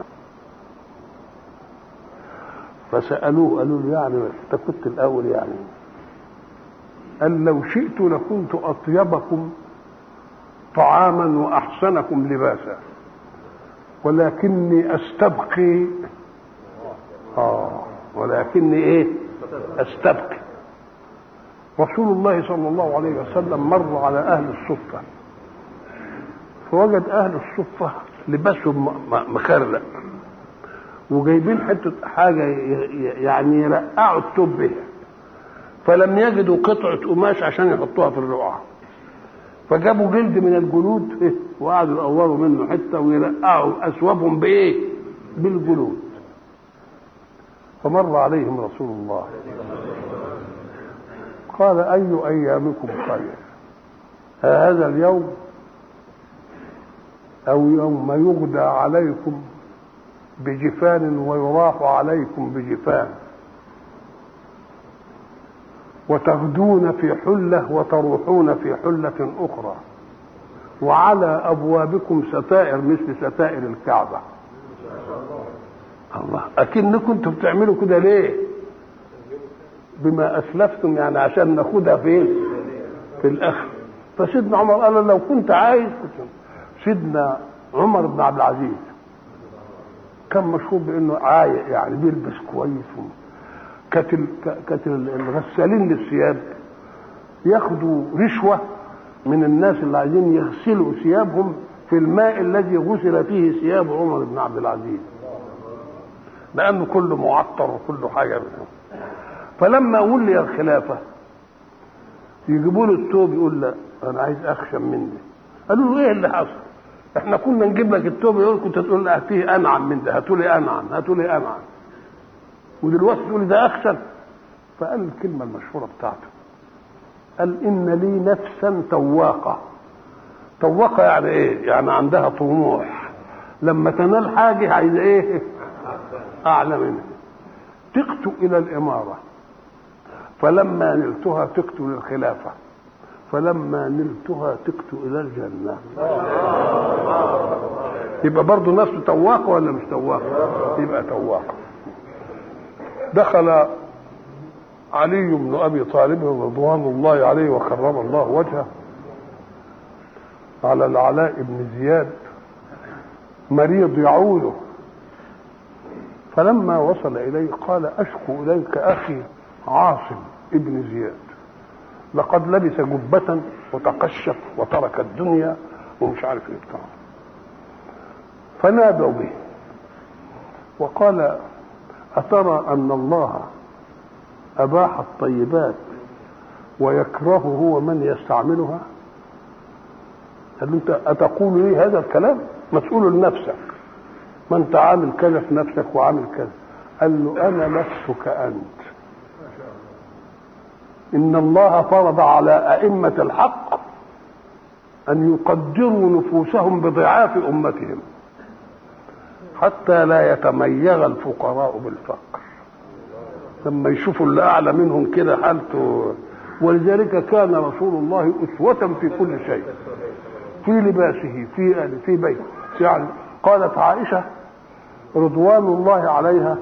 فسالوه قالوا له يعني انت كنت الاول يعني؟ قال لو شئت لكنت اطيبكم طعاما واحسنكم لباسا ولكني استبقي ولكني ايه؟ استبقي. رسول الله صلى الله عليه وسلم مر على اهل الصفه فوجد اهل الصفه لباسهم مخرق وجايبين حته حاجه يعني يرقعوا الثوب بها، فلم يجدوا قطعه قماش عشان يحطوها في الرقعه، فجابوا جلد من الجلود وقعدوا يقوروا منه حته ويرقعوا اثوابهم بايه؟ بالجلود. فمر عليهم رسول الله قال اي ايامكم خير؟ هذا اليوم او يوم يغدى عليكم بجفان ويراح عليكم بجفان وتغدون في حله وتروحون في حله اخرى وعلى ابوابكم ستائر مثل ستائر الكعبه. الله، اكنكم انتم بتعملوا كده ليه؟ بما اسلفتم، يعني عشان ناخدها فين؟ في الاخر. فسيدنا عمر قال لو كنت عايز كنت. سيدنا عمر بن عبد العزيز كان مشهور بانه عايق، يعني بيلبس كويس. كانت الغسالين للثياب ياخدوا رشوه من الناس اللي عايزين يغسلوا ثيابهم في الماء الذي غسل فيه ثياب عمر بن عبد العزيز، لانه كله معطر وكله حاجه منهم. فلما ولي الخلافه يجيبوا له الثوب يقول لا انا عايز اخشم من ده. قالوا له ايه اللي حصل؟ احنا كنا نجيب لك الثوب يقول كنت تقول لا فيه انعم من ده، هاتوا لي انعم، هاتوا لي انعم، ودلوقتي تقول ده اخشن. فقال الكلمه المشهوره بتاعته، قال ان لي نفسا تواقه. تواقه يعني ايه؟ يعني عندها طموح، لما تنال حاجه عايز ايه؟ اعلى منها. تقت الى الاماره فلما نلتها تقت للخلافه فلما نلتها تقت الى الجنه. يبقى برضه نفسه تواقه ولا مش تواقه؟ يبقى تواقه. دخل علي بن ابي طالب رضوان الله عليه وكرم الله وجهه على العلاء بن زياد مريض يعوده، فلما وصل اليه قال اشكو اليك اخي عاصم ابن زياد، لقد لبس جبة وتقشف وترك الدنيا ومش عارف ايه بتاعه. فنادوا به وقال أترى أن الله أباح الطيبات ويكره هو من يستعملها؟ قال له أنت أتقول لي هذا الكلام؟ مسؤول لنفسك، ما أنت عامل كذا في نفسك وعامل كذا. قال له أنا نفسك أنت. إن الله فرض على أئمة الحق أن يقدروا نفوسهم بضعاف أمتهم، حتى لا يتميغ الفقراء بالفقر، لما يشوفوا اللي اعلى منهم كده حالته. ولذلك كان رسول الله اسوة في كل شيء، في لباسه، في آله، في بيته. يعني قالت عائشة رضوان الله عليها: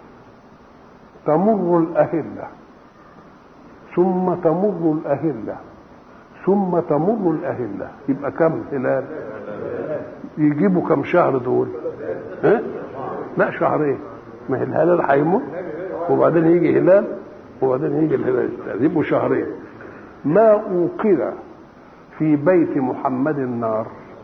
تمر الأهلة ثم تمر الأهلة ثم تمر الأهلة، يبقى كم هلال؟ يجيبوا كم شهر دول؟ ها؟ لا شهرين، ما هي الهلال هيمر وبعدين يجي هلال وبعدين يجي الهلال الثاني، يبقوا شهرين. ما أوقد في بيت محمد النار،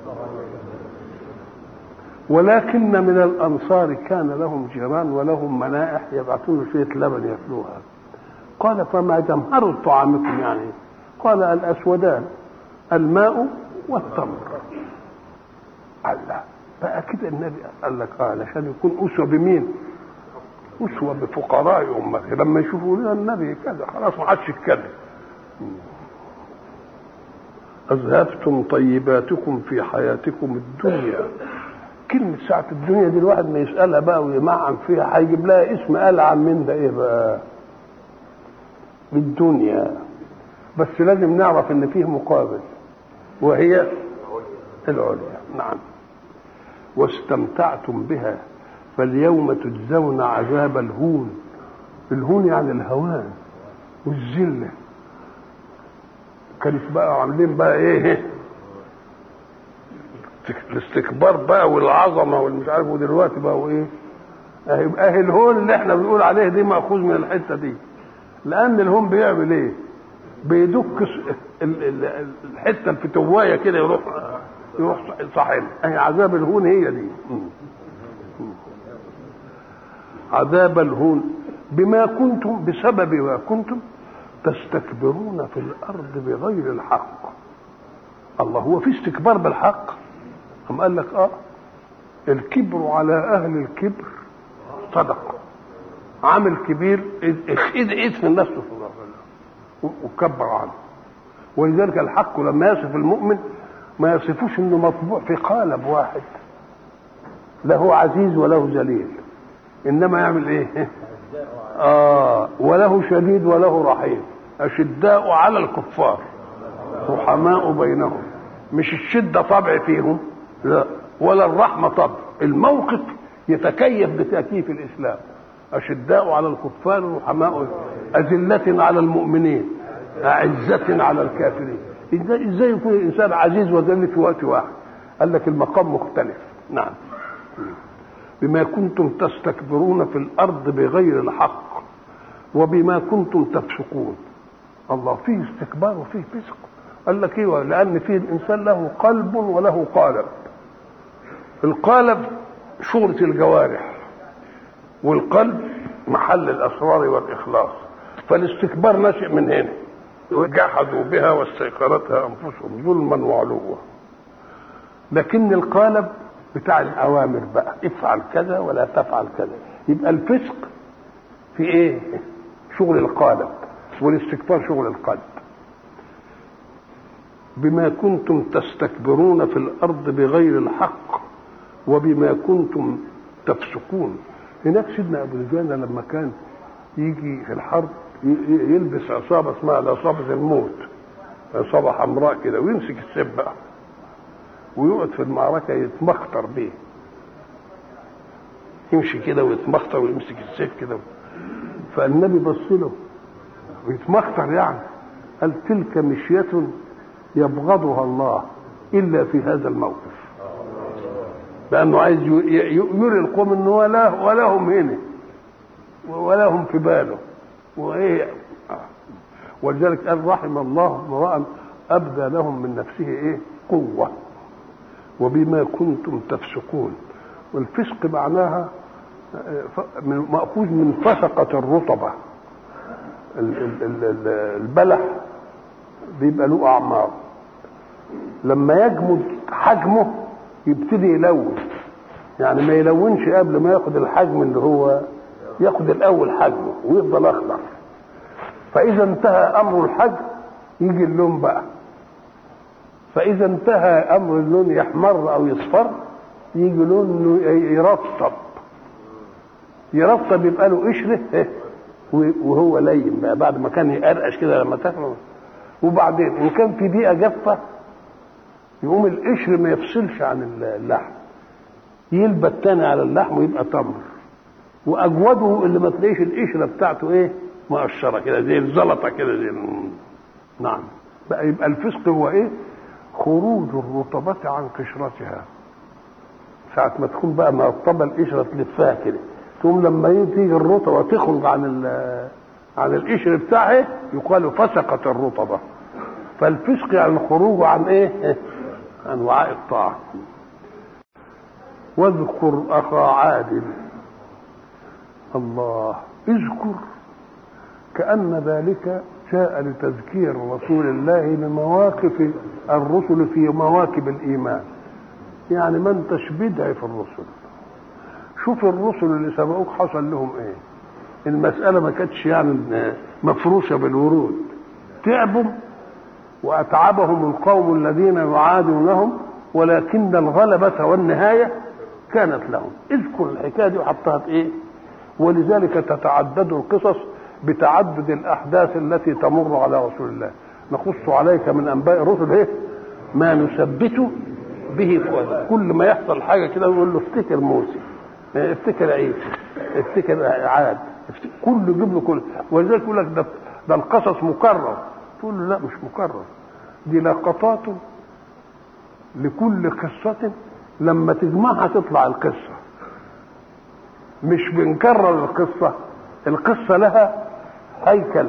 ولكن من الأنصار كان لهم جيران ولهم منائح يبعثون شوية لبن يأكلوها. قال: فما جمهر طعامكم يعني؟ قال: الأسودان، الماء والتمر. الله، بقى كده النبي قال لك علشان يكون أسوة بمين؟ أسوة بفقراء أمته. لما يشوفوا لنا النبي كذا خلاص ما عادش يتكلم. أذهبتم طيباتكم في حياتكم الدنيا. كلمة ساعة الدنيا دي الواحد ما يسألها بقى ويمعن فيها، هيجيب لها اسم ألعن من ده. إيه بقى بالدنيا؟ بس لازم نعرف إن فيه مقابل، وهي العليا. نعم. واستمتعتم بها فاليوم تجزون عذاب الهون. الهون يعني الهوان والذلة. كانت بقى عاملين بقى ايه؟ الاستكبار بقى والعظمه والمش عارف، ودلوقتي بقى ايه؟ اهي الهون اللي احنا بنقول عليه دي ماخوذ من الحته دي، لان الهون بيعمل ايه؟ بيدك الحته الفتوايه كده يروح صاحبها. اهي عذاب الهون هي دي. عذاب الهون بما كنتم، بسبب ما كنتم تستكبرون في الارض بغير الحق. الله، هو في استكبار بالحق؟ أم قال لك الكبر على اهل الكبر صدق. عامل كبير ايد في الناس وكبر عنه. ولذلك الحق لما يصف المؤمن ما يصفوش انه مطبوع في قالب واحد، له عزيز وله ذليل، انما يعمل ايه؟ وله شديد وله رحيم، اشداء على الكفار رحماء بينهم. مش الشده طبع فيهم، لا، ولا الرحمه طبع. الموقف يتكيف بتأكيف الاسلام. اشداء على الكفار رحماء، اذله على المؤمنين اعزه على الكافرين. ازاي يكون الانسان عزيز وذل في وقت واحد؟ قال لك المقام مختلف. نعم. بما كنتم تستكبرون في الارض بغير الحق وبما كنتم تفسقون. الله، فيه استكبار وفيه فسق. قال لك ايوه، لان فيه الانسان له قلب وله قالب. القالب شغلة الجوارح، والقلب محل الاسرار والاخلاص. فالاستكبار نشأ من هنا، وجحدوا بها واستيقنتها انفسهم ظلما وعلوا. لكن القالب بتاع الاوامر بقى، افعل كذا ولا تفعل كذا. يبقى الفسق في ايه؟ شغل القالب، والاستكبار شغل القلب. بما كنتم تستكبرون في الارض بغير الحق وبما كنتم تفسقون. هناك سيدنا ابو دجانة لما كان يجي في الحرب يلبس عصابه اسمها عصابه الموت، عصابه حمراء كده، ويمسك السيف بقى ويقعد في المعركه يتمخطر بيه، يمشي كده ويتمخطر ويمسك السيف كده. فالنبي بص له ويتمخطر يعني، قال: تلك مشية يبغضها الله إلا في هذا الموقف. لأنه عايز يري القوم إنه ولا هم هنا ولا هم في باله وإيه. ولذلك قال: رحم الله امرأ أبدى لهم من نفسه إيه؟ قوة. وبما كنتم تفسقون. والفسق معناها مأخوذ من فسقة الرطبة. البلح بيبقى له أعمار، لما يجمد حجمه يبتدي يلون، يعني ما يلونش قبل ما ياخد الحجم اللي هو ياخد الأول حجمه ويفضل أخضر. فإذا انتهى أمر الحجم يجي اللون بقى. فإذا انتهى أمر اللون يحمر أو يصفر يجي لونه يرطب يبقى له قشره وهو لين بقى بعد ما كان يقرقش كده لما تاكله. وبعدين ان كان في دقيقه جافه يقوم القشر ما يفصلش عن اللحم، يلبت تاني على اللحم ويبقى تمر. واجوده اللي ما تلاقيش القشره بتاعته مقشره كده زي الزلطه كده زي نعم. بقى يبقى الفسق هو خروج الرطبة عن قشرتها. ساعة ما تكون بقى مرطبة القشرة تلفها كده، ثم لما تيجي الرطبة تخرج عن القشر بتاعها يقال فسقت الرطبة. فالفسق يعني الخروج عن عن وعاء الطاعة. واذكر أخا عاد. الله، اذكر كأن ذلك جاء لتذكير رسول الله بمواقف الرسل في مواكب الإيمان. يعني ما انتش بدعي في الرسل. شوف الرسل اللي سبقوك حصل لهم المسألة ما كانتش يعني مفروشة بالورود. تعبوا وأتعبهم القوم الذين يعادونهم، ولكن الغلبة والنهاية كانت لهم. اذكر الحكاية دي وحطها في ولذلك تتعدد القصص بتعدد الأحداث التي تمر على رسول الله. نقص عليك من أنباء الرسل ما نثبت به فؤادك. كل ما يحصل حاجة كده يقول له افتكر موسى، افتكر عيسى، افتكر عاد، كله يجيب له كله. ولذلك يقول لك ده القصص مكرر. تقول له لا مش مكرر، دي لقطات لكل قصة لما تجمعها تطلع القصة. مش بنكرر القصة لها هيكل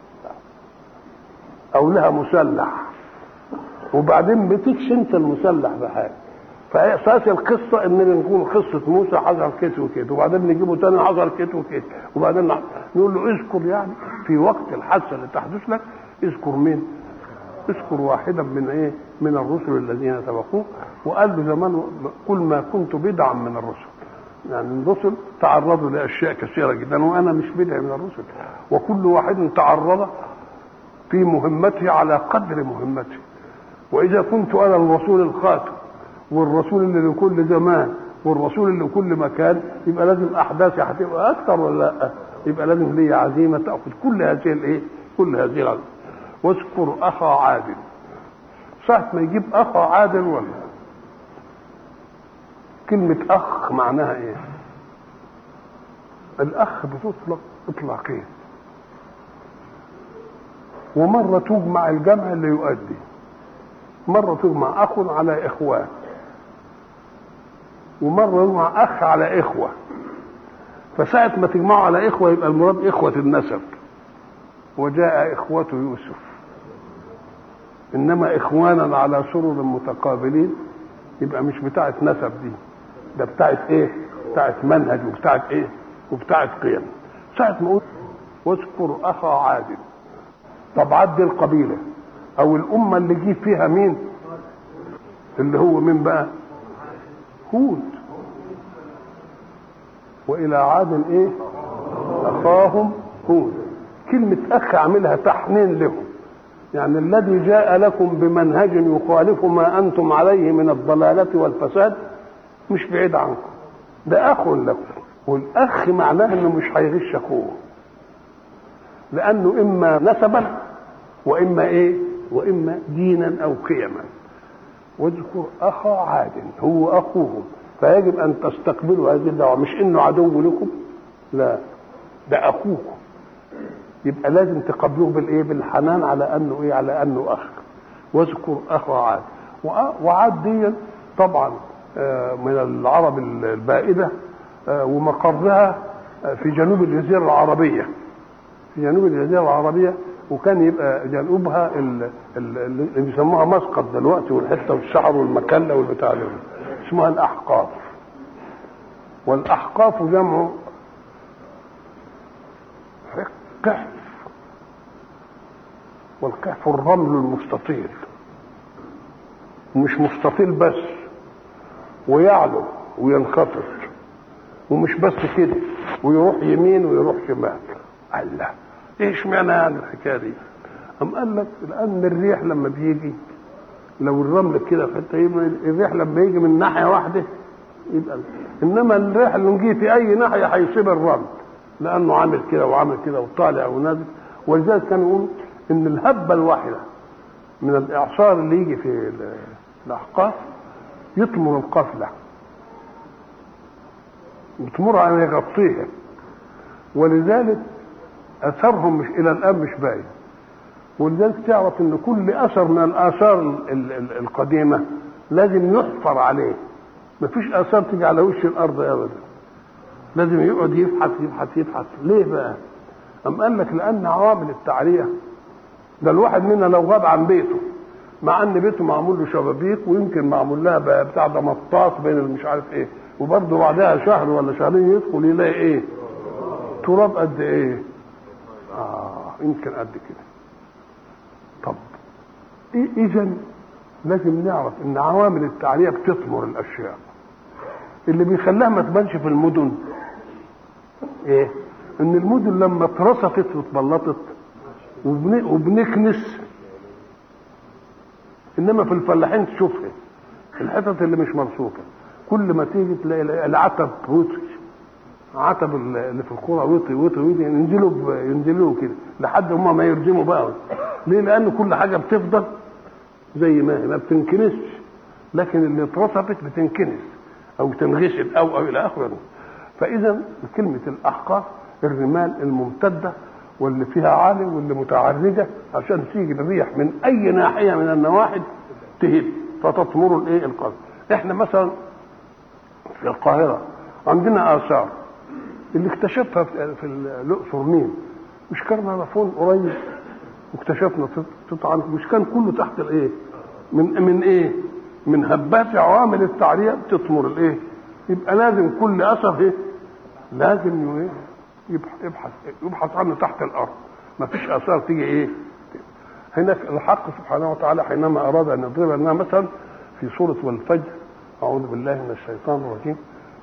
او لها مسلح، وبعدين بتكش انت المسلح بحاجه. فاساس القصه ان نقول قصه موسى حصل كده وكده، وبعدين نجيبه تاني حصل كده وكده، وبعدين نقول له اذكر يعني في وقت الحادثه اللي تحدث لك اذكر مين؟ اذكر واحدا من الرسل الذين سبقوك. وقال له زمان كل ما كنت بدعا من الرسل. يعني الرسل تعرضوا لاشياء كثيره جدا وانا مش بدعي من الرسل، وكل واحد تعرض في مهمته على قدر مهمته. واذا كنت انا الرسول الخاتم والرسول اللي لكل زمان والرسول اللي لكل مكان، يبقى لازم احداثي هتبقى اكثر ولا لا؟ يبقى لازم لي عزيمه تاخذ كل هذه كل هذه العزيمه. واذكر اخا عاد. ساعه ما يجيب اخا عاد ولا كلمه اخ معناها الاخ بتطلق اطلاقين، ومره تجمع الجمع اللي يؤدي، مره تجمع اخ على اخوان، ومره يجمع اخ على اخوه. فساعه ما تجمعوا على اخوه يبقى المراد اخوه النسب، وجاء اخوه يوسف. انما اخوانا على سرر متقابلين يبقى مش بتاعه نسب دي، ده بتاعه بتاعه منهج وبتاعه وبتاعه قيم. ساعه ما قلت واذكر اخا عاد. طب عاد دي القبيله او الامه اللي جه فيها مين؟ اللي هو مين بقى؟ هود. والى عاد اخاهم هود. كلمه اخ اعملها تحنين لهم، يعني الذي جاء لكم بمنهج يخالف ما انتم عليه من الضلاله والفساد مش بعيد عنكم، ده اخ لكم. والاخ معناه انه مش هيغش اخوه، لانه اما نسبا واما واما دينا او قيما. واذكر اخا عاد هو اخوهم، فيجب ان تستقبلوا هذه الدعوه، مش انه عدو لكم، لا ده اخوكم، يبقى لازم تقبلوه بالحنان على انه على انه اخ. واذكر اخا عاد. وعاد دي طبعا من العرب البائده، ومقرها في جنوب الجزيره العربيه، في جنوب الجزيره العربيه، وكان يبقى جنوبها اللي بيسموها مسقط دلوقتي، والحته والشعر والمكله والبتاع ده اسمها الاحقاف. والاحقاف جمع قحف، والقحف الرمل المستطيل، ومش مستطيل بس، ويعلو وينخفض، ومش بس كده، ويروح يمين ويروح شمال. الله، ايش معنى يعني الحكايه دي؟ قام قال لك لان الريح لما بيجي، لو الرمل كده في حته، الريح لما يجي من ناحيه واحده يبقى انما الريح اللي نجي في اي ناحيه هيصيب الرمل، لانه عامل كده وعامل كده وطالع ونازل. ولذلك كانوا يقولوا ان الهبه الواحده من الاعصار اللي يجي في الاحقاف يطمر القفله، يطمرها ان يغطيها، ولذلك اثرهم مش الى الان مش باين. ولذلك تعرف ان كل اثر من الاثار القديمه لازم يحفر عليه، مفيش اثار تيجي على وش الارض ابدا، لازم يقعد يبحث يبحث يبحث. ليه بقى؟ أم قال لك لان عوامل التعريه، ده الواحد منا لو غاب عن بيته مع ان بيته معمول له شبابيك ويمكن معمول لها بتاع ده مطاط بين مش عارف ايه، وبرضه بعدها شهر ولا شهرين يدخل يلاقي ايه؟ تراب قد ايه؟ يمكن قد كده. طب اذا لازم نعرف ان عوامل التعريه بتثمر الاشياء. اللي بيخليها ما تبانش في المدن ايه؟ ان المدن لما اترصفت واتبلطت وبنكنس، انما في الفلاحين تشوفها الحتت اللي مش مرصوفه كل ما تيجي تلاقي العتب وطي، عتب اللي في القرى وطي وطي وطي، ينزلوا كده لحد هم ما يرجموا بقى. ليه؟ لان كل حاجه بتفضل زي ما هي، ما بتنكنسش، لكن اللي اترصفت بتنكنس او تنغسل او الى اخره. فاذا كلمه الاحقاف الرمال الممتده واللي فيها عالي واللي متعرجه عشان تيجي الريح من اي ناحيه من النواحي تهد فتطمر الايه القلب. احنا مثلا في القاهره عندنا اثار اللي اكتشفها في الاقصر مين؟ مش كان عرفون قريب واكتشفنا قطعه، مش كان كله تحت الايه؟ من ايه؟ من هبات عوامل التعريه بتطمر الايه؟ يبقى لازم كل اثر ايه؟ لازم ايه؟ يبحث عنه تحت الارض، ما فيش اثار تيجي ايه؟ هناك الحق سبحانه وتعالى حينما اراد ان يضرب لنا مثلا في سوره والفجر، اعوذ بالله من الشيطان الرجيم،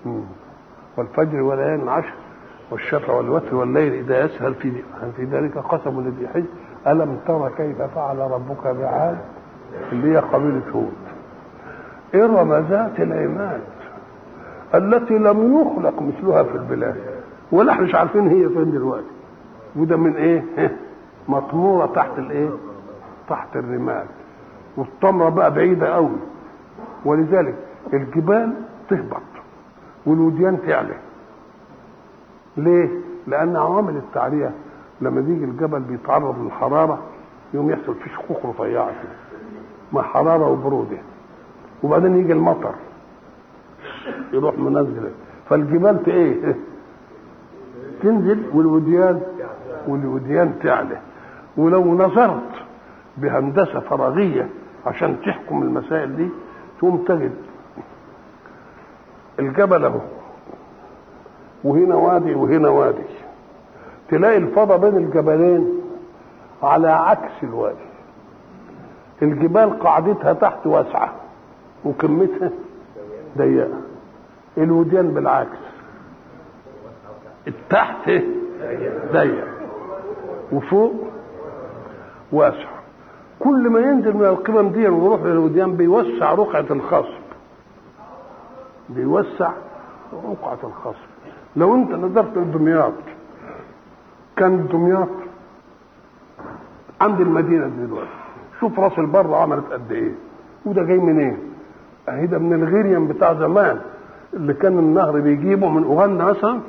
والفجر وليالي العشر والشفع والوتر والليل اذا يسهى هل في ذلك قسم لذي حجر الم تر كيف فعل ربك بعاد اللي هي قبيله هود ارم ذات العماد التي لم يخلق مثلها في البلاد ولا احنا مش عارفين هي فين دلوقتي. وده من ايه؟ مطموره تحت الايه؟ تحت الرمال، والتمره بقى بعيده قوي، ولذلك الجبال تهبط والوديان تعلى. ليه؟ لان عوامل التعريه لما بيجي الجبل بيتعرض للحراره يوم يحصل فيه شقوق رفيعه كده مع حراره وبروده، وبعدين يجي المطر يروح منزل، فالجبال ايه؟ تنزل والوديان تعلى. ولو نظرت بهندسه فراغيه عشان تحكم المسائل دي تقوم تجد الجبل اهو وهنا وادي وهنا وادي، تلاقي الفضاء بين الجبلين على عكس الوادي. الجبال قاعدتها تحت واسعه وكمتها ضيقه، الوديان بالعكس التحت ضيق وفوق واسع. كل ما ينزل من القمم دي ويروح للوديان بيوسع رقعه الخصب، بيوسع رقعه الخصب. لو انت نظرت لدمياط، كان دمياط عند المدينه دلوقتي، شوف راس البر عملت قد ايه، وده جاي منين؟ ايه؟ اهي ده من الغيريان بتاع زمان اللي كان النهر بيجيبه من اوغندا مثلا،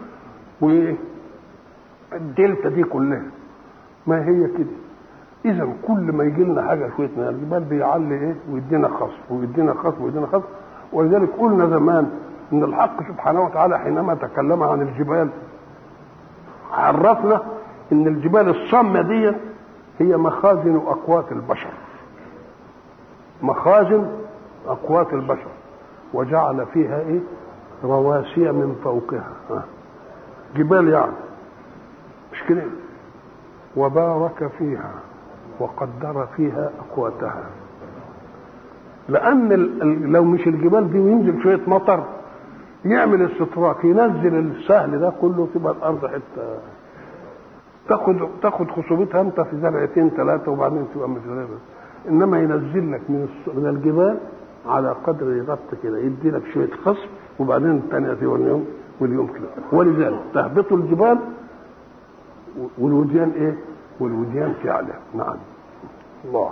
والدلتا دي كلها ما هي كده. اذا كل ما يجي لنا حاجه شويه من الجبال بيعلي ايه؟ ويدينا خصب ويدينا خصب ويدينا خصب. ولذلك قلنا زمان ان الحق سبحانه وتعالى حينما تكلم عن الجبال عرفنا ان الجبال الصامه دي هي مخازن اقوات البشر، مخازن اقوات البشر، وجعل فيها ايه؟ رواسي من فوقها، جبال يعني مش كده، وبارك فيها وقدر فيها اقواتها. لان لو مش الجبال دي وينزل شويه مطر يعمل استطراق ينزل السهل ده كله، تبقى الارض حته تاخد خصوبتها انت في زرعتين ثلاثه وبعدين تبقى مزرعه. انما ينزل لك من الجبال على قدر يغطي كده، يدي لك شويه خصب وبعدين الثانية واليوم كده. ولذلك تهبط الجبال والوديان ايه؟ والوديان فعلا. نعم. الله.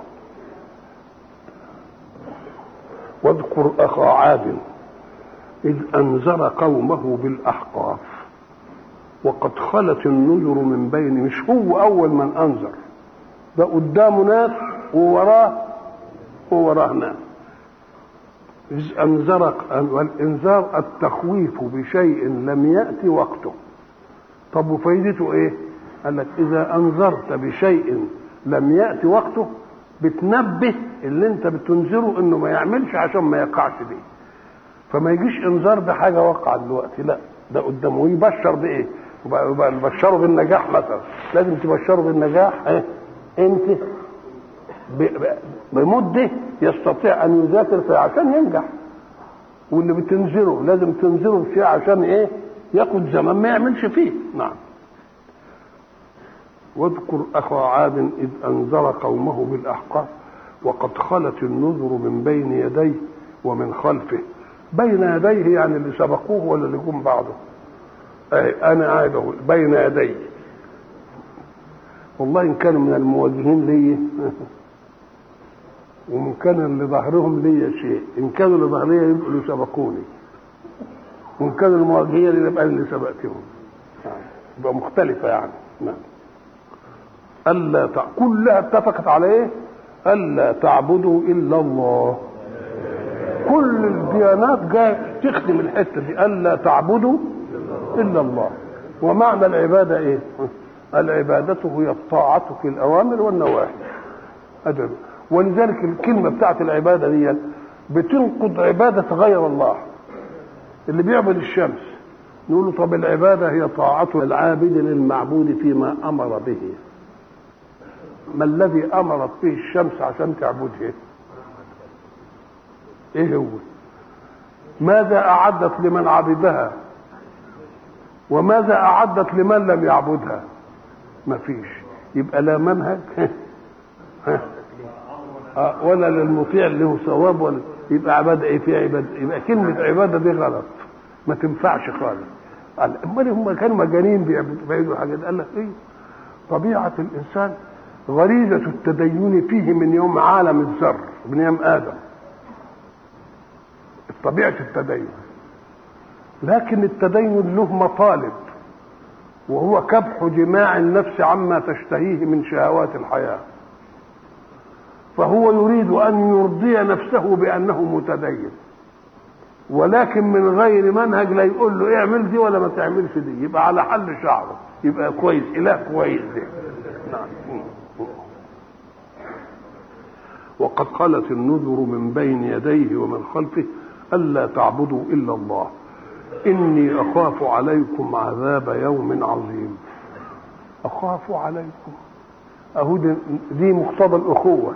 واذكر أخا عاد إذ أنذر قومه بالأحقاف وقد خلت النذر من بين. مش هو أول من أنذر، ده قدامه ناس ووراه ناس. إذ أنذر، والإنذار التخويف بشيء لم يأتي وقته. طب وفايدته إيه؟ قال لك إذا أنذرت بشيء لم يأتي وقته بتنبه اللي انت بتنذره انه ما يعملش عشان ما يقعش بيه. فما يجيش انذار بحاجه وقع دلوقتي، لا ده قدامه. ويبشر بايه؟ يبشره بالنجاح مثلا. لازم تبشره بالنجاح انت بمده يستطيع ان يذاكر فيها عشان ينجح. واللي بتنذره لازم تنذره بشيء عشان ايه؟ ياخد زمان ما يعملش فيه. نعم. واذكر أخا عاد إذ أنذر قومه بالأحقاف وقد خلت النذر من بين يديه ومن خلفه. بين يديه يعني اللي سبقوه ولا اللي جم بعده؟ أنا قاعد أقول بين يديه. والله إن كانوا من المواجهين لي ومن كان اللي ظهرهم لي شيء. إن كانوا اللي ظهري يبقوا اللي سبقوني، وإن كانوا المواجهين يبقى اللي سبقتهم. يبقى مختلفة يعني. نعم. كلها اتفقت على ايه؟ الا تعبدوا الا الله. كل الديانات جايه تخدم الحته دي، الا تعبدوا الا الله. ومعنى العباده ايه؟ العباده هي الطاعه في الاوامر والنواهي. أدب. ولذلك الكلمه بتاعت العباده دي بتنقض عباده غير الله. اللي بيعبد الشمس نقول له طب العباده هي طاعه العابد للمعبود فيما امر به. ما الذي امرت به الشمس عشان تعبدها؟ ايه هو؟ ماذا اعدت لمن عبدها وماذا اعدت لمن لم يعبدها؟ ما فيش. يبقى لا منهج ولا للمطيع له ثواب ولا. يبقى عباده ايه؟ في عباده. يبقى كلمه عباده دي غلط، ما تنفعش خالص. امال هم كانوا مجانين بيعبدوا حاجات. قال لك ايه؟ طبيعه الانسان غريزة التدين فيه من يوم عالم الذر، من يوم آدم. طبيعة التدين. لكن التدين له مطالب، وهو كبح جماع النفس عما تشتهيه من شهوات الحياة. فهو يريد أن يرضي نفسه بأنه متدين، ولكن من غير منهج. لا يقول له اعمل دي ولا ما تعملش دي، يبقى على حل شعره، يبقى كويس، إله كويس دي. نعم. وقد خلت النذر من بين يديه ومن خلفه ألا تعبدوا إلا الله إني أخاف عليكم عذاب يوم عظيم. أخاف عليكم أهو دي مقتضى الأخوة،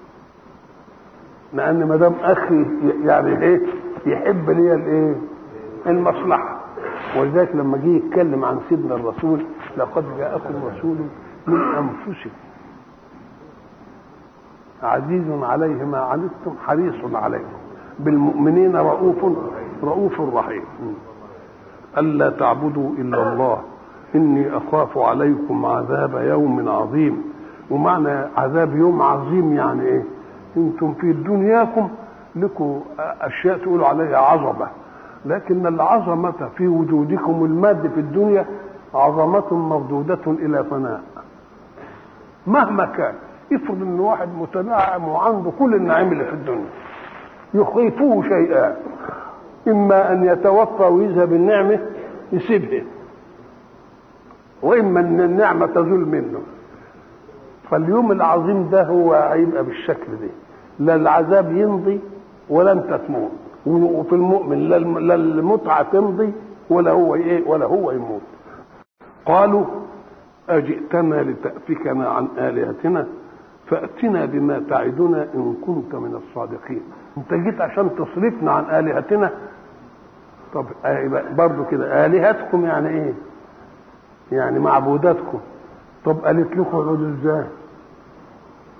لأن ما دام أخي يعني إيه يحب لي الإيه؟ المصلحة. ولذلك لما جه يتكلم عن سيدنا الرسول لقد جاءكم رسول من أنفسكم عزيز عليه ما عنتم حريص عليكم بالمؤمنين رؤوف رحيم. ألا تعبدوا إلا الله إني أخاف عليكم عذاب يوم عظيم. ومعنى عذاب يوم عظيم يعني إيه؟ أنتم في دنياكم لكم أشياء تقولوا عليها عظمة، لكن العظمة في وجودكم المادي في الدنيا عظمة مردودة إلى فناء مهما كان. افرض ان واحد متنعم وعنده كل النعيم اللي في الدنيا، يخيفه شيئان: اما ان يتوفى ويذهب النعمه يسيبها، واما ان النعمه تزول منه. فاليوم العظيم ده هو هيبقى بالشكل ده، لا العذاب يمضي ولا انت تموت. وفي المؤمن لا المتعه تمضي ولا هو يموت. قالوا اجئتنا لتأفكنا عن آلهتنا فأتنا بما تعدنا إن كنت من الصادقين. انت جيت عشان تصرفنا عن آلهتنا. طب برضو كده آلهتكم يعني ايه؟ يعني معبوداتكم. طب قالت لكم اقعدوا ازاي؟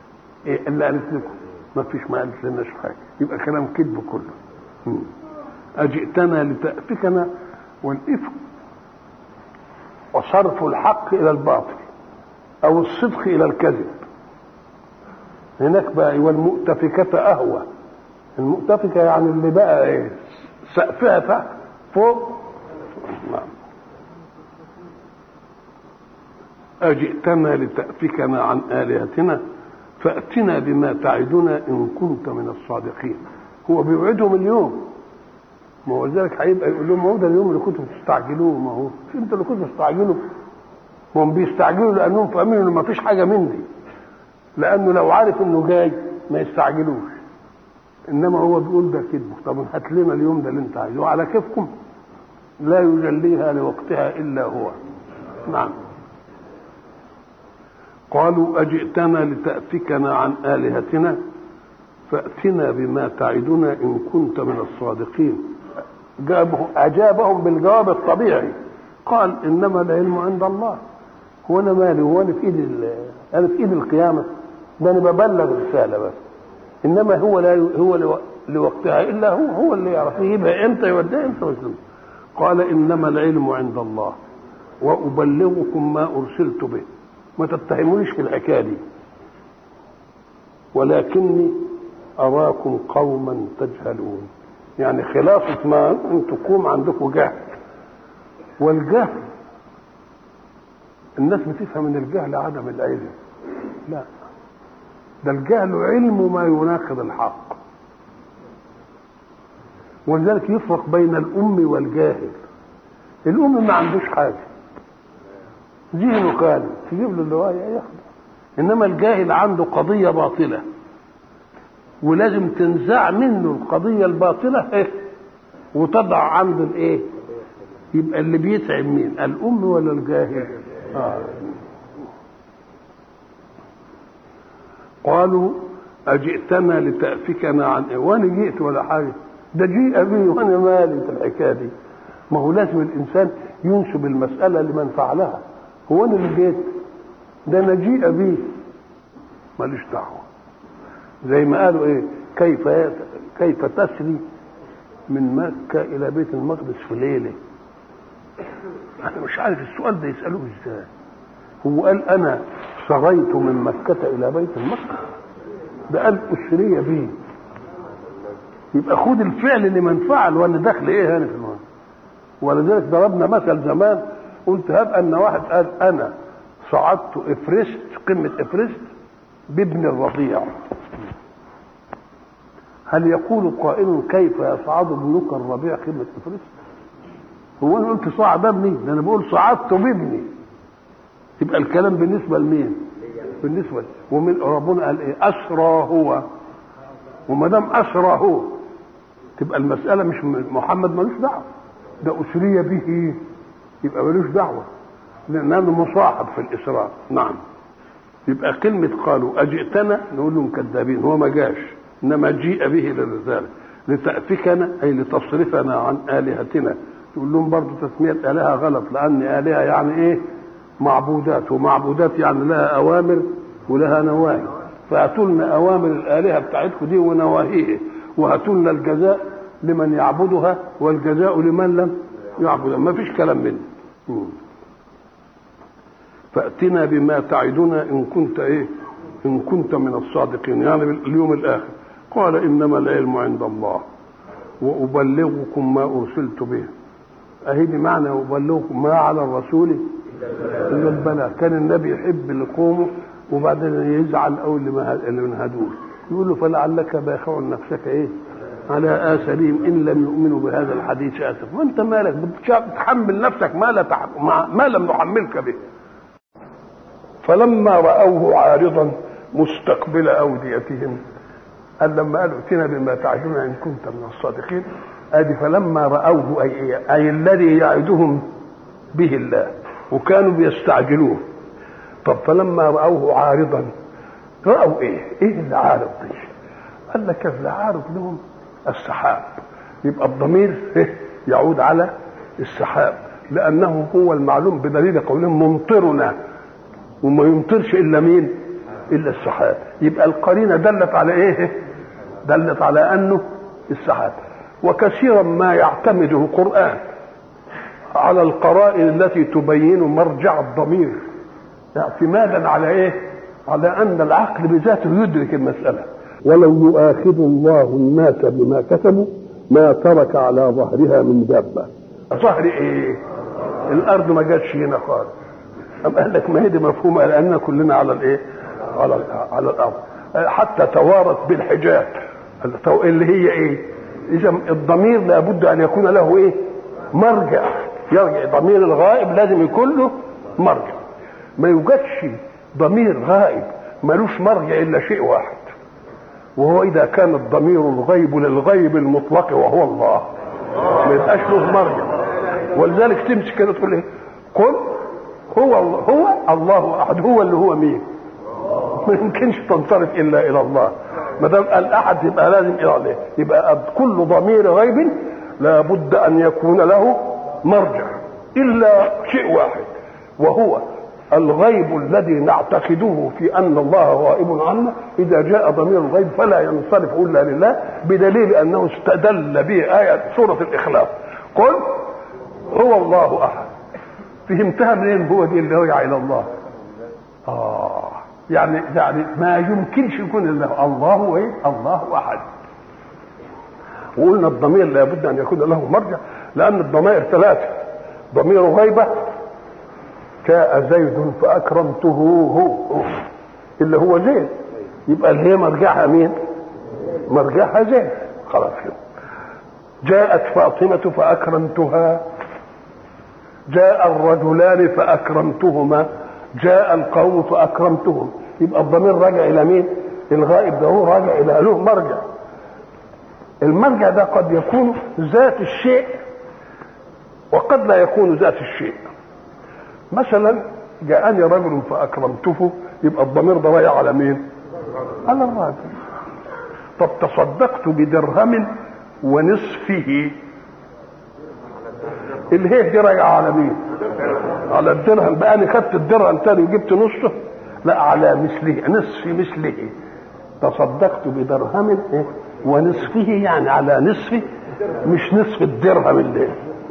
ايه اللي قالت لكم؟ ما فيش، ما قالت لناش حاجه. يبقى كلام كذب كله. أجئتنا لتأفكنا. والإفك وصرف الحق إلى الباطل أو الصدق إلى الكذب. هناك بقى والمؤتفكة أهوى. المؤتفكة يعني اللي بقى إيه سقفها تحت فوق. أجئتنا لتأفكنا عن آلهتنا فأتنا بما تعدنا إن كنت من الصادقين. هو بيوعدهم اليوم، ما هو ذلك هيبقى يقول لهم ما هو ده اليوم اللي كنتوا بتستعجلوه، ما هو انتوا اللي كنتوا بتستعجلوا. هم بيستعجلوا لأنهم فاهمين إن ما فيش حاجة من دي، لأنه لو عارف إنه جاي ما يستعجلوش. إنما هو بيقول ده كده، طب هات لنا اليوم ده اللي أنت عايزه على كيفكم، لا يجليها لوقتها إلا هو. نعم. قالوا أجئتنا لتأفكنا عن آلهتنا فأتنا بما تعدنا إن كنت من الصادقين. أجابهم بالجواب الطبيعي، قال إنما العلم عند الله. هو أنا مالي، هو أنا في إيد القيامة، ده أنا ببلغ رسالة بس، إنما هو لوقتها إلا هو اللي يعرف يجيبها إمتى يوديها إمتى ويسلم. قال إنما العلم عند الله وأبلغكم ما أرسلت به. ما تتهمونيش في الحكاية دي، ولكني أراكم قوما تجهلون. يعني خلاصة ما أنتم قوم عندكم جهل، والجهل الناس بتفهم ان الجهل عدم العلم. لا، ده الجهل علم ما يناقض الحق. ولذلك يفرق بين الأم والجاهل. الأم ما عندوش حاجة، ذهنه خالي، تجيب له الرواية ياخده. إنما الجاهل عنده قضية باطلة ولازم تنزع منه القضية الباطلة وتضع عنده الايه. يبقى اللي بيتعب مين، الأم ولا الجاهل؟ قالوا أجئتنا لتأفكنا عن إيه؟ وأنا جئت ولا حاجة، ده جيء بي وأنا مالي في الحكاية دي. ما هو لازم الإنسان ينسب المسألة لمن فعلها. هو أنا اللي جيت، ده أنا جيء بي، ماليش دعوة. زي ما قالوا إيه، كيف تسري من مكة إلى بيت المقدس في ليلة. أنا مش عارف السؤال ده يسألوه إزاي. هو قال أنا سريت من مكة إلى بيت المقدس، ده قال أسري به. يبقى خد الفعل لمن فعل، وأنا داخل إيه هنا في المعنى. ولذلك ضربنا مثل زمان، قلت هب أن واحد قال أنا صعدت إفرست، قمة إفرست بابن الرضيع، هل يقول قائل كيف يصعد ابنك الربيع قمة إفرست؟ هو أنا قلت صعد ابني؟ ده أنا بقول صعدت بابني. يبقى الكلام بالنسبة لمين؟ بالنسبة ومن ربنا قال إيه؟ أسرى هو. وما دام أسرى هو تبقى المسألة مش محمد ملوش دعوة، ده أسري به، يبقى ملوش دعوة لأنه مصاحب في الإسراء. نعم. يبقى كلمة قالوا أجئتنا نقول لهم كذابين، هو ما جاش، إنما جيء به للرسالة لتأفكنا أي لتصرفنا عن آلهتنا. تقول لهم برضو تسمية آلهة غلط، لأن آلهة يعني إيه؟ معبودات، ومعبودات يعني لها أوامر ولها نواهي. فأتوا لنا أوامر الآلهة بتاعتكم دي ونواهيه، وهاتوا لنا الجزاء لمن يعبدها والجزاء لمن لم يعبدها. ما فيش كلام منه. فأتنا بما تعدنا إن كنت إيه؟ إن كنت من الصادقين، يعني اليوم الآخر. قال إنما العلم عند الله وأبلغكم ما أرسلت به. أهدي معنى أبلغكم ما على الرسول إلا البلاغ. كان النبي يحب لقومه وبعدين يزعل أول اللي من هدول، يقول له فلعلك باخع نفسك إيه على آثارهم إن لم يؤمنوا بهذا الحديث آسف. وأنت مالك بتحمل نفسك ما لم نحملك به. فلما رأوه عارضا مستقبل أوديتهم، قال لما قالوا ائتنا بما تعدنا إن كنت من الصادقين، ادي فلما رأوه أي الذي يعدهم به الله، وكانوا بيستعجلوه. طب فلما رأوه عارضا، رأوا ايه اللي عارض دي؟ قال لك اللي عارض لهم السحاب. يبقى الضمير يعود على السحاب، لأنه هو المعلوم بدليل قولهم ممطرنا، وما يمطرش إلا مين؟ إلا السحاب. يبقى القرينة دلت على ايه؟ دلت على أنه السحاب. وكثيرا ما يعتمده القرآن على القرائن التي تبين مرجع الضمير اعتمادا على ايه؟ على ان العقل بذاته يدرك المسألة. ولو يؤاخذ الله الناس بما كسبوا ما ترك على ظهرها من دابة. ظهر ايه؟ الارض ما جاتش هنا خالص. أم قال لك ما هي دي مفهومة لأننا كلنا على الايه؟ على الارض. حتى توارث بالحجاب اللي هي ايه؟ اذا الضمير لابد ان يكون له ايه؟ مرجع. يرجع ضمير الغائب لازم يكون له مرجع. ما يوجدش ضمير غائب ملوش مرجع الا شيء واحد، وهو اذا كان الضمير الغيب للغيب المطلق وهو الله ما يبقاش له مرجع. ولذلك تمسك كده تقول ايه؟ قل هو الله احد. هو اللي هو مين؟ ما يمكنش تنصرف الا الى الله. ما دام الاحد يبقى لازم الى عليه. يبقى كل ضمير غيب لابد ان يكون له مرجع الا شيء واحد، وهو الغيب الذي نعتقده في ان الله غائب عنا. اذا جاء ضمير الغيب فلا ينصرف الا لله، بدليل انه استدل به آية سورة الاخلاص قل هو الله احد. فهمتها منين؟ هو دي اللي هي الى الله. يعني ما يمكنش يكون الا الله وايه؟ الله احد. وقلنا الضمير لابد ان يكون له مرجع، لان الضمائر ثلاثه: ضمير غيبه جاء زيد فاكرمته هو اللي هو زيد، يبقى اللي هي مرجعها مين؟ مرجعها زيد. خلاص كده. جاءت فاطمه فاكرمتها، جاء الرجلان فاكرمتهما، جاء القوم فاكرمتهم. يبقى الضمير راجع الى مين؟ الغائب ده هو راجع الى له مرجع. المرجع ده قد يكون ذات الشيء وقد لا يكون ذات الشيء. مثلا جاءني رجل فاكرمته، يبقى الضمير ده راجع على مين؟ على الراجل. طب تصدقت بدرهم ونصفه، اللي هي دي راجعه على مين؟ على الدرهم. بقى انا خدت الدرهم تاني وجبت نصه؟ لا، على مثله، نصف مثله. تصدقت بدرهم ونصفه، يعني على نصفه مش نصف الدرهم اللي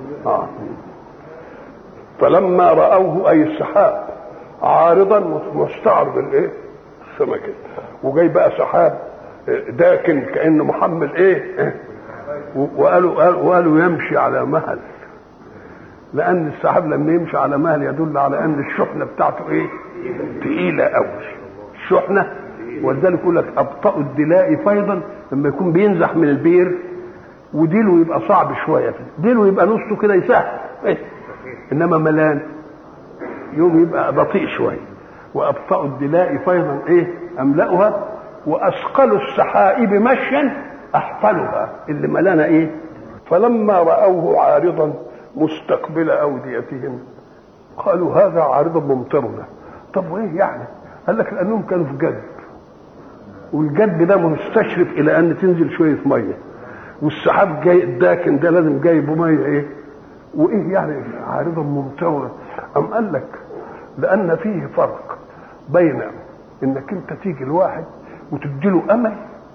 فلما رأوه أي السحاب عارضا مستعرض الايه؟ السمكة. وجاي بقى سحاب داكن كأنه محمل ايه؟ وقالوا يمشي على مهل، لأن السحاب لما يمشي على مهل يدل على أن الشحنة بتاعته ايه؟ تقيلة قوي الشحنة. ولذلك يقول لك أبطأ الدلاء فيضا، لما يكون بينزح من البير وديله يبقى صعب شوية، ديله يبقى نصه كده يسهل إيه؟ إنما ملان يوم يبقى بطيء شوية. وأبطأ الدلاء فيضا إيه؟ أملأها، وأثقل السحائب مشيا أحفلها، اللي ملانة إيه؟ فلما رأوه عارضا مستقبل أوديتهم قالوا هذا عارض ممطرنا. طب وإيه يعني؟ قال لك لأنهم كانوا في جد، والجد ده مستشرف إلى أن تنزل شوية مية، والسحاب جاي الداكن ده لازم جايبه مية إيه؟ وإيه يعني عارضا ممطرنا؟ أم قال لك لأن فيه فرق بين إنك أنت تيجي الواحد وتديله أمل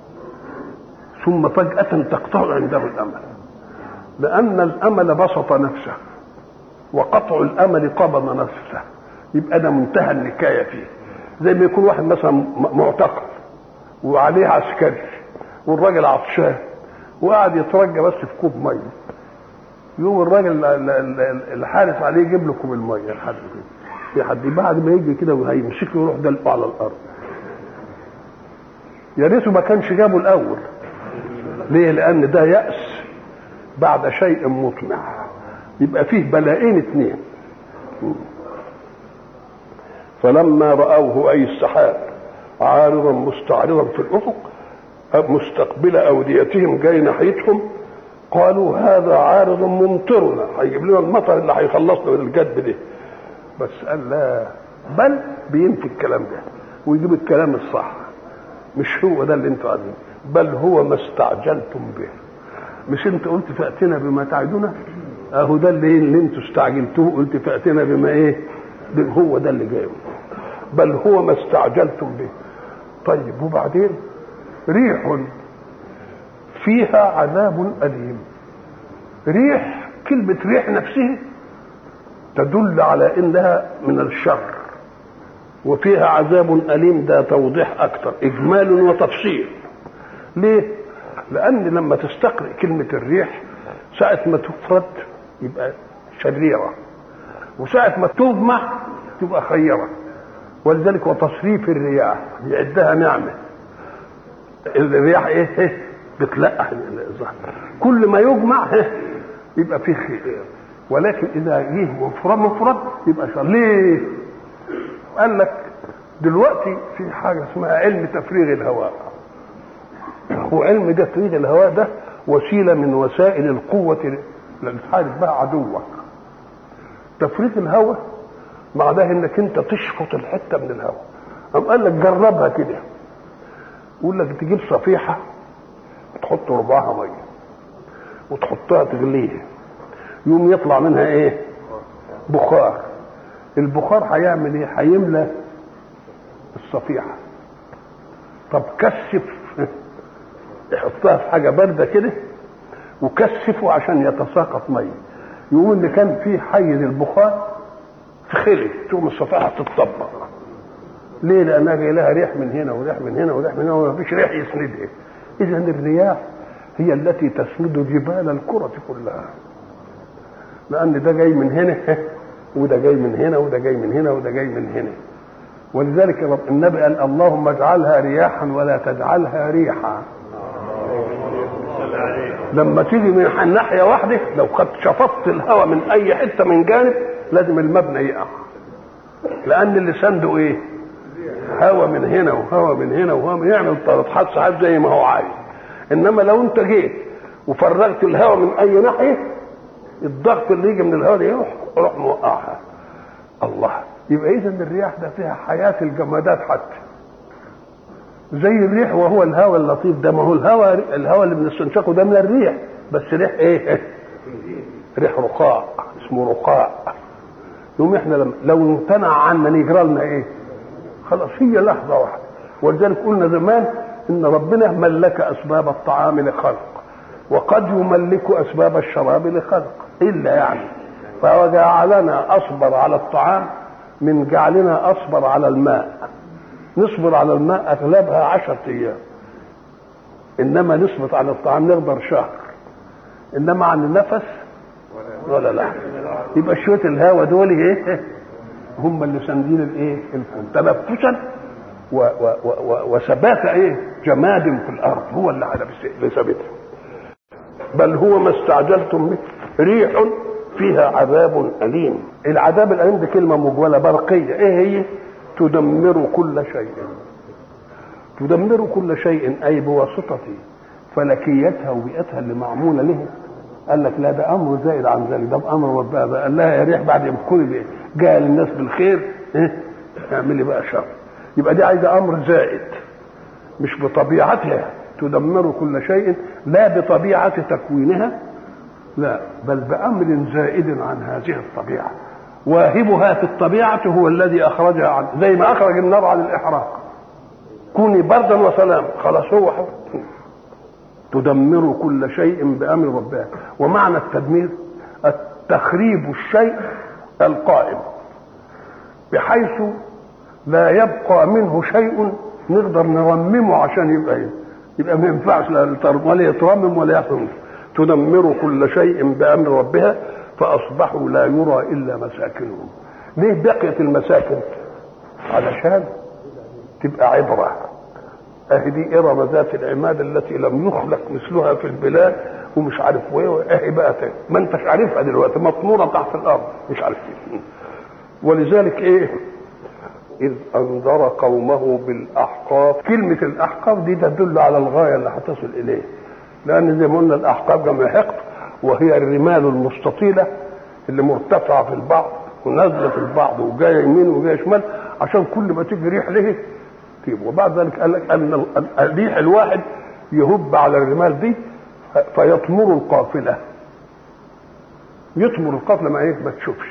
ثم فجأة تقطع عنده الأمل، لأن الأمل بسط نفسه وقطع الأمل قبض نفسه، يبقى ده منتهى النكاية فيه. زي ما يكون واحد مثلا معتقل وعليه عسكري والراجل عطشان وقاعد يترجى بس في كوب ميه، يوم الراجل الحارس عليه يجيب له كوب الميه لحد كده، في حد بعد ما يجي كده وهيمسك له يروح دلقه على الارض. يا ريته ما كانش جابه الاول. ليه؟ لان ده يأس بعد شيء مطمع. يبقى فيه بلاءين اثنين. فلما رأوه أي السحاب عارضا مستعرضا في الأفق مستقبل أوديتهم جاي ناحيتهم قالوا هذا عارض ممطرنا، هيجيب لنا المطر اللي هيخلصنا من الجد ده. بس قال لا، بل بينفي الكلام ده ويجيب الكلام الصح. مش هو ده اللي انتوا عايزينه، بل هو ما استعجلتم به. مش انت قلت فأتنا بما تعدنا؟ اهو ده اللي انتوا استعجلتوه، قلت فأتنا بما ايه؟ هو ده اللي جاي. بل هو ما استعجلتم به. طيب وبعدين ريح فيها عذاب أليم. ريح، كلمة ريح نفسها تدل على إنها من الشر، وفيها عذاب أليم ده توضيح أكثر، إجمال وتفصيل. ليه؟ لأن لما تستقرئ كلمة الريح ساعة ما تفرد يبقى شريرة، وساعة ما تجمع تبقى خيرة. ولذلك وتصريف الرياح يعدها نعمة. الرياح ايه؟ بتلقح الظهر. كل ما يجمع يبقى فيه خير، ولكن إذا جه مفرد يبقى شر. ليه؟ قال لك دلوقتي في حاجة اسمها علم تفريغ الهواء. وعلم تفريغ الهواء ده وسيلة من وسائل القوة لتحارب بها عدوك. تفريغ الهواء معناه انك انت تشفط الحته من الهواء. قام قال لك جربها كده، يقول لك تجيب صفيحه تحط ربعها ميه وتحطها تغليها، يوم يطلع منها ايه؟ بخار. البخار هيعمل ايه؟ هيملى الصفيحه. طب كثف، يحطها في حاجه بارده كده وكثفه عشان يتساقط ميه، يقول اللي كان فيه حيز البخار في خلي تقوم الصفيحه تتطبق. ليه؟ لانها جاي لها ريح من هنا وريح من هنا وريح من هنا وما فيش ريح يسندها. اذا الرياح هي التي تسند جبال الكره كلها، لان ده جاي من هنا وده جاي من هنا وده جاي من هنا وده جاي من هنا. ولذلك النبي قال اللهم اجعلها رياحا ولا تجعلها ريحا. لما تيجي من ناحيه واحده لو قد شفطت الهواء من اي حته من جانب لازم المبنى يقع، لان اللي سنده ايه؟ هواء من هنا وهواء من هنا وهواء من هنا، يعمل طرطحات ساعات زي ما هو عايز. انما لو انت جيت وفرغت الهواء من اي ناحيه، الضغط اللي يجي من الهواء ده يروح موقعها. الله. يبقى اذا الرياح ده فيها حياه الجمادات حتى زي الريح، وهو الهواء اللطيف ده. ما هو الهواء اللي بنستنشقه ده من الريح، بس ريح ايه؟ ريح رقاع، اسمه رقاع. يوم احنا لو امتنع عنا يجرى لنا ايه؟ خلاص هي لحظه واحده. ولذلك قلنا زمان ان ربنا ملك اسباب الطعام لخلق، وقد يملك اسباب الشراب لخلق، الا يعني فجعلنا اصبر على الطعام من جعلنا اصبر على الماء. نصبر على الماء اغلبها 10 ايام، انما نصبر على الطعام نقدر شهر، انما عن النفس ولا لا. يبقى شويه الهواء دول ايه؟ هم اللي ساندين الايه؟ الكون تنفسا وثبات ايه؟ جماد في الارض، هو اللي على ثابتها. بل هو ما استعجلتم به ريح فيها عذاب اليم. العذاب الاليم دي كلمه مجوله برقيه. ايه هي؟ تدمر كل شيء. تدمر كل شيء اي بواسطه فلكيتها وبيئتها اللي معموله له. قال لك لا ده امر زائد عن ذلك، ده بامر ربها بقى. قال لها يا ريح بعد ما تكوني جايه للناس بالخير اعملي بقى شر. يبقى دي عايزه امر زائد، مش بطبيعتها تدمر كل شيء، لا بطبيعه تكوينها، لا، بل بامر زائد عن هذه الطبيعه. واهبها في الطبيعه هو الذي اخرجها عن، زي ما اخرج النار عن الاحراق، كوني بردا وسلام، خلاص هو حر. تدمر كل شيء بامر ربها. ومعنى التدمير التخريب الشيء القائم، بحيث لا يبقى منه شيء نقدر نرممه عشان يبقى ما ينفعش ولا يترمم ولا يحرم. تدمر كل شيء بامر ربها فاصبحوا لا يرى الا مساكنهم. ليه بقيت المساكن؟ علشان تبقى عبره. اهدي ارم ذات العماد التي لم يخلق مثلها في البلاد، ومش عارف ايه. اهي بقى تاني ما انتش عارفها دلوقتي، مطموره تحت الارض مش عارف ايه. ولذلك ايه؟ اذ انذر قومه بالاحقاف. كلمه الاحقاف دي تدل على الغايه اللي هتصل اليه، لان زي ما قلنا الاحقاف جمع حقد، وهي الرمال المستطيله اللي مرتفعه في البعض ونازله في البعض وجايه يمين وجايه شمال، عشان كل ما تيجي ريح له تجيب. وبعد ذلك قال لك ان الريح الواحد يهب على الرمال دي فيطمر القافله. يطمر القافله ما ايه؟ ما تشوفش.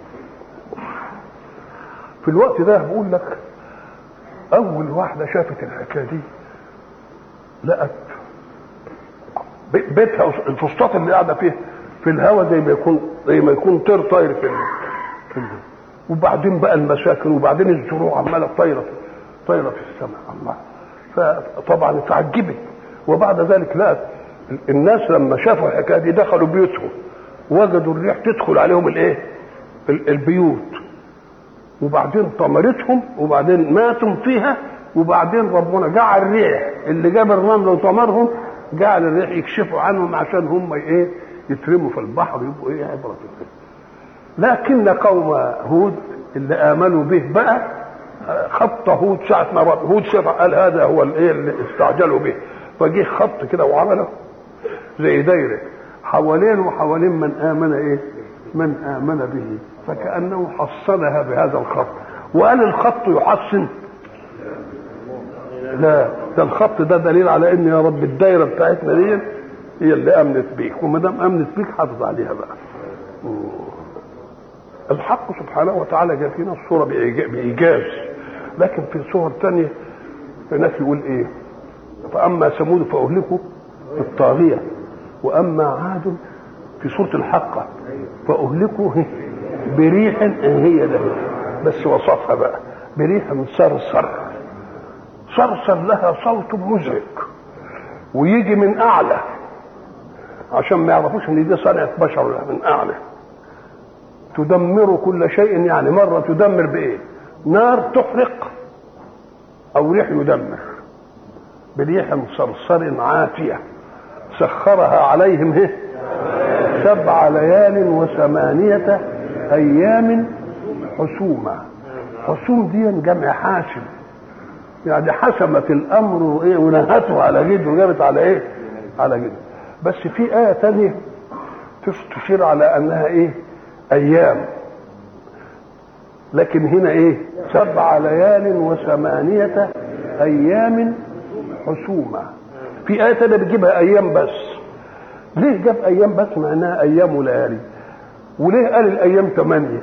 في الوقت ده بقول لك اول واحده شافت الحكايه دي لقت بيتها الفسطاط اللي قاعده فيه في الهواء زي ما يكون طير طاير في وبعدين بقى المساكن، وبعدين الزروع عماله طايره في السماء. الله، فطبعا اتعجبت. وبعد ذلك لا، الناس لما شافوا الحكايه دي دخلوا بيوتهم، وجدوا الريح تدخل عليهم الايه؟ البيوت، وبعدين طمرتهم، وبعدين ماتوا فيها، وبعدين ربنا جعل الريح اللي جاب الرمل وطمرهم، جعل الريح يكشفوا عنهم عشان هم ايه؟ يترموا في البحر ويبقوا ايه؟ عبره. لكن قوم هود اللي امنوا به بقى خط هود ساعه ما هود شاف قال هذا هو الايه اللي استعجلوا به، فجه خط كده وعمله زي دايره حوالين وحوالين من امن ايه؟ من امن به، فكانه حصنها بهذا الخط. وقال الخط يحصن؟ لا، ده الخط ده دليل على ان يا رب الدايره بتاعتنا دي هي اللي امنت بيك، وما دام امنت بيك حافظ عليها بقى. الحق سبحانه وتعالى جاء فينا الصوره بايجاز، لكن في صور ثانيه هناك يقول ايه؟ فاما ثمود فاهلكوا بالطاغيه، واما عاد في سوره الحقه فاهلكوا بريح هي له، بس وصفها بقى بريح صرصر لها صوت مزعج، ويجي من اعلى عشان ما يعرفوش ان دي صنعه بشر، من اعلى تدمر كل شيء. يعني مره تدمر بايه؟ نار تحرق، او ريح يدمر. بريح صرصر عاتيه سخرها عليهم 7 ليال و8 ايام حسوما. حسوم دي جمع حاسم، يعني حسمت الامر وايه ونهته على جد وجابت على ايه؟ على جد. بس في ايه ثانيه تشير على انها ايه؟ ايام، لكن هنا ايه؟ 7 ليال و8 ايام حسوما. في ايه ثانيه بتجيبها ايام بس. ليه جاب ايام بس مع انها ايام وليالي؟ وليه قال الايام 8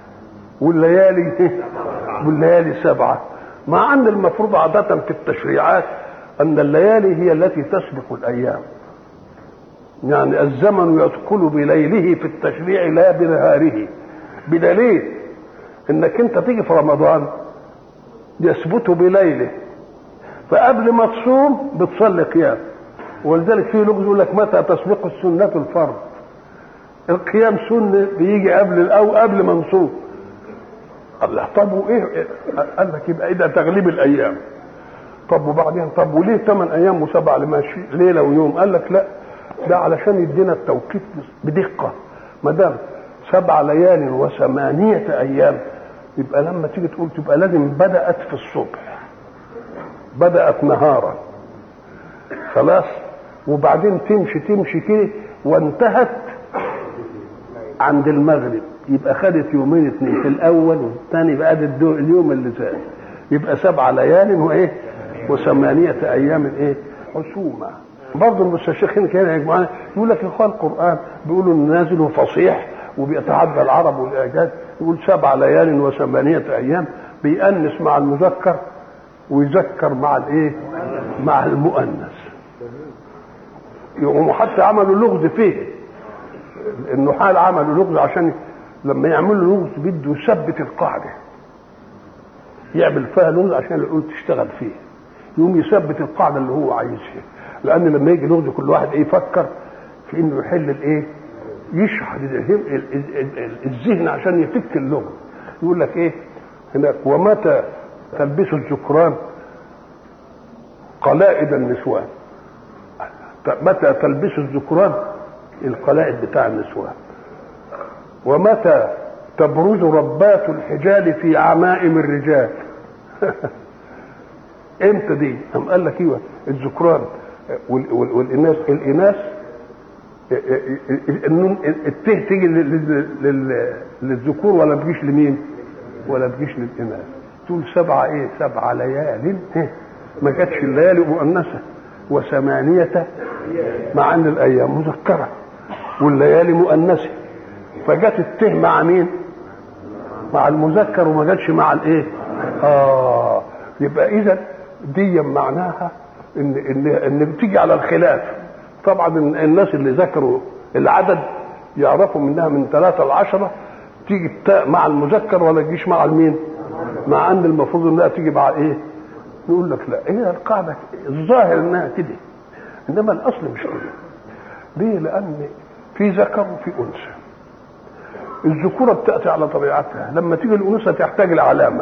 والليالي 7؟ مع ان المفروض عاده في التشريعات ان الليالي هي التي تسبق الايام، يعني الزمن يدخل بليله في التشريع لا بنهاره، بدليل انك انت تيجي في رمضان يثبت بليله، فقبل ما تصوم بتصلي قيام. ولذلك في لغز يقول لك متى تسبق السنه الفرض؟ القيام سنه بيجي قبل ما نصوم. الله، طب وايه؟ قال لك يبقى ده تغليب الايام. طب وبعدين طب وليه 8 ايام و7 لماشي ليله ويوم؟ قال لك لا، ده علشان يدينا التوقيت بدقه. ما دام 7 ليال و8 ايام، يبقى لما تيجي تقول تبقى لازم بدات في الصبح، بدات نهارا خلاص، وبعدين تمشي كده وانتهت عند المغرب، يبقى خدت يومين 2 في الاول والثاني بقى اليوم اللي فات، يبقى 7 ليال وايه و8 ايام ايه حسوما. برضه المستشيخين كده يا جماعه يقول لك يا اخوان القران بيقولوا نازل وفصيح وبيتعدى العرب والاعجاز، يقول 7 ليال و8 ايام، بيأنس مع المذكر ويذكر مع الايه؟ مع المؤنث. يقوموا حتى عملوا لغز فيه، النحال عملوا لغز عشان لما يعملوا لغز بده يثبت القاعده، يعمل فيها لغز عشان العقول تشتغل فيه، يقوم يثبت القاعده اللي هو عايزها. لان لما يجي لغز كل واحد ايه يفكر في انه يحل الايه؟ يشحذ الذهن عشان يفك اللغز. يقول لك ايه هناك؟ ومتى تلبس الذكران قلائد النسوان. متى تلبس الذكران القلائد بتاع النسوان. ومتى تبرز ربات الحجال في عمائم الرجال. امتى دي؟ قام قال لك ايوه الذكران والاناث. الاناث الته تيجي للذكور ولا بتجيش لمين؟ ولا بتجيش للاناث. تقول 7 ليال، ما جاتش الليالي مؤنثه، و8 مع ان الايام مذكره والليالي مؤنثه، فجت الته مع مين؟ مع المذكر وما جاتش مع الايه؟ يبقى اذا دي معناها ان بتيجي على الخلاف، طبعا الناس اللي ذكروا العدد يعرفوا منها من 3 ل 10 تيجي التاء مع المذكر ولا تجيش مع المين؟ مع ان المفروض انها تيجي مع ايه؟ نقول لك لا، هي القاعده الظاهر انها كده، انما الاصل مش كده. ليه؟ لان في ذكر وفي انثى. الذكوره بتاتي على طبيعتها، لما تيجي الانوثه تحتاج العلامه.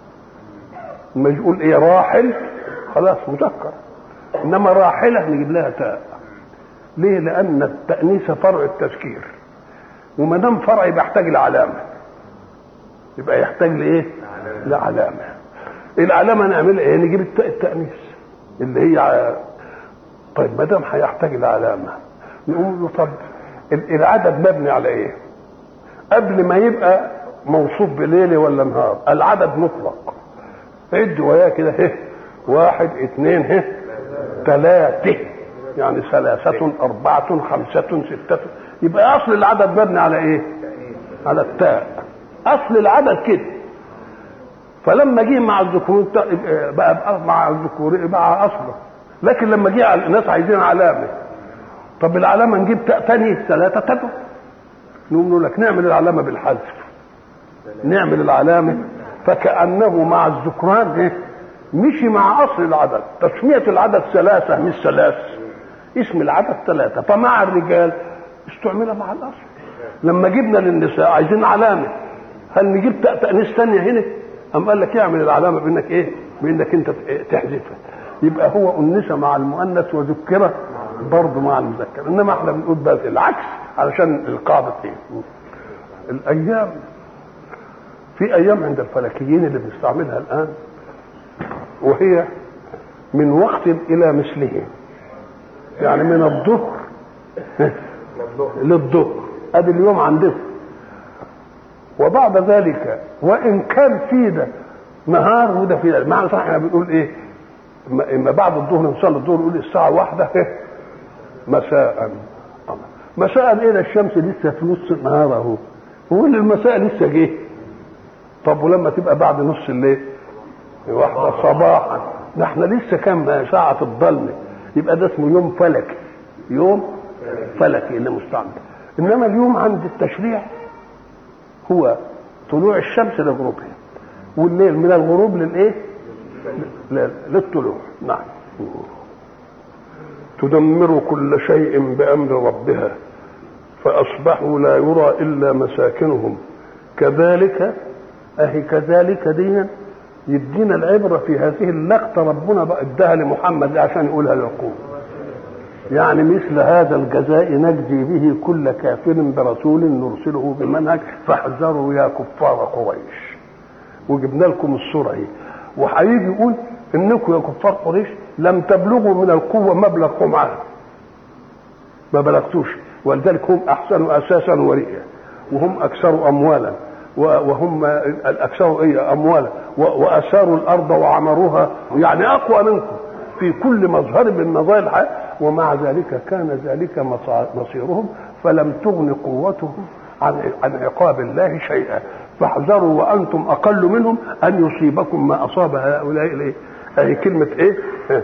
لما يقول ايه راحل خلاص مذكر، انما راحله نجيب لها تاء. ليه؟ لان التانيث فرع التذكير، وما دام فرع بيحتاج العلامه، يبقى يحتاج لايه؟ لعلامه. العلامه نعملها ايه؟ نجيب التاء التانيث اللي هي طيب ما دام هيحتاج العلامه نقول له طب العدد مبني على ايه؟ قبل ما يبقى موصوف بليل ولا نهار العدد مطلق. عد وياه كده 1 2 3 يعني 3 4 5 6. يبقى اصل العدد مبني على ايه؟ على التاء. اصل العدد كده. فلما جه مع الذكور بقى مع الذكور مع اصله، لكن لما جه على الناس عايزين علامه. طب العلامه نجيب تاء ثاني 3 تبع. نقول لك نعمل العلامه بالحذف. نعمل العلامه فكأنه مع الذكران مشي مع اصل العدد. تسميه العدد 3 مش 3، اسم العدد 3. فمع الرجال استعمل مع الاصل. لما جبنا للنساء عايزين علامه، هل نجيب تاء تانيث ثانيه هنا؟ أم قال لك يعمل العلامه بانك ايه؟ بانك انت تحذفها. يبقى هو انثى مع المؤنث وذكر برضه مع المذكر، انما احنا بنقول بس العكس علشان القاعده ايه؟ الايام في ايام عند الفلكيين اللي بنستعملها الان، وهي من وقت الى مثله، يعني من الظهر للظهر، ادي اليوم عندنا. وبعد ذلك وان كان في ده نهار وده في ده، معنى صح احنا بنقول ايه؟ اما بعد الظهر نصلي الظهر نقول الساعه 1 مساء. مساء ايه ده؟ الشمس لسه في نص النهار اهو، هو المساء لسه جه. طب ولما تبقى بعد نص الليل 1 صباحا، ده احنا لسه كام ساعه الظلمه، يبقى ده اسمه يوم فلكي. يوم فلكي اللي مستعمل. انما اليوم عند التشريع هو طلوع الشمس لغروبها، والليل من الغروب للايه؟ للطلوع. نعم. تدمر كل شيء بأمر ربها فأصبحوا لا يرى إلا مساكنهم كذلك. أهي كذلك دينا يدينا العبرة في هذه اللقطة. ربنا بقى اداها لمحمد عشان يقولها للقوم، يعني مثل هذا الجزاء نجزي به كل كافر برسول نرسله بمنهج فاحذروا يا كفار قريش. وجبنا لكم الصورة اهي، وهيجي يقول انكم يا كفار قريش لم تبلغوا من القوة مبلغ قمعان، ما بلغتوش، ولذلك هم احسن اساسا ورئيا، وهم اكثر اموالا، وهم الاكثر اموالا، واثاروا الارض وعمروها، يعني اقوى منكم في كل مظهر من مظاهر الحياه. ومع ذلك كان ذلك مصيرهم، فلم تغن قوتهم عن عقاب الله شيئا. فاحذروا وانتم اقل منهم ان يصيبكم ما اصاب هؤلاء. اي كلمه ايه؟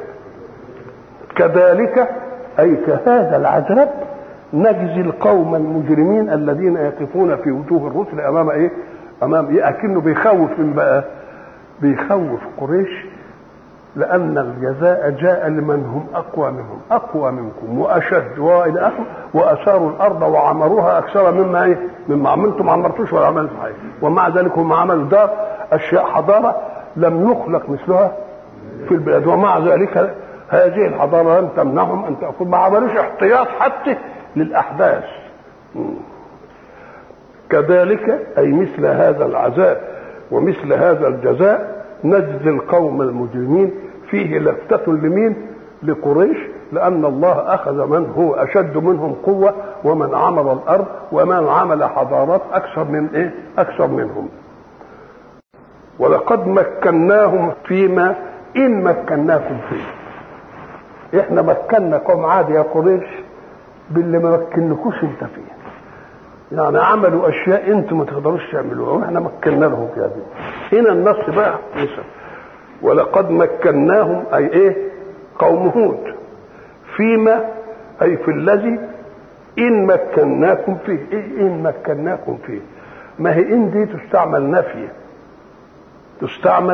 كذلك اي كهذا العذاب نجزي القوم المجرمين الذين يقفون في وجوه الرسل امام ايه؟ امام ايه؟ اكنه بيخوف من بقى، بيخوف قريش، لأن الجزاء جاء لمن هم أقوى منهم، أقوى منكم وأشد وإلى آخره، وأثاروا الأرض وعمروها أكثر مما إيه؟ مما عملتم. ما عمرتوش ولا عملتم حاجة، ومع ذلك هم عملوا دار أشياء حضارة لم يخلق مثلها في البلاد، ومع ذلك هذه الحضارة لم تمنعهم أن تأخذ، ما عملوش احتياط حتى للأحداث. كذلك أي مثل هذا العذاب ومثل هذا الجزاء نجزي القوم المجرمين. فيه لفتة لمين؟ لقريش، لأن الله أخذ من هو أشد منهم قوة، ومن عمر الأرض، ومن عمل حضارات أكثر من إيه؟ أكثر منهم. ولقد مكناهم فيما إن مكناكم فيه. إحنا مكنا قوم عاد يا قريش باللي ما مكنكوش أنت فيه، يعني عملوا أشياء أنتم ما تقدروش تعملوها، وإحنا مكنا لهم في هذه. هنا النص بقى مثل ولقد مكناهم أي إيه؟ قوم هود فيما أي في الذي إن مكناكم فيه. إيه إن مكناكم فيه؟ ما هي إن دي تستعمل نفي، تستعمل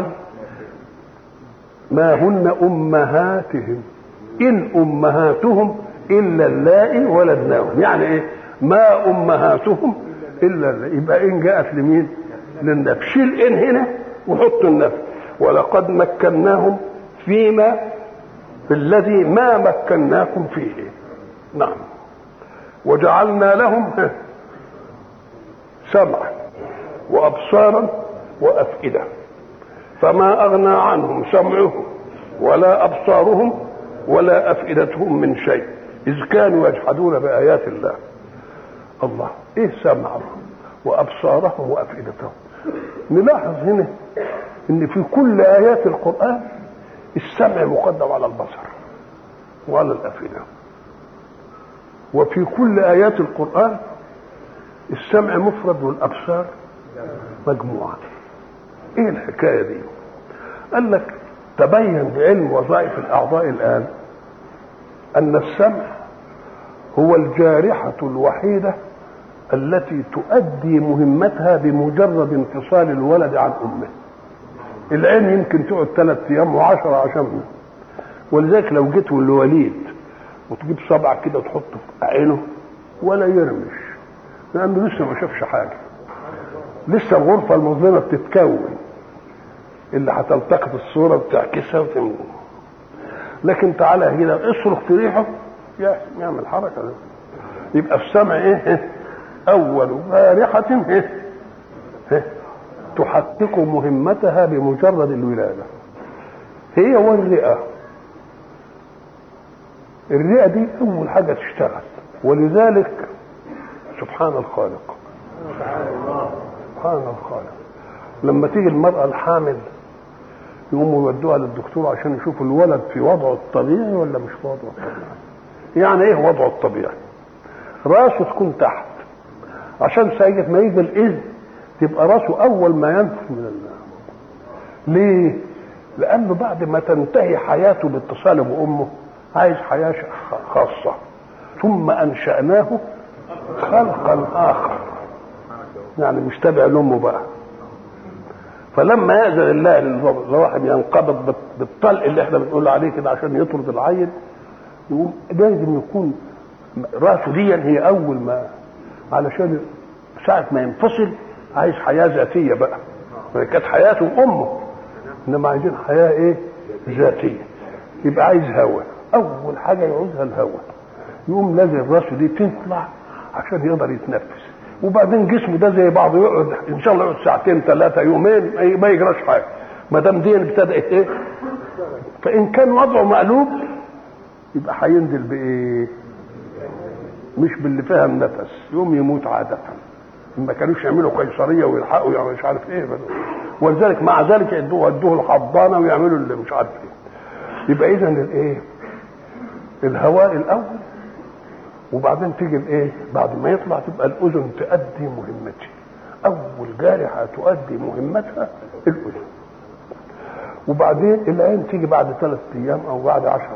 ما هن أمهاتهم، إن أمهاتهم إلا اللائي ولدناهم. يعني إيه؟ ما أمهاتهم إلا اللائي. يبقى إن جاءت لمين؟ للنفي. شيل إن هنا وحط النفي. ولقد مكناهم فيما في الذي ما مكناكم فيه. نعم. وجعلنا لهم سمعا وأبصارا وأفئدة فما أغنى عنهم سمعهم ولا أبصارهم ولا أفئدتهم من شيء إذ كانوا يجحدون بآيات الله. الله، إيه سمعهم وأبصارهم وأفئدتهم؟ نلاحظ هنا إن في كل آيات القرآن السمع مقدم على البصر وعلى الأفئدة، وفي كل آيات القرآن السمع مفرد والأبصار مجموعة. إيه الحكاية دي؟ قال لك تبين بعلم وظائف الأعضاء الآن أن السمع هو الجارحة الوحيدة التي تؤدي مهمتها بمجرد انفصال الولد عن أمه. العين يمكن تقعد 3 أيام و10 عشان، ولذلك لو جيت لوليد وتجيب صبعك كده وتحطه في عينه ولا يرمش، لأنه لسه ما شافش حاجة، لسه الغرفة المظلمة بتتكون اللي هتلتقط الصورة بتعكسها وتعمل. لكن تعالى كده اصرخ في ريحه يعمل حركة ده. يبقى السمع ايه؟ أول جارحة تحقق مهمتها بمجرد الولادة. هي والرئة. الرئة دي أول حاجة تشتغل، ولذلك سبحان الخالق، سبحان الخالق، لما تيجي المرأة الحامل يقوموا يودوها للدكتور عشان يشوفوا الولد في وضعه الطبيعي ولا مش في وضعه الطبيعي. يعني ايه وضعه الطبيعي؟ راسه تكون تحت عشان ساعة ما يجي الإذن تبقى راسه أول ما ينفذ من الله. ليه؟ لأنه بعد ما تنتهي حياته باتصاله بأمه عايز حياة خاصة، ثم أنشأناه خلقا آخر، يعني مش تابع لأمه بقى. فلما يأذن الله الواحد ينقبض بالطلق اللي احنا بنقول عليه كده عشان يطرد العين، يقوم لازم يكون راسه دي هي أول ما، علشان ساعة ما ينفصل عايز حياة ذاتية بقى. كانت حياته أمه، إنما عايزين حياة إيه؟ ذاتية. يبقى عايز هواء، أول حاجة يعوزها الهواء. يقوم لازم راسه دي تطلع عشان يقدر يتنفس، وبعدين جسمه ده زي بعضه يقعد إن شاء الله يقعد 2 3 يومين ما يجراش حاجة ما دام دي ابتدأت إيه. فإن كان وضعه مقلوب يبقى هينزل بإيه؟ مش باللي فيها النفس، يوم يموت عادة. ما كانوش يعملوا قيصريه ويلحقوا يعني مش عارف ايه، ولذلك مع ذلك يدوه الحضانه ويعملوا اللي مش عارف ايه. يبقى اذا الايه؟ الهواء الاول، وبعدين تيجي الايه؟ بعد ما يطلع تبقى الاذن تؤدي مهمتها. اول جارحه تؤدي مهمتها الاذن، وبعدين العين تيجي بعد 3 أيام او بعد 10،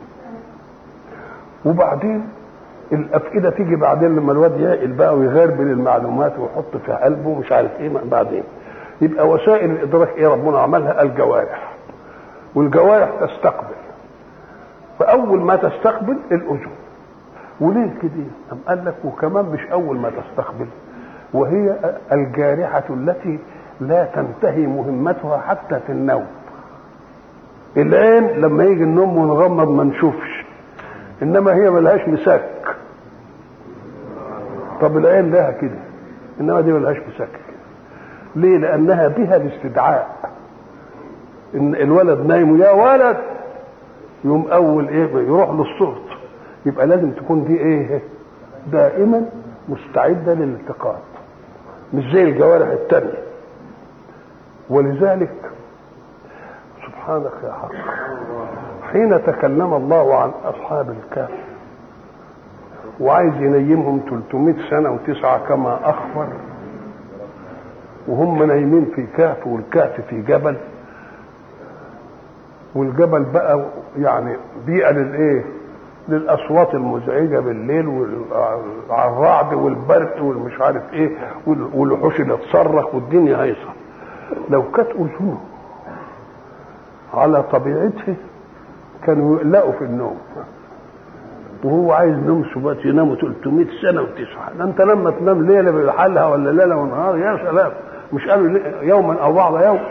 وبعدين الافئده تيجي بعدين لما الواد يعقل بقى ويغربل المعلومات ويحط في قلبه مش عارف ايه بعدين. يبقى وسائل الادراك ايه ربنا عملها؟ الجوارح، والجوارح تستقبل. فاول ما تستقبل الاذن. وليه كده؟ أم قال لك وكمان مش اول ما تستقبل، وهي الجارحه التي لا تنتهي مهمتها حتى في النوم. العين لما يجي النوم ونغمض ما نشوفش، انما هي ملهاش مساك. طب العين لها كده، انما دي ملهاش مساك. ليه؟ لانها بها الاستدعاء. ان الولد نايم يا ولد يوم اول ايه يروح للصوت، يبقى لازم تكون دي ايه؟ دائما مستعده للالتقاط، مش زي الجوارح التانية. ولذلك سبحانك يا حق، حين تكلم الله عن اصحاب الكهف وعايز ينيمهم 300 سنة و9 كما اخبر، وهم نايمين في كهف، والكهف في جبل، والجبل بقى يعني بيئة للايه؟ للاصوات المزعجه بالليل والرعد والبرق والمش عارف ايه والوحوش اللي تصرخ والدنيا هيصه. لو كانت اذنه على طبيعته كانوا يقلقوا في النوم، وهو عايز نوم سبات يناموا 300 سنه وتصحى. ده انت لما تنام ليله بحالها ولا ليله ونهار يا سلام، مش قالوا يوما او بعض يوم.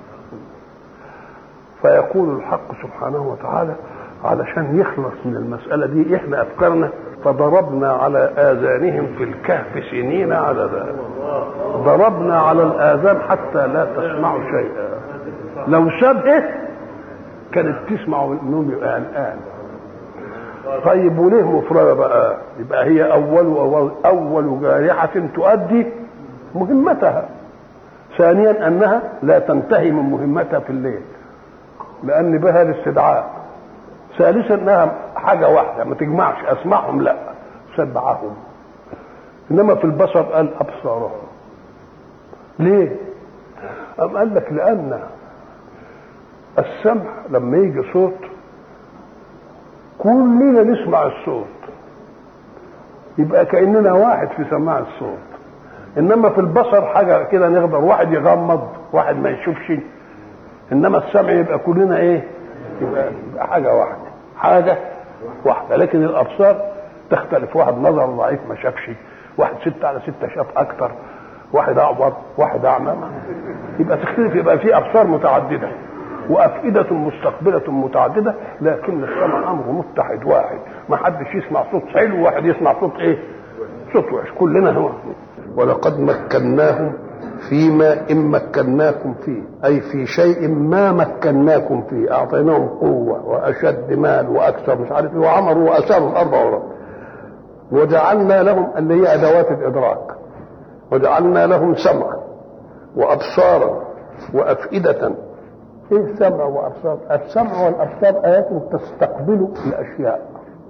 فيقول الحق سبحانه وتعالى علشان يخلص من المساله دي احنا افكارنا فضربنا على اذانهم في الكهف سنين عددا. ضربنا على الاذان حتى لا تسمعوا شيئا. لو ساب كانت تسمعوا النوم يبقى الان. طيب وليه مفردة بقى؟ يبقى هي أول جارحة تؤدي مهمتها. ثانيا أنها لا تنتهي من مهمتها في الليل لأن بها الاستدعاء. ثالثا أنها حاجة واحدة ما تجمعش أسمعهم، لا سبعهم. إنما في البصر قال أبصارهم. ليه؟ أم قال لك لأن السمع لما يجي صوت كلنا نسمع الصوت يبقى كأننا واحد في سماع الصوت. انما في البصر حاجه كده نقدر واحد يغمض واحد ما يشوفش، انما السمع يبقى كلنا يبقى حاجه واحده. لكن الابصار تختلف، واحد نظر ضعيف ما شافش، واحد 6/6 شاف اكتر، واحد اعور، واحد اعمى، يبقى تختلف. يبقى في ابصار متعدده وافئده مستقبله متعدده، لكن السمع امر متحد واحد. ما حدش يسمع صوت حلو وواحد يسمع صوت صوت وحش، كلنا هو. ولقد مكناهم فيما ان مكناكم فيه، اي في شيء ما مكناكم فيه، اعطيناهم قوه واشد مال واكثر مش عارف ايه، وعمروا واثاروا الارض وراء. وجعلنا لهم اللي هي ادوات الادراك، وجعلنا لهم سمعا وابصارا وافئده. ايه سمع وابصار؟ السمع والابصار ايات تستقبل الاشياء.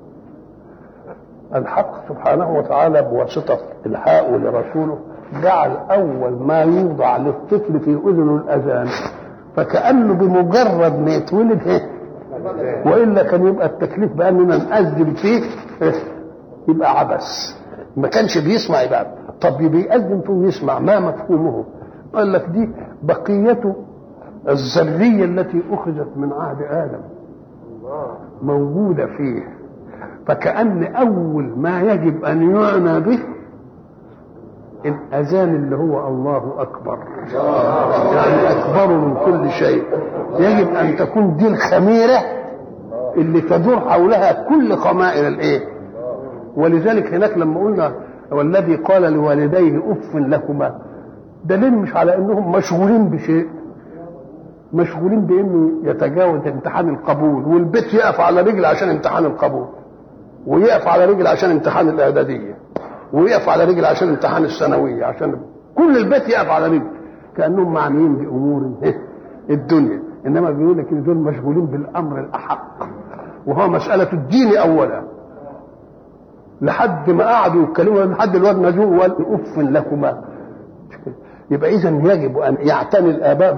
الحق سبحانه وتعالى بواسطه الحاء لرسوله جعل اول ما يوضع للطفل في اذنه الاذان، فكانه بمجرد ما يتولد والا كان يبقى التكليف باننا نأذن فيه يبقى عبث، ما كانش بيسمع. يبقى طب بيأذن فيه ويسمع، ما مفهومه؟ قال لك دي بقيته الذرية التي أخذت من عهد آدم موجودة فيه، فكأن أول ما يجب أن يعنى به الأذان اللي هو الله أكبر، يعني أكبر من كل شيء. يجب أن تكون دي الخميرة اللي تدور حولها كل خمائر ولذلك هناك لما قلنا والذي قال لوالديه أف لكما، دليل مش على أنهم مشغولين بشيء، مشغولين بانه يتجاوز امتحان القبول، والبيت يقف على رجل عشان امتحان القبول، ويقف على رجل عشان امتحان الاعداديه، ويقف على رجل عشان امتحان الثانويه، عشان كل البيت يقف على رجل، كانهم معنيين بامور الدنيا. انما بيقول لك ان دول مشغولين بالامر الاحق وهو مساله الدين اولا. لحد ما قعدوا يتكلموا لحد الواد ما جوه وقال اف لكما. يبقى اذا يجب ان يعتني الاباء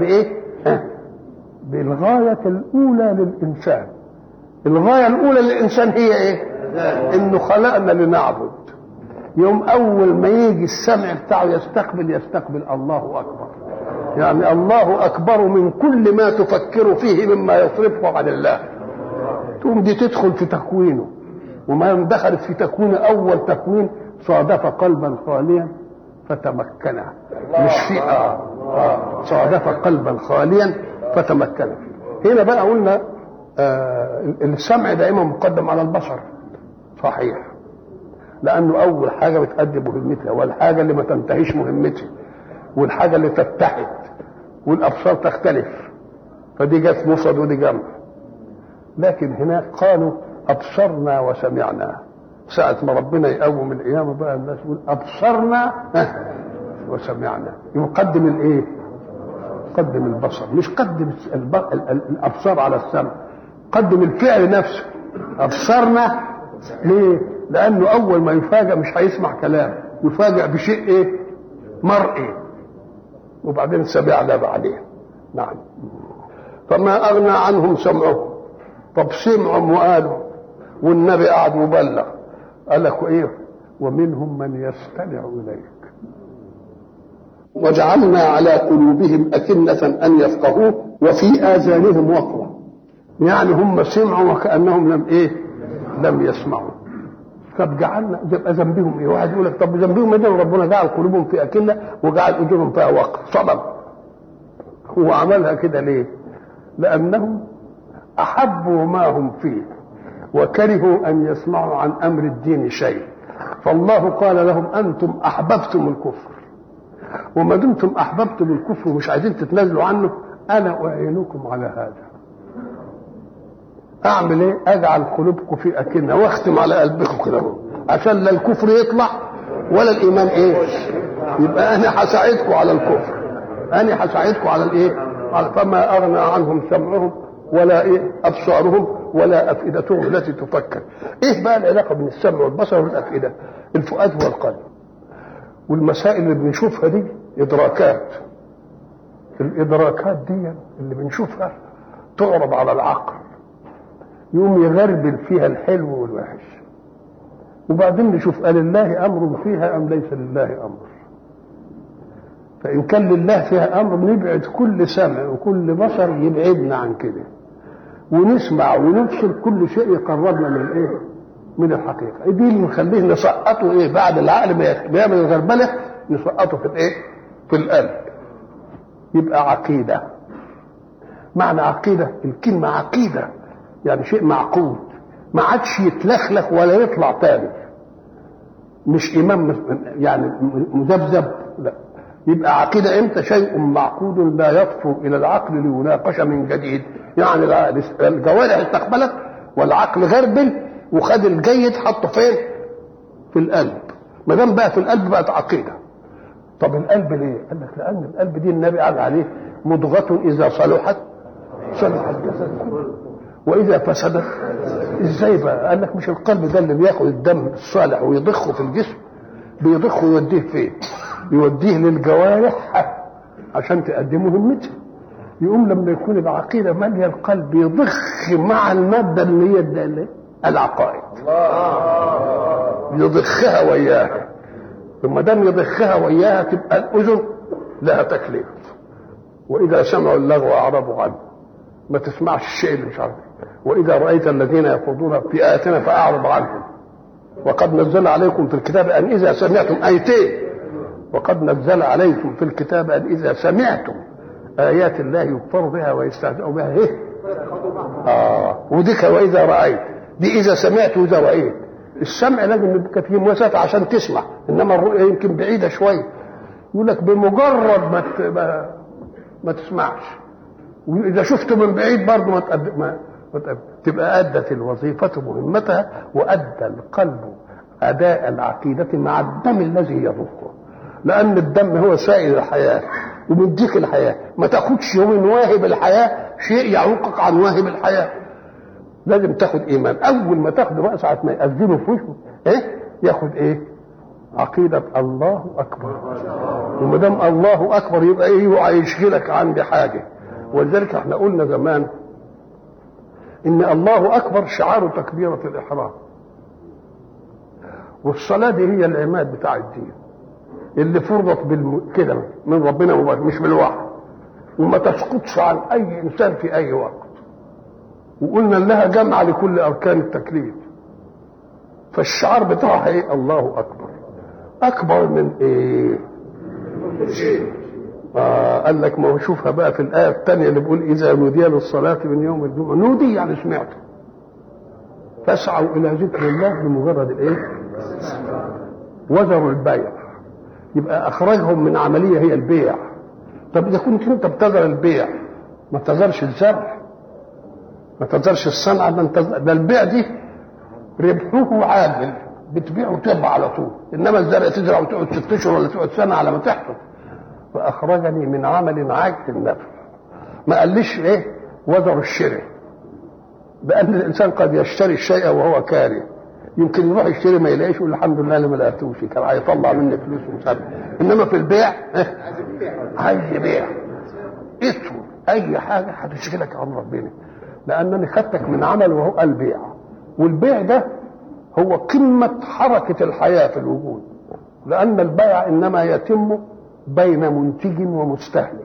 بالغاية الأولى للإنسان. الغاية الأولى للإنسان هي إنه خلقنا لنعبد. يوم أول ما يجي السمع بتاعه يستقبل الله أكبر، يعني الله أكبر من كل ما تفكر فيه مما يصرفه عن الله. تقوم دي تدخل في تكوينه، وما دخلت في تكوينه أول تكوين صادف قلبا خاليا فتمكن، مش في صادف قلبا خاليا فتمكن. هنا بقى قلنا السمع دائما مقدم على البصر، صحيح، لانه اول حاجه بتأدي مهمتها، والحاجه اللي ما تنتهيش مهمتها، والحاجه اللي تتحد، والابصار تختلف، فدي جت مفرد ودي جمع. لكن هناك قالوا ابصرنا وسمعنا. ساعة ما ربنا يقوم القيامة بقى الناس يقول أبصرنا وسمعنا. يقدم قدم البصر، مش قدم الأبصار على السمع، قدم الفعل نفسه. أبصرنا ليه؟ لأنه أول ما يفاجأ مش هيسمع كلام، يفاجأ بشيء مرئي، وبعدين سمعنا بعدين. نعم. فما أغنى عنهم سمعهم. طب سمعهم وقالوا والنبي قعد يبلغ. قال لك ايه؟ ومنهم من يستمع اليك وجعلنا على قلوبهم أكنة أن يفقهوه وفي آذانهم وقرا. يعني هم سمعوا وكأنهم لم يسمعوا. طب جعلنا يبقى ذنبهم ايه؟ واحد يقول لك طب ذنبهم ايه؟ ربنا جعل قلوبهم في أكنة وجعل اذنهم فيها وقر. صدق. هو عملها كده ليه؟ لأنهم أحبوا ما هم فيه وكرهوا أن يسمعوا عن أمر الدين شيء، فالله قال لهم أنتم أحببتم الكفر، وما دمتم أحببتم الكفر ومش عايزين تتنازلوا عنه أنا أعينكم على هذا. أعمل إيه؟ أجعل قلوبكم في أكنة واختم على قلبكم كده عشان لا الكفر يطلع ولا الإيمان يبقى أنا هساعدكم على الكفر، أنا هساعدكم على فما أغنى عنهم سمعهم ولا أبصارهم ولا أفئدتهم التي تفكر. إيه بقى العلاقة بين السمع والبصر والأفئدة؟ الفؤاد والقلب. والمسائل اللي بنشوفها دي إدراكات. الإدراكات دي اللي بنشوفها تعرض على العقل يقوم يغربل فيها الحلو والوحش، وبعدين نشوف قال لله أمر فيها أم ليس لله أمر. فإن كان لله فيها أمر نبعد كل سمع وكل بصر يبعدنا عن كده، ونسمع ونفصل كل شيء يقربنا من الحقيقة. دي اللي نخليه نسقطه بعد العقل بيعمل الغربلة نسقطه في القلب. يبقى عقيدة. معنى عقيدة الكلمة عقيدة يعني شيء معقود ما عادش يتلخلخ ولا يطلع تاني، مش إمام يعني مذبذب، لا. يبقى عقيدة امتى؟ شيء معقود لا يطفو الى العقل ليناقش من جديد. يعني الجوارح استقبلت والعقل غربل وخد الجيد حطه فين؟ في القلب. ما دام بقى في القلب بقت عقيدة. طب القلب ليه؟ قال لك لان القلب دي النبي قال عليه مضغة اذا صلحت صلح الجسد كله واذا فسدت. ازاي بقى؟ قال لك مش القلب ده اللي بياخد الدم الصالح ويضخه في الجسم، بيضخه ويوديه فين؟ يوديه للجوارح عشان تقدمه مهمته. يقوم لما يكون العقيدة مالية القلب يضخ مع المادة اللي هي العقائد، يضخها وياها. ثم دام يضخها وياها تبقى الأذن لها تكليف. وإذا سمعوا اللغو أعرضوا عنه، ما تسمعش الشيء اللي مش عارف. وإذا رأيت الذين يخوضون في آياتنا فأعرض عنهم. وقد نزل عليكم في الكتاب أن إذا سمعتم آيتين، وقد نزل عليكم في الكتاب أن إذا سمعتم آيات الله يكفر بها ويستهزأ بها وديك وإذا رأيت دي إذا سمعت وإذا رأيت. السمع لازم يبقى فيه مسافة عشان تسمع، إنما الرؤية يمكن بعيدة شوية. يقول لك بمجرد ما تسمعش، وإذا شفته من بعيد برضه تبقى أدت الوظيفة مهمتها وأدى القلب أداء العقيدة مع الدم الذي يضخه. لأن الدم هو سائل الحياة ومديك الحياة. ما تاخدش من واهب الحياة شيء يعوقك عن واهب الحياة. لازم تاخد إيمان. أول ما تاخد بقى ساعة ما يأذنه في وشه ياخد عقيدة الله أكبر. وما دام الله أكبر يبقى يشغلك عن حاجة. ولذلك احنا قلنا زمان إن الله أكبر شعار تكبيرة الإحرام، والصلاة دي هي العماد بتاع الدين اللي فرضت كده من ربنا مباشر مش بالوحي، وما تسقطش عن أي إنسان في أي وقت. وقلنا لها جمع لكل أركان التكليف. فالشعار بتاعها الله أكبر. أكبر من قال لك ما هو شوفها بقى في الآية الثانية اللي بيقول إذا نودي للصلاة من يوم الجمعة. نودي يعني سمعته. فاسعوا إلى ذكر الله بمجرد وذروا البيع. يبقى أخرجهم من عملية هي البيع. طب إذا كنت أنت بتذر البيع ما تذرش الزرع، ما تذرش الصنعة. ده البيع دي ربحه عاجل، بتبيع وتبيع على طول. إنما الزرع تزرع وتقعد 6 أشهر ولا تقعد سنة على ما تحصد. فأخرجني من عمل عاجل النفع. ما قاليش وذر الشراء، بأن الإنسان قد يشتري الشيء وهو كاره. يمكن يروح يشتري ما يلاقيش يقول الحمد لله اللي ما لقيتوش، كان هيطلع مني فلوس ومش. انما في البيع عايز يبيع اسمه اي حاجه هتشغلك عن ربنا، لانني خدتك من عمل وهو البيع. والبيع ده هو قمة حركة الحياة في الوجود، لأن البيع إنما يتم بين منتج ومستهلك.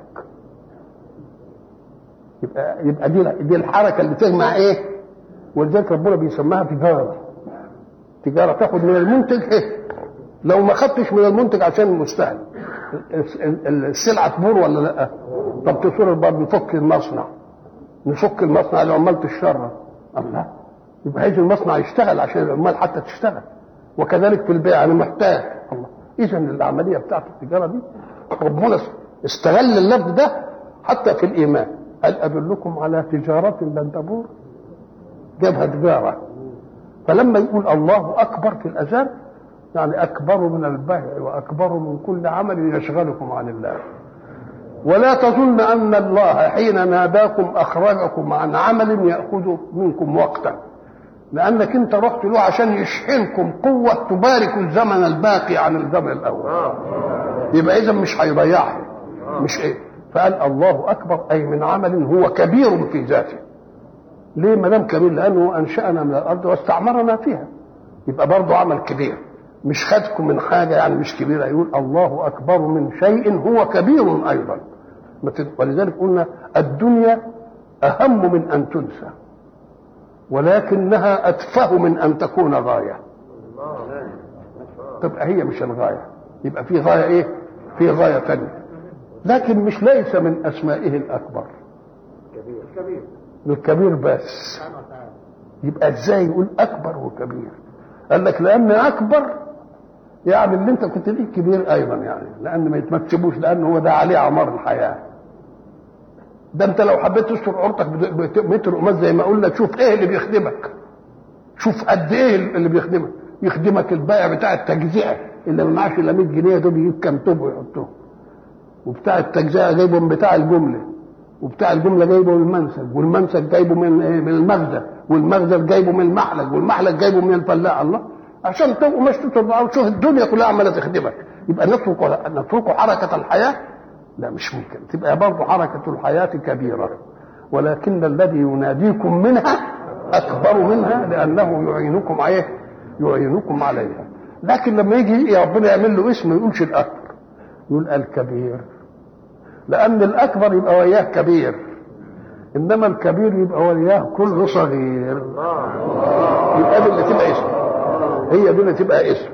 يبقى دي الحركة اللي تجمع إيه؟ ولذلك ربنا بيسميها تجارة تاخد من المنتج لو ما خدتش من المنتج عشان المستهلك السلعة تبور ولا لا؟ طب تصور برضه نفك المصنع العمال تشتغل، الله، يبقى هيجي المصنع يشتغل عشان العمال حتى تشتغل. وكذلك في البيع انا محتاج، الله، اذا العمليه بتاعت التجاره دي ربنا استغل اللفظ ده حتى في الايمان، قال ادلكم على تجاره لن تبور، جابها تجاره. فلما يقول الله اكبر في الاذان يعني اكبر من البيع واكبر من كل عمل يشغلكم عن الله. ولا تظن ان الله حين ناداكم اخرجكم عن عمل ياخذ منكم وقتا، لانك انت رحت له عشان يشحنكم قوه تبارك الزمن الباقي عن الزمن الاول، يبقى اذا مش هيضيعها، مش ايه. فقال الله اكبر اي من عمل هو كبير في ذاته. ليه ما دام كبير؟ لانه انشانا من الارض واستعمرنا فيها، يبقى برضه عمل كبير، مش خدكم من حاجه يعني مش كبيره. يقول الله اكبر من شيء هو كبير ايضا. ولذلك قلنا الدنيا اهم من ان تنسى، ولكنها اتفه من ان تكون غايه. تبقى هي مش الغايه، يبقى في غايه ايه؟ في غايه ثانيه، لكن مش ليس من اسمائه الاكبر الكبير بس. يبقى ازاي يقول اكبر وكبير؟ قال لك لان اكبر يعني اللي انت كنت فيه كبير ايضا، يعني لان ما يتمكتبوش، لان هو ده عليه عمار الحياه. ده انت لو حبيت تستر عورتك بمتر قماش زي ما قلنا، تشوف ايه اللي بيخدمك، شوف قد ايه اللي بيخدمك. يخدمك البائع بتاع التجزئه اللي ما معاش الا 100 جنيه دول يجيب كام توب ويحطهم، وبتاع التجزئه جايبه من بتاع الجمله، وبتاع الجمله جايبه من المنسج، والمنسج جايبه من المخزن، والمخزن جايبه من المحلق، والمحلق جايبه من الفلاح. الله، عشان تبقوا مش تطلعوا تشوف الدنيا كلها عماله تخدمك. يبقى نترك حركه الحياه؟ لا، مش ممكن. تبقى برضه حركه الحياه كبيره، ولكن الذي يناديكم منها اكبر منها لانه يعينكم عليها. لكن لما يجي ربنا يعمل له اسم ما يقولش الاكبر، يقول الكبير، لان الاكبر يبقى وياه كبير، انما الكبير يبقى وياه كل صغير. يبقى دي اللي تبقى اسم، هي دي اللي تبقى اسم.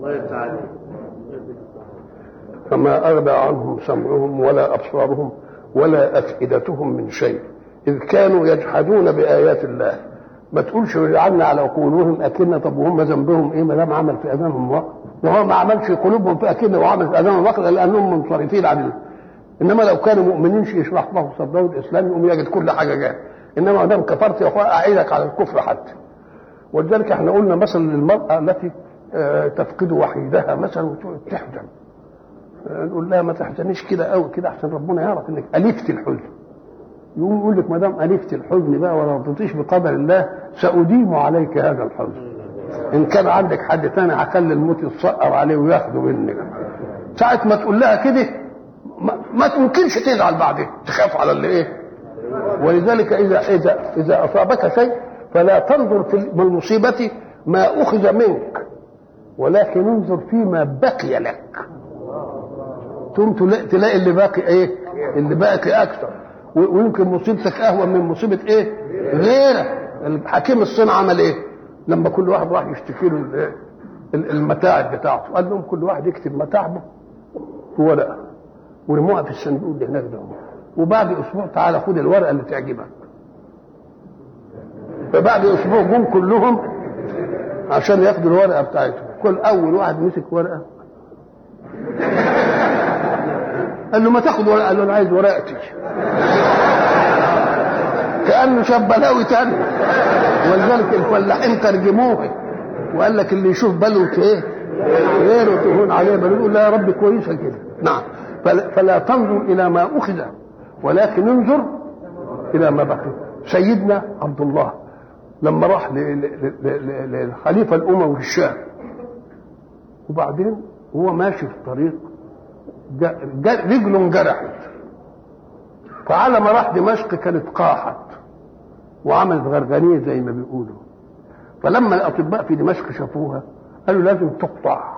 فما اغنى عنهم سمعهم ولا ابصارهم ولا افئدتهم من شيء اذ كانوا يجحدون بايات الله. ما تقولش عنا على قلوبهم اكنه، طب وهم ذنبهم ايه ما دام عمل في اذانهم وقت؟ وهو ما عملش في قلوبهم في اكنه وعمل في اذانهم وقت لانهم منصرفين عن الله. انما لو كانوا مؤمنين يشرح له صدره الاسلام يقوم يجد كل حاجه جايه. انما ما دام كفرت يا اخويا اعيدك على الكفر حتى. ولذلك احنا قلنا مثلا للمراه التي تفقد وحيدها مثلا وتحزن، نقول لها ما تحزنيش كده قوي كده احسن ربنا يعرف انك الفت الحزن. يقول لك ما دام الفت الحزن بقى ولا رضيتيش بقدر الله ساديم عليك هذا الحزن. ان كان عندك حد ثاني هخلي الموت يتسقر عليه وياخده منك. ساعه ما تقول لها كده ما تمكنش تزعل بعدين، تخاف على اللي ايه. ولذلك اذا اصابك شيء فلا تنظر في المصيبه ما اخذ منك، ولكن انظر فيما بقي لك. ثم تلاقي اللي باقي ايه؟ اللي باقي اكثر، ويمكن مصيبتك اهون من مصيبه ايه؟ غيرك. الحكيم الصنع عمل ايه؟ لما كل واحد راح يشتكي له المتاعب بتاعته، قال لهم كل واحد يكتب متاعبه في ورقه ورموها في الصندوق اللي هناك ده، وبعد اسبوع تعالى خد الورقه اللي تعجبك. فبعد اسبوع جم كلهم عشان ياخدوا الورقه بتاعتهم. كل اول واحد مسك ورقه قال له ما تاخد ورقه، قال له انا عايز ورقتي. كانه شاب بلاوي تاني. ولذلك الفلاحين ترجموه وقال لك اللي يشوف بلوه ايه غيره تهون عليه، بنقول لا يا رب كويسه كده. نعم. فلا تنظر الى ما اخذ ولكن انظر الى ما بقي. سيدنا عبد الله لما راح للخليفه الاموي في الشام، وبعدين هو ماشي في الطريق رجله انجرحت، فعلى ما راح دمشق كانت قاحت وعملت غرغانيه زي ما بيقولوا. فلما الاطباء في دمشق شافوها قالوا لازم تقطع.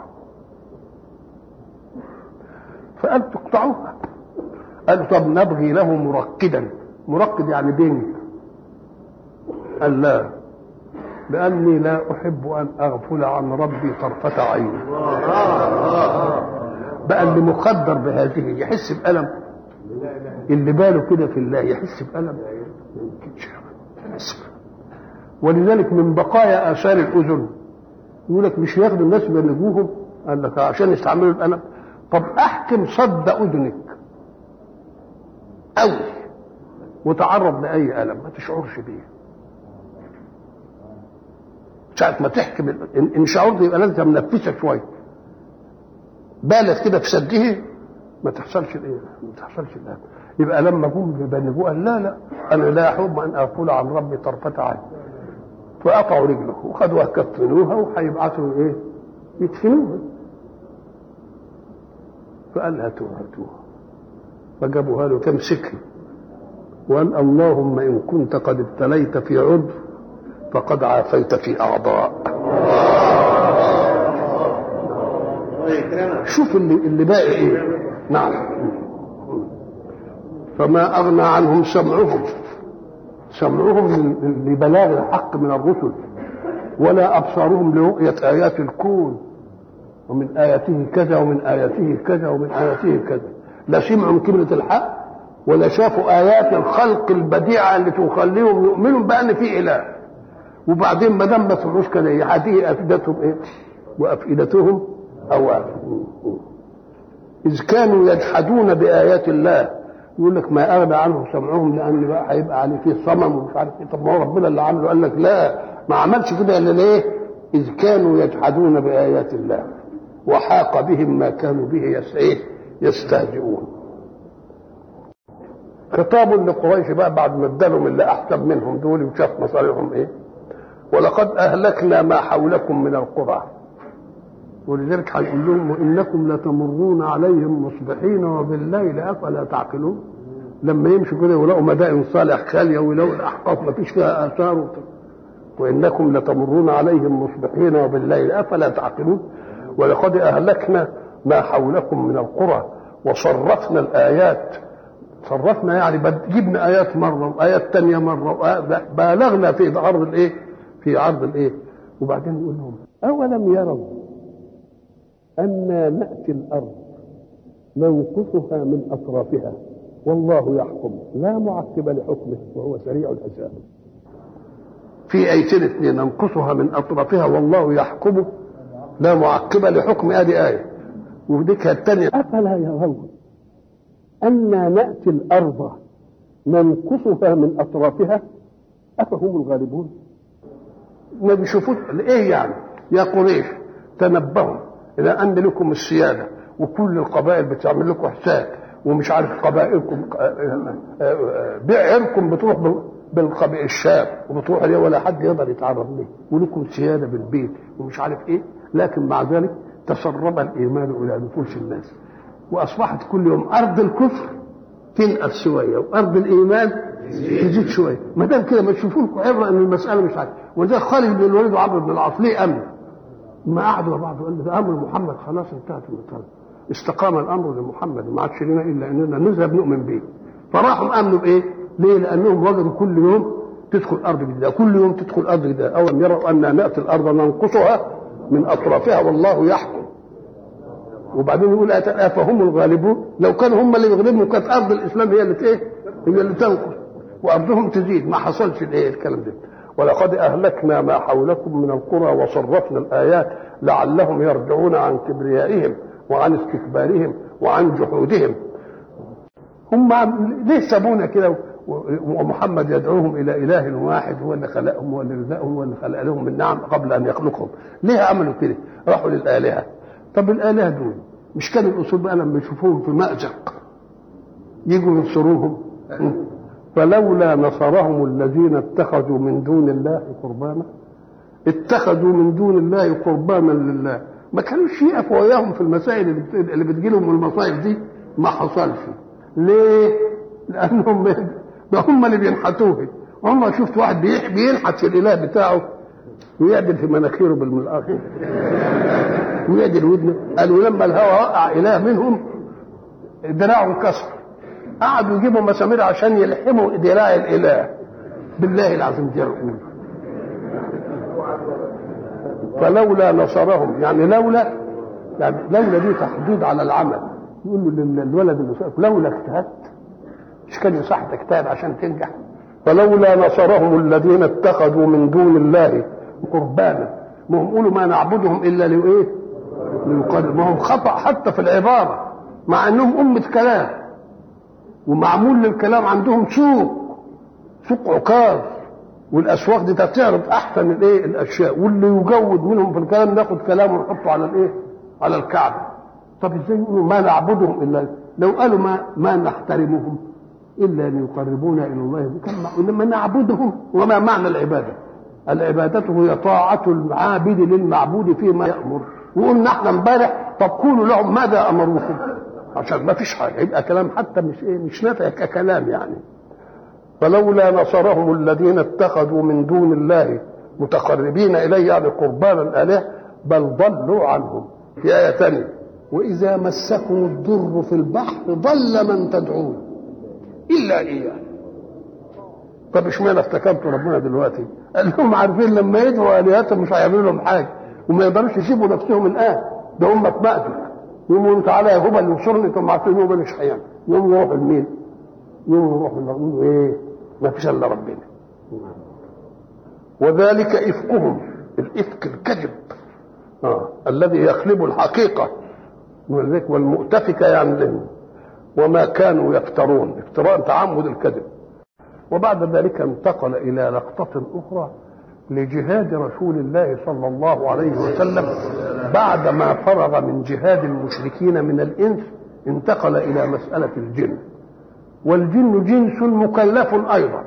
فقال تقطعوها. قالوا طب نبغي له مرقدا. مرقد يعني بنج. قال لا، لأني لا أحب أن أغفل عن ربي طرفة عين. بقى اللي مقدر بهذه يحس بألم، اللي باله كده في الله يحس بألم. ولذلك من بقايا آثار الأذن يقول لك مش ياخدوا الناس يبلغوهم، قال لك عشان يستعملوا الألم. طب أحكم صد أذنك أوي وتعرض لأي ألم ما تشعرش بيه. ساعة ما تحكم إن شعرت يبقى لازم منفسة شوية، بالغ كده في سده ما تحصلش الإيه، ما تحصلش الألم. يبقى لما جم يبلغوه قال لا أنا لا أحب أن أغفل عن ربي طرفة عين. فقطعوا رجله وخدوها كفنوها وهيبعثوا إيه يدفنوها. فقال هاتوها فجابوها له تمسكه وقال اللهم إن كنت قد ابتليت في عضو فقد عافيت في أعضاء. شوف اللي باقي إيه. نعم. فما أغنى عنهم سمعهم لبلاغ الحق من الرسل، ولا أبصارهم لرؤية آيات الكون، ومن آياته كذا ومن آياته كذا ومن آياته كذا. لا سمعوا من كلمة الحق ولا شافوا آيات الخلق البديعة اللي تخليهم يؤمنوا بأن في إله. وبعدين ما دام ما سمعوش كده هذه أفئدتهم إيه وأفئدتهم أواف. إذ كانوا يجحدون بآيات الله يقول لك ما أغنى عنهم سمعهم لأن بقى هيبقى عليه فيه صمم ومش عارف إيه. طب ما هو ربنا اللي عمله. قال لك لا، ما عملش كده إلا ليه؟ إذ كانوا يجحدون بآيات الله وحاق بهم ما كانوا به يستهزئون. خطاب لقريش بقى بعد ما ادالهم اللي احسن منهم دول وشاف مصالحهم ايه. ولقد اهلكنا ما حولكم من القرى. ولذلك هيقول لهم وانكم لتمرون عليهم مصبحين وبالليل افلا تعقلون. لما يمشوا كده ويلاقوا مدائن صالح خاليه ويلاقوا الاحقاف ما فيش فيها اثار وانكم لتمرون عليهم مصبحين وبالليل افلا تعقلون. ولقد اهلكنا ما حولكم من القرى وصرفنا الايات. صرفنا يعني جبنا ايات مره وايات ثانيه مره بالغنا في عرض الايه، في عرض الايه. وبعدين يقول لهم اولم يروا انا ناتي الارض ننقصها من اطرافها والله يحكم لا معقب لحكمه وهو سريع الحساب. في ايتين اثنين ننقصها من اطرافها والله يحكم لا معقب لحكمه. ادي ايه وديك الثانيه افلا يرون أنا نأتي الأرض ننقصها من أطرافها أفهم الغالبون. ما بيشوفوش إيه يعني يا قريش تنبهوا إلى أن لكم السيادة وكل القبائل بتعمل لكم حساب ومش عارف قبائلكم بعيركم بتروح بالقبائل الشاب وبتروح ليه ولا حد يقدر يتعرض ليه ولكم سيادة بالبيت ومش عارف إيه. لكن مع ذلك تسرب الإيمان إلى نفوس الناس واصبحت كل يوم ارض الكفر تنقص شويه وارض الايمان تزيد شويه. ما دام كده ما تشوفوا لكم عبره ان المساله مش عارف. وده خالد بن الوليد وعمرو بن العاص ليه امن؟ ما قعدوا مع بعض وقال ده امر محمد خلاص انتهت المساله، استقام الامر لمحمد ما عادش لنا الا اننا نذهب نؤمن به. فراحوا امنوا بايه؟ ليه؟ لانهم وجدوا كل يوم تدخل ارض جديده، كل يوم تدخل ارض جديده. اولم يروا انا ناتي الارض ننقصها من اطرافها والله يحكم. وبعدين يقول افهم الغالبون. لو كانوا هم اللي يغلبوا كانت ارض الاسلام هي اللي ايه؟ هي اللي تنقص وارضهم تزيد. ما حصلش الايه الكلام ده. ولقد اهلكنا ما حولكم من القرى وصرفنا الايات لعلهم يرجعون عن كبريائهم وعن استكبارهم وعن جحودهم. هم ليه سابونا كده ومحمد يدعوهم الى اله واحد هو اللي خلقهم هو اللي رزقهم هو اللي خلق لهم من نعم قبل ان يخلقهم؟ ليه عملوا كده؟ راحوا للالهه. طب الآلهة دول مش كان الأصول بقى لما يشوفوهم في مأزق يجوا ينصروهم؟ فلولا نصرهم الذين اتخذوا من دون الله قربانا. اتخذوا من دون الله قربانا لله. ما كانوش يقفوا وياهم في المسائل اللي بتجيلهم من المصائب دي. ما حصلش. ليه؟ لأنهم هم اللي بينحتوه. والله شفت واحد بينحت في الإله بتاعه ويعدل في مناخيره بالملقاط ويعدل ودنه. قالوا لما الهوى وقع اله منهم دراعه انكسر، قعدوا يجيبوا مسامير عشان يلحموا دراع الاله. بالله العظيم دي رؤون. فلولا نصرهم، يعني لولا دي تحديد على العمل. يقول له للولد اللي لولا اجتهدت مش كان يصح تجتهد عشان تنجح؟ فلولا نصرهم الذين اتخذوا من دون الله قربانا. ما هم قولوا ما نعبدهم الا لايه؟ ما هم خطأ حتى في العبارة، مع انهم أمة كلام ومعمول للكلام عندهم سوق عكاظ، والاسواق دي تعرض احسن الايه الاشياء، واللي يجود منهم في الكلام ناخد كلامه ونحطه على الايه على الكعبة. طب ازاي يقولوا ما نعبدهم الا، لو قالوا ما نحترمهم الا ان يقربونا الى الله انما نعبدهم. وما معنى العباده؟ العباده هي طاعه العابد للمعبود فيما يامر. وقلنا احنا امبارح طب قولوا لهم ماذا امروكم، عشان ما فيش حاجه يبقى كلام حتى مش نافع ككلام يعني. فلولا نصرهم الذين اتخذوا من دون الله متقربين اليه، يعني قربانا الهه، بل ضلوا عنهم. في ايه ثانيه واذا مسكم الضر في البحر ضل من تدعون الا اياه. طب اشمعنى افتكرتوا ربنا دلوقتي؟ قال لهم عارفين لما يدعوا الهتهم مش هيعملوا لهم حاجه، وما يقدروش يسيبوا نفسهم الان، ده هم اتمأتوا. يقولوا تعالى يا هبل انصرني، ثم عارفين هبل مش هيعمل. يوم يروحوا لمين؟ يوم يروحوا يقولوا ايه؟ ما فيش الا ربنا. وذلك افكهم، الافك الكذب الذي يخلب الحقيقه، والمؤتفكه يعني لهم، وما كانوا يفترون، افتراء تعمد الكذب. وبعد ذلك انتقل الى لقطه اخرى لجهاد رسول الله صلى الله عليه وسلم. بعدما فرغ من جهاد المشركين من الانس انتقل الى مساله الجن. والجن جنس مكلف ايضا،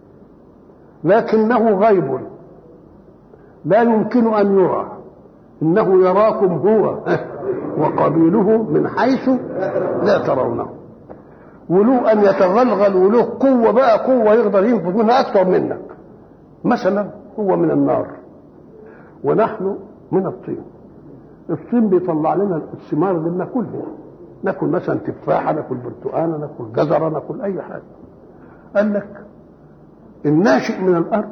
لكنه غيب لا يمكن ان يرى. انه يراكم هو وقبيله من حيث لا ترونه، وله ان يتغلغل، وله قوه بقى، قوه يقدر ينفذ منها اكثر منك. مثلا هو من النار ونحن من الطين. الطين بيطلع لنا الثمار اللي بناكلها، ناكل مثلا تفاحه، ناكل برتقانه، ناكل جزره، ناكل اي حاجه. قال لك الناشئ من الارض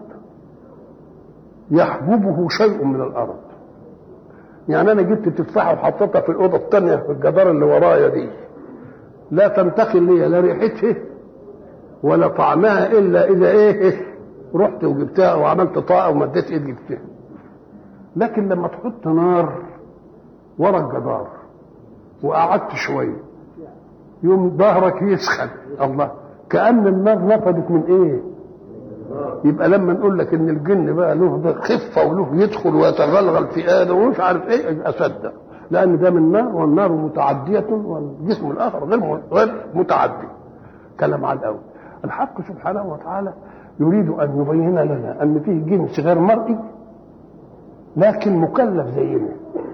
يحببه شيء من الارض. يعني انا جبت تفاحه وحطيتها في الاوضه الثانيه في الجدار اللي ورايا دي، لا تنتقل لي لا ريحتها ولا طعمها الا اذا ايه رحت وجبتها وعملت طاقه ومديت ايدي جبتها. لكن لما تحط نار ورا الجدار وقعدت شويه يوم ظهرك يسخن، الله، كأن النار نفدت من ايه. يبقى لما نقول لك ان الجن بقى له خفه وله يدخل ويتغلغل في ادم ومش عارف ايه، اصدق، لان ده من نار، والنار متعديه والجسم الاخر غير متعدي. كلام على الاول. الحق سبحانه وتعالى يريد ان يبين لنا ان فيه جنس غير مرئي لكن مكلف زينا،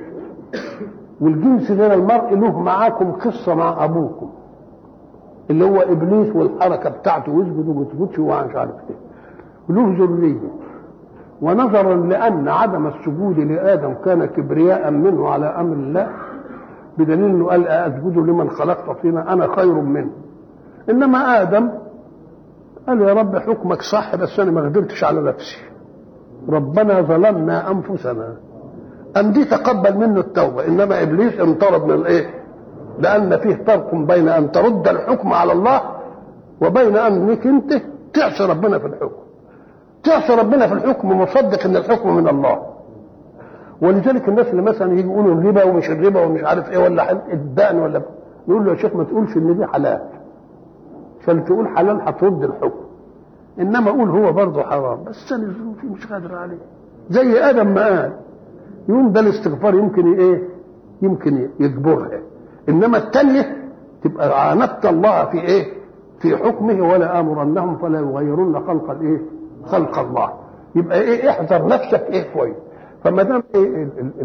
والجنس غير المرئي له معاكم قصه مع ابوكم اللي هو ابليس والحركه بتاعته ويسجد وما يسجدش ومش عارف ايه، له ذريه. ونظرا لان عدم السجود لادم كان كبرياء منه على امر الله، بدليل انه قال اسجد لمن خلقت طينا انا خير منه. انما ادم قال يا رب حكمك صح بس انا ما قدرتش على نفسي، ربنا ظلمنا انفسنا، ام دي تقبل منه التوبه. انما ابليس انطرد من الايه؟ لان فيه فرق بين ان ترد الحكم على الله وبين انك انت تعصي ربنا في الحكم. تعصي ربنا في الحكم مصدق ان الحكم من الله. ولذلك الناس اللي مثلا يجي يقولوا الربا ومش الربا ومش عارف ايه ولا الدقن ولا، نقول له يا شيخ ما تقولش ان دي حلال، عشان تقول حلال هترد الحكم. انما اقول هو برضه حرام بس انا ظروفي مش قادر عليه، زي ادم ما قال يوم ده الاستغفار يمكن ايه؟ يمكن يجبرها. انما الثانيه تبقى عاندت الله في ايه؟ في حكمه ولا امرنهم فلا يغيرون خلق الايه؟ خلق الله. يبقى ايه؟ احذر نفسك ايه كويس. فما دام ايه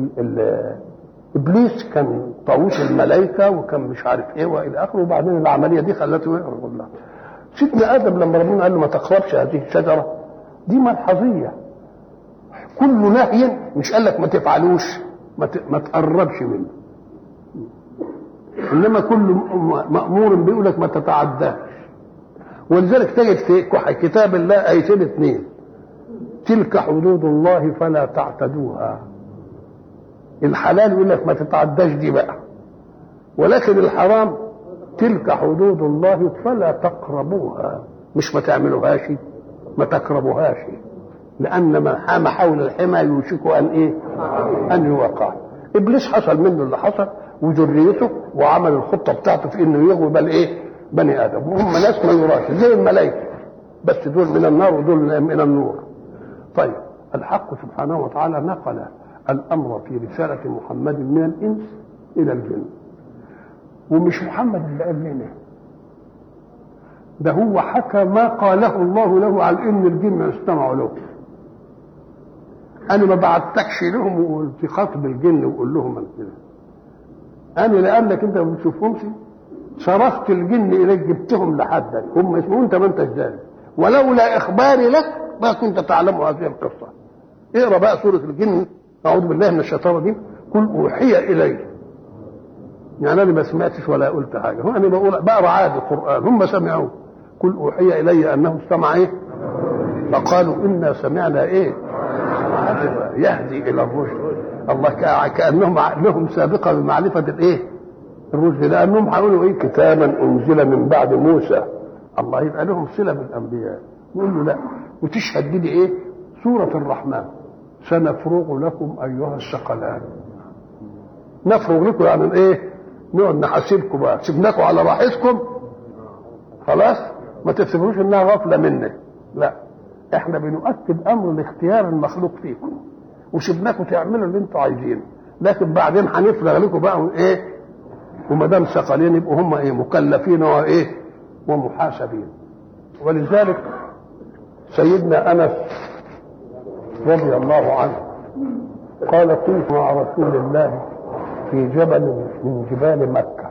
ابليس كان طاووس الملائكه وكان مش عارف ايه والى اخره، وبعدين العمليه دي خلته يقرب الله. سيدنا ادم لما ربنا قال له ما تقربش هذه الشجره دي ملحظيه، كل نهي مش قال لك ما تفعلوش، ما تقربش منه، انما كل مأمور بيقول لك ما تتعداش. ولذلك تجد في كتاب الله ايتين اثنين: تلك حدود الله فلا تعتدوها. الحلال يقول لك ما تتعداش دي بقى، ولكن الحرام تلك حدود الله فلا تقربوها، مش ما تعملوهاش، ما تقربوهاش، لان من حام حول الحمى يوشك ان ايه؟ ان يوقع. ابليس حصل منه اللي حصل وذريته، وعمل الخطه بتاعته في انه يغوي بل ايه؟ بني ادم، وهم ناس ما يراش زي الملائكه، بس دول من النار ودول من النور. طيب الحق سبحانه وتعالى نقل الامر في رساله محمد من الانس الى الجن، ومش محمد اللي قال لنا ده، هو حكى ما قاله الله له على ان الجن يستمعوا له. انا ما بعتكش لهم وقلت في خطب الجن وقول لهم كده، انا لانك انت ما بتشوفهمش صرفت الجن اليك، جبتهم لحدك، هم اسمه انت ما انتش ذلك، ولولا اخباري لك ما كنت تعلم هذه القصه. اقرا بقى سوره الجن، اعوذ بالله من الشيطان الرجيم. قل اوحي الي، يعني انا ما سمعتش ولا قلت حاجه، هو انا بقرا عادي قران، هم سمعوه. قل اوحي الي انه استمع ايه؟ فقالوا انا سمعنا ايه؟ يهدي الى الرشد. الله كانهم لهم سابقه بمعرفه الايه؟ الرشد، لانهم هيقولوا ايه؟ كتابا انزل من بعد موسى. الله يبقى لهم صله بالانبياء. يقول له لا، وتشهد دي ايه؟ سوره الرحمن، سنفرغ لكم ايها الثقلان. نفرغ لكم يعني ايه؟ نقعد نحاسبكم بقى، سيبناكم على راحتكم خلاص، ما تفتكروش انها غفله منك، لا، احنا بنؤكد امر الاختيار المخلوق فيكم، وسيبناكم تعملوا اللي انتوا عايزينه، لكن بعدين هنفرغ لكم بقى ايه؟ وما دام ثقلين يبقوا هم ايه؟ مكلفين وايه؟ ومحاسبين. ولذلك سيدنا انس رضي الله عنه قال: كنت مع رسول الله في جبل من جبال مكة،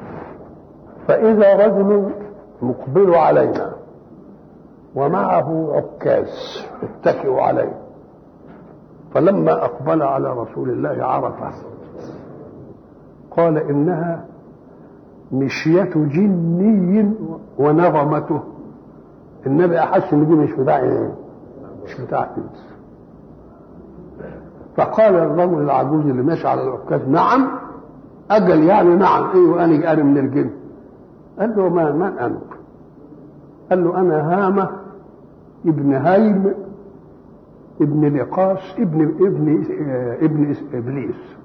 فإذا رجل مقبل علينا ومعه عكاز اتكئ عليه، فلما أقبل على رسول الله عرفه، قال: إنها مشية جني ونغمته. النبي أحس إن دي مش بتاع إنس. فقال الرجل العجوز اللي ماشي على العكاز: نعم. أجل يعني نعم، ايوه انا من الجن. قال له: من انت؟ قال له: انا هامة ابن هيم ابن لقاس ابن ابليس.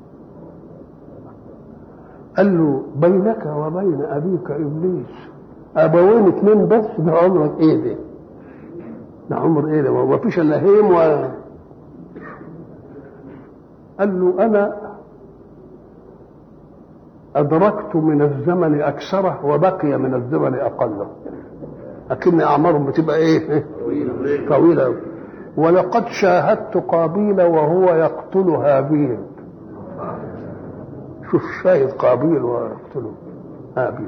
قال له: بينك وبين ابيك ابليس ابوين اثنين بس، ده عمرك ايه ده عمر ايه ده؟ ما فيش الا هيم قال له: انا أدركت من الزمن أكثره وبقي من الزمن أقله، لكن أعمارهم بتبقى إيه؟ طويلة. ولقد شاهدت قابيل وهو يقتل هابيل. شوف، شاهد قابيل ويقتله هابيل.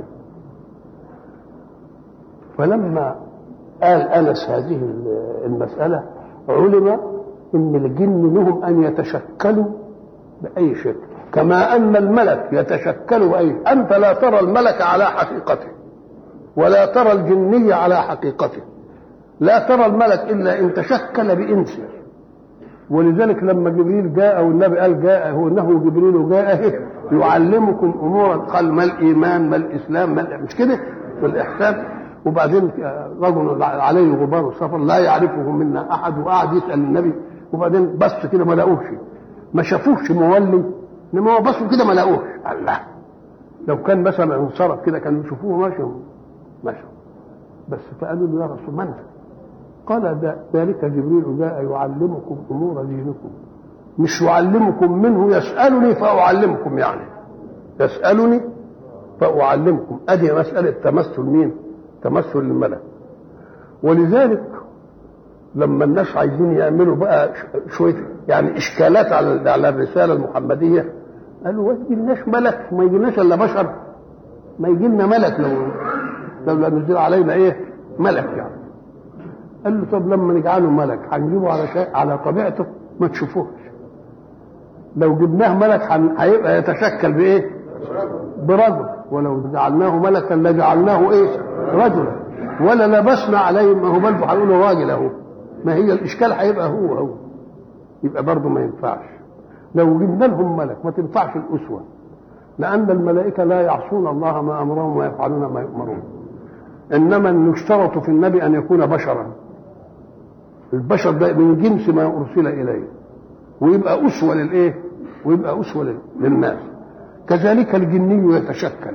فلما قال أنس هذه المسألة علم إن الجن لهم أن يتشكلوا بأي شكل، كما أن الملك يتشكل بأي. أنت لا ترى الملك على حقيقته ولا ترى الجني على حقيقته، لا ترى الملك إلا إن تشكل بإنس. ولذلك لما جبريل جاء والنبي قال جاء هو انه جبريل جاء يعلمكم امورا، قال ما الايمان ما الاسلام ما مش كده والاحسان. وبعدين رجل عليه غبار السفر لا يعرفه منا احد، وقعد يسال النبي، وبعدين بص كده ما لقوش، ما شافوش مولي، انما هو بصوا كده ما لقوش. الله، لو كان مثلا انصرف كده كانوا يشوفوه ماشي بس. فقالوا له: يا رسول من؟ قال: ذلك جبريل جاء يعلمكم امور دينكم. مش يعلمكم منه، يسالني فاعلمكم، يعني يسالني فاعلمكم. ادي مساله تمثل مين؟ تمثل الملك. ولذلك لما الناس عايزين يعملوا بقى شويه يعني اشكالات على الرساله المحمديه، قالوا: ما يجيلناش ملك، ما يجيلناش الا بشر، ما يجي لنا ملك لو لم ينزل علينا ايه؟ ملك يعني. قال له: طب لما نجعله ملك هنجيبه على طبيعته؟ ما تشوفوش. لو جبناه ملك هيبقى يتشكل بايه؟ برجل. ولو جعلناه ملكا لجعلناه ايه؟ رجلا. ولا لبسنا عليهم، ما هو برضه هيقولوا راجل اهو. ما هي الاشكال هيبقى هو يبقى برضه ما ينفعش. لو جبنا لهم ملك ما تنفعش الاسوه، لان الملائكه لا يعصون الله ما امرهم ويفعلون ما يؤمرون. انما يشترط في النبي ان يكون بشرا. البشر ده من جنس ما ارسل اليه، ويبقى اسوه للايه؟ ويبقى اسوه للناس. كذلك الجني يتشكل.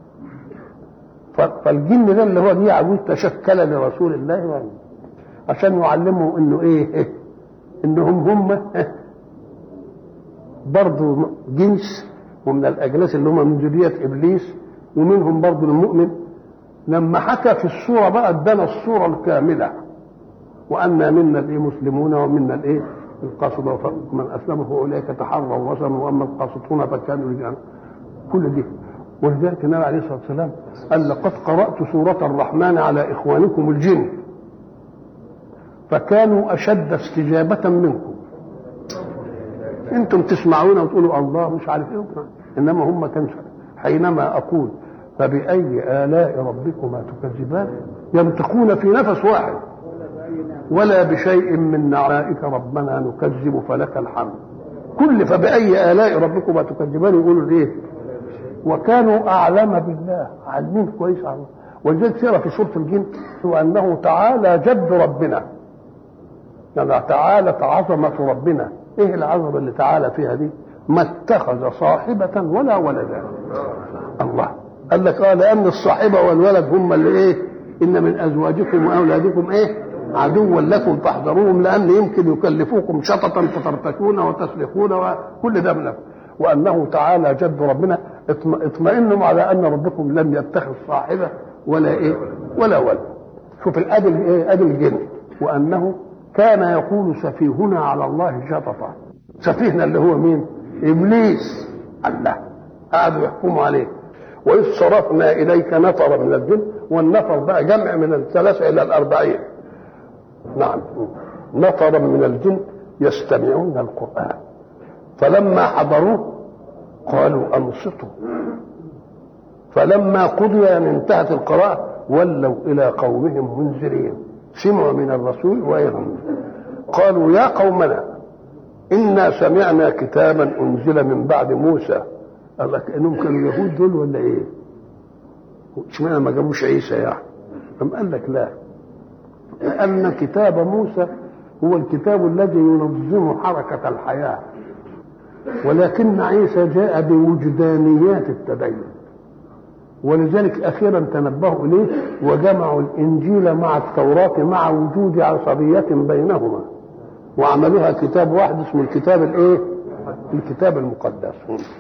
فالجن ده اللي هو جه عجوز تشكل لرسول الله عشان يعلمهم انه ايه؟ انهم هم برضه جنس، ومن الاجناس اللي هم من ذريه ابليس، ومنهم برضه المؤمن. لما حكى في الصوره بقى ادانا الصوره الكامله، وأنا منا الايه مسلمون ومنا الايه القاسطون ومن اسلم فاولئك تحروا رشدا واما القاسطون فكانوا رجالا. كل دي. ولذلك النبي عليه الصلاه والسلام قال لقد قرات سوره الرحمن على اخوانكم الجن فكانوا اشد استجابه منكم. انتم تسمعون وتقولوا الله مش عارف ايه، انما هم كانوا حينما اقول فباي الاء ربكما تكذبان ينطقون في نفس واحد ولا بشيء من نعمائك ربنا نكذب فلك الحمد. كل فبأي آلاء ربكما تكذبان يقولوا ايه؟ وكانوا أعلم بالله، عالمين كويس على الله. ولذلك سيرة في سورة الجن هو أنه تعالى جد ربنا، يعني تعالت عظمة ربنا. ايه العظمة اللي تعالى فيها دي؟ ما اتخذ صاحبة ولا ولدا. الله قال لك لأن الصاحبة والولد هم اللي ايه؟ إن من أزواجكم وأولادكم ايه؟ عدوا لكم فاحذروهم لأن يمكن يكلفوكم شططا فترتكون وتسلخون وكل ده منكم. وأنه تعالى جد ربنا اطمئنوا على أن ربكم لم يتخذ صاحبة ولا إيه ولا ولد. شوف الأدل إيه؟ أدل الجن. وأنه كان يقول سفيهنا على الله شططا. سفيهنا اللي هو مين؟ إبليس. الله قعدوا يحكموا عليه. وإذ صرفنا إليك نفر من الجن، والنفر بقى جمع من 3 إلى 40. نعم، نفر من الجن يستمعون القرآن فلما حضروه قالوا أنصتوا فلما قضي يعني انتهت القراءة ولوا إلى قومهم منذرين. سمعوا من الرسول وإيهم قالوا يا قومنا إنا سمعنا كتابا أنزل من بعد موسى. قال لك إنهم كانوا يهود دول ولا إيه؟ اشمعنى ما جابوش عيسى يعني؟ قال لك لا، لأن كتاب موسى هو الكتاب الذي ينظم حركة الحياة، ولكن عيسى جاء بوجدانيات التدين. ولذلك أخيرا تنبهوا إليه وجمعوا الإنجيل مع التوراة مع وجود عصبية بينهما وعملوها كتاب واحد اسمه الكتاب الإيه؟ الكتاب المقدس.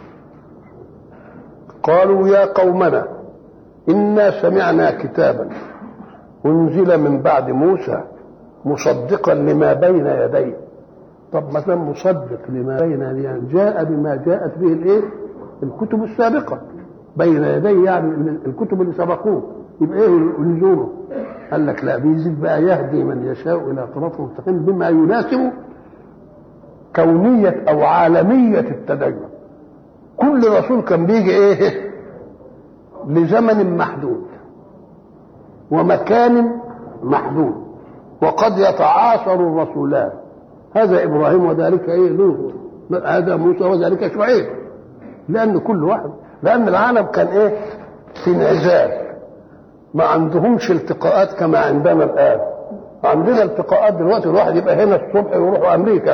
قالوا يا قومنا إنا سمعنا كتابا أنزل من بعد موسى مصدقا لما بين يديه. طب ما دام مصدق لما بين يديه جاء بما جاءت به الايه؟ الكتب السابقة بين يديه، يعني الكتب اللي سبقوه، يبقى ايه لزومه؟ قال لك لا، بيزيد بقى يهدي من يشاء الى صراط مستقيم بما يناسب كونية او عالمية التدين. كل رسول كان بيجي ايه؟ لزمن محدود ومكان محدود، وقد يتعاصر الرسولان، هذا ابراهيم وذلك ايه لوط، هذا موسى وذلك شعيب، لان كل واحد، لان العالم كان ايه؟ في انعزال، ما عندهمش التقاءات كما عندنا الان. عندنا التقاءات دلوقتي، الواحد يبقى هنا الصبح ويروح امريكا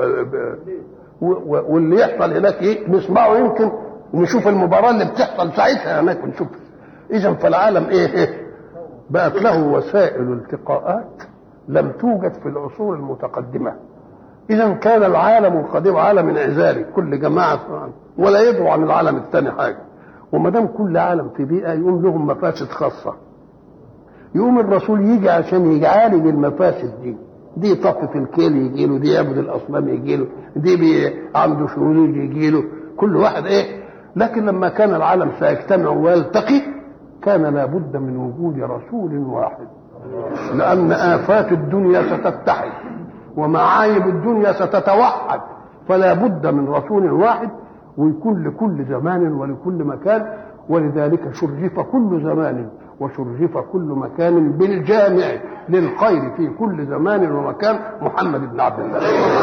واللي يحصل هناك ايه نسمعه، يمكن نشوف المباراه اللي بتحصل ساعتها هناك ونشوف. اذا فالعالم ايه؟ بقت له وسائل التقاءات لم توجد في العصور المتقدمه. اذا كان العالم القديم عالم انعزالي، كل جماعه ولا يدروا عن العالم الثاني حاجه. وما دام كل عالم في بيئه يقوم لهم مفاسد خاصه، يقوم الرسول يجي عشان يعالج المفاسد دي طفة الكيل يجي له، دي يعبد الاصنام يجي له، دي عنده شرور يجي له، كل واحد ايه. لكن لما كان العالم سيجتمع ويلتقي كان لابد من وجود رسول واحد، لان آفات الدنيا ستتحد ومعايب الدنيا ستتوحد، فلا بد من رسول واحد ويكون لكل زمان ولكل مكان. ولذلك شرف كل زمان وشرف كل مكان بالجامع للخير في كل زمان ومكان محمد بن عبد الله.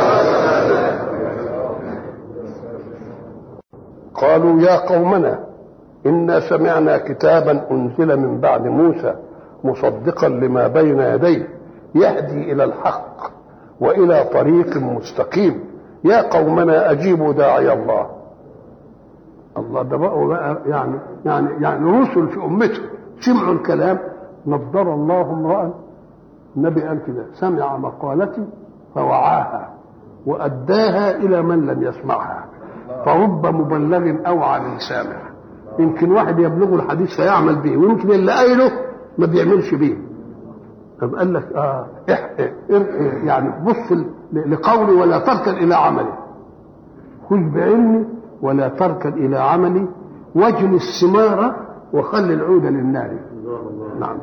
قالوا يا قومنا إنا سمعنا كتابا أنزل من بعد موسى مصدقا لما بين يديه يهدي إلى الحق وإلى طريق مستقيم يا قومنا أجيبوا داعي الله. الله ده بقى يعني رسل في أمته سمعوا الكلام. نضر الله امرأ، النبي قال كده، سمع مقالتي فوعاها وأداها إلى من لم يسمعها، فرب مبلغ أوعى من سامع. يمكن واحد يبلغ الحديث فيعمل به، ويمكن اللي قايله ما بيعملش به. طب قال لك يعني بص لقولي ولا تركن إلى عملي، خذ بعلمي ولا تركن إلى عملي، واجن الثمار وخلي العود للنار. نعم.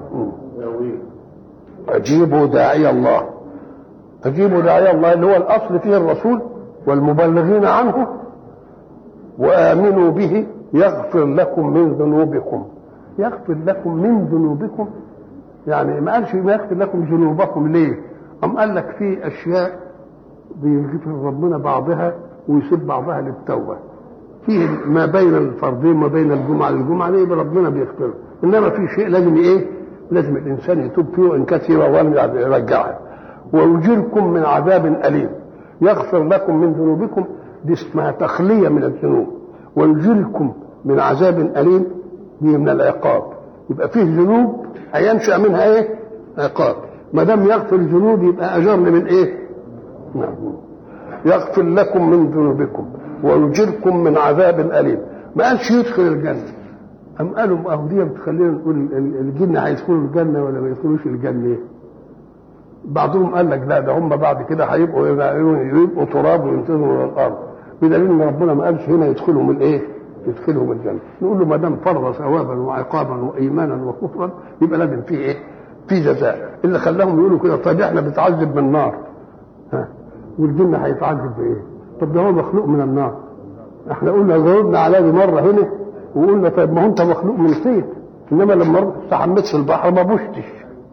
أجيبوا داعي الله. أجيبوا داعي الله اللي هو الأصل فيه الرسول والمبلغين عنه، وآمنوا به يغفر لكم من ذنوبكم. يغفر لكم من ذنوبكم يعني ما قالش ما يغفر لكم ذنوبكم ليه؟ قال لك في أشياء بيغفر ربنا بعضها ويسيب بعضها للتوبة، فيه ما بين الفرضين ما بين الجمعة للجمعة ليه ربنا بيغفره، إنما في شيء لازم لازم الإنسان يتوب فيه وإن كثير ويرجعها. ويجيركم من عذاب أليم. يغفر لكم من ذنوبكم دي اسمها تخلية من الذنوب، ويجيركم من عذاب أليم دي من العقاب. يبقى فيه ذنوب هينشأ منها عقاب. ما دام يغفر الذنوب يبقى أجرني من نعم. يغفر لكم من ذنوبكم ويجيركم من عذاب أليم. ما قالش يدخل الجنة. أم قالوا دي بتخلينا نقول الجن هيدخلوا الجنة ولا ما يدخلوش الجنة. بعضهم قال لك لا ده هم بعد كده هيبقوا تراب وينتظروا الى الارض، بدليل ان ربنا ما قالش هنا يدخلهم يدخلهم الجنه. نقول له ما دام فرض ثوابا وعقابا وايمانا وكفرا يبقى لازم فيه في جزاء. اللي خلاهم يقولوا كده طيب احنا بنتعذب بالنار والجن هيتعذب بايه؟ طب ده هو مخلوق من النار. احنا قلنا جاوبنا على دي مره هنا وقلنا طيب ما هو انت مخلوق من صيد، انما لما استحميت في البحر ما بوشتش.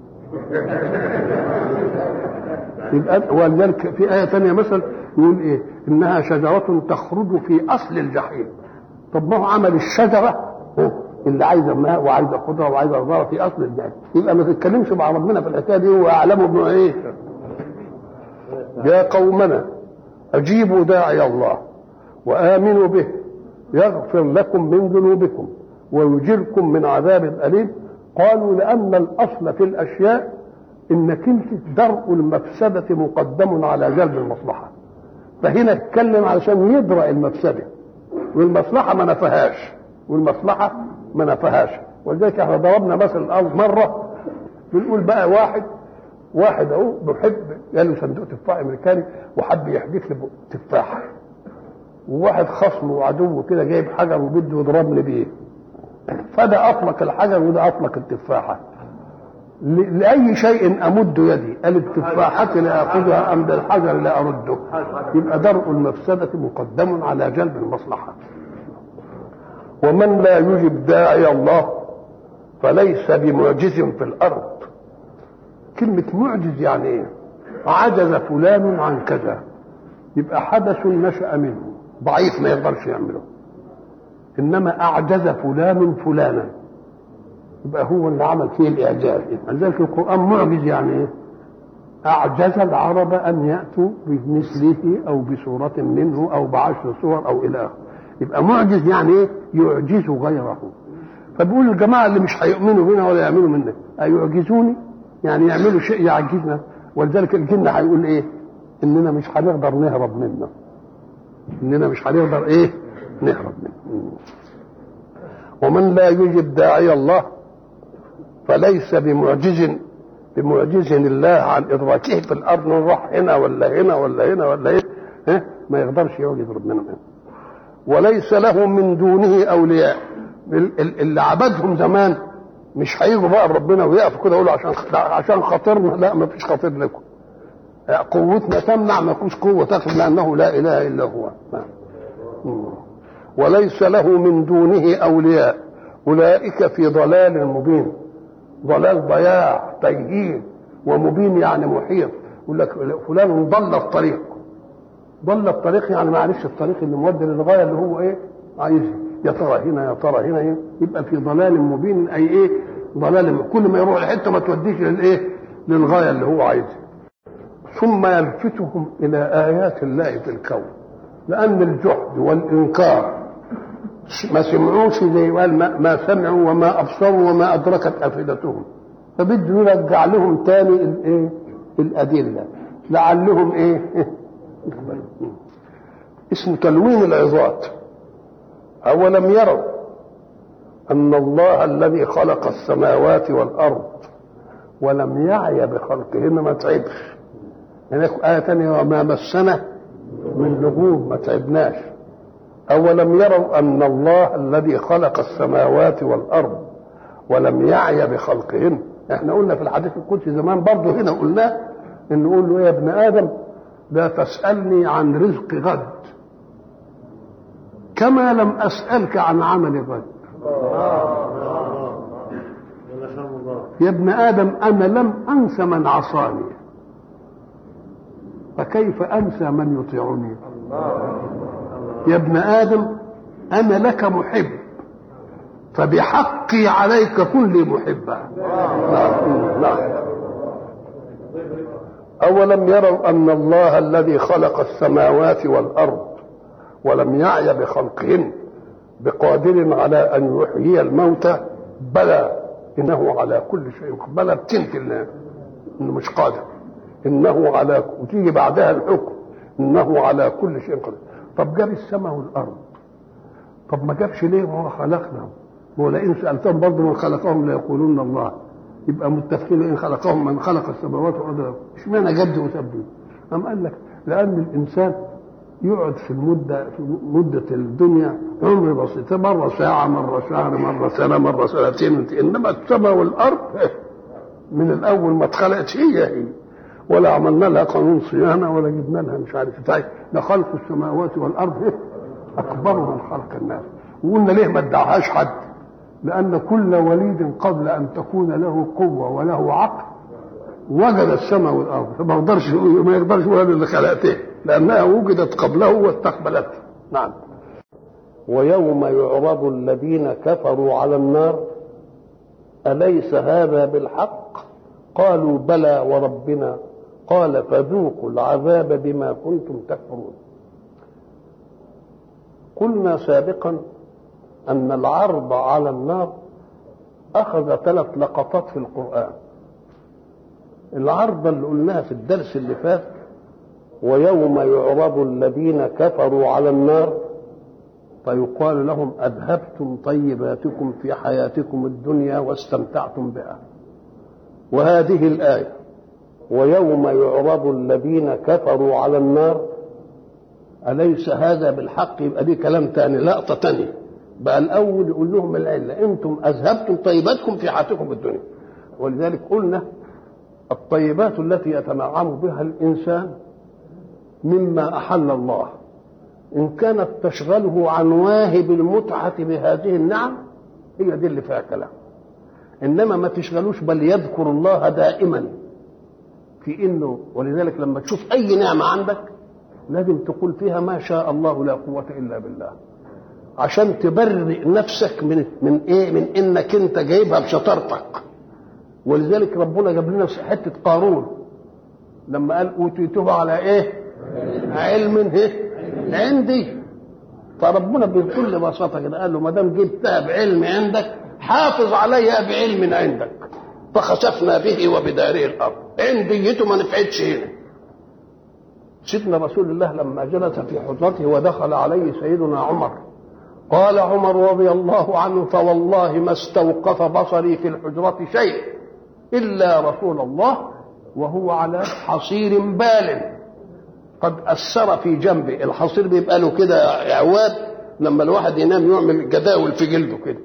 يبقى ولذلك في آية ثانية مثلا يقول إنها شجرة تخرج في أصل الجحيم. طب ما هو عمل الشجرة اللي عايزة ماء وعايزة خضرة وعايزة خضرة في أصل الجحيم، يبقى ما تتكلمش مع ربنا في الحكاية دي. هو أعلم بما يا قومنا أجيبوا داعي الله وآمنوا به يغفر لكم من ذنوبكم ويجركم من عذاب أليم. قالوا لأن الأصل في الأشياء إنك انت درء المفسدة مقدم على جلب المصلحة، فهنا اتكلم علشان يدرأ المفسدة والمصلحة ما نفهاش. ولذلك احنا ضربنا مثل الأرض مرة بنقول بقى واحد اهو بيحب قال له صندوق تفاح امريكاني وحب يحدف له تفاحة، وواحد خصمه وعدوه كده جايب حجر وبده يضربني بيه، فده اطلق الحجر وده اطلق التفاحة. لأي شيء أمد يدي قال التفاحة لا أخذها أم بالحجر لا أرده. يبقى درء المفسدة مقدم على جلب المصلحة. ومن لا يجب داعي الله فليس بمعجز في الأرض. كلمة معجز يعني إيه؟ عجز فلان عن كذا، يبقى حدث نشأ منه ضعيف ما يقدرش يعمله. إنما أعجز فلان فلانا يبقى هو اللي عمل فيه الإعجاز. لذلك القرآن معجز يعني إيه؟ أعجز العرب أن يأتوا بمثله أو بصورة منه أو بعشر صور أو إلى آخره. يبقى معجز يعني إيه؟ يعجز غيره. فبيقول الجماعة اللي مش هيؤمنوا بنا ولا يعملوا منا أيعجزوني؟ يعني يعملوا شيء يعجزنا. ولذلك الجن هيقول إيه؟ إننا مش هنقدر نهرب منه، إننا مش هنقدر نهرب منه. ومن لا يجب داعي الله فليس بمعجز الله عن إدراكه في الأرض. نروح هنا ولا هنا ولا هنا ولا هنا ما يقدرش يوجد ربنا منه. وليس له من دونه أولياء. اللي عبدهم زمان مش هيجوا بقى بربنا ويقفوا كده يقولوا عشان خاطرنا، لا ما فيش خاطر لكم. قوتنا تمنع، ما فيش قوة تقف لأنه لا إله إلا هو. وليس له من دونه أولياء أولئك في ضلال مبين. ضلال ضياع تجهيل، ومبين يعني محيط. يقول لك فلان ضل الطريق. ضل الطريق يعني معلش الطريق اللي مودي للغاية اللي هو ايه عايزها، يا ترى هنا يا ترى هنا، يبقى في ضلال مبين. اي ايه ضلال، كل ما يروح لحته ما توديش للايه للغاية اللي هو عايزها. ثم يلفتهم إلى آيات الله في الكون، لأن الجحد والإنكار ما سمعوش زي ما سمعوا وما أبصروا وما أدركت أفئدتهم، فبده يرجع لهم تاني الإيه الأدلة لعلهم إيه اسمه تلوين العظات. أولم يروا أن الله الذي خلق السماوات والأرض ولم يعي بخلقهن، ما تعبش. هناك آية تانية وما مسنا من لغوب، ما تعبناش. أولم يروا أن الله الذي خلق السماوات والأرض ولم يعي بخلقهن. احنا قلنا في الحديث القدسي زمان برضه هنا قلناه ان نقول له يا ابن آدم لا تسألني عن رزق غد كما لم أسألك عن عمل غد. يا ابن آدم أنا لم أنس من عصاني، فكيف أنسى من يطيعني؟ يا ابن آدم أنا لك محب، فبحقي عليك كن لي محبا. أولم يروا أن الله الذي خلق السماوات والأرض ولم يعي بخلقهن بقادر على أن يحيي الموتى؟ بلى إنه على كل شيء. بلى بتنتي إنه مش قادر، إنه على، وتيجي بعدها الحكم إنه على كل شيء قادر. طب جاب السماء والأرض، طب ما جابش ليه وهو خلقنا؟ ولئن سألتهم برضه من خلقهم ليقولون الله. يبقى متفقين إن خلقهم من خلق السماوات والأرض. اشمعنى جد وسبب؟ أم قال لك لأن الإنسان يقعد في مدة الدنيا عمر بسيط، مرة ساعة مرة شهر مرة سنة مرة سنتين، إنما السماء والأرض من الأول ما اتخلقت هي ولا عملنا لها قانون صيانة ولا جبنا لها مش عارف ايه. لخلق السماوات والأرض أكبر من خلق الناس. وقلنا ليه ما ادعاهاش حد؟ لأن كل وليد قبل أن تكون له قوة وله عقل وجد السماء والأرض، فما يقدرش يقول اللي خلقته لأنها وجدت قبله واستقبلته. نعم. ويوم يعرض الذين كفروا على النار أليس هذا بالحق؟ قالوا بلى وربنا قال فذوقوا العذاب بما كنتم تكفرون. قلنا سابقا أن العرض على النار أخذ 3 لقطات في القرآن. العرض اللي قلناها في الدرس اللي فات ويوم يعرض الذين كفروا على النار فيقال لهم أذهبتم طيباتكم في حياتكم الدنيا واستمتعتم بها. وهذه الآية ويوم يعرض الذين كفروا على النار أليس هذا بالحق، يبقى دي كلام تاني، لقطة تانية. بقى الأول يقول لهم العلة أنتم أذهبتم طيباتكم في حياتكم الدنيا. ولذلك قلنا الطيبات التي يتنعم بها الإنسان مما أحل الله إن كانت تشغله عن واهب المتعة بهذه النعم هي دي اللي فيها كلام. إنما ما تشغلوش، بل يذكر الله دائما في إنه. ولذلك لما تشوف أي نعمة عندك لازم تقول فيها ما شاء الله لا قوة إلا بالله، عشان تبرئ نفسك من إيه؟ من إنك أنت جايبها بشطارتك. ولذلك ربنا جاب لنا حتة قارون لما قال أوتيته على إيه؟ علم عندي. فربنا بكل بساطة كده قال له ما دام جبتها بعلم عندك حافظ عليها بعلم عندك. فخسفنا به وبداره الأرض، عنديته ما نفعتش هنا. سيدنا رسول الله لما جلس في حجرته ودخل عليه سيدنا عمر قال عمر رضي الله عنه فوالله ما استوقف بصري في الحجرة شيء إلا رسول الله وهو على حصير بال قد أثر في جنبه. الحصير بيبقى له كده عواد لما الواحد ينام يعمل جداول في جلده كده،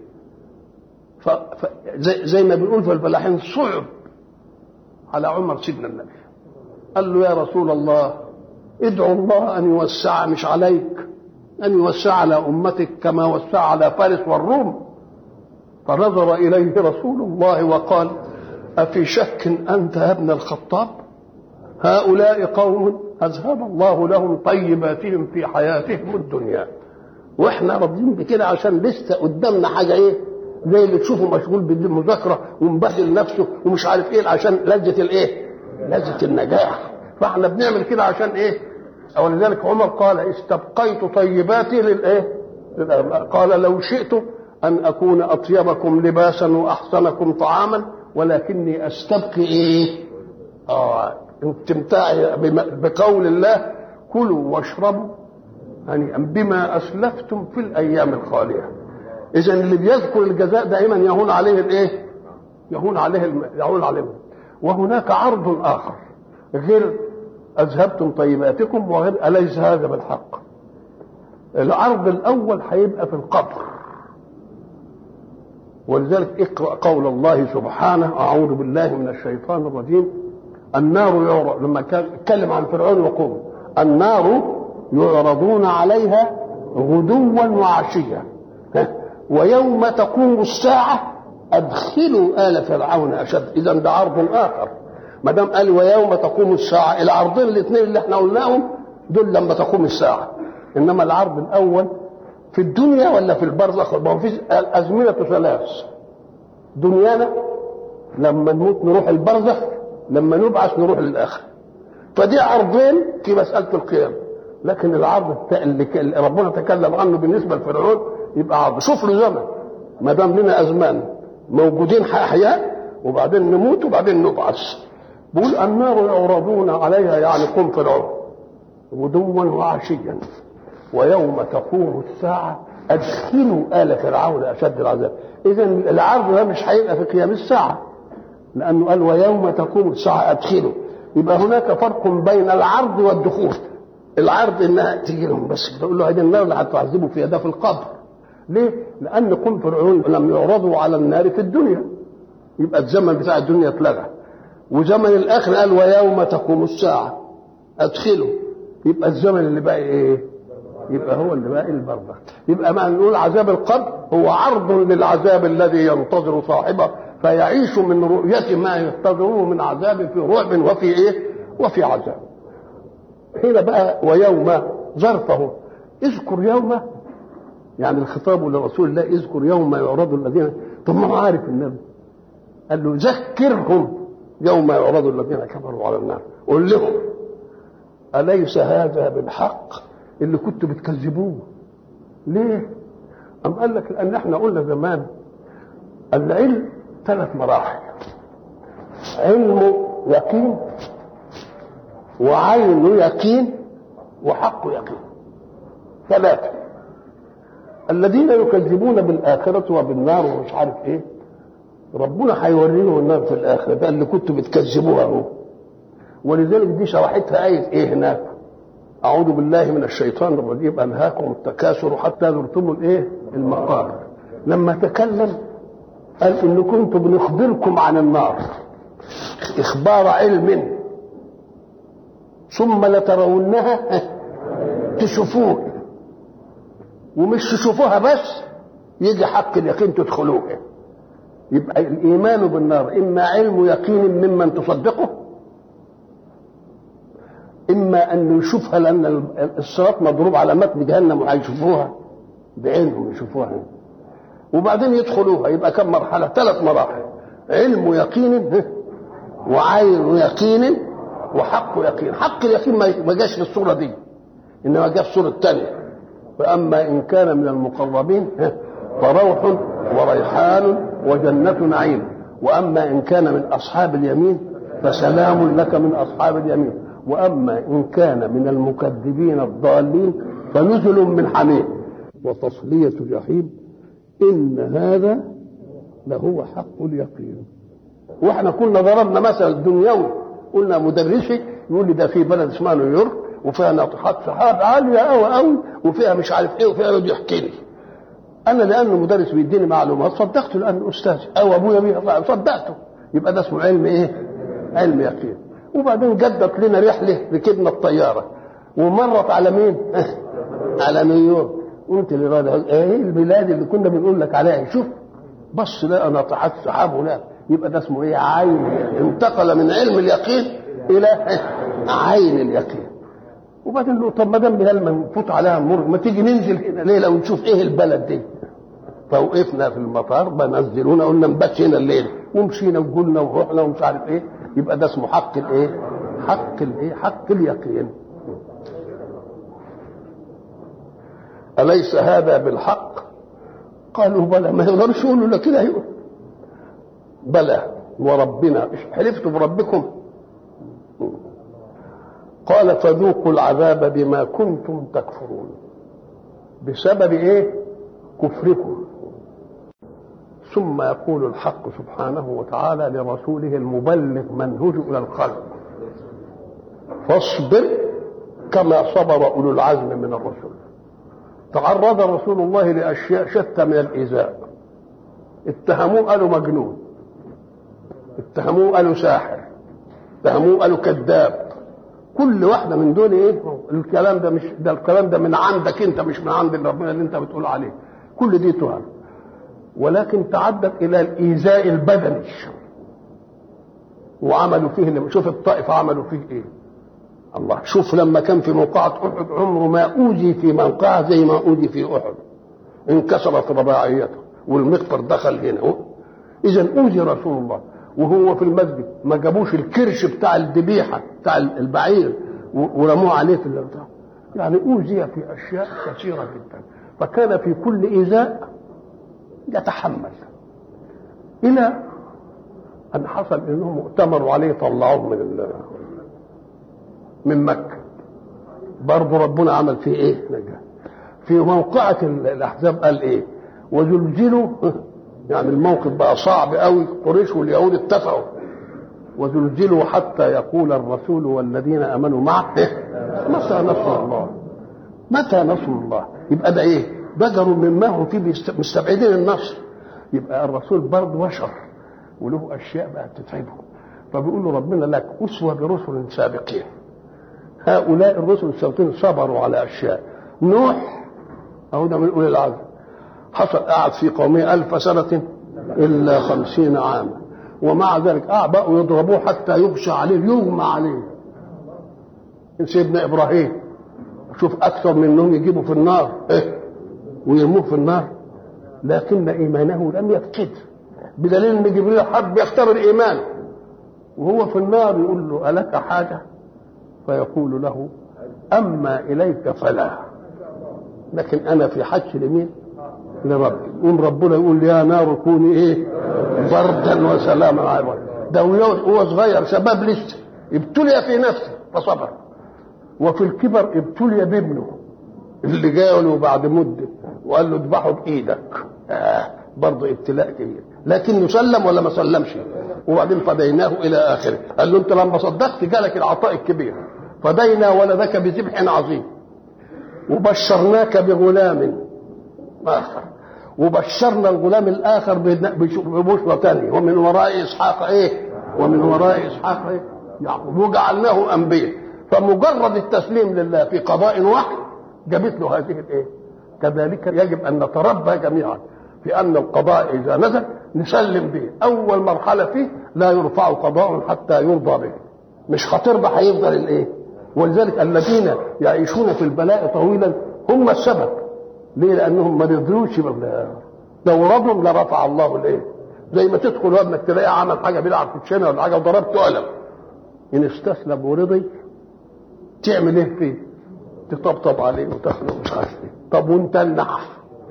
زي ما بنقول في الفلاحين صعب على عمر سيدنا النبي. قال له: يا رسول الله، ادعو الله أن يوسع، مش عليك، أن يوسع على أمتك كما وسع على فارس والروم. فنظر إليه رسول الله وقال: أفي شك أنت يا ابن الخطاب؟ هؤلاء قوم أذهب الله لهم طيباتهم في حياتهم الدنيا، واحنا راضيين بكده عشان لسه قدامنا حاجه ايه، زي اللي تشوفه مشغول بالمذاكره ومبهدل نفسه ومش عارف ايه، عشان لذه الايه، لذه النجاح. فاحنا بنعمل كده عشان ايه؟ ولذلك عمر قال: استبقيت طيباتي للايه؟ قال: لو شئت ان اكون اطيبكم لباسا واحسنكم طعاما، ولكني استبقي ايه؟ استمتاعي بقول الله: كلوا واشربوا هنيئا بما اسلفتم في الايام الخاليه. اذا اللي بيذكر الجزاء دائما يهون عليه الايه؟ يهون عليه. وهناك عرض اخر غير اذهبتم طيباتكم وغير اليس هذا بالحق. العرض الاول هيبقى في القبر، ولذلك اقرا قول الله سبحانه: اعوذ بالله من الشيطان الرجيم. النار يعرض، لما كان اتكلم عن فرعون وقومه: النار يعرضون عليها غدوا وعشيا ويوم تقوم الساعة أدخلوا آل فرعون أشد. إذا ده عرض آخر. ما دام قال ويوم تقوم الساعة، العرضين الاثنين اللي احنا قلناهم دول لما تقوم الساعة، إنما العرض الأول في الدنيا ولا في البرزخ؟ ما في الأزمنة ثلاث: دنيانا لما نموت نروح البرزخ، لما نبعث نروح للآخر. فدي عرضين في مسألة القيامة. لكن العرض اللي ربنا تكلم عنه بالنسبة لفرعون يبقى عرض. شوف له زمن، ما دام لنا أزمان موجودين أحياء وبعدين نموت وبعدين نبعث. بقول النار يعرضون عليها، يعني قوم فرعون، غدوا وعشيا ويوم تقوم الساعة أدخلوا آل فرعون أشد العذاب. إذا العرض ده مش هيبقى في قيام الساعة، لأنه قال ويوم تقوم الساعة أدخلوا. يبقى هناك فرق بين العرض والدخول. العرض انها تيجي لهم بس تقول له هذه النار اللي هتعذبوا فيها ده في القبر. ليه؟ لان قوم فرعون لم يعرضوا على النار في الدنيا، يبقى الزمن بتاع الدنيا اتلغى. وزمن الاخر قال ويوم تقوم الساعه ادخلوا، يبقى الزمن اللي باقي ايه؟ يبقى هو اللي باقي البرزخ. يبقى ما نقول عذاب القبر هو عرض للعذاب الذي ينتظر صاحبه، فيعيش من رؤيه ما ينتظره من عذاب في رعب وفي ايه؟ وفي عذاب. هنا بقى ويوم ظرفه، اذكر يوم، يعني الخطاب لرسول الله: اذكر يوم يعرض الذين. طب ما هو عارف النبي، قال له ذكرهم يوم يعرض الذين كفروا على النار، قول لهم أليس هذا بالحق اللي كنتوا بتكذبوه؟ ليه؟ أم قال لك لأن احنا قلنا زمان العلم 3 مراحل: علم يقين، وعين يقين، وحق يقين. 3. الذين يكذبون بالآخرة وبالنار ومش عارف ايه، ربنا هيوريهم النار في الآخرة، ده اللي كنتوا بتكذبوها اهو. ولذلك دي شرحتها آية ايه هناك: أعوذ بالله من الشيطان الرجيم أنهاكم التكاثر حتى زرتم الايه؟ المقابر. لما تكلم قال إن كنت بنخبركم عن النار إخبار علم ثم لترونها تشوفوه، ومش تشوفوها بس، يجي حق اليقين تدخلوها. يبقى الإيمان بالنار إما علم يقين ممن تصدقه، إما أن يشوفها لأن الصراط مضروب على متن جهنم وهيشوفوها بعينهم، يشوفوها وبعدين يدخلوها. يبقى كم مرحلة؟ 3 مراحل: علم يقين، وعين يقين، وحق يقين. حق اليقين ما جاش في الصورة دي، إنما جاء في صورة تانية: فأما إن كان من المقربين فروح وريحان وجنة نعيم، وأما إن كان من أصحاب اليمين فسلام لك من أصحاب اليمين، وأما إن كان من المكذبين الضالين فنزل من حميم وتصلية جحيم. إن هذا لهو حق اليقين. واحنا كنا ضربنا مثل دنيوي، قلنا مدرسي يقول لي ده في بلد اسمها نيويورك وفيها ناطحات سحاب عاليه قوي قوي وفيها مش عارف ايه وفيها يقعد يحكي لي. انا لانه مدرس بيديني معلومات صدقته، لانه استاذي او ابويا بيه صدقته. يبقى ده اسمه علم ايه؟ علم يقين. وبعدين جدت لنا رحله، ركبنا الطياره ومرت على مين؟ على نيويورك. قلت للراجل ايه البلاد اللي كنا بنقول لك عليها؟ شوف بص لا ناطحات سحاب هناك، يبقى ده اسمه ايه؟ عين. انتقل من علم اليقين الى عين اليقين. وبعدين له طب ما دام لما نفوت عليها النور ما تيجي ننزل هنا ليله ونشوف ايه البلد دي. فوقفنا في المطار بنزلونا قلنا نبات هنا الليله، ومشينا وقلنا ورحنا ومش عارف ايه. يبقى ده اسمه حق الايه؟ حق اليقين. أليس هذا بالحق؟ قالوا بلى. ما يقدرش يقولوا لك كده، يقول بلى وربنا. حلفتوا بربكم؟ قال فذوقوا العذاب بما كنتم تكفرون. بسبب ايه؟ كفركم. ثم يقول الحق سبحانه وتعالى لرسوله المبلغ منهج الى الخلق فاصبر كما صبر اولو العزم من الرسل. تعرض رسول الله لاشياء شتى من الايذاء. اتهموه قالوا مجنون، اتهموه قالوا ساحر، اتهموه قالوا كذاب. كل واحده من دول ايه؟ الكلام ده مش ده، الكلام ده من عندك انت مش من عند ربنا اللي انت بتقول عليه. كل دي تهم، ولكن تعدت الى الايذاء البدني. وعملوا فيه، شوف الطائف عملوا فيه ايه. الله، شوف لما كان في موقعة احد عمره ما اوذي في موقعة زي ما اوذي في احد. انكسرت رباعيته والمغفر دخل هنا. اذا اوذي رسول الله وهو في المسجد، ما جابوش الكرش بتاع الذبيحه بتاع البعير ورموه عليه في الارض. يعني اوذي في اشياء كثيره جدا. فكان في كل ايذاء يتحمل، الى ان حصل انهم ائتمروا عليه طلعوه من مكه. برضه ربنا عمل فيه ايه؟ نجاه. في موقعة الاحزاب قال ايه؟ وزلزلوا، يعني الموقف بقى صعب قوي. قريش واليهود اتفقوا وزلزلوا حتى يقول الرسول والذين امنوا معه متى نصر الله؟ متى نصر الله؟ يبقى ده ايه؟ بجروا مما هم فيه مستبعدين النصر. يبقى الرسول برضه بشر وله اشياء بقى تتعبه. فبيقول له ربنا لك اسوه برسل سابقين. هؤلاء الرسل السابقين صبروا على اشياء. نوح اهو ده من اولي العزم، حصل قعد في قومه 1000 سنة إلا 50 عاما، ومع ذلك بقوا يضربوه حتى يغشى عليه، يغمى عليه. سيدنا إبراهيم شوف أكثر منهم يجيبوا في النار ويرموه في النار، لكن إيمانه لم يفقد، بدليل أن جبريل حب يختبر إيمانه وهو في النار. يقول له ألك حاجة؟ فيقول له أما إليك فلا، لكن أنا في حج لمين؟ لربي. يقوم ربنا يقول يا نار كوني ايه؟ بردا وسلاما على ابراهيم. ده هو صغير شباب لسه، ابتلي في نفسه فصبر. وفي الكبر ابتلي بابنه اللي جاء له بعد مده وقال له اذبحه بايدك. برضه ابتلاء كبير، لكنه سلم ولا ما سلمش؟ وبعدين فديناه الى اخره. قال له انت لما صدقت جالك العطاء الكبير. فدينا ولدك بذبح عظيم وبشرناك بغلام آخر، وبشرنا الغلام الآخر ببشرى ثانية، ومن وراء إسحاق إيه؟ ومن وراء إسحاق إيه؟ يعقوب، وجعلناه أنبياء. فمجرد التسليم لله في قضاء واحد جابت له هذه الإيه؟ كذلك يجب أن نتربى جميعا في أن القضاء إذا نزل نسلم به. أول مرحلة فيه لا يرفع قضاء حتى يرضى به، مش هترضى هيفضل الإيه؟ ولذلك الذين يعيشون في البلاء طويلا هم السبب. ليه؟ لانهم ما رضيوش بالله. لو رضوا لرفع الله الايه؟ زي ما تدخل وابنك تلاقيه عمل حاجه بيلعب في الشنه ولا حاجه وضربته قلم، ان استسلم ورضي تعمل ايه فيه؟ تطبطب عليه وتخلق مش عارف ايه. طب وانت النحف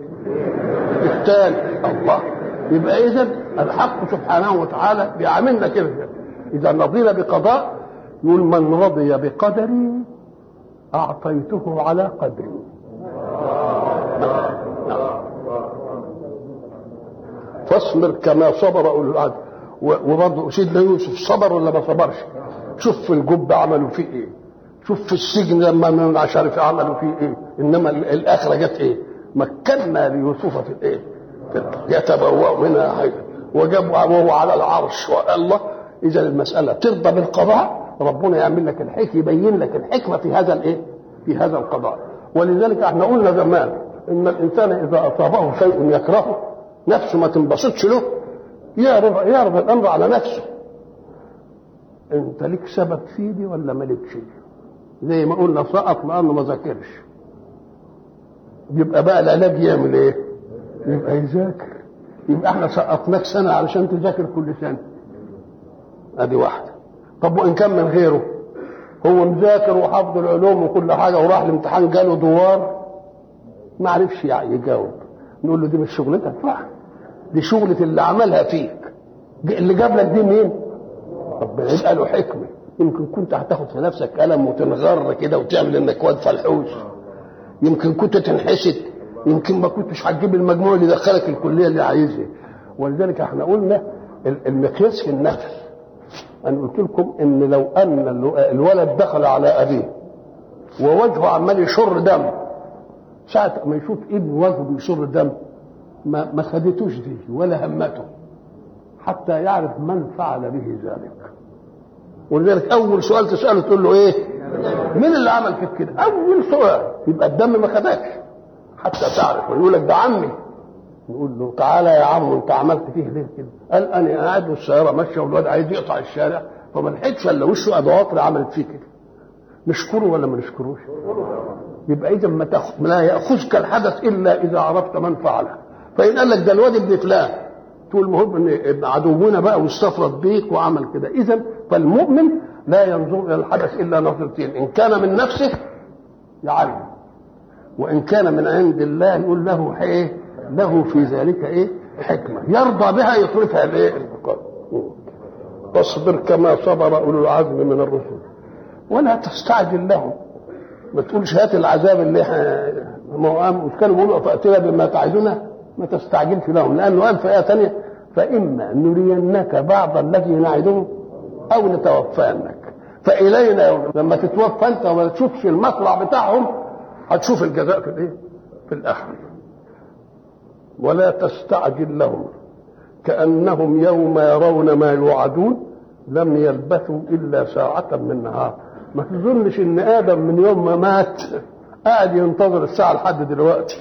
الثاني الله. يبقى اذا الحق سبحانه وتعالى بيعاملنا كده. اذا رضينا بقضاء يقول من رضي بقدري اعطيته على قدري. فاصبر كما صبر اولو العزم. وبرضه سيدنا يوسف صبر ولا ما صبرش؟ شوف في الجب عملوا فيه ايه، شوف في السجن لما مش عارف عملوا فيه ايه. انما الاخره جت ايه؟ مكنا ليوسف في الايه؟ يتبوأ منها حيث وجابوا وهو على العرش. والله اذا المساله ترضى بالقضاء ربنا يعمل لك الحكمة، يبين لك الحكمة في هذا الايه؟ في هذا القضاء. ولذلك احنا قلنا زمان ان الانسان اذا اصابه شيء يكرهه نفسه ما تنبسطش له، يعرض الامر على نفسه. انت ليك سبب في دي ولا مالكش؟ زي ما قلنا سقط لانه ما ذاكرش، يبقى بقى العلاج يعمل ايه؟ يبقى يذاكر. يبقى احنا سقطناك سنه علشان تذاكر كل سنه، ادي واحده. طب وان كان من غيره هو مذاكر وحافظ العلوم وكل حاجه وراح الامتحان جاله دوار ما عرفش يجاوب، نقول له دي مش شغلتك بقى، دي شغله اللي عملها فيك. اللي جاب لك دي مين؟ ربنا. يبقى له حكمه. يمكن كنت هتاخد في نفسك قلم وتنغر كده وتعمل انك واد فلحوش، يمكن كنت تنحسد، يمكن ما كنتش هتجيب المجموع اللي دخلك الكليه اللي عايزها. ولذلك احنا قلنا المقياس في النفس. انا قلت لكم ان لو ان الولد دخل على ابيه ووجهه عمال يشر دم، ساعه ما يشوف ابن وجهه بيشر دم ما خدتوش دي ولا همته حتى يعرف من فعل به ذلك. ولذلك اول سؤال تساله تقول له ايه؟ مين اللي عمل فيك كده؟ اول سؤال. يبقى الدم ما خدكش حتى تعرف. ويقول لك ده عمي، نقول له تعالى يا عم انت عملت فيه ليه كده؟ قال انا قاعد والسياره ماشيه والواد عايز يقطع الشارع فما لحقتش الا وشه ادواطر عملت فيه كده. نشكره ولا ما نشكروش؟ يبقى اذا لا ياخذك الحدث الا اذا عرفت من فعله. فان قال لك ده الواد ابن فلان تقول مهم ان عدونا بقى واستفرد بيك وعمل كده. اذا فالمؤمن لا ينظر الى الحدث الا نظرتين، ان كان من نفسه يعلم، وان كان من عند الله يقول له ايه؟ له في ذلك ايه؟ حكمه يرضى بها يصرفها لايه؟ واصبر كما صبر اولو العزم من الرسل ولا تستعجل لهم. ما تقولش هات العذاب اللي مش كانوا بيقولوا فاتنا بما تعدنا، ما تستعجلش لهم، لانه قال في ايه ثانيه فاما نرينك بعض الذي نعدهم او نتوفانك فالينا. لما تتوفى انت وما تشوفش المطلع بتاعهم هتشوف الجزاء في الايه؟ في الاخره. ولا تستعجل لهم كانهم يوم يرون ما يوعدون لم يلبثوا الا ساعه من نهار. ما تظنش ان ادم من يوم ما مات قاعد ينتظر الساعه لحد دلوقتي.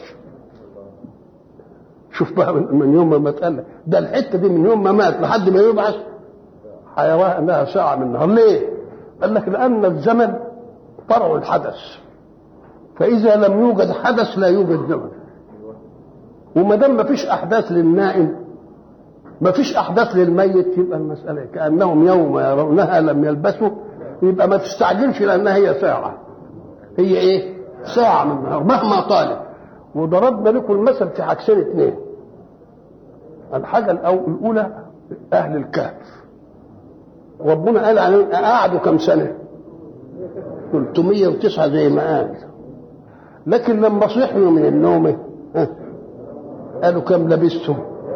شوف بقى من يوم ما مات، قال ده الحته دي من يوم ما مات لحد ما يبعث حيوان انها ساعه من النهار. ليه؟ قال لك لان الزمن فرع الحدث، فاذا لم يوجد حدث لا يوجد زمن. وما دام ما فيش احداث للنائم ما فيش احداث للميت يبقى المساله كانهم يوم يرونها لم يلبثوا. يبقى ما تستعجلش لانها هي ساعه، هي ايه؟ ساعه من النهار مهما طالت. وضربنا لكم المثل في حاجتين اثنين. الحاجه الاولى اهل الكهف، ربنا قال عنهم قعدوا كم سنه؟ 309 زي ما قال. لكن لما صحوا من النوم قالوا كم لبستم؟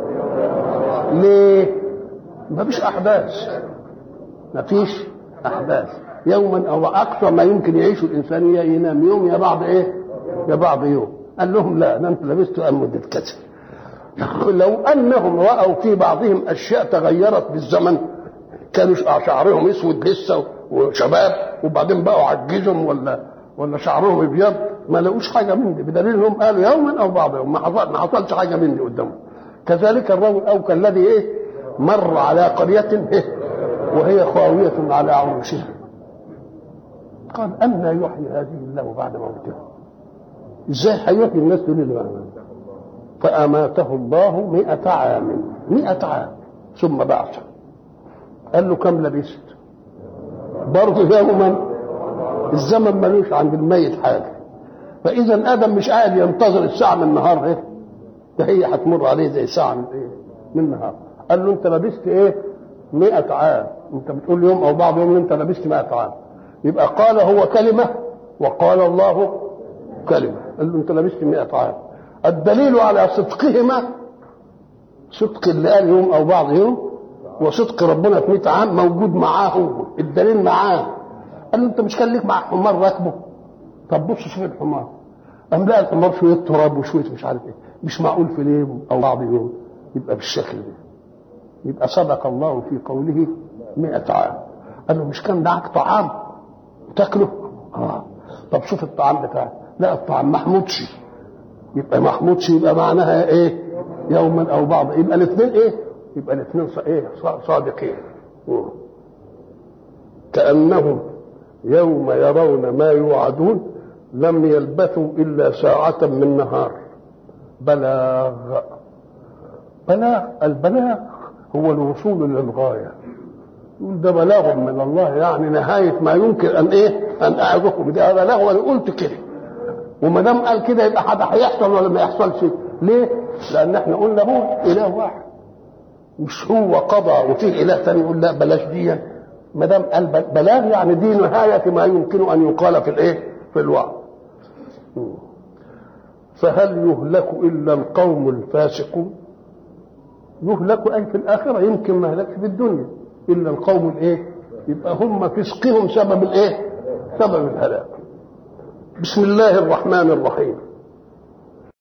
ليه؟ ما فيش احداث، ما فيش احداث. يوما او اكثر ما يمكن يعيش الانسان ينام يوم يا بعض ايه؟ يا بعض يوم. قال لهم لا ده انتم لبستوا مده كذا. لو انهم راوا في بعضهم اشياء تغيرت بالزمن، كانوا شعرهم اسود لسه وشباب وبعدين بقوا عجزهم ولا شعرهم ابيض، ما لقوش حاجه من دي، بدليل انهم قالوا يوما او بعض يوم ما حصلش حاجه من دي قدامهم. كذلك الرجل او كالذي ايه؟ مر على قريه وهي خاويه على عروشها قال أنى يحيي هذه الله بعد موتها. ازاي هيحيي الناس دول اللي بعدها؟ فأماته الله 100 عام 100 عام ثم بعثه. قال له كم لبست؟ برضه يوما. الزمن ملوش عند الميت حاجه. فاذا ادم مش قاعد ينتظر الساعه من النهار ايه؟ ده هي هتمر عليه زي ساعه من ايه؟ من النهار. قال له انت لبست ايه؟ 100 عام. انت بتقول يوم او بعض يوم انت لبست 100 عام. يبقى قال هو كلمه وقال الله كلمه. قال له انت لبست 100 عام. الدليل على صدقهما صدق اللي قال يوم او بعض يوم، وصدق ربنا في 100 عام موجود معاه. هو الدليل معاه. قال له انت مش كان ليك مع حمار راكبه؟ طب بص شوف الحمار، قام لقى الحمار شويه تراب وشويه مش عارف ايه. مش معقول في اليوم او بعض يوم يبقى بالشكل ده. يبقى صدق الله في قوله 100 عام. قال له مش كان معاك طعام تاكله؟ طب شوف الطعام بتاعك، لا الطعام محمودش، يبقى محمودش يبقى معناها ايه؟ يوما او بعض، يبقى الاثنين ايه؟ يبقى الاثنين صادقين. كأنهم يوم يرون ما يوعدون لم يلبثوا إلا ساعة من نهار. بلاغ. البلاغ هو الوصول للغاية. ده بلاغ من الله، يعني نهاية ما يمكن أن أن أعظكم ده بلاغ، وأنا قلت كده، وما دام قال كده يبقى حاجة هيحصل ولا ما يحصلش؟ ليه؟ لأن احنا قلنا هو إله واحد، مش هو قضى وفيه إله ثاني يقول لا بلاش دي. ما دام قال بلاغ يعني دي نهاية ما يمكن أن يقال في الوعد. فهل يهلك إلا القوم الفاسقون؟ يهلك أي في الآخرة، يمكن ما هلكش في الدنيا إلا القوم يبقى هم فسقهم سبب سبب الهلاك. بسم الله الرحمن الرحيم.